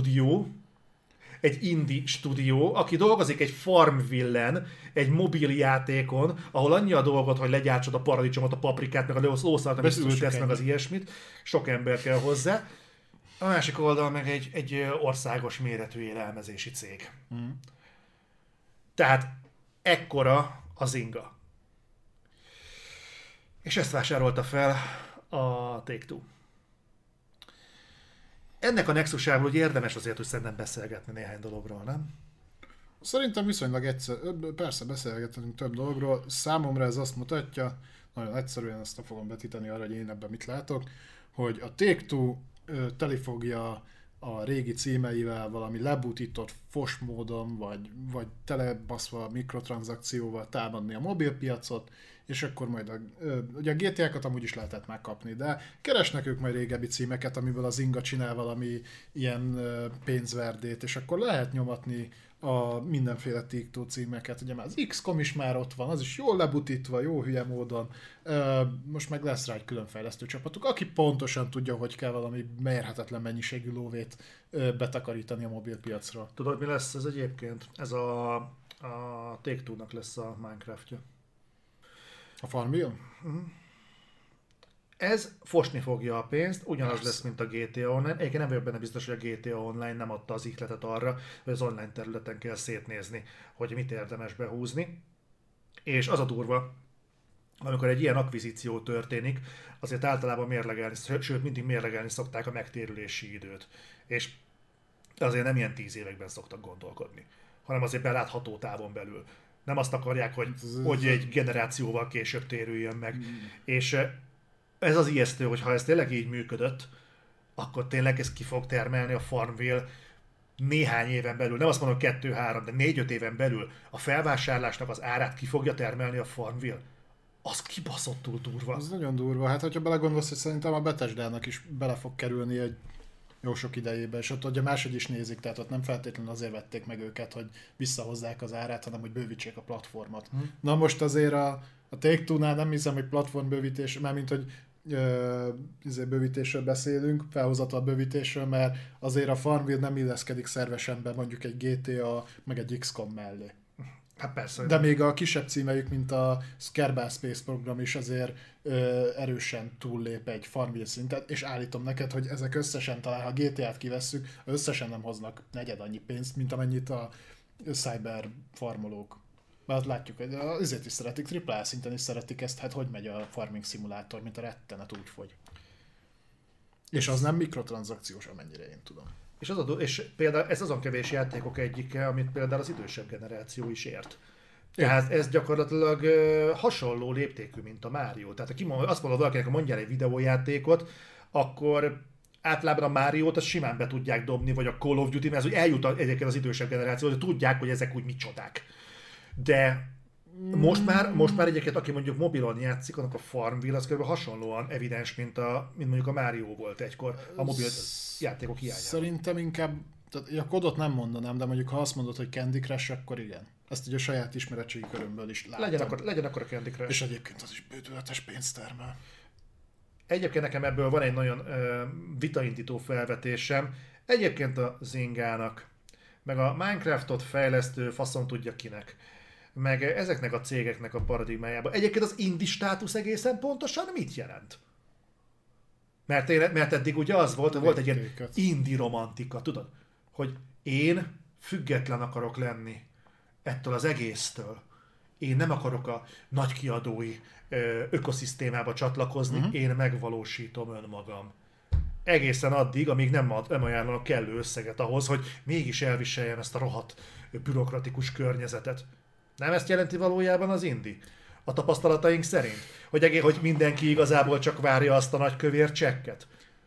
indie stúdió, aki dolgozik egy Farmville-en, egy mobil játékon, ahol annyi a dolgot, hogy legyártsod a paradicsomot, a paprikát, meg a lószalt, amit ültetsz, meg az ilyesmit. Sok ember kell hozzá. A másik oldal meg egy országos méretű élelmezési cég. Tehát ekkora az Inga. És ezt vásárolta fel a Take-Two. Ennek a nexusából ugye érdemes azért, hogy szerintem beszélgetni néhány dologról, nem? Szerintem viszonylag persze beszélgetünk több dologról. Számomra ez azt mutatja, nagyon egyszerűen ezt fogom betíteni arra, hogy én ebben mit látok, hogy a Take-Two teli fogja a régi címeivel valami lebutított fos módon, vagy telebaszva mikrotranszakcióval támadni a mobilpiacot, és akkor majd ugye a GTA-kat amúgy is lehetett megkapni, de keresnek ők majd régebbi címeket, amiből az Inga csinál valami ilyen pénzverdét, és akkor lehet nyomatni a mindenféle Take-Two címeket. Ugye már az XCOM is már ott van, az is jól lebutítva, jó hülye módon. Most meg lesz rá egy külön fejlesztő csapatuk, aki pontosan tudja, hogy kell valami mérhetetlen mennyiségű lóvét betakarítani a mobilpiacra. Tudod, mi lesz ez egyébként? Ez a Take-Two-nak lesz a Minecraftja. A Farmville? Ez fosni fogja a pénzt, ugyanaz lesz, mint a GTA Online. Egyébként nem vagyok benne biztos, hogy a GTA Online nem adta az ihletet arra, hogy az online területen kell szétnézni, hogy mit érdemes behúzni. És az a durva, amikor egy ilyen akvizíció történik, azért általában mérlegelni, sőt mindig mérlegelni szokták a megtérülési időt. És azért nem ilyen 10 években szoktak gondolkodni, hanem azért belátható távon belül. Nem azt akarják, hogy egy generációval később térüljön meg. És ez az ijesztő, hogy ha ez tényleg így működött, akkor tényleg ez ki fog termelni a Farmville néhány éven belül. Nem azt mondom 2-3, de 4-5 éven belül a felvásárlásnak az árát ki fogja termelni a Farmville. Az kibaszottul durva. Az nagyon durva. Hát, hogyha belegondolsz, hogy szerintem a Bethesdának is bele fog kerülni egy jó sok idejébe, és ott ugye máshogy is nézik, tehát ott nem feltétlenül azért vették meg őket, hogy visszahozzák az árát, hanem hogy bővítsék a platformot. Na most azért a Take-Two-nál nem hiszem, hogy platformbővítés, mármint hogy bővítésről beszélünk, felhozatal bővítésről, mert azért a Farmville nem illeszkedik szervesen be mondjuk egy GTA, meg egy XCOM mellé. Hát persze. De még a kisebb címeik, mint a Kerbal Space Program is azért erősen túllép egy Farmville szintet, és állítom neked, hogy ezek összesen, talán ha GTA-t kivesszük, összesen nem hoznak negyed annyi pénzt, mint amennyit a cyber farmolók. Mert látjuk, hogy azért is szeretik, AAA szinten is szeretik ezt, hát hogy megy a farming szimulátor, mint a rettenet úgy fogy. És az nem mikrotranszakciós, amennyire én tudom. És például ez azon kevés játékok egyike, amit például az idősebb generáció is ért. Tehát ez gyakorlatilag hasonló léptékű, mint a Mario. Tehát ha azt mondod valakinek, hogy mondjál egy videójátékot, akkor általában a Máriót azt simán be tudják dobni, vagy a Call of Duty, mert ez úgy eljut egyébként az idősebb generáció, hogy tudják, hogy ezek úgy micsodák. De most már egyébként, aki mondjuk mobilon játszik, annak a Farmville az kb. Hasonlóan evidens, mint mondjuk a Mario volt egykor a mobil játékok hiányában. Szerintem inkább, tehát a kodot nem mondanám, de mondjuk ha azt mondod, hogy Candy Crush, akkor igen. Ezt ugye a saját ismeretségi körömből is látom. Legyen akkor a Candy Crush. És egyébként az is bődületes pénzt termel. Egyébként nekem ebből van egy nagyon vitaindító felvetésem. Egyébként a Zingának, meg a Minecraftot fejlesztő faszon tudja kinek, meg ezeknek a cégeknek a paradigmájában. Egyébként az indie státusz egészen pontosan mit jelent? Mert eddig ugye az volt egy ilyen indie romantika, tudod? Hogy én független akarok lenni ettől az egésztől. én nem akarok a nagy kiadói ökoszisztémába csatlakozni, én megvalósítom önmagam. Egészen addig, amíg nem ajánlanak kellő összeget ahhoz, hogy mégis elviseljem ezt a rohadt bürokratikus környezetet. Nem ezt jelenti valójában az indie? A tapasztalataink szerint? Hogy mindenki igazából csak várja azt a nagy kövér csekket?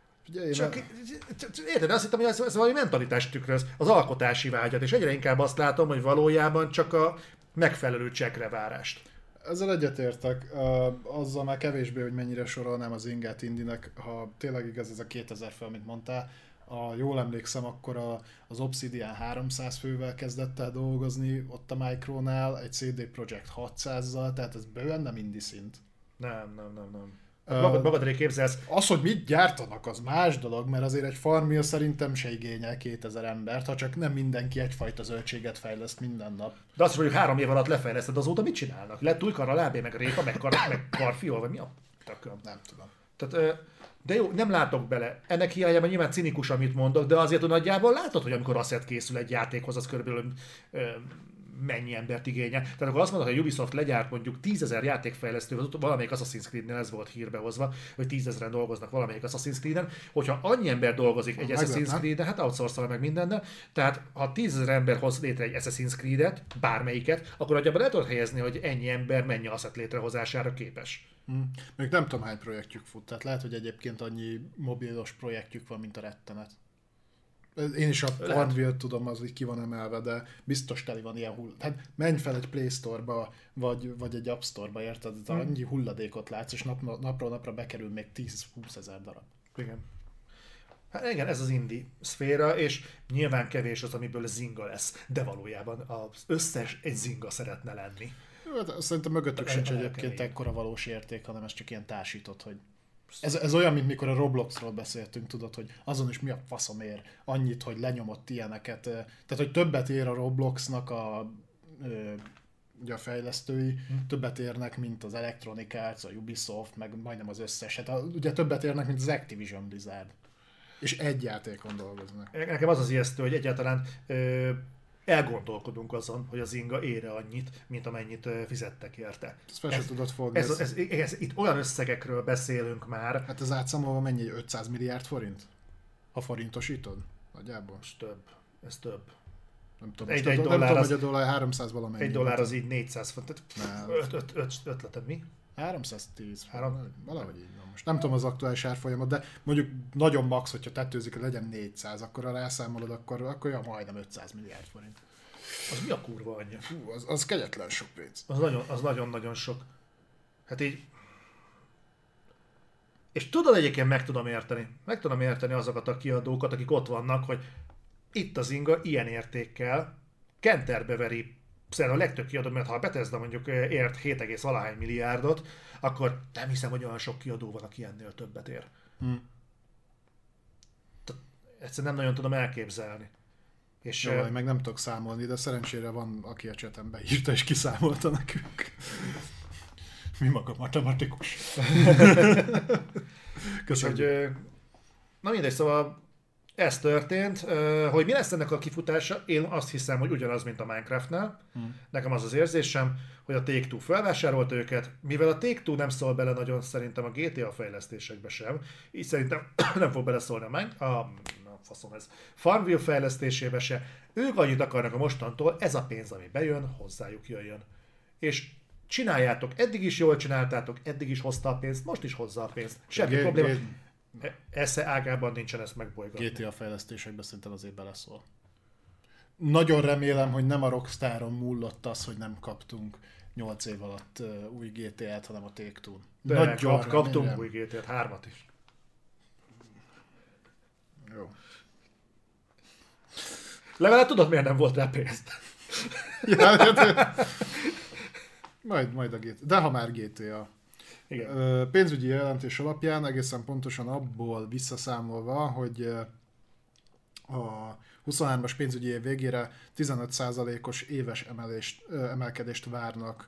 Érted, azt hittem, hogy ez valami mentalitást tükröz, az alkotási vágyat, és egyre inkább azt látom, hogy valójában csak a megfelelő csekre várást. Ezzel egyetértek, azzal már kevésbé, hogy mennyire sorolnám az ingát indinek, ha tényleg igaz ez a 2000 fő, amit mondtál. Jól emlékszem, akkor az Obsidian 300 fővel kezdett el dolgozni, ott a Micronál, egy CD Projekt 600-zal, tehát ez bőven nem indie szint. Nem. Magadré képzelsz. Az, hogy mit gyártanak, az más dolog, mert azért egy farmmill szerintem se igényel 2000 embert, ha csak nem mindenki egyfajta zöldséget fejleszt minden nap. De azt is mondjuk 3 év alatt lefejleszted, azóta mit csinálnak? Lett új karra, lábé, meg répa, meg karfiol, vagy mi a tököm? Nem tudom. Tehát, de jó, nem látok bele. Ennek hiányában nyilván cinikus, amit mondok, de azért nagyjából látod, hogy amikor asset készül egy játékhoz, az körülbelül mennyi embert igényel. Tehát akkor azt mondod, hogy a Ubisoft legyárt mondjuk 10 000 játékfejlesztő, valamelyik Assassin's Creed-nél ez volt hírbehozva, hogy 10 000-en dolgoznak valamelyik Assassin's Creed-en, hogyha annyi ember dolgozik egy Assassin's Creed-en, hát outsource-al meg mindennel, tehát ha 10 000 ember hoz létre egy Assassin's Creed-et, bármelyiket, akkor nagyjából el tudod helyezni, hogy ennyi ember mennyi asset létrehozására képes. Még nem tudom, hány projektjük fut, tehát lehet, hogy egyébként annyi mobilos projektjük van, mint a rettenet. Én is a Farmville tudom, az így ki van emelve, de biztos teli van ilyen Hát menj fel egy Play Store-ba, vagy egy App Store-ba, érted? Annyi hulladékot látsz, és napról napra bekerül még 10-20 ezer darab. Igen. Hát igen, ez az indie szféra, és nyilván kevés az, amiből zinga lesz, de valójában az összes egy zinga szeretne lenni. Hát, szerintem mögöttük sincs egyébként ekkora valós érték, hanem ez csak ilyen társított, hogy ez olyan, mint mikor a Robloxról beszéltünk, tudod, hogy azon is mi a faszom ér annyit, hogy lenyomott ilyeneket. Tehát, hogy többet ér a Robloxnak ugye a fejlesztői, többet érnek, mint az Electronic Arts, a Ubisoft, meg majdnem az összes. Hát ugye többet érnek, mint az Activision Blizzard. És egy játékon dolgoznak. Nekem az az ijesztő, hogy egyáltalán elgondolkodunk azon, hogy az inga ére annyit, mint amennyit fizettek érte. Ezt fel sem tudod fogni. Itt olyan összegekről beszélünk már. Hát ez átszámolva mennyi? 500 milliárd forint? Ha forintosítod? Nagyjából. Ez több. Nem tudom, egy dollár, hogy a dollár 300 valamennyi. Egy dollár az így 400 font. Ötleted mi? 310. Valahogy így van most. Nem tudom az aktuális árfolyamot, de mondjuk nagyon max, hogyha tetőzik, hogy legyen 400, akkor ha rászámolod, akkor majdnem 500 milliárd forint. Az mi a kurva anyja? Az kegyetlen sok pénz. Az nagyon-nagyon sok. Hát így... És tudod, egyébként meg tudom érteni azokat a kiadókat, akik ott vannak, hogy itt az inga ilyen értékkel kenterbe veri szerintem a legtöbb kiadó, mert ha a Bethesda mondjuk ért 7,valahány milliárdot, akkor nem hiszem, hogy olyan sok kiadó van, aki ennél többet ér. Egyszerűen nem nagyon tudom elképzelni. És jó, meg nem tudok számolni, de szerencsére van, aki a chaten beírta és kiszámolta nekünk. Mi maga matematikus. Köszönjük. Na mindegy, szóval ez történt, hogy mi lesz ennek a kifutása, én azt hiszem, hogy ugyanaz, mint a Minecraftnál. Nekem az az érzésem, hogy a Take-Two felvásárolta őket, mivel a Take-Two nem szól bele nagyon szerintem a GTA fejlesztésekbe sem, így szerintem nem fog beleszólni Farmville fejlesztésébe se. Ők annyit akarnak a mostantól, ez a pénz, ami bejön, hozzájuk jöjjön. És csináljátok, eddig is jól csináltátok, eddig is hozta a pénzt, most is hozza a pénzt. Semmi probléma. Esze ágában nincsen ezt megbolygatni. GTA fejlesztésekben szerintem azért beleszól. Nagyon remélem, hogy nem a Rockstaron múlott az, hogy nem kaptunk 8 év alatt új GTA-t, hanem a Take-Two-n. De kaptunk új GTA-t, 3-at is. Jó. Legalább tudod, miért nem volt rá pénzt. Majd a GTA. De ha már GTA. Igen. Pénzügyi jelentés alapján egészen pontosan abból visszaszámolva, hogy a 23-as pénzügyi év végére 15%-os éves emelkedést várnak,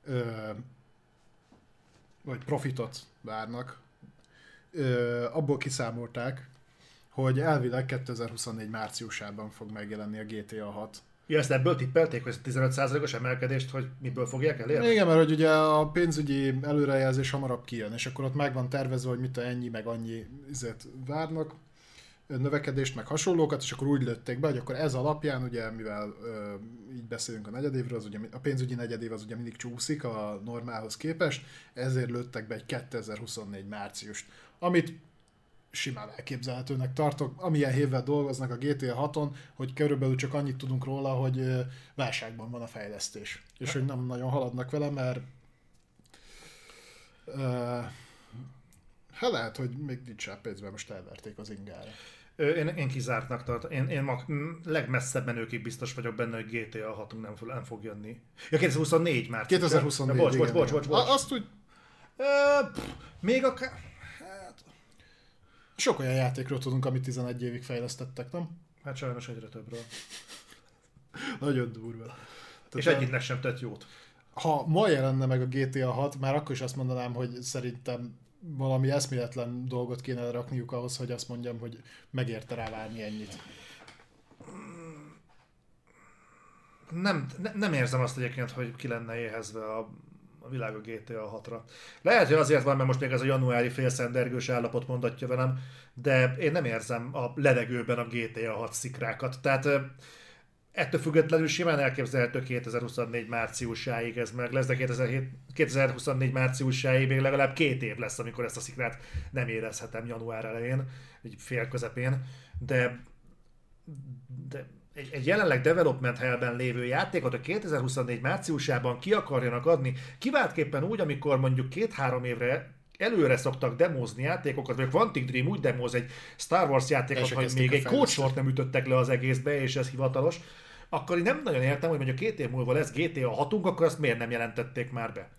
vagy profitot várnak. Abból kiszámolták, hogy elvileg 2024 márciusában fog megjelenni a GTA 6. Ja, ezt ebből tippelték, hogy 15%-os emelkedést, hogy miből fogják elérni? Igen, mert hogy ugye a pénzügyi előrejelzés hamarabb kijön, és akkor ott meg van tervezve, hogy mit ennyi, meg annyi várnak, növekedést, meg hasonlókat, és akkor úgy lőtték be, hogy akkor ez alapján, ugye, mivel így beszélünk a negyedévről, az ugye, a pénzügyi negyedév az ugye mindig csúszik a normálhoz képest, ezért lőttek be egy 2024 márciust, amit simán elképzelhetőnek tartok, amilyen hévvel dolgoznak a GTA 6-on, hogy körülbelül csak annyit tudunk róla, hogy válságban van a fejlesztés, és hogy nem nagyon haladnak vele, mert hát lehet, hogy még nincs rá pénzben, most elverték az ingára. Én kizártnak tartom. Én legmesszebb menőkig biztos vagyok benne, hogy GTA 6 nem fog jönni. Ja, 2024 már. 2024, bocs. Azt úgy... Még akár... Sok olyan játékról tudunk, amit 11 évig fejlesztettek, nem? Hát sajnos egyre többről. Nagyon durva. És egyiknek sem tett jót. Ha ma jelenne meg a GTA 6, már akkor is azt mondanám, hogy szerintem valami eszméletlen dolgot kéne rakniuk ahhoz, hogy azt mondjam, hogy megérte rá várni ennyit. Nem érzem azt egyébként, hogy ki lenne éhezve a világ a GTA 6-ra. Lehet, hogy azért van, mert most még ez a januári félszendergős állapot mondatja velem, de én nem érzem a levegőben a GTA 6 szikrákat. Tehát ettől függetlenül simán elképzelhető 2024 márciusáig ez meg lesz, de 2024 márciusáig még legalább 2 év lesz, amikor ezt a szikrát nem érezhetem január elején, vagy fél közepén, de egy jelenleg development hellben lévő játékot a 2024 márciusában ki akarjanak adni, kiváltképpen úgy, amikor mondjuk 2-3 évre előre szoktak demózni játékokat, vagy a Quantic Dream úgy demóz egy Star Wars játékot, hogy még egy kódsort nem ütöttek le az egészbe, és ez hivatalos, akkor én nem nagyon értem, hogy mondjuk 2 év múlva lesz GTA 6-unk, akkor azt miért nem jelentették már be?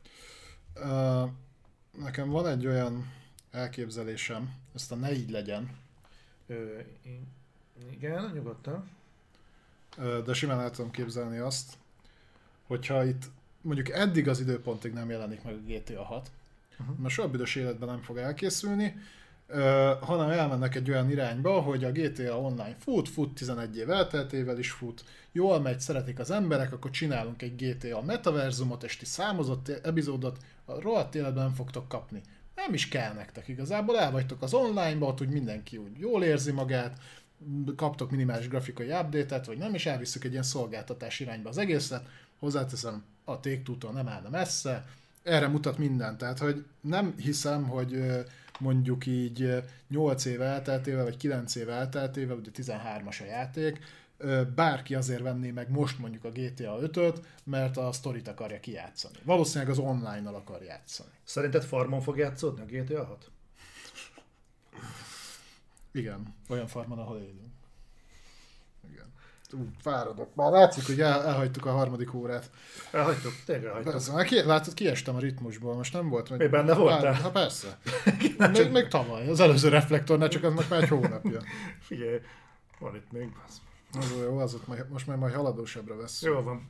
Nekem van egy olyan elképzelésem, ezt ne így legyen. Igen, nyugodtan. De simán el tudom képzelni azt, hogyha itt mondjuk eddig az időpontig nem jelenik meg a GTA 6, mert soha büdös életben nem fog elkészülni, hanem elmennek egy olyan irányba, hogy a GTA Online fut 11 év elteltével is fut, jól megy, szeretik az emberek, akkor csinálunk egy GTA metaverzumot, és ti számozott epizódot a rohadt életben nem fogtok kapni. Nem is kell nektek igazából, elvagytok az online-ba, ott úgy mindenki úgy jól érzi magát, kaptok minimális grafikai update-et, vagy nem, és elviszük egy ilyen szolgáltatás irányba az egészet, hozzáteszem, a Take-Two-tól nem állna messze, erre mutat minden, tehát hogy nem hiszem, hogy mondjuk így 8 év elteltével, vagy 9 év elteltével, ugye 13-as a játék, bárki azért venné meg most mondjuk a GTA 5-öt, mert a sztorit akarja kijátszani. Valószínűleg az online-nal akar játszani. Szerinted farmon fog játszódni a GTA 6? Igen, olyan farmon, ahol élünk. Igen. Fáradok. Már látszik, hogy elhagytuk a harmadik órát. Elhagytuk, tényleg elhagytuk. Persze, már látod, kiestem a ritmusból, most nem volt meg. Még benne voltál? Hát persze. még tavaly, az előző reflektornál, csak az most már egy hónapja. Figyelj, van itt még. Az jó, az ott most már majd haladósabbra vesz. Jó van.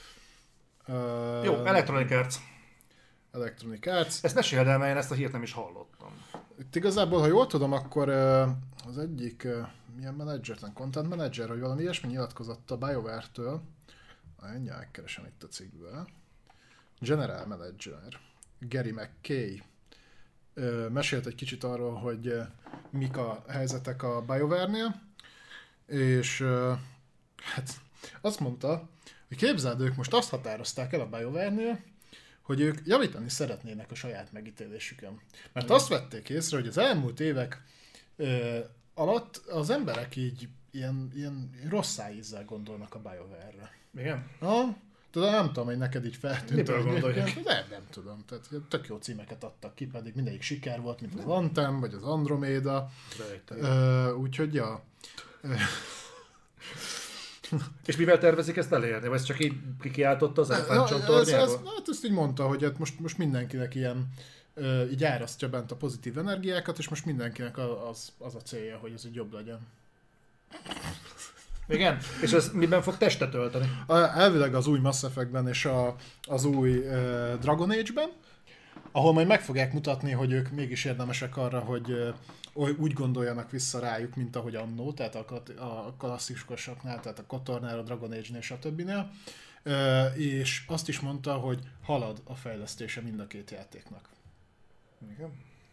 Jó, Electronic Arts. Electronic Arts. Ezt meséld el, mert én ezt a hírt nem is hallottam. Itt igazából, ha jól tudom, akkor az egyik milyen menedzser, content manager, hogy valami ilyesmi nyilatkozott a BioWare-től. Mindjárt megkeresem itt a cikkből. General Manager, Gary McKay mesélt egy kicsit arról, hogy mik a helyzetek a BioWare-nél, és hát azt mondta, hogy képzeld, ők most azt határozták el a BioWare-nél, hogy ők javítani szeretnének a saját megítélésükön. Mert azt vették észre, hogy az elmúlt évek alatt az emberek így ilyen rossz ízzel gondolnak a BioWare-re. Igen? Tudom, nem tudom, hogy neked így feltűnt. Miből gondolják? Nem tudom. Tehát tök jó címeket adtak ki, pedig mindegyik siker volt, mint az Anthem, vagy az Andromeda. Úgyhogy ja. És mivel tervezik ezt elérni? Vagy ez csak így kikiáltotta az elefántcsontornyából? Hát ezt így mondta, hogy hát most mindenkinek ilyen így árasztja bent a pozitív energiákat, és most mindenkinek az a célja, hogy ez így jobb legyen. Igen? És ez miben fog testet ölteni? Elvileg az új Mass Effect-ben és az új Dragon Age-ben. ahol majd meg fogják mutatni, hogy ők mégis érdemesek arra, hogy úgy gondoljanak vissza rájuk, mint ahogy annó, tehát a klasszikusoknál, tehát a KOTOR-nál, a Dragon Age-nél, stb. És azt is mondta, hogy halad a fejlesztése mind a két játéknak. Igen.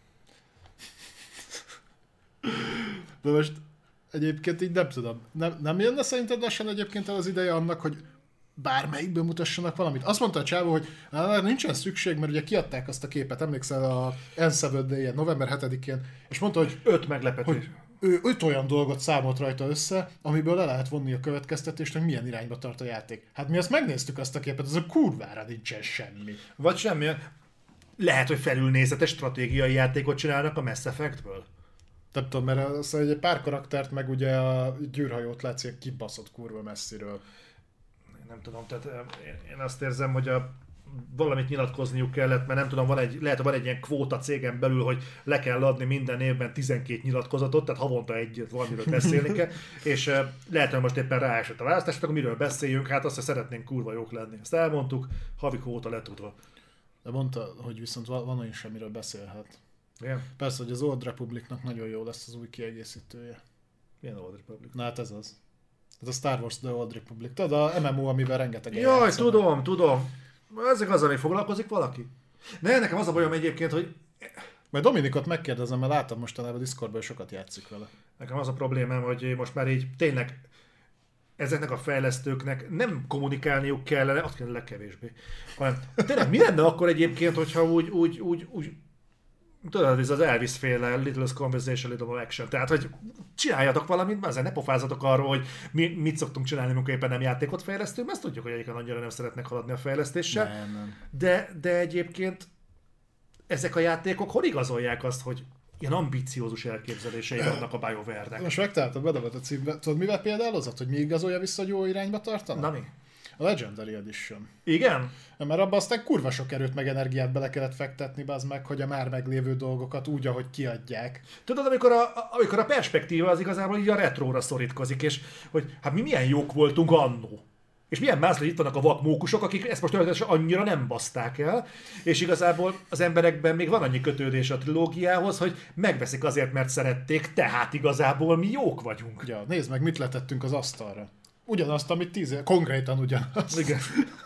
De most egyébként így nem tudom. Nem jönne szerinted lassan egyébként el az ideje annak, hogy bármelyikből mutassanak valamit? Azt mondta a csávó, hogy nincsen szükség, mert ugye kiadták azt a képet, emlékszel a N7 november 7-én, és mondta, hogy 5 meglepetés. Hogy ő 5 olyan dolgot számolt rajta össze, amiből le lehet vonni a következtetést, hogy milyen irányba tart a játék. Hát mi azt megnéztük azt a képet, az a kurvára nincsen semmi. Vagy semmi. Lehet, hogy felülnézetes stratégiai játékot csinálnak a Mass Effectből. Nem tudom, mert az egy pár karaktert, meg ugye a gyűrhajót látszik kibaszott kurva messziről. Nem tudom, tehát én azt érzem, hogy valamit nyilatkozniuk kellett, mert nem tudom, lehet, hogy van egy ilyen kvóta cégen belül, hogy le kell adni minden évben 12 nyilatkozatot, tehát havonta egy valamiről beszélni kell, és lehet, hogy most éppen ráesett a választás, akkor miről beszéljünk, hát azt, hogy szeretnénk kurva jók lenni. Ezt elmondtuk, havi kvóta letudva. De mondta, hogy viszont van olyan sem, miről beszélhet. Igen? Persze, hogy az Old Republicnak nagyon jó lesz az új kiegészítője. Milyen Old Republic? Na hát ez az. Ez a Star Wars The Old Republic. Tudod, a MMO, amiben rengeteg Jaj, tudom. Ezek az, ami foglalkozik valaki? Ne, nekem az a bajom egyébként, hogy... Majd Dominikot megkérdezem, mert látom mostanában a Discordban, sokat játszik vele. Nekem az a problémám, hogy most már így tényleg ezeknek a fejlesztőknek nem kommunikálniuk kellene, azt kellene legkevésbé. Hanem tényleg mi lenne akkor egyébként, hogyha úgy tudod, ez az Elvis féle Little Conversation, Little Action. Tehát, hogy csináljatok valamit, azért ne pofázatok arról, hogy mit szoktunk csinálni, amikor éppen nem játékot fejlesztünk, mert ezt tudjuk, hogy egyébként annyira nem szeretnek haladni a fejlesztéssel. Nem. De egyébként ezek a játékok hol igazolják azt, hogy ilyen ambiciózus elképzelései vannak a BioWare-nek? Most megtaláltad, bedavat a címbe. Tudod, mivel példálozott, hogy mi igazolja vissza, hogy jó irányba tartanak? Na mi? A Legendary Edition. Igen? Mert abban aztán kurva sok erőt meg energiát bele kellett fektetni, bazd meg, hogy a már meglévő dolgokat úgy, ahogy kiadják. Tudod, amikor a perspektíva az igazából így a retróra szorítkozik, és hogy hát mi milyen jók voltunk annó. És milyen más, hogy itt vannak a vakmókusok, akik ezt most annyira nem baszták el, és igazából az emberekben még van annyi kötődés a trilógiához, hogy megveszik azért, mert szerették, tehát igazából mi jók vagyunk. Ja, nézd meg, mit letettünk az asztalra. Ugyanazt, amit 10 év, konkrétan ugyanazt. Igen.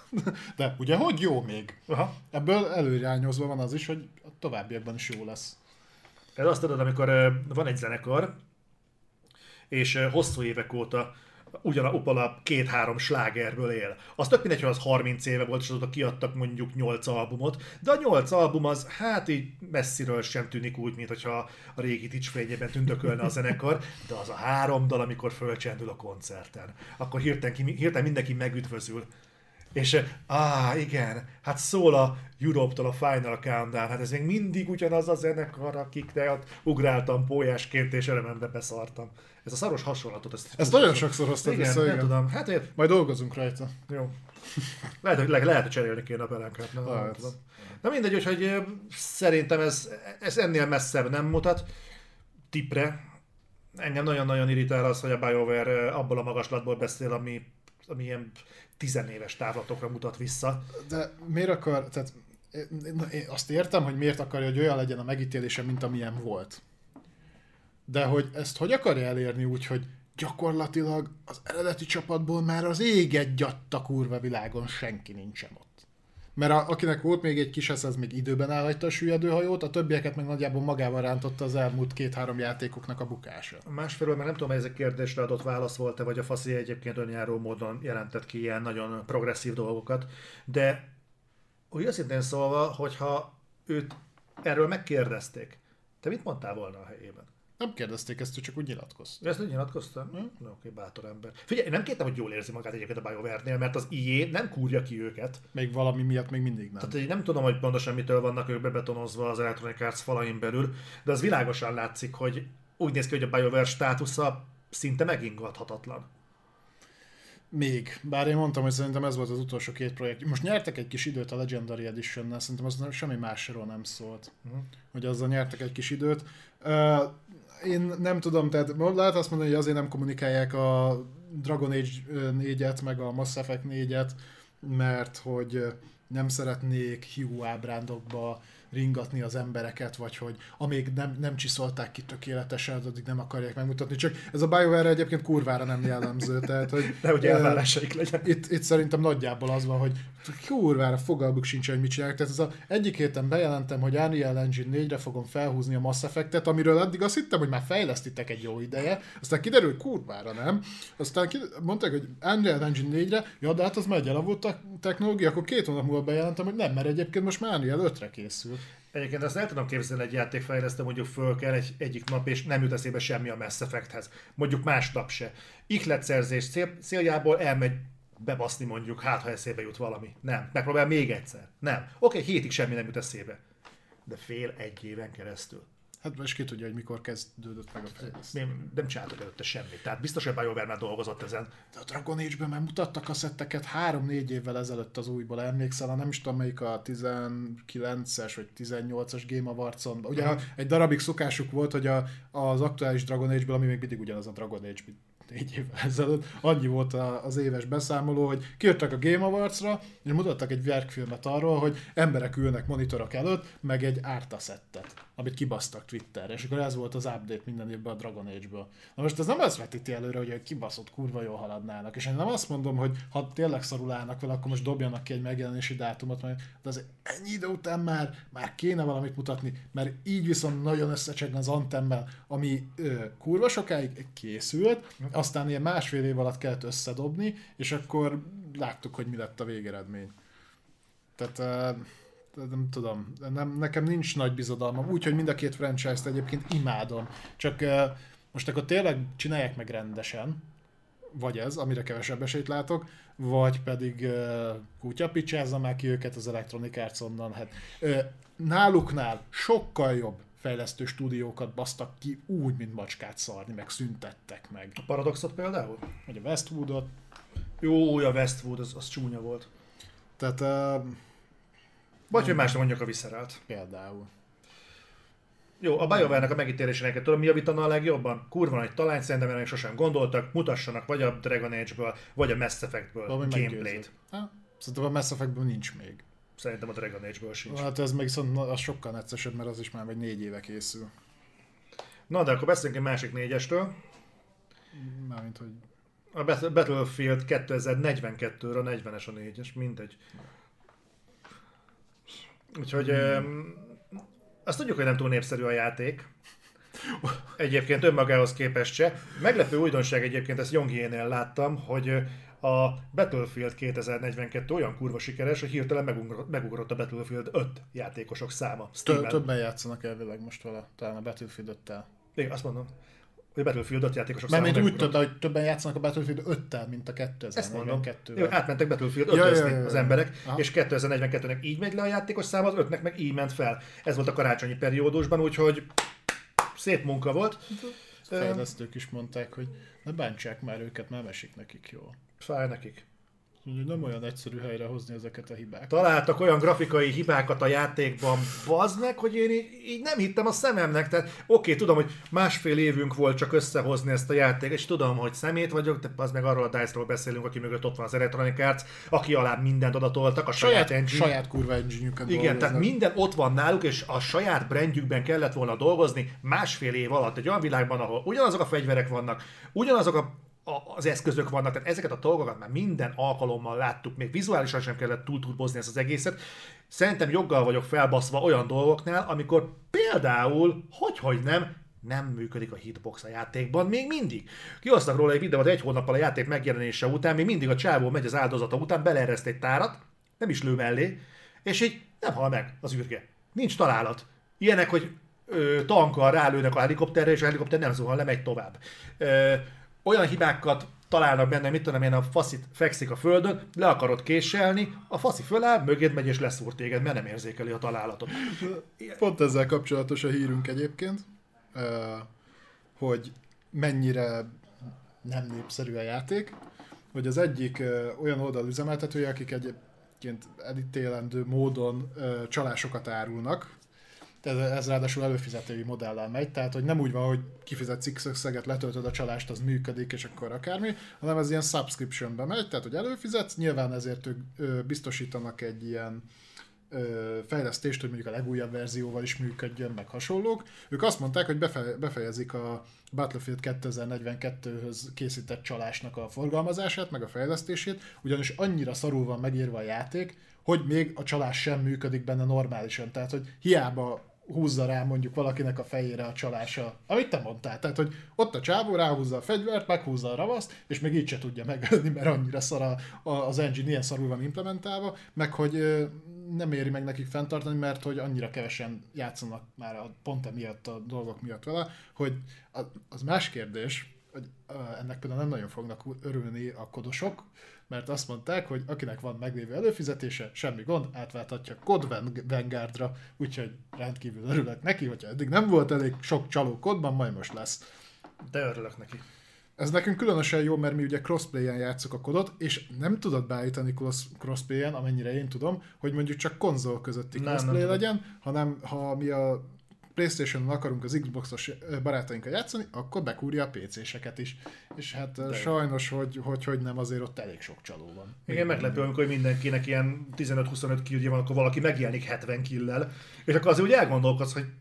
De ugye, hogy jó még? Aha. Ebből előirányozva van az is, hogy a továbbiakban is jó lesz. Ez azt tudod, amikor van egy zenekar, és hosszú évek óta ugyanabból 2-3 slágerből él. Az tök mindegy, hogy az 30 éve volt, és azóta kiadtak mondjuk 8 albumot, de a 8 album az hát így messziről sem tűnik úgy, mint hogyha a régi ticsfényében tündökölne a zenekar, de az a 3 dal, amikor fölcsendül a koncerten, akkor hirtelen mindenki megüdvözül. És igen, hát szól a Europe-tól a Final Countdown, hát ez még mindig ugyanaz a zenekar, akikre ott ugráltam pólyásként, és örömömbe beszartam. Ez a szaros hasonlatot. Ezt nagyon sokszor hoztad vissza, igen. Tudom. Hát majd dolgozunk rajta. Jó. Lehet, hogy cserélni kéne a pelánkát. Nem tudom. Na mindegy, hogy szerintem ez ennél messzebb nem mutat. Tipre. Engem nagyon-nagyon irritál az, hogy a BioWare abból a magaslatból beszél, ami ilyen 10 éves távlatokra mutat vissza. De miért akar, tehát én azt értem, hogy miért akarja, hogy olyan legyen a megítélése, mint amilyen volt. De hogy ezt hogy akarja elérni úgy, hogy gyakorlatilag az eredeti csapatból már az ég egyadt kurva világon senki nincsen ott. Mert akinek volt még egy kis az még időben elhagyta a süllyedőhajót, a többieket meg nagyjából magával rántotta az elmúlt 2-3 játékoknak a bukása. Másfelől már nem tudom, hogy ez a kérdésre adott válasz volt-e, vagy a faszi egyébként önjáró módon jelentett ki ilyen nagyon progresszív dolgokat, de úgy őszintén szólva, hogyha őt erről megkérdezték, te mit mondtál volna a helyében? Nem kérdezték ezt, csak úgy nyilatkoztam. Ezt úgy nyilatkoztam? Oké, bátor ember. Figyelj, én nem kértem, hogy jól érzi magát egyébként a BioWare-nél, mert az EA nem kúrja ki őket. Még valami miatt még mindig nem. Tehát én nem tudom, hogy pontosan mitől vannak ők bebetonozva az Electronic Arts falain belül, de az világosan látszik, hogy úgy néz ki, hogy a BioWare státusza szinte megingathatatlan. Még. Bár én mondtam, hogy szerintem ez volt az utolsó 2 projekt. Most nyertek egy kis időt a Legendary Edition-nel, szerintem az semmi másról nem szólt. Hogy azzal nyertek egy kis időt. Én nem tudom, tehát lehet azt mondani, hogy azért nem kommunikálják a Dragon Age 4-et, meg a Mass Effect 4-et, mert hogy nem szeretnék hiú ábrándokba ringatni az embereket, vagy hogy amíg nem csiszolták ki tökéletesen, addig nem akarják megmutatni. Csak ez a BioWare egyébként kurvára nem jellemző. Tehát, hogy nehogy elvárásaik legyen. Itt szerintem nagyjából az van, hogy kurvára fogalmuk sincs, hogy mit csinálják. Tehát ez az egyik héten bejelentem, hogy Unreal Engine 4-re fogom felhúzni a Mass Effect-et, amiről addig azt hittem, hogy már fejlesztitek egy jó ideje, aztán kiderül, hogy kurvára nem. Aztán mondták, hogy Unreal Engine 4-re, ja, de hát az már egy elavult technológia, akkor 2 hónap múlva bejelentem, hogy nem, mert egyébként most már Unreal 5-re készül. Egyébként azt el tudom képzelni, egy játékfejlesztő mondjuk föl kell egyik nap, és nem jut eszébe semmi a Mass Effecthez. Mondjuk másnap se. Ihletszerzés céljából elmegy bebaszni mondjuk, hát ha eszébe jut valami. Nem. Megpróbál még egyszer. Nem. Oké, hétig semmi nem jut eszébe. De egy éven keresztül. Hát most ki tudja, hogy mikor kezdődött meg a fejlesztés. Nem csináltak előtte semmit. Tehát biztos, hogy BioWare már dolgozott ezen. De a Dragon Age-ben már mutattak a szetteket 3-4 évvel ezelőtt az újból, emlékszel, nem is tudom melyik a 19-es vagy 18-as Game Awards-on. Ugye egy darabig szokásuk volt, hogy az aktuális Dragon Age-ből, ami még mindig ugyanaz a Dragon Age, 4 évvel ezelőtt, annyi volt az éves beszámoló, hogy kijöttek a Game Awards-ra, és mutattak egy verkfilmet arról, hogy emberek ülnek monitorok előtt, meg egy ártaszettet, amit kibasztak Twitterre, és akkor ez volt az update minden évben a Dragon Age-ből. Na most ez nem azt vetíti előre, hogy a kibaszott kurva jól haladnának, és én nem azt mondom, hogy ha tényleg szarul állnak vele, akkor most dobjanak ki egy megjelenési dátumot, de azért ennyi idő után már kéne valamit mutatni, mert így viszont nagyon összecsegne az Antemmel, ami kurva sokáig készült, aztán ilyen 1,5 év alatt kellett összedobni, és akkor láttuk, hogy mi lett a végeredmény. Tehát nem tudom, nekem nincs nagy bizodalmam, úgyhogy mind a két franchise-t egyébként imádom. Csak most akkor tényleg csinálják meg rendesen, vagy ez, amire kevesebb esélyt látok, vagy pedig kutyapicsázza már ki őket az Electronic Arts onnan. Hát, náluknál sokkal jobb fejlesztő stúdiókat basztak ki úgy, mint macskát szarni, meg szüntettek meg. A Paradoxot például? Vagy a Westwoodot. Jó, a Westwood, az csúnya volt. Tehát... Vagy hogy másra mondjak a Visceralt. Például. Jó, a BioWare-nek a megítélésének tudom, mi javítana a legjobban? Kurva nagy talány, szerintem ennek sosem gondoltak, mutassanak vagy a Dragon Age-ből, vagy a Mass Effect-ből gameplayt. Szerintem a Mass Effect-ből nincs még. Szerintem a Dragon Age-ből sincs. Hát ez meg viszont az sokkal neccesebb, mert az is már 4 éve készül. Na, de akkor beszéljünk egy másik 4-estől. Mármint, hogy... A Battlefield 2042-ről, a 40-es a 4-es, mindegy. Úgyhogy azt tudjuk, hogy nem túl népszerű a játék. Egyébként önmagához képest se. Meglepő újdonság egyébként, ezt Yongiénél láttam, hogy a Battlefield 2042 olyan kurva sikeres, hogy hirtelen megugrott a Battlefield 5 játékosok száma. Többen játszanak elvileg most vele, talán a Battlefield 5-tel. Igen, azt mondom, hogy a Battlefield 5 játékosok száma megugrott. Mert úgy hogy többen játszanak a Battlefield 5-tel, mint a 2042-vel. Jó, átmentek Battlefield 5-özni az emberek, és 2042-nek így megy le a játékos száma, az 5-nek meg így ment fel. Ez volt a karácsonyi periódusban, úgyhogy szép munka volt. A fejlesztők is mondták, hogy ne bántsák már őket, már esik nekik jól. Fáj nekik. Nem olyan egyszerű helyre hozni ezeket a hibákat. Találtak olyan grafikai hibákat a játékban, bazd meg, hogy én így nem hittem a szememnek. Tehát oké, tudom, hogy 1,5 évünk volt csak összehozni ezt a játékot, és tudom, hogy szemét vagyok, de bazd meg arról a DICE-ról beszélünk, aki mögött ott van az Electronic Arts, aki alá mindent odatoltak, a saját engine. Saját kurva engine-jüket igen, dolgoznak. Tehát minden ott van náluk, és a saját brandjükben kellett volna dolgozni 1,5 év alatt egy olyan világban, ahol ugyanazok a fegyverek vannak, ugyanazok az eszközök vannak, tehát ezeket a dolgokat már minden alkalommal láttuk, még vizuálisan sem kellett túlturbozni ezt az egészet. Szerintem joggal vagyok felbaszva olyan dolgoknál, amikor például, hogy nem működik a hitbox a játékban, még mindig. Kihoztak róla egy videót 1 hónappal a játék megjelenése után, még mindig a csávó megy az áldozata után, beleereszt egy tárat, nem is lő mellé, és így nem hal meg az űrge. Nincs találat. Ilyenek, hogy tankkal rálőnek a helikopterre, és a helikopter nem zuhan, lemegy tovább. Olyan hibákat találnak benne, mit tudom én, a faszit fekszik a földön, le akarod késelni, a faszi föláll, mögéd megy és leszúr téged, mert nem érzékeli a találatot. Pont ezzel kapcsolatos a hírünk egyébként, hogy mennyire nem népszerű a játék, hogy az egyik olyan oldal üzemeltetője, akik egyébként elítélendő módon csalásokat árulnak, ez ráadásul előfizetői modellel megy, tehát hogy nem úgy van, hogy kifizetsz X összeget, letöltöd a csalást, az működik, és akkor akármi, hanem ez ilyen subscriptionbe megy, tehát hogy előfizetsz, nyilván ezért ők biztosítanak egy ilyen fejlesztést, hogy mondjuk a legújabb verzióval is működjön, meg hasonlók. Ők azt mondták, hogy befejezik a Battlefield 2042-höz készített csalásnak a forgalmazását, meg a fejlesztését, ugyanis annyira szarul van megírva a játék, hogy még a csalás sem működik benne normálisan. Tehát, hogy hiába húzza rá mondjuk valakinek a fejére a csalása, amit te mondtál. Tehát, hogy ott a csávó ráhúzza a fegyvert, meghúzza a ravaszt, és még így se tudja megölni, mert annyira szar az engine, ilyen szarul van implementálva, meg hogy nem éri meg nekik fenntartani, mert hogy annyira kevesen játszanak már pont emiatt a dolgok miatt vele, hogy az más kérdés, hogy ennek például nem nagyon fognak örülni a kodosok, mert azt mondták, hogy akinek van meglévő előfizetése, semmi gond, átválthatja Code Vanguardra, úgyhogy rendkívül örülök neki, hogyha eddig nem volt elég sok csaló kódban, majd most lesz. De örülök neki. Ez nekünk különösen jó, mert mi ugye crossplay-en játszuk a kodot, és nem tudod beállítani crossplay-en, amennyire én tudom, hogy mondjuk csak konzol közötti crossplay legyen, hanem ha mi a PlayStation-on akarunk az Xbox-os barátainkkal játszani, akkor bekúrja a PC-seket is. És hát sajnos, hogy nem, azért ott elég sok csaló van. Igen, meglepő, amikor mindenkinek ilyen 15-25 killje van, akkor valaki megjelenik 70 killel, és akkor azért úgy elgondolkodsz, hogy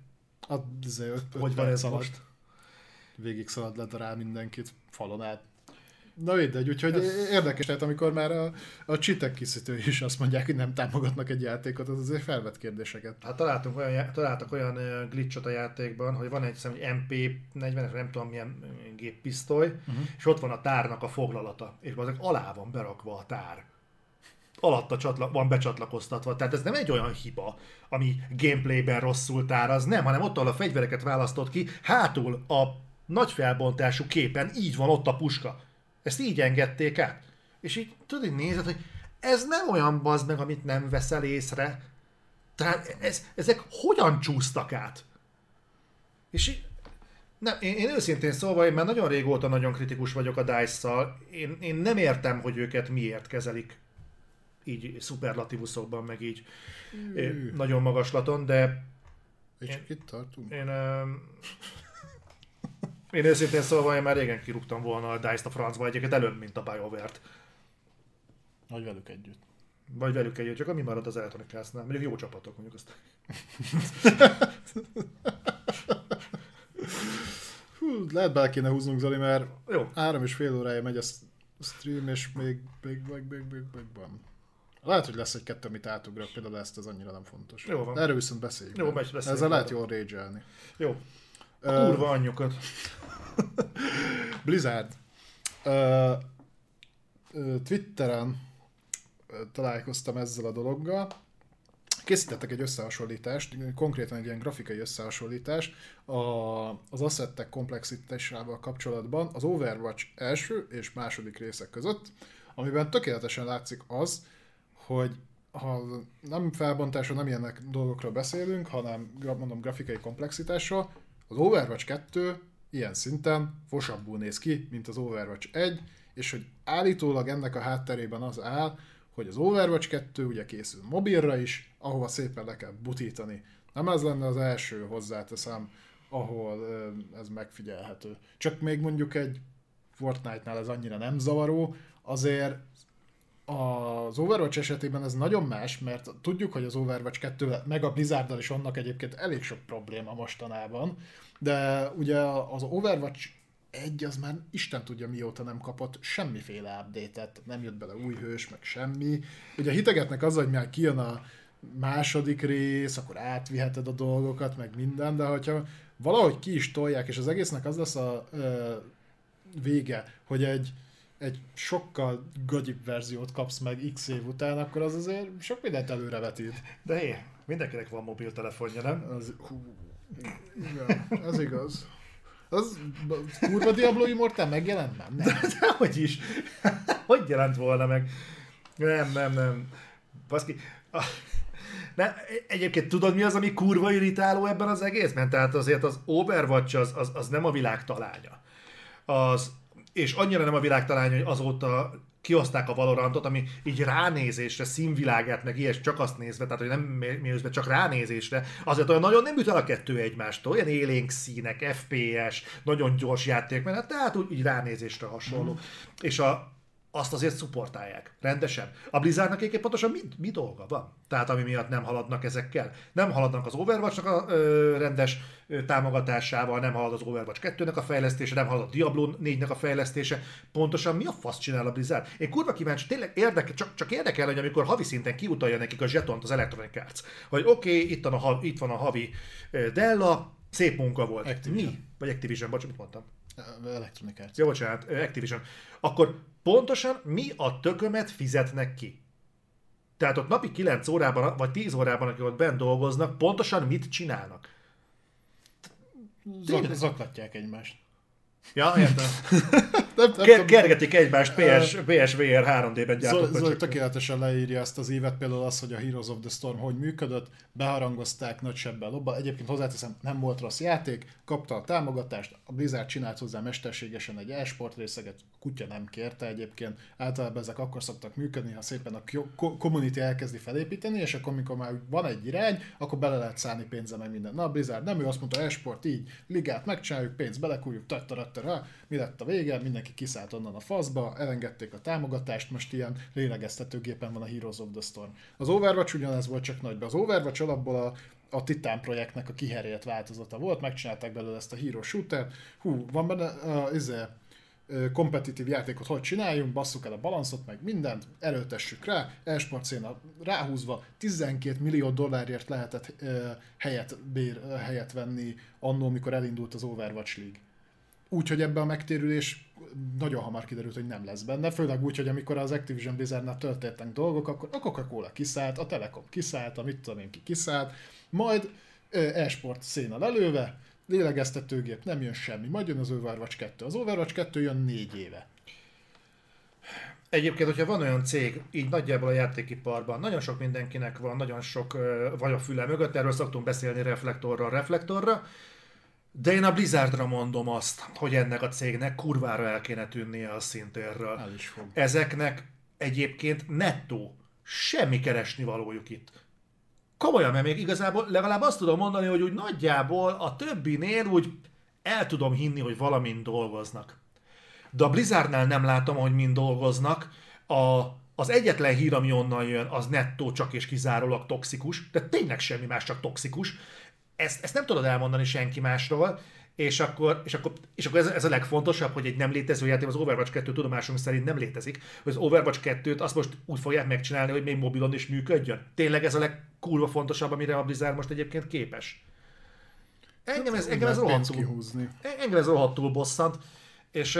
hogy van ez most. Végig szalad ledarál mindenkit falon át. Na mindegy, úgyhogy érdekes, tehát amikor már a cheatek készítői is azt mondják, hogy nem támogatnak egy játékot, az azért felvet kérdéseket. Hát találtak olyan glitchot a játékban, hogy van egy MP40, nem tudom milyen géppisztoly, és ott van a tárnak a foglalata, és azok alá van berakva a tár. Alatta van becsatlakoztatva, tehát ez nem egy olyan hiba, ami gameplayben rosszul táraz, nem, hanem ott, ahol a fegyvereket választott ki, hátul a nagy felbontású képen így van ott a puska. Ezt így engedték át. És így tudod, így nézed, hogy ez nem olyan bazd meg, amit nem veszel észre. Tehát ezek hogyan csúsztak át? És így, nem, én őszintén szólva, én már nagyon régóta nagyon kritikus vagyok a DICE-szal. Én nem értem, hogy őket miért kezelik így szuperlatívuszokban, meg így nagyon magaslaton, de... És csak itt tartunk? Én őszintén szólva, én már régen kirúgtam volna a DICE-t a francba, egyébként előbb, mint a BioWare-t. Vagy velük együtt. Vagy velük együtt, csak ami marad az Electronic Arts-nál. Mondjuk jó csapatok, mondjuk azt. Hú, lehet bele kéne húznunk, Zoli, mert jó. 3,5 órája megy a stream, és még van. Lehet, hogy lesz egy-kettő, amit átugrok, például ezt, az annyira nem fontos. Jó van. De erről viszont beszéljük. Jó, beszéljük. Ezzel lehet jól rage-elni. Jó. A kurva anyjukat. Blizzard. Twitteren találkoztam ezzel a dologgal. Készítettek egy összehasonlítást, konkrétan egy ilyen grafikai összehasonlítás az asszettek komplexitásával kapcsolatban az Overwatch első és második részek között, amiben tökéletesen látszik az, hogy ha nem felbontásról, nem ilyenek dolgokról beszélünk, hanem mondom grafikai komplexitásról, az Overwatch 2 ilyen szinten fosabbul néz ki, mint az Overwatch 1, és hogy állítólag ennek a hátterében az áll, hogy az Overwatch 2 ugye készül mobilra is, ahova szépen le kell butítani. Nem ez lenne az első, hozzáteszem, ahol ez megfigyelhető. Csak még mondjuk egy Fortnite-nál ez annyira nem zavaró, azért az Overwatch esetében ez nagyon más, mert tudjuk, hogy az Overwatch 2 meg a Blizzarddal is vannak egyébként elég sok probléma mostanában, de ugye az Overwatch 1 az már Isten tudja mióta nem kapott semmiféle update-et, nem jött bele új hős, meg semmi. Ugye hitegetnek azzal, hogy már kijön a második rész, akkor átviheted a dolgokat, meg minden, de hogyha valahogy ki is tolják, és az egésznek az lesz a vége, hogy egy sokkal gagyibb verziót kapsz meg x év után, akkor az azért sok mindent előrevetít. De mindenkinek van mobiltelefonja, nem? Igen, ez igaz. Az kurva Diablo Immortal megjelent már? Nem. Dehogy is. Hogy jelent volna meg? Nem. Baszki. Egyébként tudod, mi az, ami kurva irritáló ebben az egészben? Tehát azért az Overwatch az nem a világ talánya. És annyira nem a világ talánya, hogy azóta kihozták a Valorantot, ami így ránézésre, színvilágát, meg ilyes csak azt nézve, tehát hogy nem mélyőzve, csak ránézésre, azért olyan nagyon nem üt el a kettő egymástól, olyan élénk színek, FPS, nagyon gyors játékmenet, tehát úgy így ránézésre hasonló. És azt azért szupportálják. Rendesen. A Blizzardnak egyébként pontosan mi dolga van? Tehát ami miatt nem haladnak ezekkel. Nem haladnak az Overwatch-nak a rendes támogatásával, nem halad az Overwatch 2-nek a fejlesztése, nem halad a Diablo 4-nek a fejlesztése. Pontosan mi a fasz csinál a Blizzard? Én kurva kíváncsi, tényleg csak érdekel, hogy amikor havi szinten kiutalja nekik a zsetont az Electronic Arts, hogy oké, itt van a havi Della, szép munka volt. Activision. Mi? Vagy Activision, bocs, mit mondtam? Electronic Arts. Jó, bocsánat, Activision. Akkor pontosan mi a tökömet fizetnek ki? Tehát ott napi 9 órában, vagy 10 órában, akik ott bent dolgoznak, pontosan mit csinálnak? Zaklatják egymást. Ja, értem. Nem Kergetik egymást PSVR 3D-ben gyártott Zoli tökéletesen leírja ezt az évet, például az, hogy a Heroes of the Storm hogy működött, beharangozták nagy sebbel lobba. Egyébként hozzáteszem, nem volt rossz játék, kapta a támogatást, a Blizzard csinált hozzá mesterségesen egy e-sport részeget, a kutya nem kérte egyébként, általában ezek akkor szoktak működni, ha szépen a community elkezdi felépíteni, és akkor, amikor már van egy irány, akkor bele lehet szállni pénzzel meg minden. Na a Blizzard nem, ő azt mondta, e-sport így, ligát megcsináljuk, pénzt belekúrjuk, mi lett a vége, mindenki kiszállt onnan a faszba, elengedték a támogatást, most ilyen lélegeztetőgépen van a Heroes of the Storm. Az Overwatch ugyanez volt, csak nagyban. Az Overwatch alapból a Titan projektnek a kiherélt változata volt, megcsinálták belőle ezt a hero shooter. Van benne kompetitív játékot, hogy csináljunk, basszuk el a balanszot, meg mindent, erőltessük rá, e-sport széna ráhúzva, $12 millió lehetett helyet venni annól, mikor elindult az Overwatch League. Úgyhogy ebben a megtérülés nagyon hamar kiderült, hogy nem lesz benne, főleg úgy, hogy amikor az Activision Blizzardnál történtek dolgok, akkor a Coca-Cola kiszállt, a Telekom kiszállt, a mit tudom én ki kiszállt, majd e-sport széna lelőve, lélegeztetőgép, nem jön semmi, majd jön az Overwatch 2. Az Overwatch 2 jön 4 éve. Egyébként, hogyha van olyan cég, így nagyjából a játékiparban, nagyon sok mindenkinek van, nagyon sok vagy a füle mögött, erről szoktunk beszélni reflektorra, de én a Blizzardra mondom azt, hogy ennek a cégnek kurvára el kéne tűnnie a szintérről. El is fog. Ezeknek egyébként nettó semmi keresni valójuk itt. Komolyan, mert még igazából legalább azt tudom mondani, hogy úgy nagyjából a többinél úgy el tudom hinni, hogy valamin dolgoznak. De a Blizzardnál nem látom, hogy mind dolgoznak. Az egyetlen hír, ami onnan jön, az nettó csak és kizárólag toxikus, de tényleg semmi más, csak toxikus. Ezt nem tudod elmondani senki másról, és akkor ez a legfontosabb, hogy egy nem létező játék, az Overwatch 2 tudomásunk szerint nem létezik, hogy az Overwatch 2-t azt most úgy fogják megcsinálni, hogy még mobilon is működjön. Tényleg ez a legkurva fontosabb, amire a Blizzard most egyébként képes. Engem ez rohadtul bosszant, és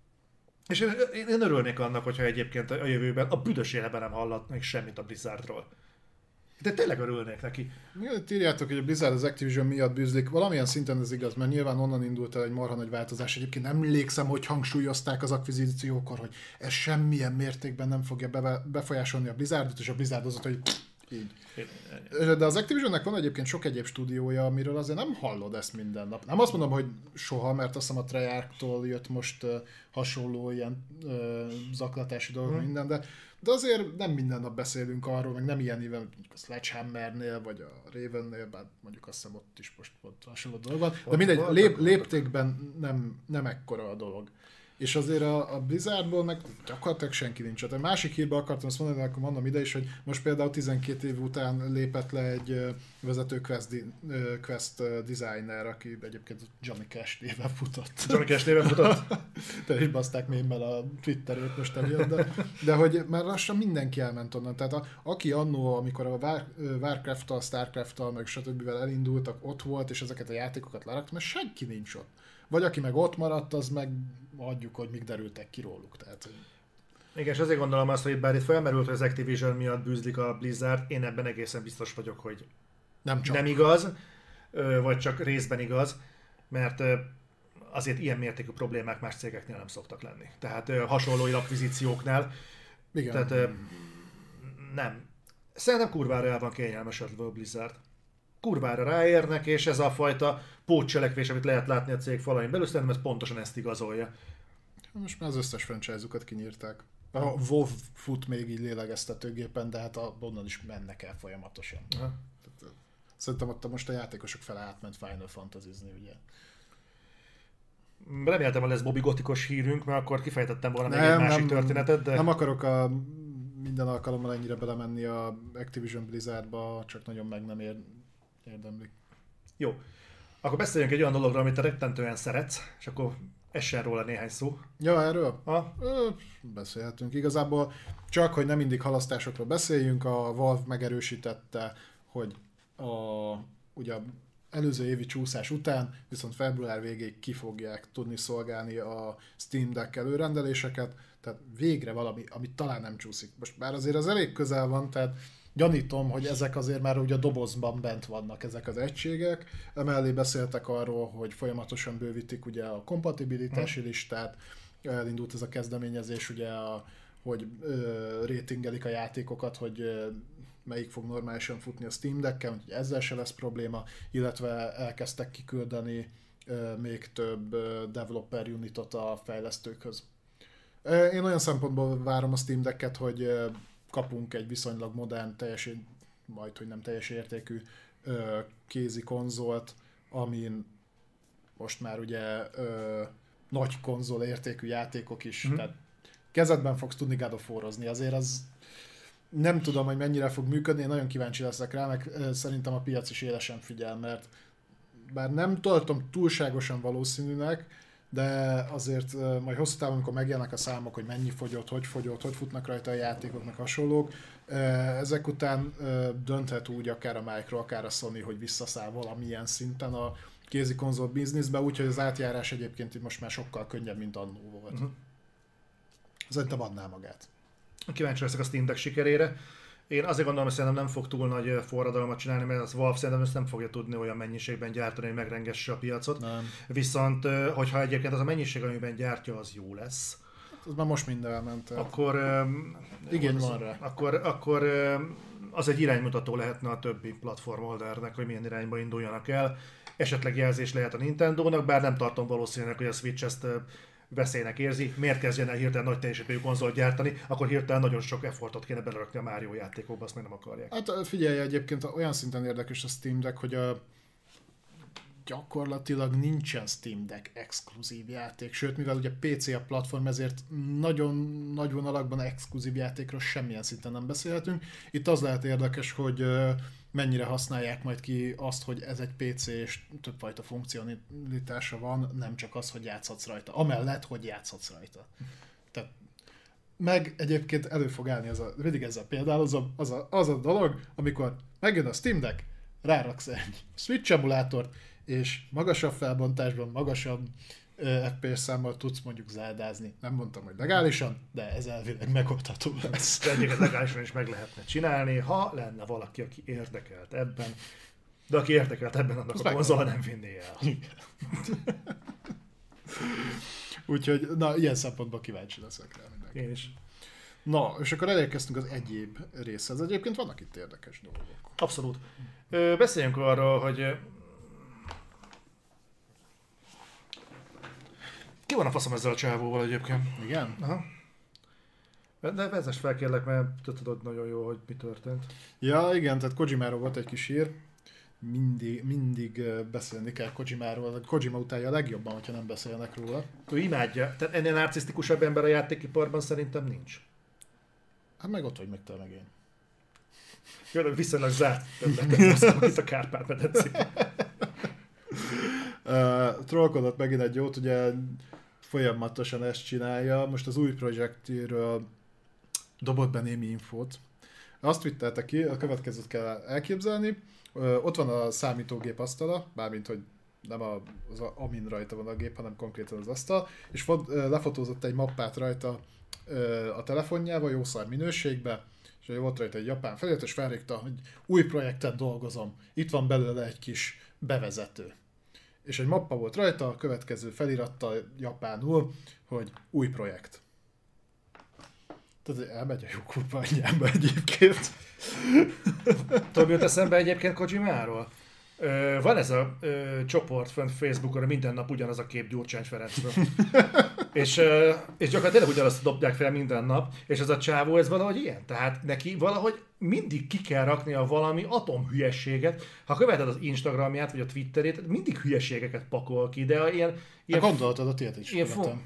én örülnék annak, hogyha egyébként a jövőben a büdös életben nem hallatnék semmit a Blizzardról. De tényleg örülnék neki. Írjátok, hogy a Blizzard az Activision miatt bűzlik. Valamilyen szinten ez igaz, mert nyilván onnan indult el egy marha nagy változás. Egyébként emlékszem, hogy hangsúlyozták az akvizíciókor, hogy ez semmilyen mértékben nem fogja befolyásolni a Blizzardot, és a Blizzard az, hogy így. De az Activisionnek van egyébként sok egyéb stúdiója, amiről azért nem hallod ezt minden nap. Nem azt mondom, hogy soha, mert azt hiszem a Treyarch-tól jött most hasonló ilyen zaklatási dolog minden, de azért nem minden nap beszélünk arról, meg nem ilyen éven, mondjuk a Sledgehammernél, vagy a Ravennél, bár mondjuk azt hiszem ott is most hasonló dolog van, de mindegy, léptékben nem ekkora a dolog. És azért a Blizzardból meg gyakorlatilag senki nincs ott. A másik hírben akartam azt mondani, de akkor mondom ide is, hogy most például 12 év után lépett le egy vezető quest designer, aki egyébként Johnny Cash néven futott. Johnny Cash néven futott? Te is baszták mémmel a Twitterét most emiatt, de hogy már lassan mindenki elment onnan. Tehát aki annó, amikor a Warcraft-tal, Starcraft-tal, meg stb. Elindultak, ott volt, és ezeket a játékokat lerakta, mert senki nincs ott. Vagy aki meg ott maradt, az meg adjuk, hogy még derültek ki róluk. Tehát, igen, és azért gondolom azt, hogy bár itt felmerült, hogy az Activision miatt bűzlik a Blizzard, én ebben egészen biztos vagyok, hogy nem igaz, vagy csak részben igaz, mert azért ilyen mértékű problémák más cégeknél nem szoktak lenni. Tehát hasonló akvizícióknál. Igen. Tehát nem. Szerintem kurvára el van kényelmesedve a Blizzard. Kurvára ráérnek, és ez a fajta pótcselekvés, amit lehet látni a cég falain belül, szerintem ez pontosan ezt igazolja. Most már az összes franchise-ukat kinyírták. A WoW fut még így lélegeztetőgépen, de hát onnan is mennek el folyamatosan. Szerintem ott most a játékosok fele átment Final Fantasy-zni, ugye. Reméltem, hogy lesz Bobby Gotikos hírünk, mert akkor kifejtettem volna még egy másik történetet, de... Nem akarok minden alkalommal ennyire belemenni a Activision Blizzardba, csak nagyon meg nem érdemlik. Jó. Akkor beszéljünk egy olyan dologról, amit te rettentően szeretsz, és akkor essen róla néhány szó. Ja, erről? Beszélhetünk. Igazából csak, hogy nem mindig halasztásokról beszéljünk, a Valve megerősítette, hogy ugye előző évi csúszás után, viszont február végéig ki fogják tudni szolgálni a Steam Deck előrendeléseket, tehát végre valami, ami talán nem csúszik. Most már azért az elég közel van, tehát gyanítom, hogy ezek azért már ugye a dobozban bent vannak ezek az egységek. Emellé beszéltek arról, hogy folyamatosan bővítik ugye a kompatibilitási listát, elindult ez a kezdeményezés, ugye hogy ratingelik a játékokat, hogy melyik fog normálisan futni a Steam Decken, hogy ezzel se lesz probléma, illetve elkezdtek kiküldeni még több developer unitot a fejlesztőkhöz. Én olyan szempontból várom a Steam Decket, hogy kapunk egy viszonylag modern, majd hogy nem teljes értékű kézi konzolt, amin most már ugye nagy konzol értékű játékok is, tehát kezedben fogsz tudni God of War-ozni, azért az nem tudom, hogy mennyire fog működni, én nagyon kíváncsi leszek rá, meg szerintem a piac is élesen figyel, mert bár nem tartom túlságosan valószínűnek, de azért majd hosszú távon, amikor megjelennek a számok, hogy mennyi fogyott, hogy futnak rajta a játékok, meg hasonlók, ezek után dönthet úgy akár a Micro, akár a Sony, hogy visszaszáll valamilyen szinten a kézi konzol bizniszbe, úgyhogy az átjárás egyébként itt most már sokkal könnyebb, mint annó volt. Szerintem adná magát. Kíváncsi leszek a Steam Deck sikerére. Én azért gondolom, hogy szerintem nem fog túl nagy forradalmat csinálni, mert az Valve szerintem ezt nem fogja tudni olyan mennyiségben gyártani, hogy megrengesse a piacot. Nem. Viszont, hogyha egyébként az a mennyiség, amiben gyártja, az jó lesz. Az már most minden elment. Akkor, igény van rá. Akkor az egy iránymutató lehetne a többi platformholdernek, hogy milyen irányba induljanak el. Esetleg jelzés lehet a Nintendónak, bár nem tartom valószínűleg, hogy a Switch ezt veszélynek érzi, miért kezdjen el hirtelen nagy teljesítményű konzolt gyártani, akkor hirtelen nagyon sok effortot kéne belerakni a Mario játékokba, azt meg nem akarják. Hát figyelj, egyébként olyan szinten érdekes a Steam Deck, hogy gyakorlatilag nincsen Steam Deck exkluzív játék, sőt, mivel ugye PC a platform, ezért nagyon nagy vonalakban exkluzív játékról semmilyen szinten nem beszélhetünk. Itt az lehet érdekes, hogy mennyire használják majd ki azt, hogy ez egy PC és többfajta funkcionalitása van, nem csak az, hogy játszhatsz rajta. Amellett, hogy játszhatsz rajta. Tehát, meg egyébként elő fog állni mindig ezzel például az a dolog, amikor megjön a Steam Deck, ráraksz egy Switch emulátort, és magasabb felbontásban, magasabb FPS számmal tudsz mondjuk zeldázni. Nem mondtam, hogy legálisan, de ez elvileg megoldható lesz. Egyébként legálisan is meg lehetne csinálni, ha lenne valaki, aki érdekelt ebben. De aki érdekelt ebben, annak a konzola nem vinné el. Úgyhogy, na, ilyen szempontból kíváncsi leszek rá mindenki. Én is. Na, és akkor elérkeztünk az egyéb részhez. Egyébként vannak itt érdekes dolgok. Abszolút. Beszéljünk arról, hogy ki van a faszom ezzel a csávóval egyébként? Igen? Aha. De vezess fel kérlek, mert tudod nagyon jó, hogy mi történt. Ja, igen, tehát Kojimáról volt egy kis hír. Mindig beszélni kell Kojimáról. Kojima utálja a legjobban, hogyha nem beszélnek róla. Ő imádja. Tehát ennél narcisztikusabb ember a játékiparban szerintem nincs. Hát meg ott vagy meg te, meg én. Jó, viszonylag zárt területet itt a Kárpát-medencében. Trollkodott megint egy jót, ugye folyamatosan ezt csinálja. Most az új projektről dobott be némi infót. Azt twittelte ki, a következőt kell elképzelni. Ott van a számítógép asztala, bármint, hogy nem amin rajta van a gép, hanem konkrétan az asztal, és lefotózott egy mappát rajta a telefonjával, jó szar minőségbe, és volt rajta egy japán felirat, és felrégte, hogy új projekten dolgozom. Itt van belőle egy kis bevezető. És egy mappa volt rajta, a következő felirattal japánul, hogy új projekt. Tehát elmegy a jó kurva anyjámba egyébként. Tudod, mi jut eszembe egyébként Kojimáról? Van ez a csoport fent Facebookon, minden nap ugyanaz a kép Gyurcsány Ferencről. és gyakorlatilag tényleg ugyanazt dobják fel minden nap, és ez a csávó, ez valahogy ilyen. Tehát neki valahogy mindig ki kell raknia valami atomhülyességet. Ha követed az Instagramját, vagy a Twitterét, mindig hülyeségeket pakol ki, de ilyen gondoltad, a tiéd is követem.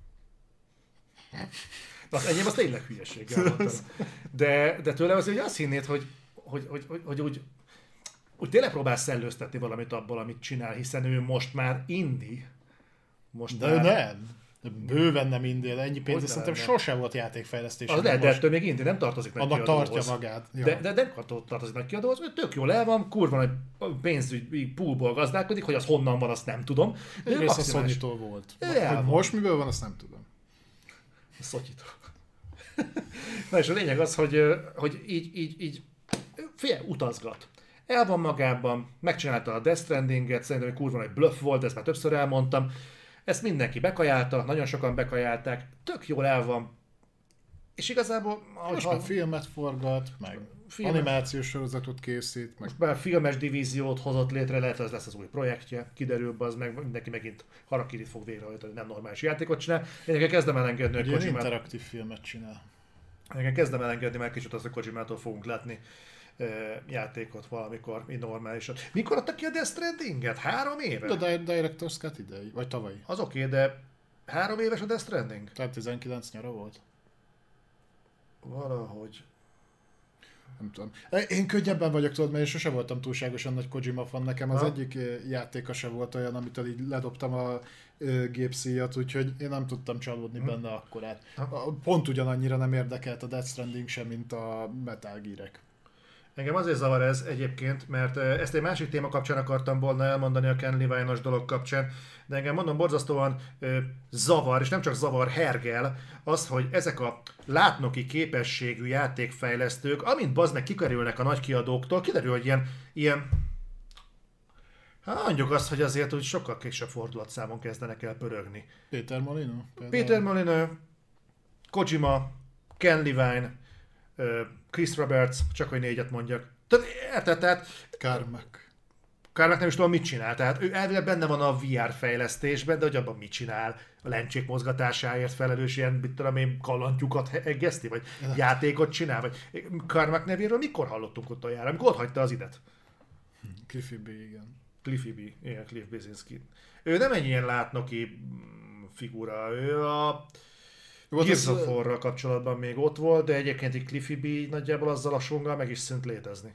Az enyém az tényleg hülyeséggel mondtam. De tőle azért azt hinnéd, hogy úgy tényleg próbál szellőztetni valamit abból, amit csinál, hiszen ő most már indie. De nem. Bőven nem indie, de ennyi pénz, szerintem sosem volt játékfejlesztés. Az lehet, de ettől még indie, nem tartozik nagy kiadóhoz. Annak tartja magát. De nem tartozik nagy kiadóhoz, hogy tök jól el van, kurva nagy pénzügyi poolból gazdálkodik, hogy az honnan van, azt nem tudom. Rész a Sony-tól volt. Hogy most miből van, azt nem tudom. A Szotyitól. Na és a lényeg az, hogy így utazgat. El van magában, megcsinálta a Death Strandinget, szerintem egy kurva nagy bluff volt, ezt már többször elmondtam. Ezt mindenki bekajálta, nagyon sokan bekajálták, tök jól el van. És igazából... Most már filmet forgat, meg animációs sorozatot készít. Most már filmes divíziót hozott létre, lehet ez lesz az új projektje, kiderül az meg, mindenki megint harakirit fog végrehajtani, nem normális játékot csinál. Én kezdem elengedni, hogy Kojimát... interaktív filmet csinál. Én kezdem elengedni, mert kicsit azt, hogy Kojimától fogunk látni játékot valamikor, normálisat. Mikor adtak ki a Death Strandinget? 3 éve? A Director's Cut idei, vagy tavalyi. Az oké, de 3 éves a Death Stranding? Tehát 19 nyara volt. Valahogy. Nem tudom. Én könnyebben vagyok, tudod, mert én sose voltam túlságosan nagy Kojima fan. Nekem az egyik játéka se volt olyan, amit így ledobtam a gépszíjat, úgyhogy én nem tudtam csalódni benne akkorát. Pont ugyanannyira nem érdekelt a Death Stranding sem, mint a Metal Gear-ek. Engem azért zavar ez egyébként, mert ezt egy másik téma kapcsán akartam volna elmondani a Ken Levine-os dolog kapcsán, de engem mondom borzasztóan zavar, és nem csak zavar, hergel az, hogy ezek a látnoki képességű játékfejlesztők, amint bazd meg kikerülnek a nagy kiadóktól, kiderül, hogy ilyen mondjuk azt, hogy azért úgy sokkal kisebb fordulatszámon kezdenek el pörögni. Peter Molyneux? Peter Molyneux, Kojima, Ken Levine, Chris Roberts, csak hogy 4-et mondjak. Tehát Carmack nem is tudom, mit csinál. Tehát ő elvileg benne van a VR fejlesztésben, de hogy abban mit csinál? A lencsék mozgatásáért felelős ilyen, mit tudom én, kalantyukat eggeszti? Vagy játékot csinál? Vagy Carmack nevéről mikor hallottunk utoljára? Amikor ott hagyta az idet? Cliffy B, igen. Cliffy B, igen, Cliff Bleszinski. Ő nem egy ilyen látnoki figura, ő a Gears of War-ral kapcsolatban még ott volt, de egyébként egy Cliffy B nagyjából azzal a songgal meg is szűnt létezni.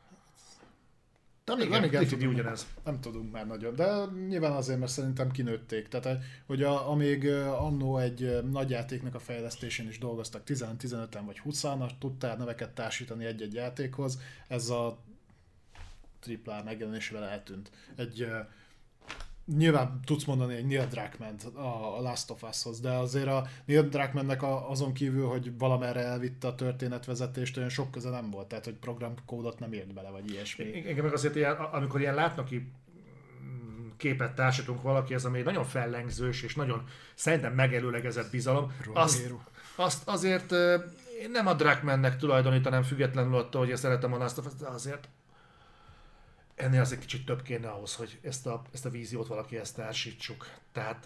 Nem tudunk már nagyon, de nyilván azért, mert szerintem kinőtték. Tehát, hogy amíg annó egy nagy játéknak a fejlesztésén is dolgoztak 10-15-en vagy 20-an, tudtál neveket társítani egy-egy játékhoz, ez a AAA megjelenésével eltűnt. Nyilván tudsz mondani egy Neil Druckmann-t a Last of Us-hoz, de azért a Neil Druckmannnek azon kívül, hogy valamerre elvitte a történetvezetést, olyan sok köze nem volt, tehát hogy programkódot nem írt bele, vagy ilyesmi. Engem meg azért, amikor ilyen látnoki képet társítunk valakihez, ami nagyon fellengzős és nagyon szerintem megelőlegezett bizalom, azt azért én nem a Druckmannnek tulajdonítanám függetlenül attól, hogy én szeretem a Last of Us, de azért ennél az egy kicsit több kéne ahhoz, hogy ezt a víziót valakihez társítsuk. Tehát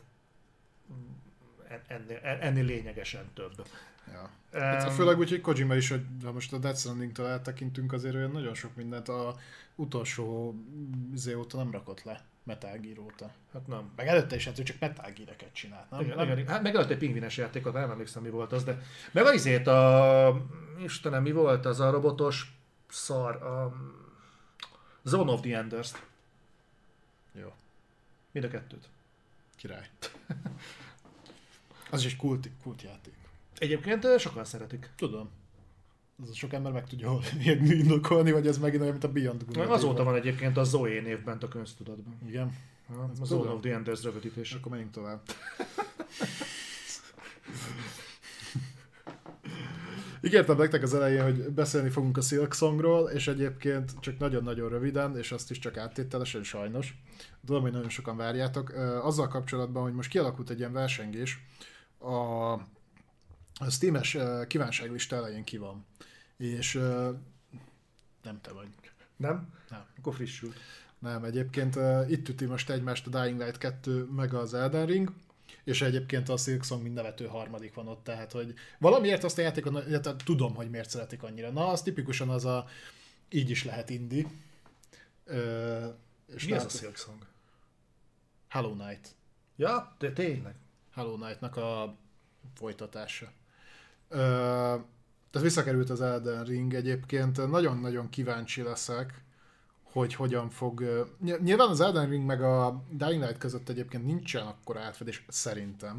ennél lényegesen több. Ja. Főleg úgy, hogy Kojima is, hogy ha most a Death Stranding-től eltekintünk, azért olyan nagyon sok mindent a utolsó óta nem rakott le. Metal Gear óta. Hát nem. Meg előtte is, hát ő csak Metal Gear-eket csinált, nem? Igen. Hát meg előtte egy pingvines játékot, nem emlékszem mi volt az, de meg azért Istenem, mi volt az a robotos szar, Zone of the Enders-t. Jó. Mind a kettőt. Király. Az is kult játék. Egyébként sokan szeretik. Tudom. Az sok ember meg tudja indokolni, vagy ez megint olyan, mint a Beyond Good. Azóta van egyébként a Zoe név bent a köztudatban. Igen. A Zone of the Enders rövidítés. Akkor menjünk tovább. Ígértem nektek az elején, hogy beszélni fogunk a Silksongról, és egyébként csak nagyon-nagyon röviden, és azt is csak áttételesen, sajnos. Tudom, hogy nagyon sokan várjátok. Azzal kapcsolatban, hogy most kialakult egy ilyen versengés, a Steam-es kívánságlista elején ki van. És nem te vagy. Nem? Nem. Akkor frissült. Nem, egyébként itt üti most egymást a Dying Light 2 meg az Elden Ring, és egyébként a Silksong mind nevető harmadik van ott, tehát hogy valamiért azt a játékot, tudom, hogy miért szeretik annyira. Na, az tipikusan az a így is lehet indie. És mi az a Silksong? Hollow Knight. Ja, de tényleg. Hollow Knight-nak a folytatása. Tehát visszakerült az Elden Ring egyébként, nagyon-nagyon kíváncsi leszek, hogy hogyan fog... Nyilván az Elden Ring meg a Dying Light között egyébként nincsen akkora átfedés, szerintem.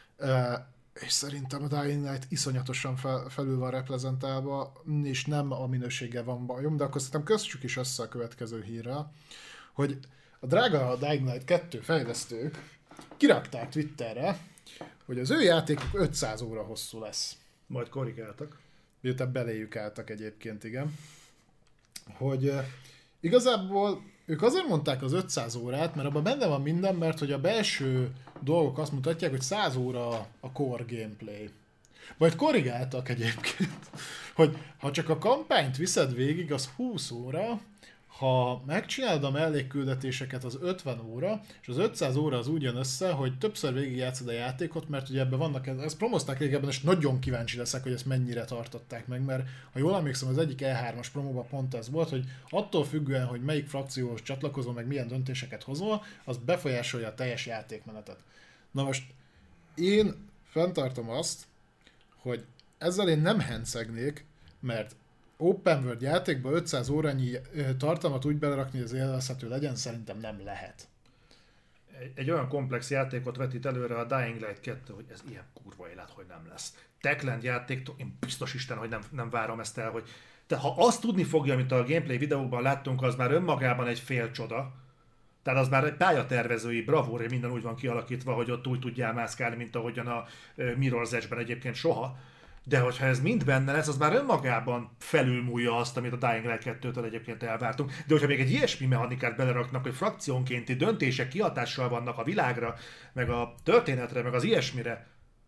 És szerintem a Dying Light iszonyatosan felül van reprezentálva, és nem a minőséggel van bajom, de akkor szerintem kössük is össze a következő hírrel, hogy a drága Dying Light 2 fejlesztők kirakták Twitterre, hogy az ő játékuk 500 óra hosszú lesz. Majd korrigáltak. Miután beléjük álltak egyébként, igen. Hogy igazából ők azért mondták az 500 órát, mert abban benne van minden, mert hogy a belső dolgok azt mutatják, hogy 100 óra a core gameplay. Majd korrigáltak egyébként, hogy ha csak a kampányt viszed végig, az 20 óra, ha megcsinálod a mellékküldetéseket, az 50 óra, és az 500 óra az úgy jön össze, hogy többször végigjátszod a játékot, mert ugye ebben vannak, ezt promozták régebben, és nagyon kíváncsi leszek, hogy ezt mennyire tartották meg, mert ha jól emlékszem, az egyik E3-as promóban pont ez volt, hogy attól függően, hogy melyik frakcióhoz csatlakozol, meg milyen döntéseket hozol, az befolyásolja a teljes játékmenetet. Na most én fenntartom azt, hogy ezzel én nem hencegnék, mert open world játékba 500 órányi tartalmat úgy belerakni, hogy az élvezhető legyen, szerintem nem lehet. Egy olyan komplex játékot vetít előre a Dying Light 2, hogy ez ilyen kurva élet, hogy nem lesz. Techland játéktól, én biztos Isten, hogy nem várom ezt el, hogy ha azt tudni fogja, amit a gameplay videóban láttunk, az már önmagában egy fél csoda. Tehát az már egy pályatervezői bravúr, hogy minden úgy van kialakítva, hogy ott úgy tudjál mászkálni, mint ahogyan a Mirror's Edge-ben egyébként soha. De hogyha ez mind benne lesz, az már önmagában felülmúlja azt, amit a Dying Light 2-től egyébként elvártunk. De hogyha még egy ilyesmi mechanikát beleraknak, hogy frakciónkénti döntések kihatással vannak a világra, meg a történetre, meg az ilyesmire,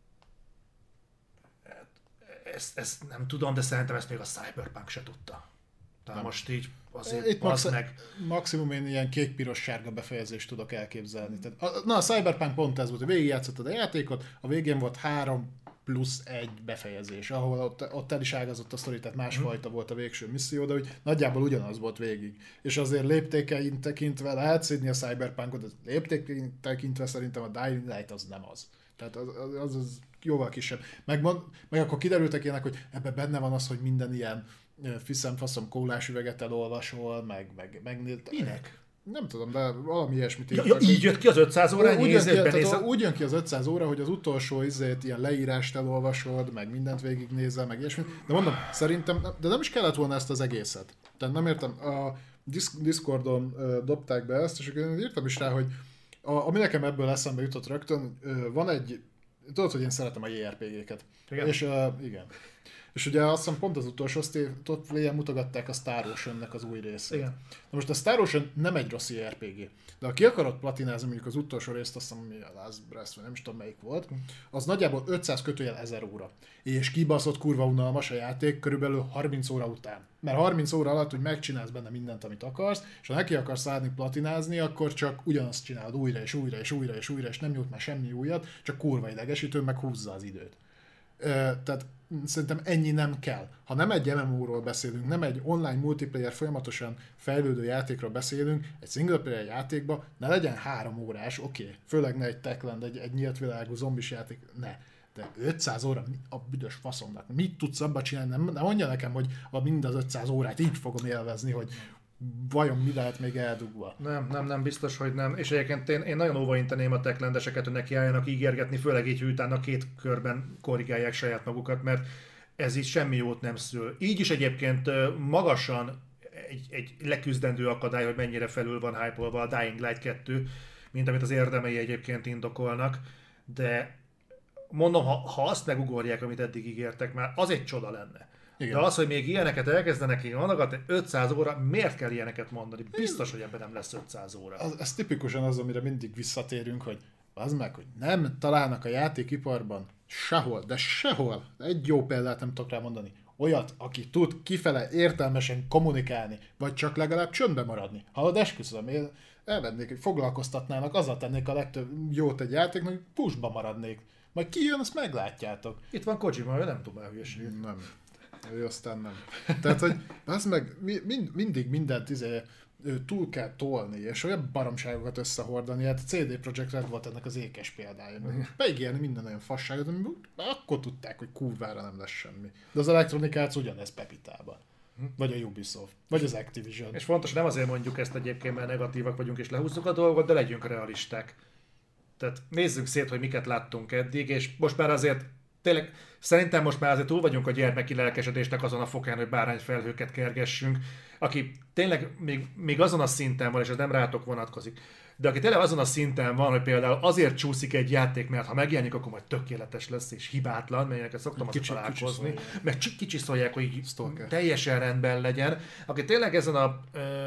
ezt nem tudom, de szerintem ezt még a Cyberpunk se tudta. Tehát most így azért itt meg... maximum én ilyen kék-piros-sárga befejezést tudok elképzelni. Tehát, a Cyberpunk pont ez volt, hogy végigjátszottad a játékot, a végén volt 3+1 befejezés, ahol ott el is ágazott a sztori, tehát másfajta volt a végső misszió, de úgy nagyjából ugyanaz volt végig. És azért léptékein tekintve lehet szídni a Cyberpunkot, de léptékein tekintve szerintem a Dying Light az nem az. Tehát az jóval kisebb. Meg akkor kiderültek ilyenek, hogy ebben benne van az, hogy minden ilyen fiszem-faszom kólás üveget elolvasol, meg Minek? Nem tudom, de valami ilyesmit írtak. Így jött ki az 500 óra, úgy jön ki az 500 óra, hogy az utolsó ilyen leírást elolvasod, meg mindent végignézel, meg ilyesmit. De mondom, szerintem, de nem is kellett volna ezt az egészet. Tehát nem értem, a Discordon dobták be ezt, és én írtam is rá, hogy ami nekem ebből eszembe jutott rögtön, van egy, tudod, hogy én szeretem a JRPG-ket. Igen. És igen. És ugye azt hiszem pont az utolsó top play-en mutogatták a Star Ocean-nek az új részét. Igen. Na most a Star Ocean nem egy rossz RPG, de ha ki akarod platinázni mondjuk az utolsó részt, azt hiszem, a Last Breath, vagy nem is tudom melyik volt, az nagyjából 500 óra. És kibaszott kurva unalmas a játék körülbelül 30 óra után. Mert 30 óra alatt úgy megcsinálsz benne mindent, amit akarsz, és ha neki akarsz állni platinázni, akkor csak ugyanazt csinálod újra és újra és újra és újra, és nem jut már semmi újat, csak kurva idegesítő, meg húzza az időt. Tehát szerintem ennyi nem kell. Ha nem egy MMO-ról beszélünk, nem egy online multiplayer folyamatosan fejlődő játékról beszélünk, egy single player játékban ne legyen 3 órás, oké. Főleg ne egy Techland, egy nyílt világú zombis játék, ne. De 500 óra a büdös faszomnak. Mit tudsz abba csinálni? Nem mondja nekem, hogy mind az 500 órát így fogom élvezni, hogy vajon mi lehet még eldugva. Nem, biztos, hogy nem. És egyébként én nagyon óvainteném a techlandeseket, hogy nekiálljanak ígérgetni, főleg így, hogy utána 2 körben korrigálják saját magukat, mert ez így semmi jót nem szül. Így is egyébként magasan egy leküzdendő akadály, hogy mennyire felül van hype-olva a Dying Light 2, mint amit az érdemei egyébként indokolnak, de mondom, ha azt megugorják, amit eddig ígértek, már az egy csoda lenne. Igen. De az, hogy még ilyeneket elkezdenek mondogatni, 500 óra, miért kell ilyeneket mondani? Biztos, hogy ebben nem lesz 500 óra. Ez tipikusan az, amire mindig visszatérünk, hogy az meg, hogy nem találnak a játékiparban Sehol, de sehol. Egy jó példát nem tudok rá mondani. Olyat, aki tud kifele értelmesen kommunikálni, vagy csak legalább csöndbe maradni. Hallod, esküszöm, én elvennék, hogy foglalkoztatnának, azzal tennék a legtöbb jót egy játéknak, hogy pushba maradnék. Majd kijön, azt meglátjátok. Itt van Kojima, ő nem tud már hülyeséget. Nem. Ő aztán nem. Tehát, hogy az meg mindig mindent túl kell tolni, és olyan baromságokat összehordani. Hát a CD Projekt Red volt ennek az ékes példája. Beígérni minden olyan fasságot, ami akkor tudták, hogy kurvára nem lesz semmi. De az Electronic Arts ugyanez Pepitában. Vagy a Ubisoft, vagy az Activision. És fontos, nem azért mondjuk ezt egyébként, mert negatívak vagyunk és lehúzzuk a dolgot, de legyünk realisták. Tehát nézzük szét, hogy miket láttunk eddig, és most már azért tényleg, szerintem most már azért túl vagyunk a gyermeki lelkesedésnek azon a fokán, hogy bárányfelhőket kergessünk, aki tényleg még azon a szinten van, és ez nem rátok vonatkozik, de aki tényleg azon a szinten van, hogy például azért csúszik egy játék, mert ha megjelenik, akkor majd tökéletes lesz és hibátlan, mert szoktam azt találkozni, mert kicsiszolják, hogy teljesen rendben legyen. Aki tényleg ezen a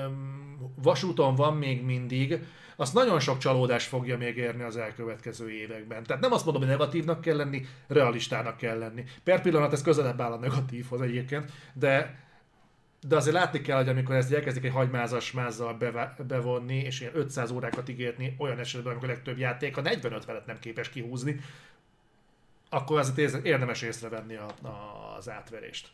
vasúton van még mindig, azt nagyon sok csalódás fogja még érni az elkövetkező években. Tehát nem azt mondom, hogy negatívnak kell lenni, realistának kell lenni. Per pillanat ez közelebb áll a negatívhoz egyébként, de azért látni kell, hogy amikor ezt elkezdik egy hagymázas mázzal bevonni, és ilyen 500 órákat ígérni olyan esetben, amikor a legtöbb játék a 45 felett nem képes kihúzni, akkor azért érdemes észrevenni az átverést.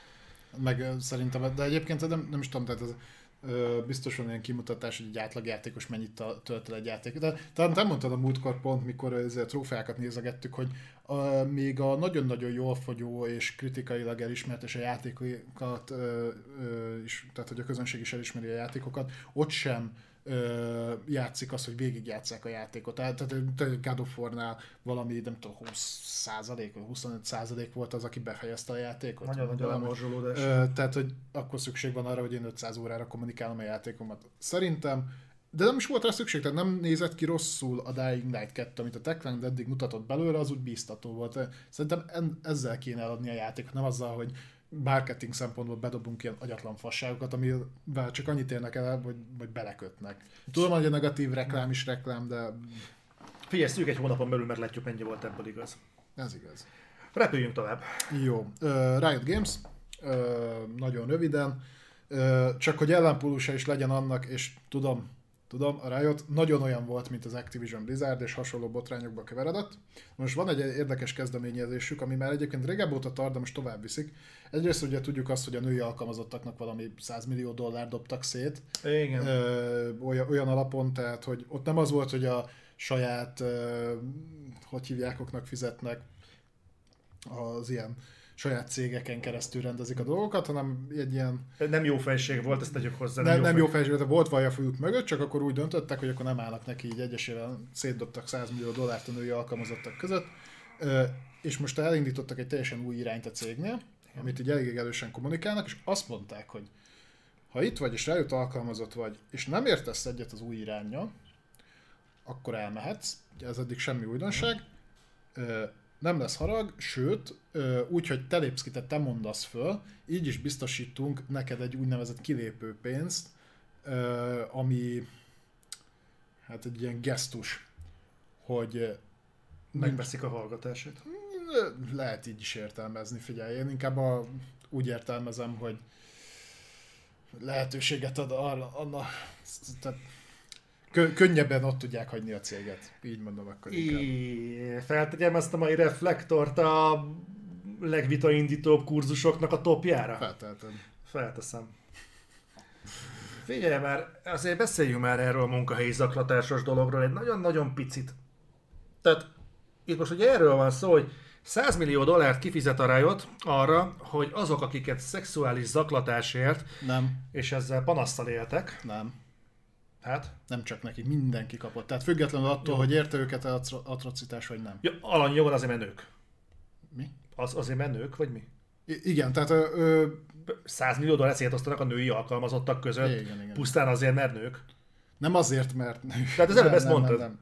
Meg szerintem, de egyébként nem is tudom, tehát ez biztos van ilyen kimutatás, hogy egy átlagjátékos mennyit tölt el egy játék. De talán nem mondtad a múltkor pont, mikor ezért trófeákat nézegettük, hogy még a nagyon-nagyon jól fogyó és kritikailag elismert és a játékokat is, tehát hogy a közönség is elismeri a játékokat, ott sem játszik az, hogy végigjátsszák a játékot. Tehát God of War-nál valami, nem tudom, 20% vagy 25% volt az, aki befejezte a játékot. Nagyon-nagyon lemorzsolódás. Tehát, hogy akkor szükség van arra, hogy én 500 órára kommunikálom a játékomat. Szerintem, de nem is volt rá szükség, tehát nem nézett ki rosszul a Dying Light 2, amit a Techland eddig mutatott belőle, az úgy bíztató volt. Szerintem ezzel kéne eladni a játékot, nem azzal, hogy marketing szempontból bedobunk ilyen agyatlan fasságokat, amivel csak annyit érnek el, hogy belekötnek. Tudom, hogy a negatív reklám is reklám, de... Figyelj, szűk egy hónapon belül meglátjuk, mennyi volt ebből igaz. Ez igaz. Repüljünk tovább. Jó. Riot Games, nagyon röviden, csak hogy ellenpólusa is legyen annak, és tudom, a Riot nagyon olyan volt, mint az Activision Blizzard, és hasonló botrányokba keveredett. Most van egy érdekes kezdeményezésük, ami már egyébként régebb óta tart, de most tovább viszik. Egyrészt ugye tudjuk azt, hogy a női alkalmazottaknak valami $100 millió dobtak szét. Igen. Olyan alapon, tehát hogy ott nem az volt, hogy a saját, hogy hívjákoknak fizetnek az ilyen saját cégeken keresztül rendezik a dolgokat, hanem egy ilyen... Nem jó fejség volt, ezt tegyük hozzá. Nem jó fejség volt, volt vaj a fülük mögött, csak akkor úgy döntöttek, hogy akkor nem állnak neki, így egyesével szétdobtak $100 millió a női alkalmazottak között, és most elindítottak egy teljesen új irányt a cégnél, amit így elég erősen kommunikálnak, és azt mondták, hogy ha itt vagy, és Riot alkalmazott vagy, és nem értesz egyet az új iránnyal, akkor elmehetsz, ugye ez eddig semmi újdonság, nem lesz harag, sőt, úgy, hogy te lépsz ki, te mondasz föl, így is biztosítunk neked egy úgynevezett kilépőpénzt, ami hát egy ilyen gesztus, hogy megveszik a hallgatását. Lehet így is értelmezni, figyelj, én inkább úgy értelmezem, hogy lehetőséget ad arra, tehát könnyebben ott tudják hagyni a céget. Így mondom akkor inkább. Feltegyem ezt a mai reflektort a legvitaindítóbb kurzusoknak a topjára? Felteszem. Figyelj már, azért beszéljünk már erről a munkahelyi zaklatásos dologról egy nagyon-nagyon picit. Tehát itt most ugye erről van szó, hogy $100 millió kifizet a Riot arra, hogy azok, akiket szexuális zaklatásért, és ezzel panasszal éltek. Nem. Hát? Nem csak neki, mindenki kapott. Tehát függetlenül attól, hogy érte őket atrocitás, vagy nem. Ja, alanyjogon azért menők. Mi? Azért menők, vagy mi? Igen, tehát... $100 millió szétosztanak a női alkalmazottak között, igen. Pusztán azért, mert nők. Nem azért, mert nők. Tehát az előbb ezt mondtad. Nem.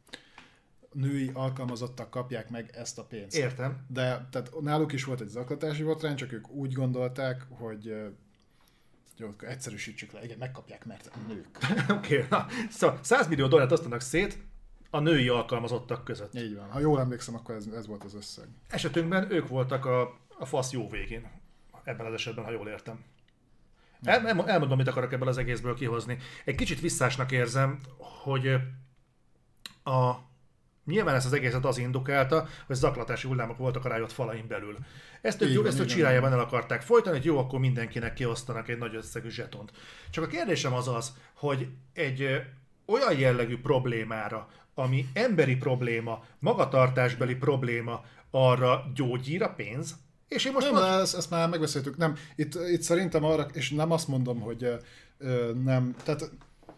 Női alkalmazottak kapják meg ezt a pénzt. Értem. De tehát náluk is volt egy zaklatási botrány, csak ők úgy gondolták, hogy jó, egyszerűsítsük le, igen, megkapják, mert nők. Oké, na, szóval $100 millió osztanak szét a női alkalmazottak között. Így van. Ha jól emlékszem, akkor ez volt az összeg. Esetünkben ők voltak a fasz jó végén. Ebben az esetben, ha jól értem. Elmondom, mit akarok ebből az egészből kihozni. Egy kicsit visszásnak érzem, hogy nyilván ezt az egészet az indukálta, hogy zaklatási hullámok voltak a Riot falain belül. Ezt ők csirájában el akarták folytani, hogy jó, akkor mindenkinek kiosztanak egy nagy összegű zsetont. Csak a kérdésem az, hogy egy olyan jellegű problémára, ami emberi probléma, magatartásbeli probléma, arra gyógyír a pénz? És én most nem, ezt már megbeszéltük. Nem, itt szerintem arra, és nem azt mondom, hogy nem, tehát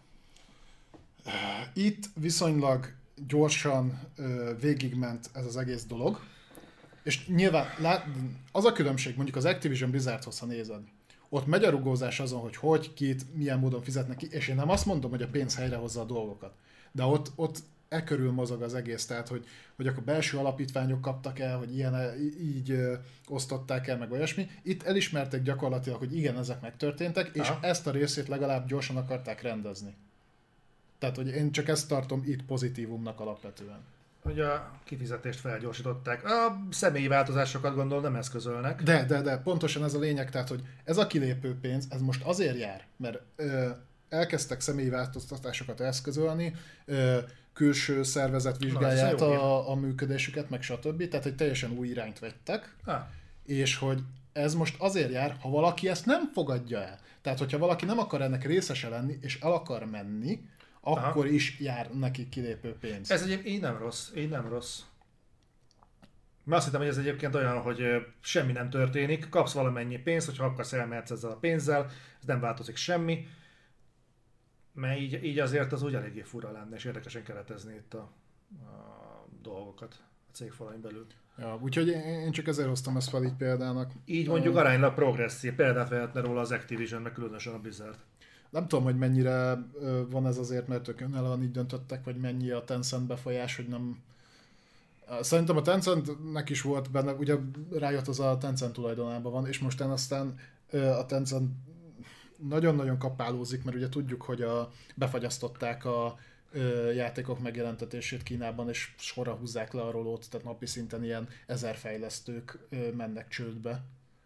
itt viszonylag gyorsan végigment ez az egész dolog, és nyilván az a különbség, mondjuk az Activision Blizzardhoz, ha nézed, ott megy a rugózás azon, hogy kit, milyen módon fizetnek ki, és én nem azt mondom, hogy a pénz helyrehozza a dolgokat, de ott körül mozog az egész, tehát hogy akkor belső alapítványok kaptak el, hogy így osztották el, meg olyasmi. Itt elismerték gyakorlatilag, hogy igen, ezek megtörténtek, és ezt a részét legalább gyorsan akarták rendezni. Tehát, hogy én csak ezt tartom itt pozitívumnak alapvetően. Hogy a kifizetést felgyorsították. A személyi változásokat gondolom nem eszközölnek. De, pontosan ez a lényeg, tehát, hogy ez a kilépő pénz, ez most azért jár, mert elkezdtek személyi változtatásokat eszközölni, külső szervezet vizsgálják a működésüket, meg stb. Tehát, hogy teljesen új irányt vettek, és hogy ez most azért jár, ha valaki ezt nem fogadja el. Tehát, hogyha valaki nem akar ennek részese lenni, és el akar menni, akkor is jár neki kilépő pénz. Ez egyébként így nem rossz. Mert azt hittem, hogy ez egyébként olyan, hogy semmi nem történik, kapsz valamennyi pénzt, hogyha akarsz elmehetsz ezzel a pénzzel, ez nem változik semmi. Mert így azért az úgy eléggé fura lenne, és érdekesen keretezni itt a dolgokat a cég falain belül. Ja, úgyhogy én csak ezért hoztam ezt fel így példának. Így mondjuk aránylag progresszív, példát vehetne róla az Activision, meg különösen a Blizzard. Nem tudom, hogy mennyire van ez azért, mert ők önállóan így döntöttek, vagy mennyi a Tencent befolyás, hogy nem... Szerintem a Tencentnek is volt benne, ugye Riot az a Tencent tulajdonában van, és mostán aztán a Tencent nagyon-nagyon kapálózik, mert ugye tudjuk, hogy befagyasztották a játékok megjelentetését Kínában, és sorra húzzák le a rolót, tehát napi szinten ilyen 1000 fejlesztők mennek csődbe.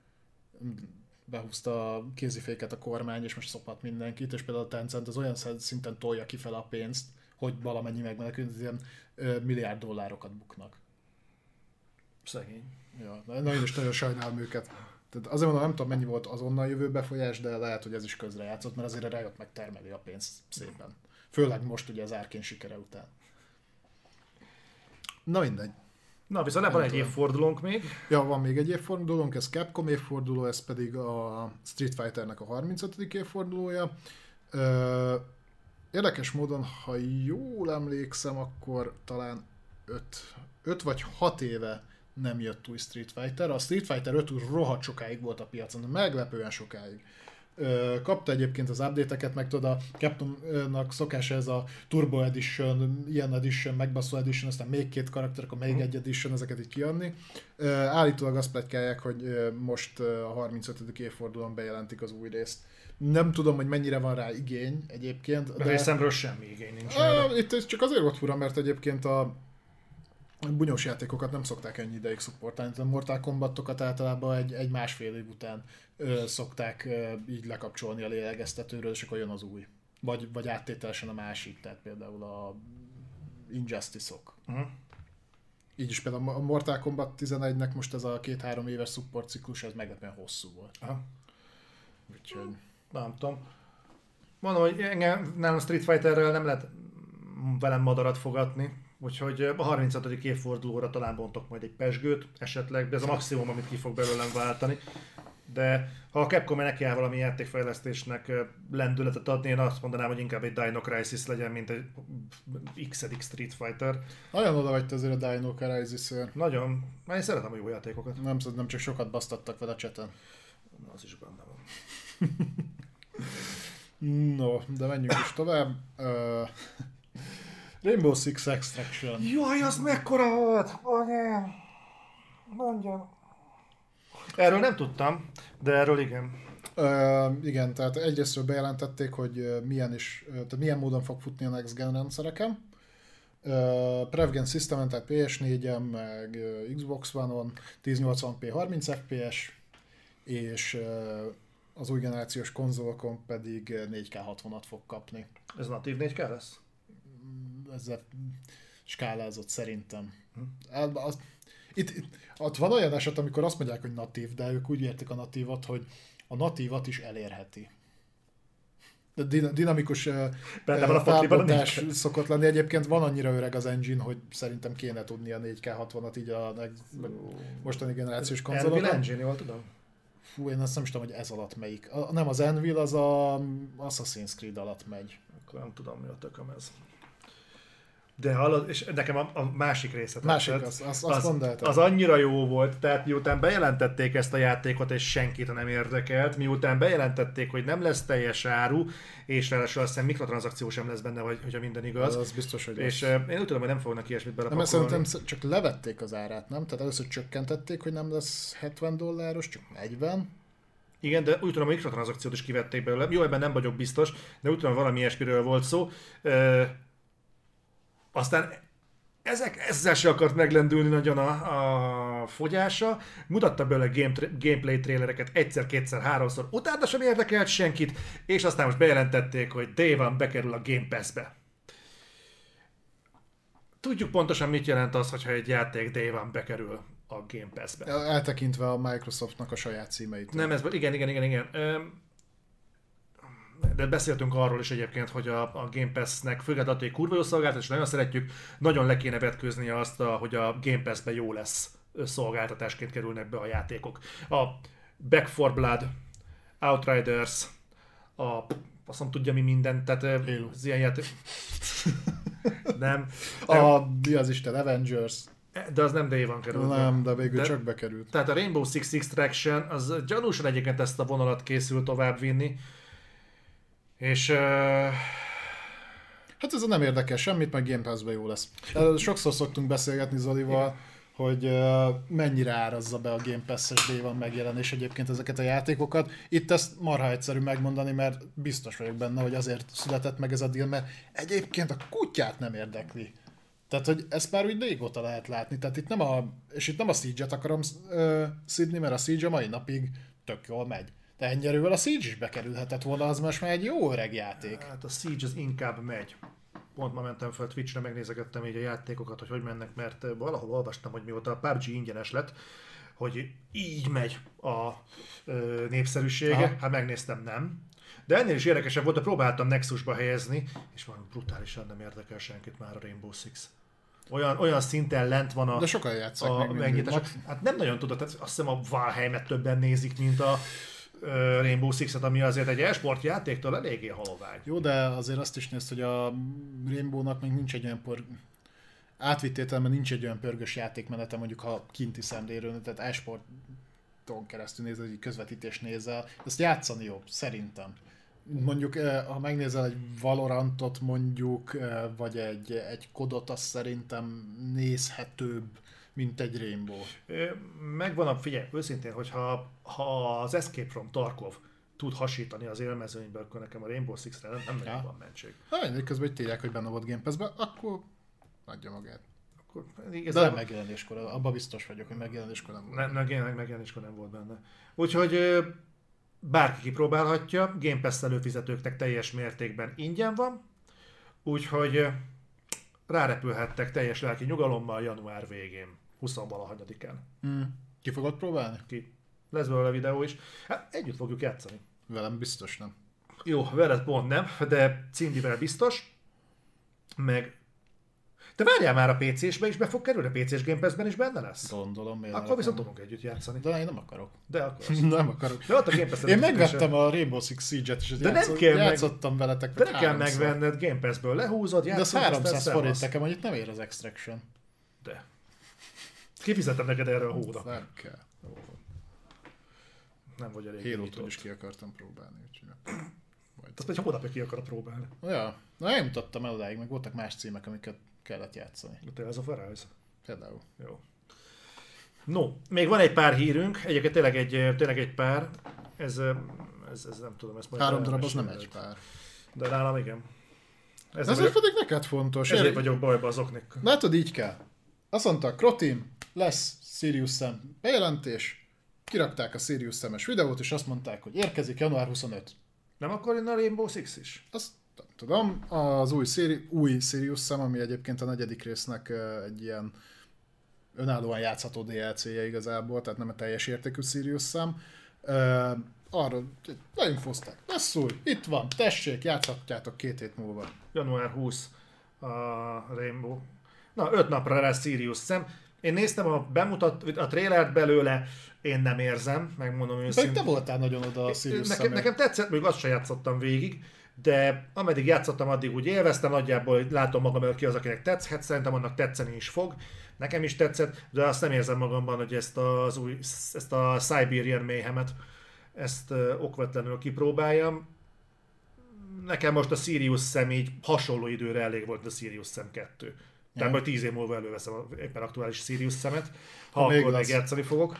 Behúzta a kéziféket a kormány, és most szophat mindenkit, és például a Tencent az olyan szinten tolja ki fel a pénzt, hogy valamennyi megmenekült, ilyen milliárd dollárokat buknak. Szegény. Ja, én is nagyon sajnálom őket. Tehát azért mondom, nem tudom, mennyi volt az onnan jövő befolyás, de lehet, hogy ez is közrejátszott, mert azért a Riot megtermeli a pénzt szépen. Főleg most ugye az Arkane sikere után. Na mindegy. Na, viszont van egy évfordulónk még. Ja, van még egy évfordulónk, ez Capcom évforduló, ez pedig a Street Fighternek a 35. évfordulója. Érdekes módon, ha jól emlékszem, akkor talán 5 vagy 6 éve nem jött új Street Fighter. A Street Fighter 5 úgy rohadt sokáig volt a piacon, meglepően sokáig. Kapta egyébként az update-eket, meg tudod, a Capcomnak szokása ez a Turbo Edition, ilyen Edition, megbaszó Edition, aztán még 2 karakter, akkor még egy Edition, ezeket így kiadni. Állítólag azt pletykálják, hogy most a 35. évfordulón bejelentik az új részt. Nem tudom, hogy mennyire van rá igény egyébként. De részemről semmi igény nincs. Itt csak azért volt fura, mert egyébként a bunyós játékokat nem szokták ennyi ideig szupportálni. A Mortal Kombat-okat általában egy másfél év után szokták így lekapcsolni a lélegeztetőről, és akkor jön az új. Vagy áttételesen a másik, tehát például a Injustice-ok. Így is például a Mortal Kombat 11-nek most ez a 2-3 éves support ciklus, ez meglepően hosszú volt. Úgyhogy... Nem tudom. Mondom, hogy nálam Street Fighterrel nem lehet velem madarat fogatni. Úgyhogy a 35. évfordulóra talán bontok majd egy pezsgőt esetleg, de ez a maximum, amit ki fog belőlem váltani. De ha a Capcom neki áll valami játékfejlesztésnek lendületet adni, én azt mondanám, hogy inkább egy Dino Crisis legyen, mint egy x-edik Street Fighter. Nagyon oda vagy te azért a Dino Crisis-ért. Nagyon. Már én szeretem a jó játékokat. Nem csak sokat basztattak vele a chaten. Az is benne van. No, de menjünk is tovább. Rainbow Six Extraction. Jaj, az mekkora volt! Anyám! Mondjam. Erről nem tudtam, de erről igen. Igen, tehát egyrésztről bejelentették, hogy milyen módon fog futni a Next Gen rendszereken. Prevgen Systemen, tehát PS4-en, meg Xbox One-on 1080p 30 FPS, és az új generációs konzolokon pedig 4K 60-at fog kapni. Ez natív 4K lesz? Ezzel skálázott szerintem. Itt van olyan eset, amikor azt mondják, hogy natív, de ők úgy értik a natívat, hogy a natívat is elérheti. De dinamikus felbontás szokott lenni. Egyébként van annyira öreg az engine, hogy szerintem kéne tudni a 4K 60-at így a mostani generációs konzolokon. Envil engine, jól tudom? Fú, én azt nem is tudom, hogy ez alatt melyik. Nem az Envil, az a Assassin's Creed alatt megy. Akkor nem tudom, mi a tököm ez. De hallod, és nekem a másik része az annyira jó volt, tehát miután bejelentették ezt a játékot, és senkit nem érdekelt, miután bejelentették, hogy nem lesz teljes áru, és ráadásul azt hiszem mikrotranszakció sem lesz benne, hogyha minden igaz. Az biztos, hogy és én úgy tudom, hogy nem fognak ilyesmit belepakolni. Szerintem csak levették az árát, nem? Tehát először csökkentették, hogy nem lesz $70, csak 40. Igen, de úgy tudom, hogy mikrotranszakciót is kivették belőle. Jó, ebben nem vagyok biztos, de úgy tudom, valami ilyesmiről volt szó. Aztán ezzel se akart meglendülni nagyon a fogyása, mutatta belőle gameplay trailereket egyszer, kétszer, háromszor, utána sem érdekelt senkit, és aztán most bejelentették, hogy Day One bekerül a Game Pass-be. Tudjuk pontosan, mit jelent az, hogyha egy játék Day One bekerül a Game Pass-be. Eltekintve a Microsoftnak a saját címeit. Nem, ez igen. De beszéltünk arról is egyébként, hogy a Game Pass-nek függetlenül, hogy kurva jó szolgáltatás, és nagyon szeretjük, nagyon le kéne vetkőzni azt, hogy a Game Pass-be jó lesz szolgáltatásként kerülnek be a játékok. A Back 4 Blood, Outriders, azt nem tudja mi mindent, tehát az ilyen játék... nem. Mi az Isten, Avengers. De az nem Day One került. Nem, de végül csak bekerült. Tehát a Rainbow Six Extraction, az gyanúsan egyébként ezt a vonalat készül továbbvinni. És... Hát ez nem érdekel semmit, meg Game Pass-ben jó lesz. Sokszor szoktunk beszélgetni Zolival, hogy mennyire árazza be a Game Pass-es Day One megjelenés egyébként ezeket a játékokat. Itt ezt marha egyszerű megmondani, mert biztos vagyok benne, hogy azért született meg ez a deal, mert egyébként a kutyát nem érdekli. Tehát, hogy ezt már úgy régóta lehet látni. Tehát itt nem a Siege-et akarom szidni, mert a Siege a mai napig tök jól megy. De ennyire a Siege is bekerülhetett volna, az most már egy jó öreg játék. Hát a Siege az inkább megy. Pont ma mentem fel Twitch-re, megnézegettem így a játékokat, hogy mennek, mert valahol olvastam, hogy mióta a PUBG ingyenes lett, hogy így megy a népszerűsége. Aha. Hát megnéztem, nem. De ennél is érdekesebb volt, de próbáltam Nexusba helyezni, és valami brutálisan nem érdekel senkit már a Rainbow Six. Olyan szinten lent van de sokan játszák megnyitás. Hát nem nagyon tudod, azt hiszem a Valheimet többen nézik, mint a Rainbow Six-et, ami azért egy e-sport játéktól eléggé halovány. Jó, de azért azt is nézd, hogy a Rainbow-nak még nincs egy olyan átvitt értelemben nincs egy olyan pörgős játékmenete, mondjuk ha kinti szemléről, tehát e-sporton keresztül nézel, egy közvetítés nézel, ezt játszani jobb, szerintem. Mondjuk, ha megnézel egy Valorantot mondjuk, vagy egy kodot, az szerintem nézhetőbb, mint egy Rainbow. Megvan figyelj, őszintén, hogyha az Escape from Tarkov tud hasítani az élmezőnybe, akkor nekem a Rainbow Six-re nem nagyon van mentség. Ha közben hogy tényleg, hogy benne volt Game Pass-ben, akkor adja magát. Akkor, de nem megjelenéskor, abban biztos vagyok, hogy megjelenéskor nem volt. Megjelenéskor nem volt benne. Úgyhogy bárki kipróbálhatja, Game Pass előfizetőknek teljes mértékben ingyen van, úgyhogy rárepülhettek teljes lelki nyugalommal január végén, 20-valahanyadikán. Ki fogod próbálni? Ki. Lesz belőle videó is. Hát együtt fogjuk játszani. Velem biztos nem. Jó, veled pont nem, de Cindyvel biztos. Meg... De várjál már, a PC-sbe is be fog kerülni, a PC-s Game Pass-ben is benne lesz? Gondolom. Akkor viszont tudunk együtt játszani. De én nem akarok. De akkor nem akarok. De ott a Game Pass-en én megvettem a Rainbow Six Siege-et, és játszottam veletek. De nem kell megvenned, Game Pass-ből lehúzod, játszod. De az 300 forint nekem, annyit nem ér az Extraction. De. Kifizettem neked erre a hóra. Nem kell. Nem vagy elég. Halo-tól is ki akartam próbálni. Azt egy hónapja ki akarod próbálni. Ja, na én mutattam el odáig, meg voltak más címek, amiket kellett játszani. De ez a Arise. Például. Jó. No, még van egy pár hírünk, egyébként tényleg egy pár. Ez nem tudom, ezt majd... 3 darab az nem egy pár. De nálam igen. Ez pedig neked fontos. Ezért vagyok bajba az oknikkal. Látod, így kell. Azt mondta, Croteam, lesz Sirius Sam bejelentés, kirakták a Sirius Sam-es videót, és azt mondták, hogy érkezik január 25. Nem akkor jön a Rainbow Six is? Azt nem tudom. Az új Sirius Sam, ami egyébként a 4. résznek egy ilyen önállóan játszható DLC-je igazából, tehát nem a teljes értékű Sirius Sam. Arra leinfozták. Lesz új, itt van, tessék, játszhatjátok 2 hét múlva. Január 20 a Rainbow. Na, 5 napra lesz Sirius Sam. Én néztem a trailert belőle, én nem érzem, megmondom őszintén. Pedig te voltál nagyon oda a Sirius Sam-ért. Nekem tetszett, még azt sem játszottam végig, de ameddig játszottam, addig úgy élveztem, nagyjából látom magam előtt ki az, akinek tetszhet, szerintem annak tetszeni is fog. Nekem is tetszett, de azt nem érzem magamban, hogy ezt a Siberian Mayhem-et, ezt okvetlenül kipróbáljam. Nekem most a Sirius Sam így hasonló időre elég volt a Sirius Sam 2. Tehát majd 10 év múlva előveszem a éppen aktuális Sirius Sam-et, ha akkor meg játszani fogok.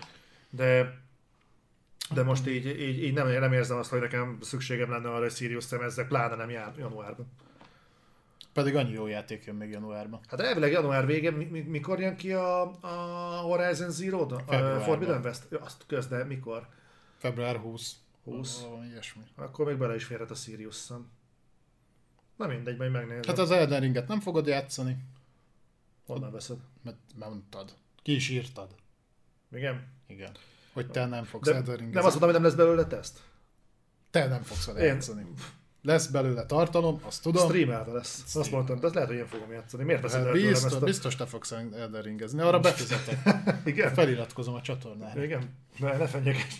De most így nem érzem azt, hogy nekem szükségem lenne arra, hogy Sirius Sam ezzel, pláne nem januárban. Pedig annyi jó játék jön még januárban. Hát elvileg január végén, mikor jön ki a Horizon Zero? A Forbidden West? Azt közde, mikor? Február 20. 20? Ilyesmi. Akkor még bele is férhet a Sirius Sam. Na mindegy, majd megnézem. Hát az Elden Ringet nem fogod játszani. Honnan veszed? Mert mondtad. Ki is írtad. Igen? Igen. Hogy te nem fogsz Elden Ringet. Nem azt mondtam, hogy nem lesz belőle teszt? Te nem fogsz vele játszani. Lesz belőle tartalom, azt tudom. Streamelve lesz. Azt mondtam, de azt lehet, hogy én fogom játszani. Miért veszed el tőlem ezt a... Biztos te fogsz Elden Ringezni. Arra befizetek. Igen? Feliratkozom a csatornára. Igen? Ne fenyeges.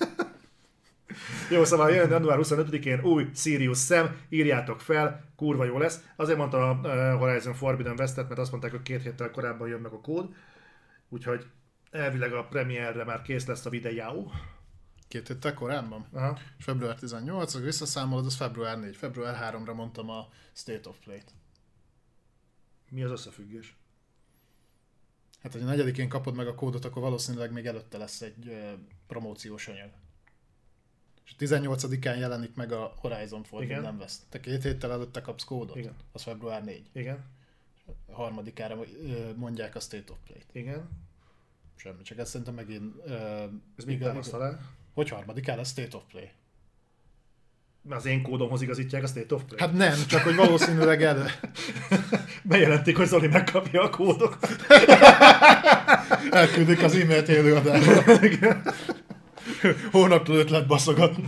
Jó, szóval jön január 25-én új Sirius Sam, írjátok fel, kurva jó lesz. Azért mondta a Horizon Forbidden West-et, mert azt mondták, hogy 2 héttel korábban jön meg a kód. Úgyhogy elvileg a premierre már kész lesz a videó. 2 héttel korábban? Aha. És február 18, hogy visszaszámolod, az február 4. Február 3-ra mondtam a State of Play-t. Mi az összefüggés? Hát, hogy a 4-én kapod meg a kódot, akkor valószínűleg még előtte lesz egy promóciós anyag. És a 18-án jelenik meg a Horizon Forbidden West. Te 2 héttel előtte kapsz kódot? Igen. Az február 4. Igen. A 3-ára mondják a State of Play-t. Igen. Semmi, csak ezt szerintem megint... Ez mit támasztal? Hogy 3-án a State of Play? Az én kódomhoz igazítják a State of Play? Hát nem, csak hogy valószínűleg Bejelentik, hogy Zoli megkapja a kódokat. Elküldik az e-mailt élőadásra. Hónaptól ötlet baszogatni.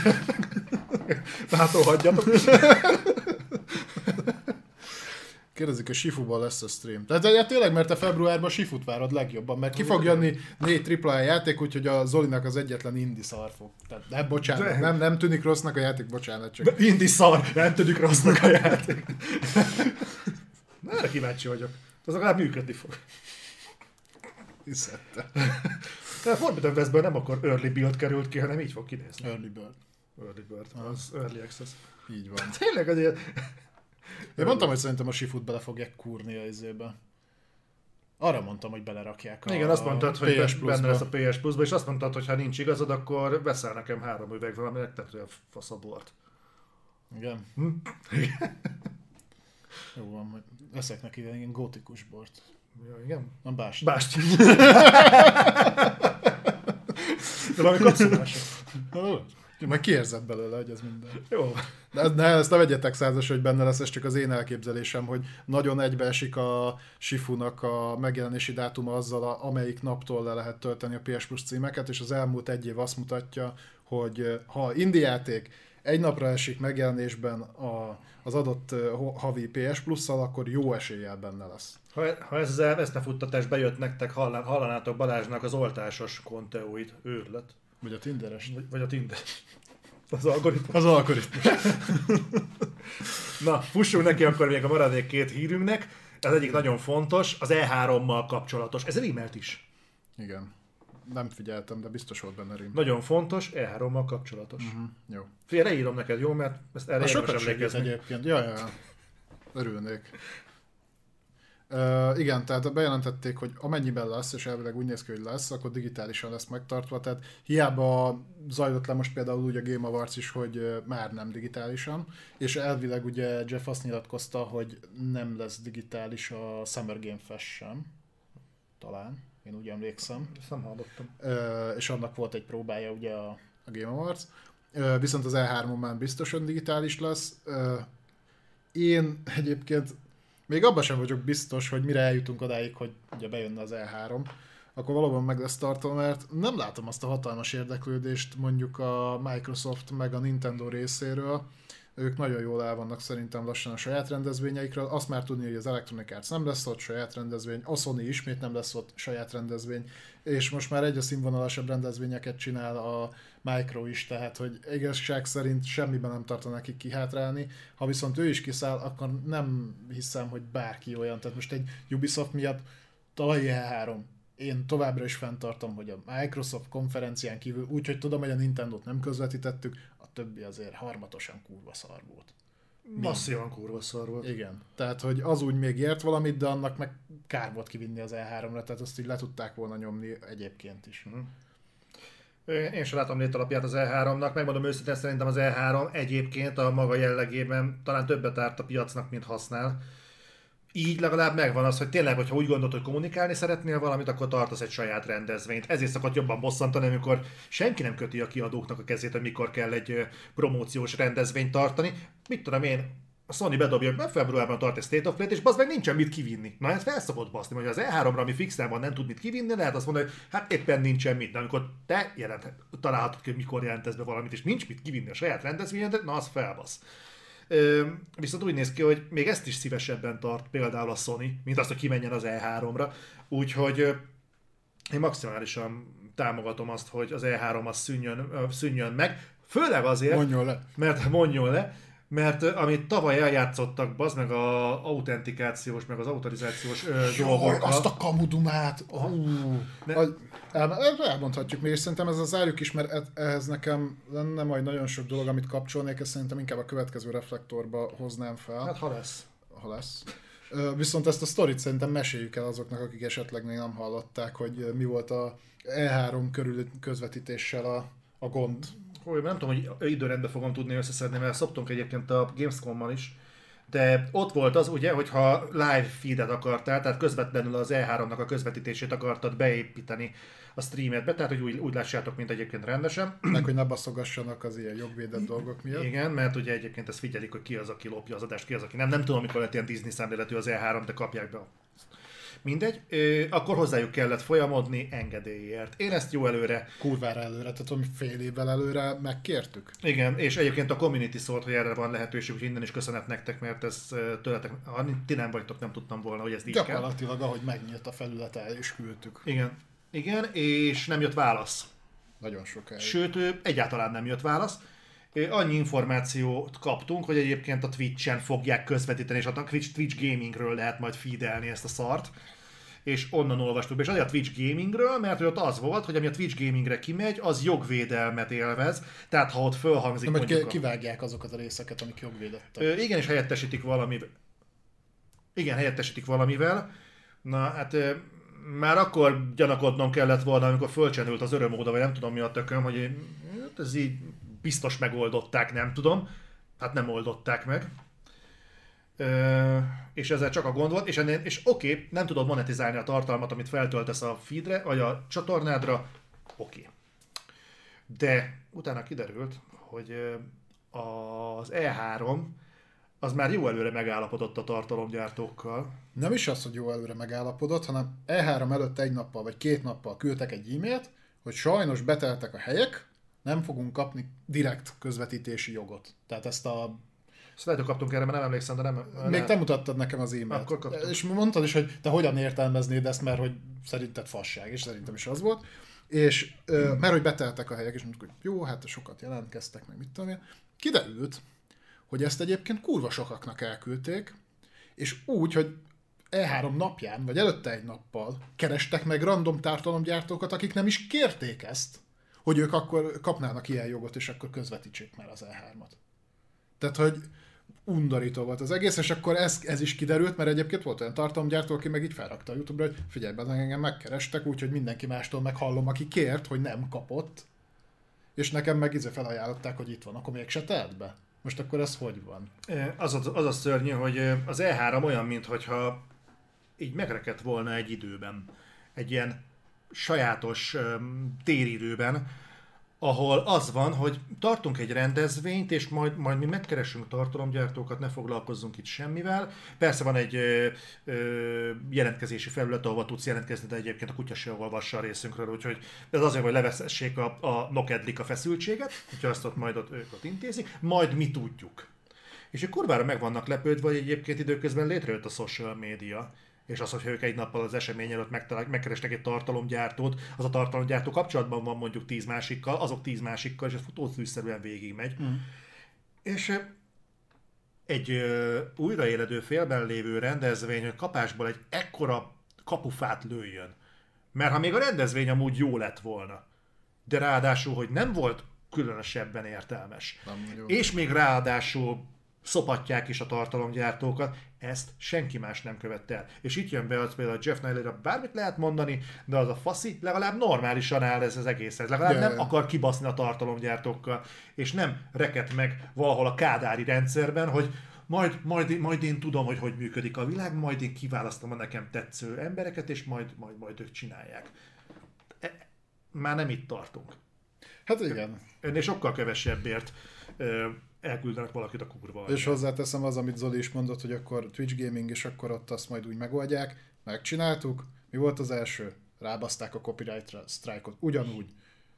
Hától hagyjatok. Kérdezik, hogy Shifuban lesz a stream. Tehát tényleg, mert te februárban Shifut várod legjobban, mert ki fog jönni 4 AAA játék, úgyhogy a Zolinak az egyetlen indie szar fog. Tehát nem, bocsánat, nem tűnik rossznak a játék, bocsánat. Csak... Indie szar, nem tűnik rossznak a játék. Na, kíváncsi vagyok. Az legalább működni fog. Hiszette. De a Forbidden Westből nem akkor early build került ki, hanem így fog kinézni. Early bird. Early bird, az early access. Így van. Tényleg azért... Én mondtam, hogy szerintem a Shifut bele fogják kúrni a izébe. Arra mondtam, hogy belerakják a igen, azt mondtad, hogy PS benne lesz a PS Plus-ba, és azt mondtad, hogy ha nincs igazad, akkor veszel nekem 3 üveg valaminek, tehát olyan fasz a bort. Igen. Jó van, majd veszek neki ilyen gótikus bort. Ja, igen? Nem bást. Bást. De valami kapszulások. Majd kiérzed belőle, hogy ez minden. Jó. De ezt ne vegyetek százas, hogy benne lesz, ez csak az én elképzelésem, hogy nagyon egybeesik a Shifunak a megjelenési dátuma azzal, amelyik naptól le lehet tölteni a PS Plus címeket, és az elmúlt 1 év azt mutatja, hogy ha indie játék egy napra esik megjelenésben az adott havi PS Plus-szal, akkor jó eséllyel benne lesz. Ha ezt a futtatás bejött nektek, hallanátok Balázsnak az oltásos konteóit, őrület. Vagy a Tinderes. Vagy a Tinder. Az algoritmus. Az algoritmus. Na, fussunk neki akkor még a maradék 2 hírünknek. Ez egyik nagyon fontos, az E3-mal kapcsolatos. Ez e-mailt is. Igen. Nem figyeltem, de biztos volt benne rím. Nagyon fontos, E3-mal kapcsolatos. Jó. Figyelj, leírom neked, jó? Mert ezt erre sokat érdemes segít emlékezni. egyébként. Ja. Örülnék. Igen, tehát bejelentették, hogy amennyiben lesz, és elvileg úgy néz ki, hogy lesz, akkor digitálisan lesz megtartva, tehát hiába zajlott le most például úgy a Game Awards is, hogy már nem digitálisan, és elvileg ugye Jeff azt nyilatkozta, hogy nem lesz digitális a Summer Game Fest sem, talán, én úgy emlékszem. Ezt nem hallottam. És annak volt egy próbája ugye a Game Awards, viszont az E3-on már biztosan digitális lesz. Én egyébként még abban sem vagyok biztos, hogy mire eljutunk odáig, hogy ugye bejönne az E3, akkor valóban meg lesz tartva, mert nem látom azt a hatalmas érdeklődést mondjuk a Microsoft meg a Nintendo részéről. Ők nagyon jól el vannak szerintem lassan a saját rendezvényeikről. Azt már tudni, hogy az Electronic Arts nem lesz ott saját rendezvény, a Sony ismét nem lesz ott saját rendezvény, és most már egyre színvonalasabb rendezvényeket csinál a Micro is, tehát hogy igazság szerint semmiben nem tartanak nekik kihátrálni. Ha viszont ő is kiszáll, akkor nem hiszem, hogy bárki olyan. Tehát most egy Ubisoft miatt tavalyi E3. Én továbbra is fenntartom, hogy a Microsoft konferencián kívül, úgyhogy tudom, hogy a Nintendót nem közvetítettük, a többi azért harmatosan kurva szar volt. Masszívan kurva szar volt. Igen, tehát hogy az úgy még ért valamit, de annak meg kár volt kivinni az E3-ra, tehát azt így le tudták volna nyomni egyébként is. Én sem látom létalapját az E3-nak, megmondom őszintén, szerintem az E3 egyébként a maga jellegében talán többet árt a piacnak, mint használ. Így legalább megvan az, hogy tényleg, hogyha úgy gondolod, hogy kommunikálni szeretnél valamit, akkor tartasz egy saját rendezvényt. Ezért szokott jobban bosszantani, amikor senki nem köti a kiadóknak a kezét, hogy mikor kell egy promóciós rendezvényt tartani. Mit tudom én, a Sony bedobja, hogy februárban tart egy State of Play-t, és bazd meg nincsen mit kivinni. Na ez fel szokott baszni, hogy az E3-ra, ami fixen van, nem tud mit kivinni, lehet azt mondani, hogy hát éppen nincsen mit. De amikor te találhatod ki, hogy mikor jelentesz be valamit, és nincs mit kivinni a saját rendezvényedet, na az felbasz. Viszont úgy néz ki, hogy még ezt is szívesebben tart például a Sony, mint azt, hogy kimenjen az E3-ra. Úgyhogy én maximálisan támogatom azt, hogy az E3 az szűnjön meg. Főleg azért, mondjon le, mert amit tavaly eljátszottak, bazd meg az autentikációs, meg az autorizációs dolgokkal. Azt a kamudumát! Elmondhatjuk még, és szerintem ez az zárjuk is, mert ehhez nekem lenne majd nagyon sok dolog, amit kapcsolnék, ezt szerintem inkább a következő reflektorba hoznám fel. Hát ha lesz. Ha lesz. Viszont ezt a sztorit szerintem meséljük el azoknak, akik esetleg még nem hallották, hogy mi volt a E3 körül közvetítéssel a gond. Nem tudom, hogy időrendben fogom tudni összeszedni, mert szoktunk egyébként a Gamescom-mal is, de ott volt az ugye, hogyha live feedet akartál, tehát közvetlenül az E3-nak a közvetítését akartad beépíteni a streametbe, tehát hogy úgy lássátok, mint egyébként rendesen. Meg hogy ne baszogassanak az ilyen jogvédett dolgok miatt. Igen, mert ugye egyébként ezt figyelik, hogy ki az, aki lopja az adást, ki az, aki nem. Nem tudom, mikor lett ilyen Disney szemléletű az E3, de kapják be. Mindegy, akkor hozzájuk kellett folyamodni engedélyért. Én ezt jó előre... Kurvára előre, tehát ami fél évvel előre megkértük. Igen, és egyébként a community szólt, hogy erre van lehetőség, hogy innen is köszönet nektek, mert ez tőletek, ha ti nem vagytok, nem tudtam volna, hogy ez így kell. Gyakorlatilag, ahogy megnyílt a felület, el is küldtük. Igen, és nem jött válasz. Nagyon sokáig. Sőt, egyáltalán nem jött válasz. Annyi információt kaptunk, hogy egyébként a Twitch-en fogják közvetíteni, és a Twitch Gamingről lehet majd feedelni ezt a szart. És onnan olvastuk be, és azért a Twitch Gamingről, mert ott az volt, hogy ami a Twitch Gamingre kimegy, az jogvédelmet élvez, tehát ha ott fölhangzik mondjuk kivágják azokat a részeket, amik jogvédettek. Igen, és helyettesítik valamivel. Na, hát már akkor gyanakodnom kellett volna, amikor fölcsenült az örömóda, vagy nem tudom mi a tököm, hogy ez így biztos megoldották, nem tudom. Hát nem oldották meg. És ezzel csak a gond volt, és oké, nem tudod monetizálni a tartalmat, amit feltöltesz a feedre, vagy a csatornádra, oké. De utána kiderült, hogy az E3 az már jó előre megállapodott a tartalomgyártókkal. Nem is az, hogy jó előre megállapodott, hanem E3 előtt egy nappal vagy 2 nappal küldtek egy e-mailt, hogy sajnos beteltek a helyek, nem fogunk kapni direkt közvetítési jogot. Tehát ezt a... Ezt lehet, hogy kaptunk erre, mert nem emlékszem, de nem... Még te mutattad nekem az e-mailt. És mondtad is, hogy te hogyan értelmeznéd ezt, mert hogy szerinted fasság, és szerintem is az volt. És mert hogy beteltek a helyek, és mondjuk, hogy jó, hát sokat jelentkeztek, meg mit tudom én. Kiderült, hogy ezt egyébként kurva sokaknak elküldték, és úgy, hogy E3 napján, vagy előtte egy nappal kerestek meg random tartalomgyártókat, akik nem is kérték ezt, hogy ők akkor kapnának ilyen jogot, és akkor közvetítsék már az E3-at. Tehát, hogy undorító volt az egész, és akkor ez is kiderült, mert egyébként volt olyan tartalomgyártó, aki meg így felrakta a YouTube-ra, hogy figyelj be, engem megkerestek, úgyhogy mindenki mástól meghallom, aki kért, hogy nem kapott, és nekem meg felajánlották, hogy itt van, akkor mégse telt be. Most akkor ez hogy van? Az a szörnyű, hogy az E3 olyan, mintha így megrekedt volna egy időben. Egy ilyen sajátos téridőben, ahol az van, hogy tartunk egy rendezvényt, és majd mi megkeresünk tartalomgyártókat, ne foglalkozzunk itt semmivel. Persze van egy jelentkezési felület, ahol tudsz jelentkezni, de egyébként a kutya se olvassa a részünkről, úgyhogy ez azért, hogy leveszessék a nokedlik a feszültséget, hogyha azt majd ők ott intézik, majd mi tudjuk. És a kurvára meg vannak lepődve, hogy egyébként időközben létrejött a social media, és az, hogyha ők egy nappal az esemény előtt megkeresnek egy tartalomgyártót, az a tartalomgyártó kapcsolatban van mondjuk 10 másikkal, azok 10 másikkal, és ez futószűszerűen végigmegy. És egy újraéledő félben lévő rendezvény, hogy kapásból egy ekkora kapufát lőjön. Mert ha még a rendezvény amúgy jó lett volna, de ráadásul, hogy nem volt különösebben értelmes, és még ráadásul szopatják is a tartalomgyártókat, ezt senki más nem követte el. És itt jön be az például Jeff Naylorra, bármit lehet mondani, de az a faszi legalább normálisan áll ez az egészhez. Legalább nem akar kibaszni a tartalomgyártókkal, és nem reked meg valahol a kádári rendszerben, hogy majd én tudom, hogy működik a világ, majd én kiválasztom a nekem tetsző embereket, és majd ők csinálják. Már nem itt tartunk. Hát igen. Ennél sokkal kevesebbért elküldenek valakit a kurva. És hozzáteszem az, amit Zoli is mondott, hogy akkor Twitch Gaming, és akkor ott azt majd úgy megoldják. Megcsináltuk. Mi volt az első? Rábaszták a copyright strike-ot. Ugyanúgy.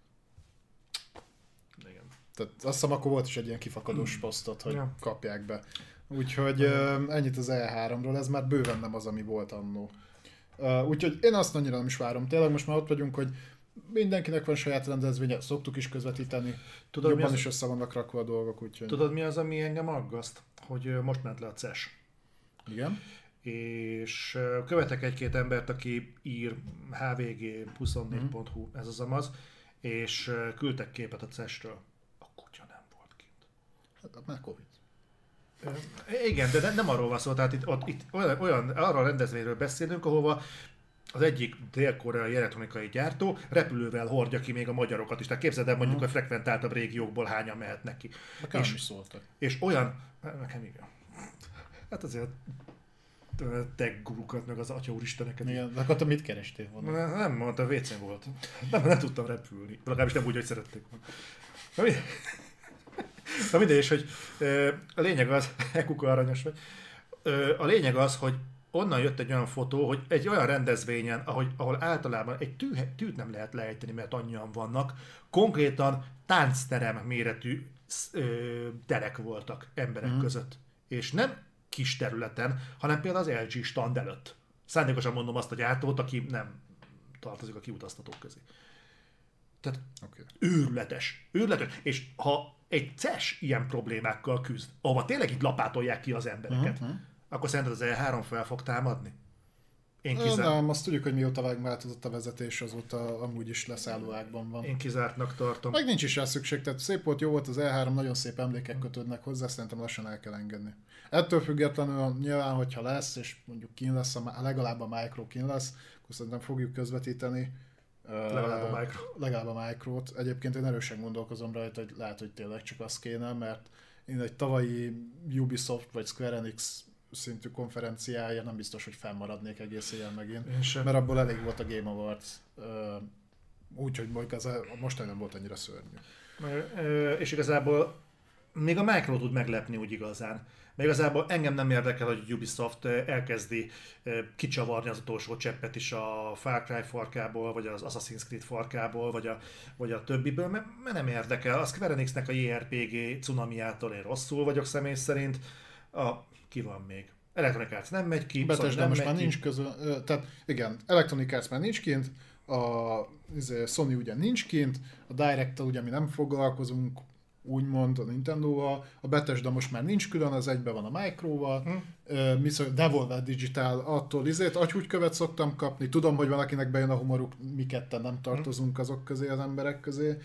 Igen. Tehát azt hiszem, akkor volt is egy ilyen kifakadós posztot, hogy kapják be. Úgyhogy ennyit az E3-ról, ez már bőven nem az, ami volt annó. Úgyhogy én azt annyira nem is várom. Tényleg most már ott vagyunk, hogy mindenkinek van saját rendezvénye, szoktuk is közvetíteni. Tudod, jobban is össze vannak rakva a dolgok, úgyhogy... Tudod, mi az, ami engem aggaszt? Hogy most ment le a CES. Igen. És követek egy-két embert, aki ír hvg24.hu, ez az amaz, és küldtek képet a CES-ről. A kutya nem volt kint. Hát már Covid. Igen, de nem arról van szó, tehát itt olyan arra a rendezvényről beszélünk, ahova az egyik dél-koreai elektronikai gyártó repülővel hordja ki még a magyarokat is. Tehát képzeld el mondjuk a frekventáltabb régiókból hányan mehetnek ki. Nekem is szóltak. És olyan... Nekem igen. Hát azért tech gurukat, meg az atya úristeneket. Igen, de akkor te mit kerestél volna? Nem, mondta, WC-n volt. Nem tudtam repülni. Legalábbis nem úgy, hogy szerették volna. Na mindegy, és hogy a lényeg az, kuka aranyos vagy, a lényeg az, hogy onnan jött egy olyan fotó, hogy egy olyan rendezvényen, ahol általában egy tűt nem lehet lejteni, mert annyian vannak, konkrétan táncterem méretű terek voltak emberek között. És nem kis területen, hanem például az LG stand előtt. Szándékosan mondom azt a gyártót, aki nem tartozik a kiutaztatók közé. Tehát őrületes. És ha egy CES ilyen problémákkal küzd, ahova tényleg így lapátolják ki az embereket, akkor szerinted az E3 fel fog támadni? Nem, azt tudjuk, hogy mióta megváltozott a vezetés, azóta amúgy is leszállóákban van. Én kizártnak tartom. Meg nincs is rá szükség, tehát szép volt, jó volt az E3, nagyon szép emlékek kötődnek hozzá, szerintem lassan el kell engedni. Ettől függetlenül nyilván, hogyha lesz, és mondjuk kín lesz, legalább a Micro kín lesz, akkor szerintem fogjuk közvetíteni. Legalább a Micro-t. Egyébként én erősen gondolkozom rajta, hogy lehet, hogy tényleg csak az kéne, mert én egy tavalyi Ubisoft vagy Square Enix szintű konferenciája nem biztos, hogy fennmaradnék egész éjjel megint, mert abból elég volt a Game Awards, úgyhogy most nem volt annyira szörnyű. És igazából még a Micro tud meglepni úgy igazán. Mert igazából engem nem érdekel, hogy Ubisoft elkezdi kicsavarni az utolsó cseppet is a Far Cry farkából, vagy az Assassin's Creed farkából, vagy a többiből, mert nem érdekel. A Square Enixnek a JRPG cunamiától én rosszul vagyok személy szerint. Ki van még? Electronic Arts nem megy ki, Bethesda most már nincs közül, tehát igen, Electronic Arts már nincs kint, a Sony ugye nincs kint, a Direct-tel ugye mi nem foglalkozunk, úgymond a Nintendo-val, a Bethesda most már nincs külön, az egyben van a Micro-val, Devolver Digital attól agyhúgykövet szoktam kapni, tudom, hogy van akinek bejön a humoruk, mi ketten nem tartozunk azok közé, az emberek közé,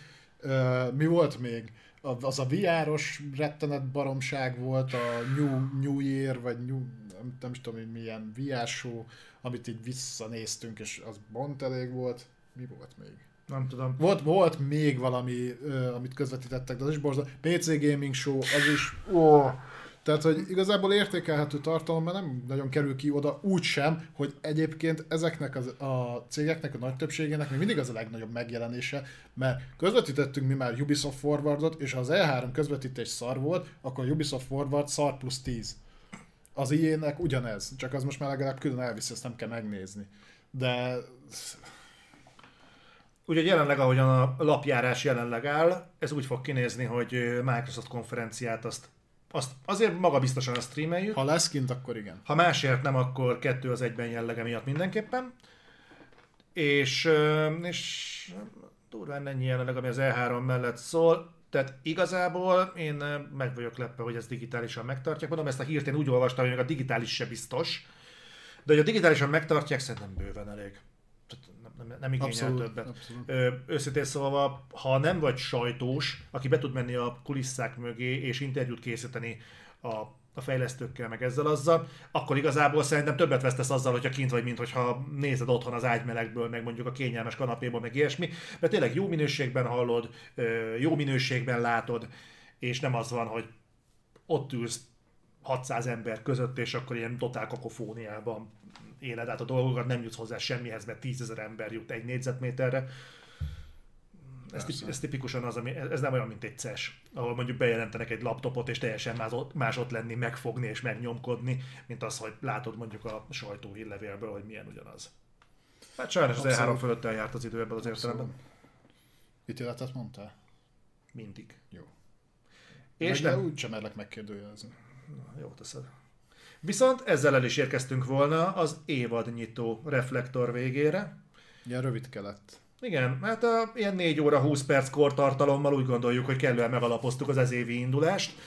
Mi volt még? Az a VR-os rettenet baromság volt, a New Year, vagy nem is tudom, hogy milyen VR show, amit így visszanéztünk, és az pont elég volt. Mi volt még? Nem tudom. Volt még valami, amit közvetítettek, de az is borzasztó. PC Gaming Show, az is... Tehát, hogy igazából értékelhető tartalom, mert nem nagyon kerül ki oda úgy sem, hogy egyébként ezeknek a cégeknek, a nagy többségének még mindig az a legnagyobb megjelenése, mert közvetítettünk mi már Ubisoft Forwardot, és ha az E3 közvetítés szar volt, akkor a Ubisoft Forward szar plusz 10. Az EA-nek ugyanez, csak az most már legalább külön elviszi, ezt nem kell megnézni. De... Ugye jelenleg, ahogyan a lapjárás jelenleg áll, ez úgy fog kinézni, hogy Microsoft konferenciát azt azért maga biztosan azt streameljük. Ha lesz kint, akkor igen. Ha másért nem, akkor 2-1 jellege miatt mindenképpen. És durván ennyi jelenleg, ami az E3 mellett szól. Tehát igazából én meg vagyok lepve, hogy ezt digitálisan megtartják. Mondom, ezt a hírt én úgy olvastam, hogy még a digitális se biztos. De hogy a digitálisan megtartják, szerintem bőven elég. Nem igényel abszolút, többet. Abszolút. Őszintén szólva, ha nem vagy sajtós, aki be tud menni a kulisszák mögé és interjút készíteni a fejlesztőkkel, meg azzal, akkor igazából szerintem többet vesztesz azzal, hogyha kint vagy, mint hogyha nézed otthon az ágymelegből, meg mondjuk a kényelmes kanapéból, meg ilyesmi, mert tényleg jó minőségben hallod, jó minőségben látod, és nem az van, hogy ott ülsz 600 ember között, és akkor ilyen totál kakofóniában éled át a dolgokat, nem jutsz hozzá semmihez, mert 10 000 ember jut egy négyzetméterre. Ez tipikusan az, ez nem olyan, mint egy CES, ahol mondjuk bejelentenek egy laptopot, és teljesen más ott lenni, megfogni és megnyomkodni, mint az, hogy látod mondjuk a sajtóhírlevélből, hogy milyen ugyanaz. Hát sajnos az E3 fölött eljárt az idő ebben az értelemben. Ítéletet mondtál? Mindig. Jó. És nem úgy sem merlek megkérdőjelezni. Jó teszed. Viszont ezzel el is érkeztünk volna az évadnyitó reflektor végére. Ilyen rövid kellett. Igen, hát ilyen 4 óra 20 perc kortartalommal úgy gondoljuk, hogy kellően megalapoztuk az ezévi indulást.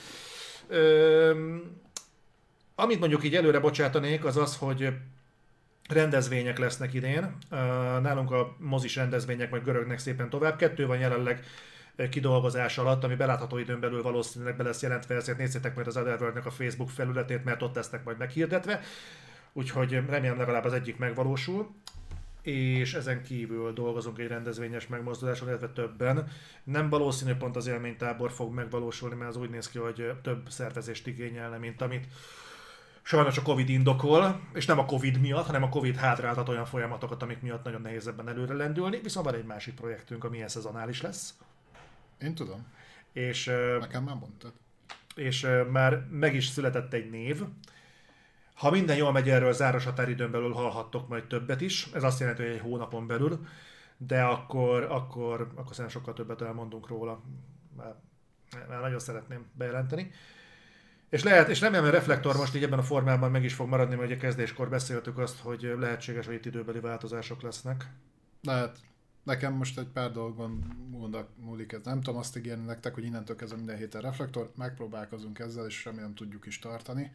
Amit mondjuk így előre bocsátanék, az az, hogy rendezvények lesznek idén. Nálunk a mozis rendezvények majd görögnek szépen tovább. 2 van jelenleg kidolgozás alatt, ami belátható időn belül valószínűleg be lesz jelentve, ezért nézzétek majd az Otherworld-nek a Facebook felületét, mert ott lesznek majd meghirdetve. Úgyhogy remélem legalább az egyik megvalósul. És ezen kívül dolgozunk egy rendezvényes megmozduláson, illetve többen. Nem valószínű pont az élménytábor fog megvalósulni, mert az úgy néz ki, hogy több szervezést igényelne, mint amit sajnos a Covid indokol, és nem a Covid miatt, hanem a Covid hátráltat olyan folyamatokat, amik miatt nagyon nehéz ebben előre lendülni. Viszont van egy másik projektünk, ami ilyen szezonális lesz. Én tudom. És, nekem már mondtad. És már meg is született egy név. Ha minden jól megy, erről záros határidőn belül hallhattok majd többet is. Ez azt jelenti, hogy egy hónapon belül, de akkor szerintem sokkal többet elmondunk róla. Már nagyon szeretném bejelenteni. És remélem, hogy a Reflektor most így ebben a formában meg is fog maradni, mert ugye kezdéskor beszéltük azt, hogy lehetséges, hogy itt időbeli változások lesznek. Lehet. Nekem most egy pár dolgon múlik ez. Nem tudom azt ígérni nektek, hogy innentől kezdve minden héten Reflektor. Megpróbálkozunk ezzel, és remélem tudjuk is tartani.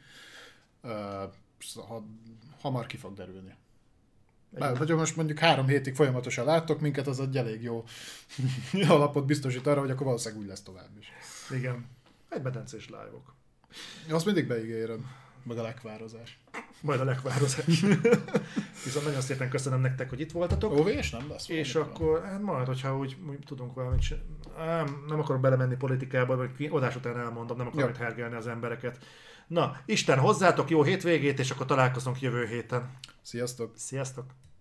Hamar ki fog derülni. Vagy most mondjuk 3 hétig folyamatosan láttok minket, az egy elég jó alapot biztosít arra, hogy akkor valószínűleg úgy lesz tovább is. Igen. Egy medencés live-ok. Azt mindig beígéred. Meg a lekvározás. Majd a lekvározás. Viszont nagyon szépen köszönöm nektek, hogy itt voltatok. OV-s nem lesz. És akkor, hát majd, hogyha úgy tudunk valamit nem akarok belemenni politikába, vagy adás után elmondom, nem akarom itt hergelni az embereket. Na, Isten hozzátok, jó hétvégét, és akkor találkozunk jövő héten. Sziasztok! Sziasztok!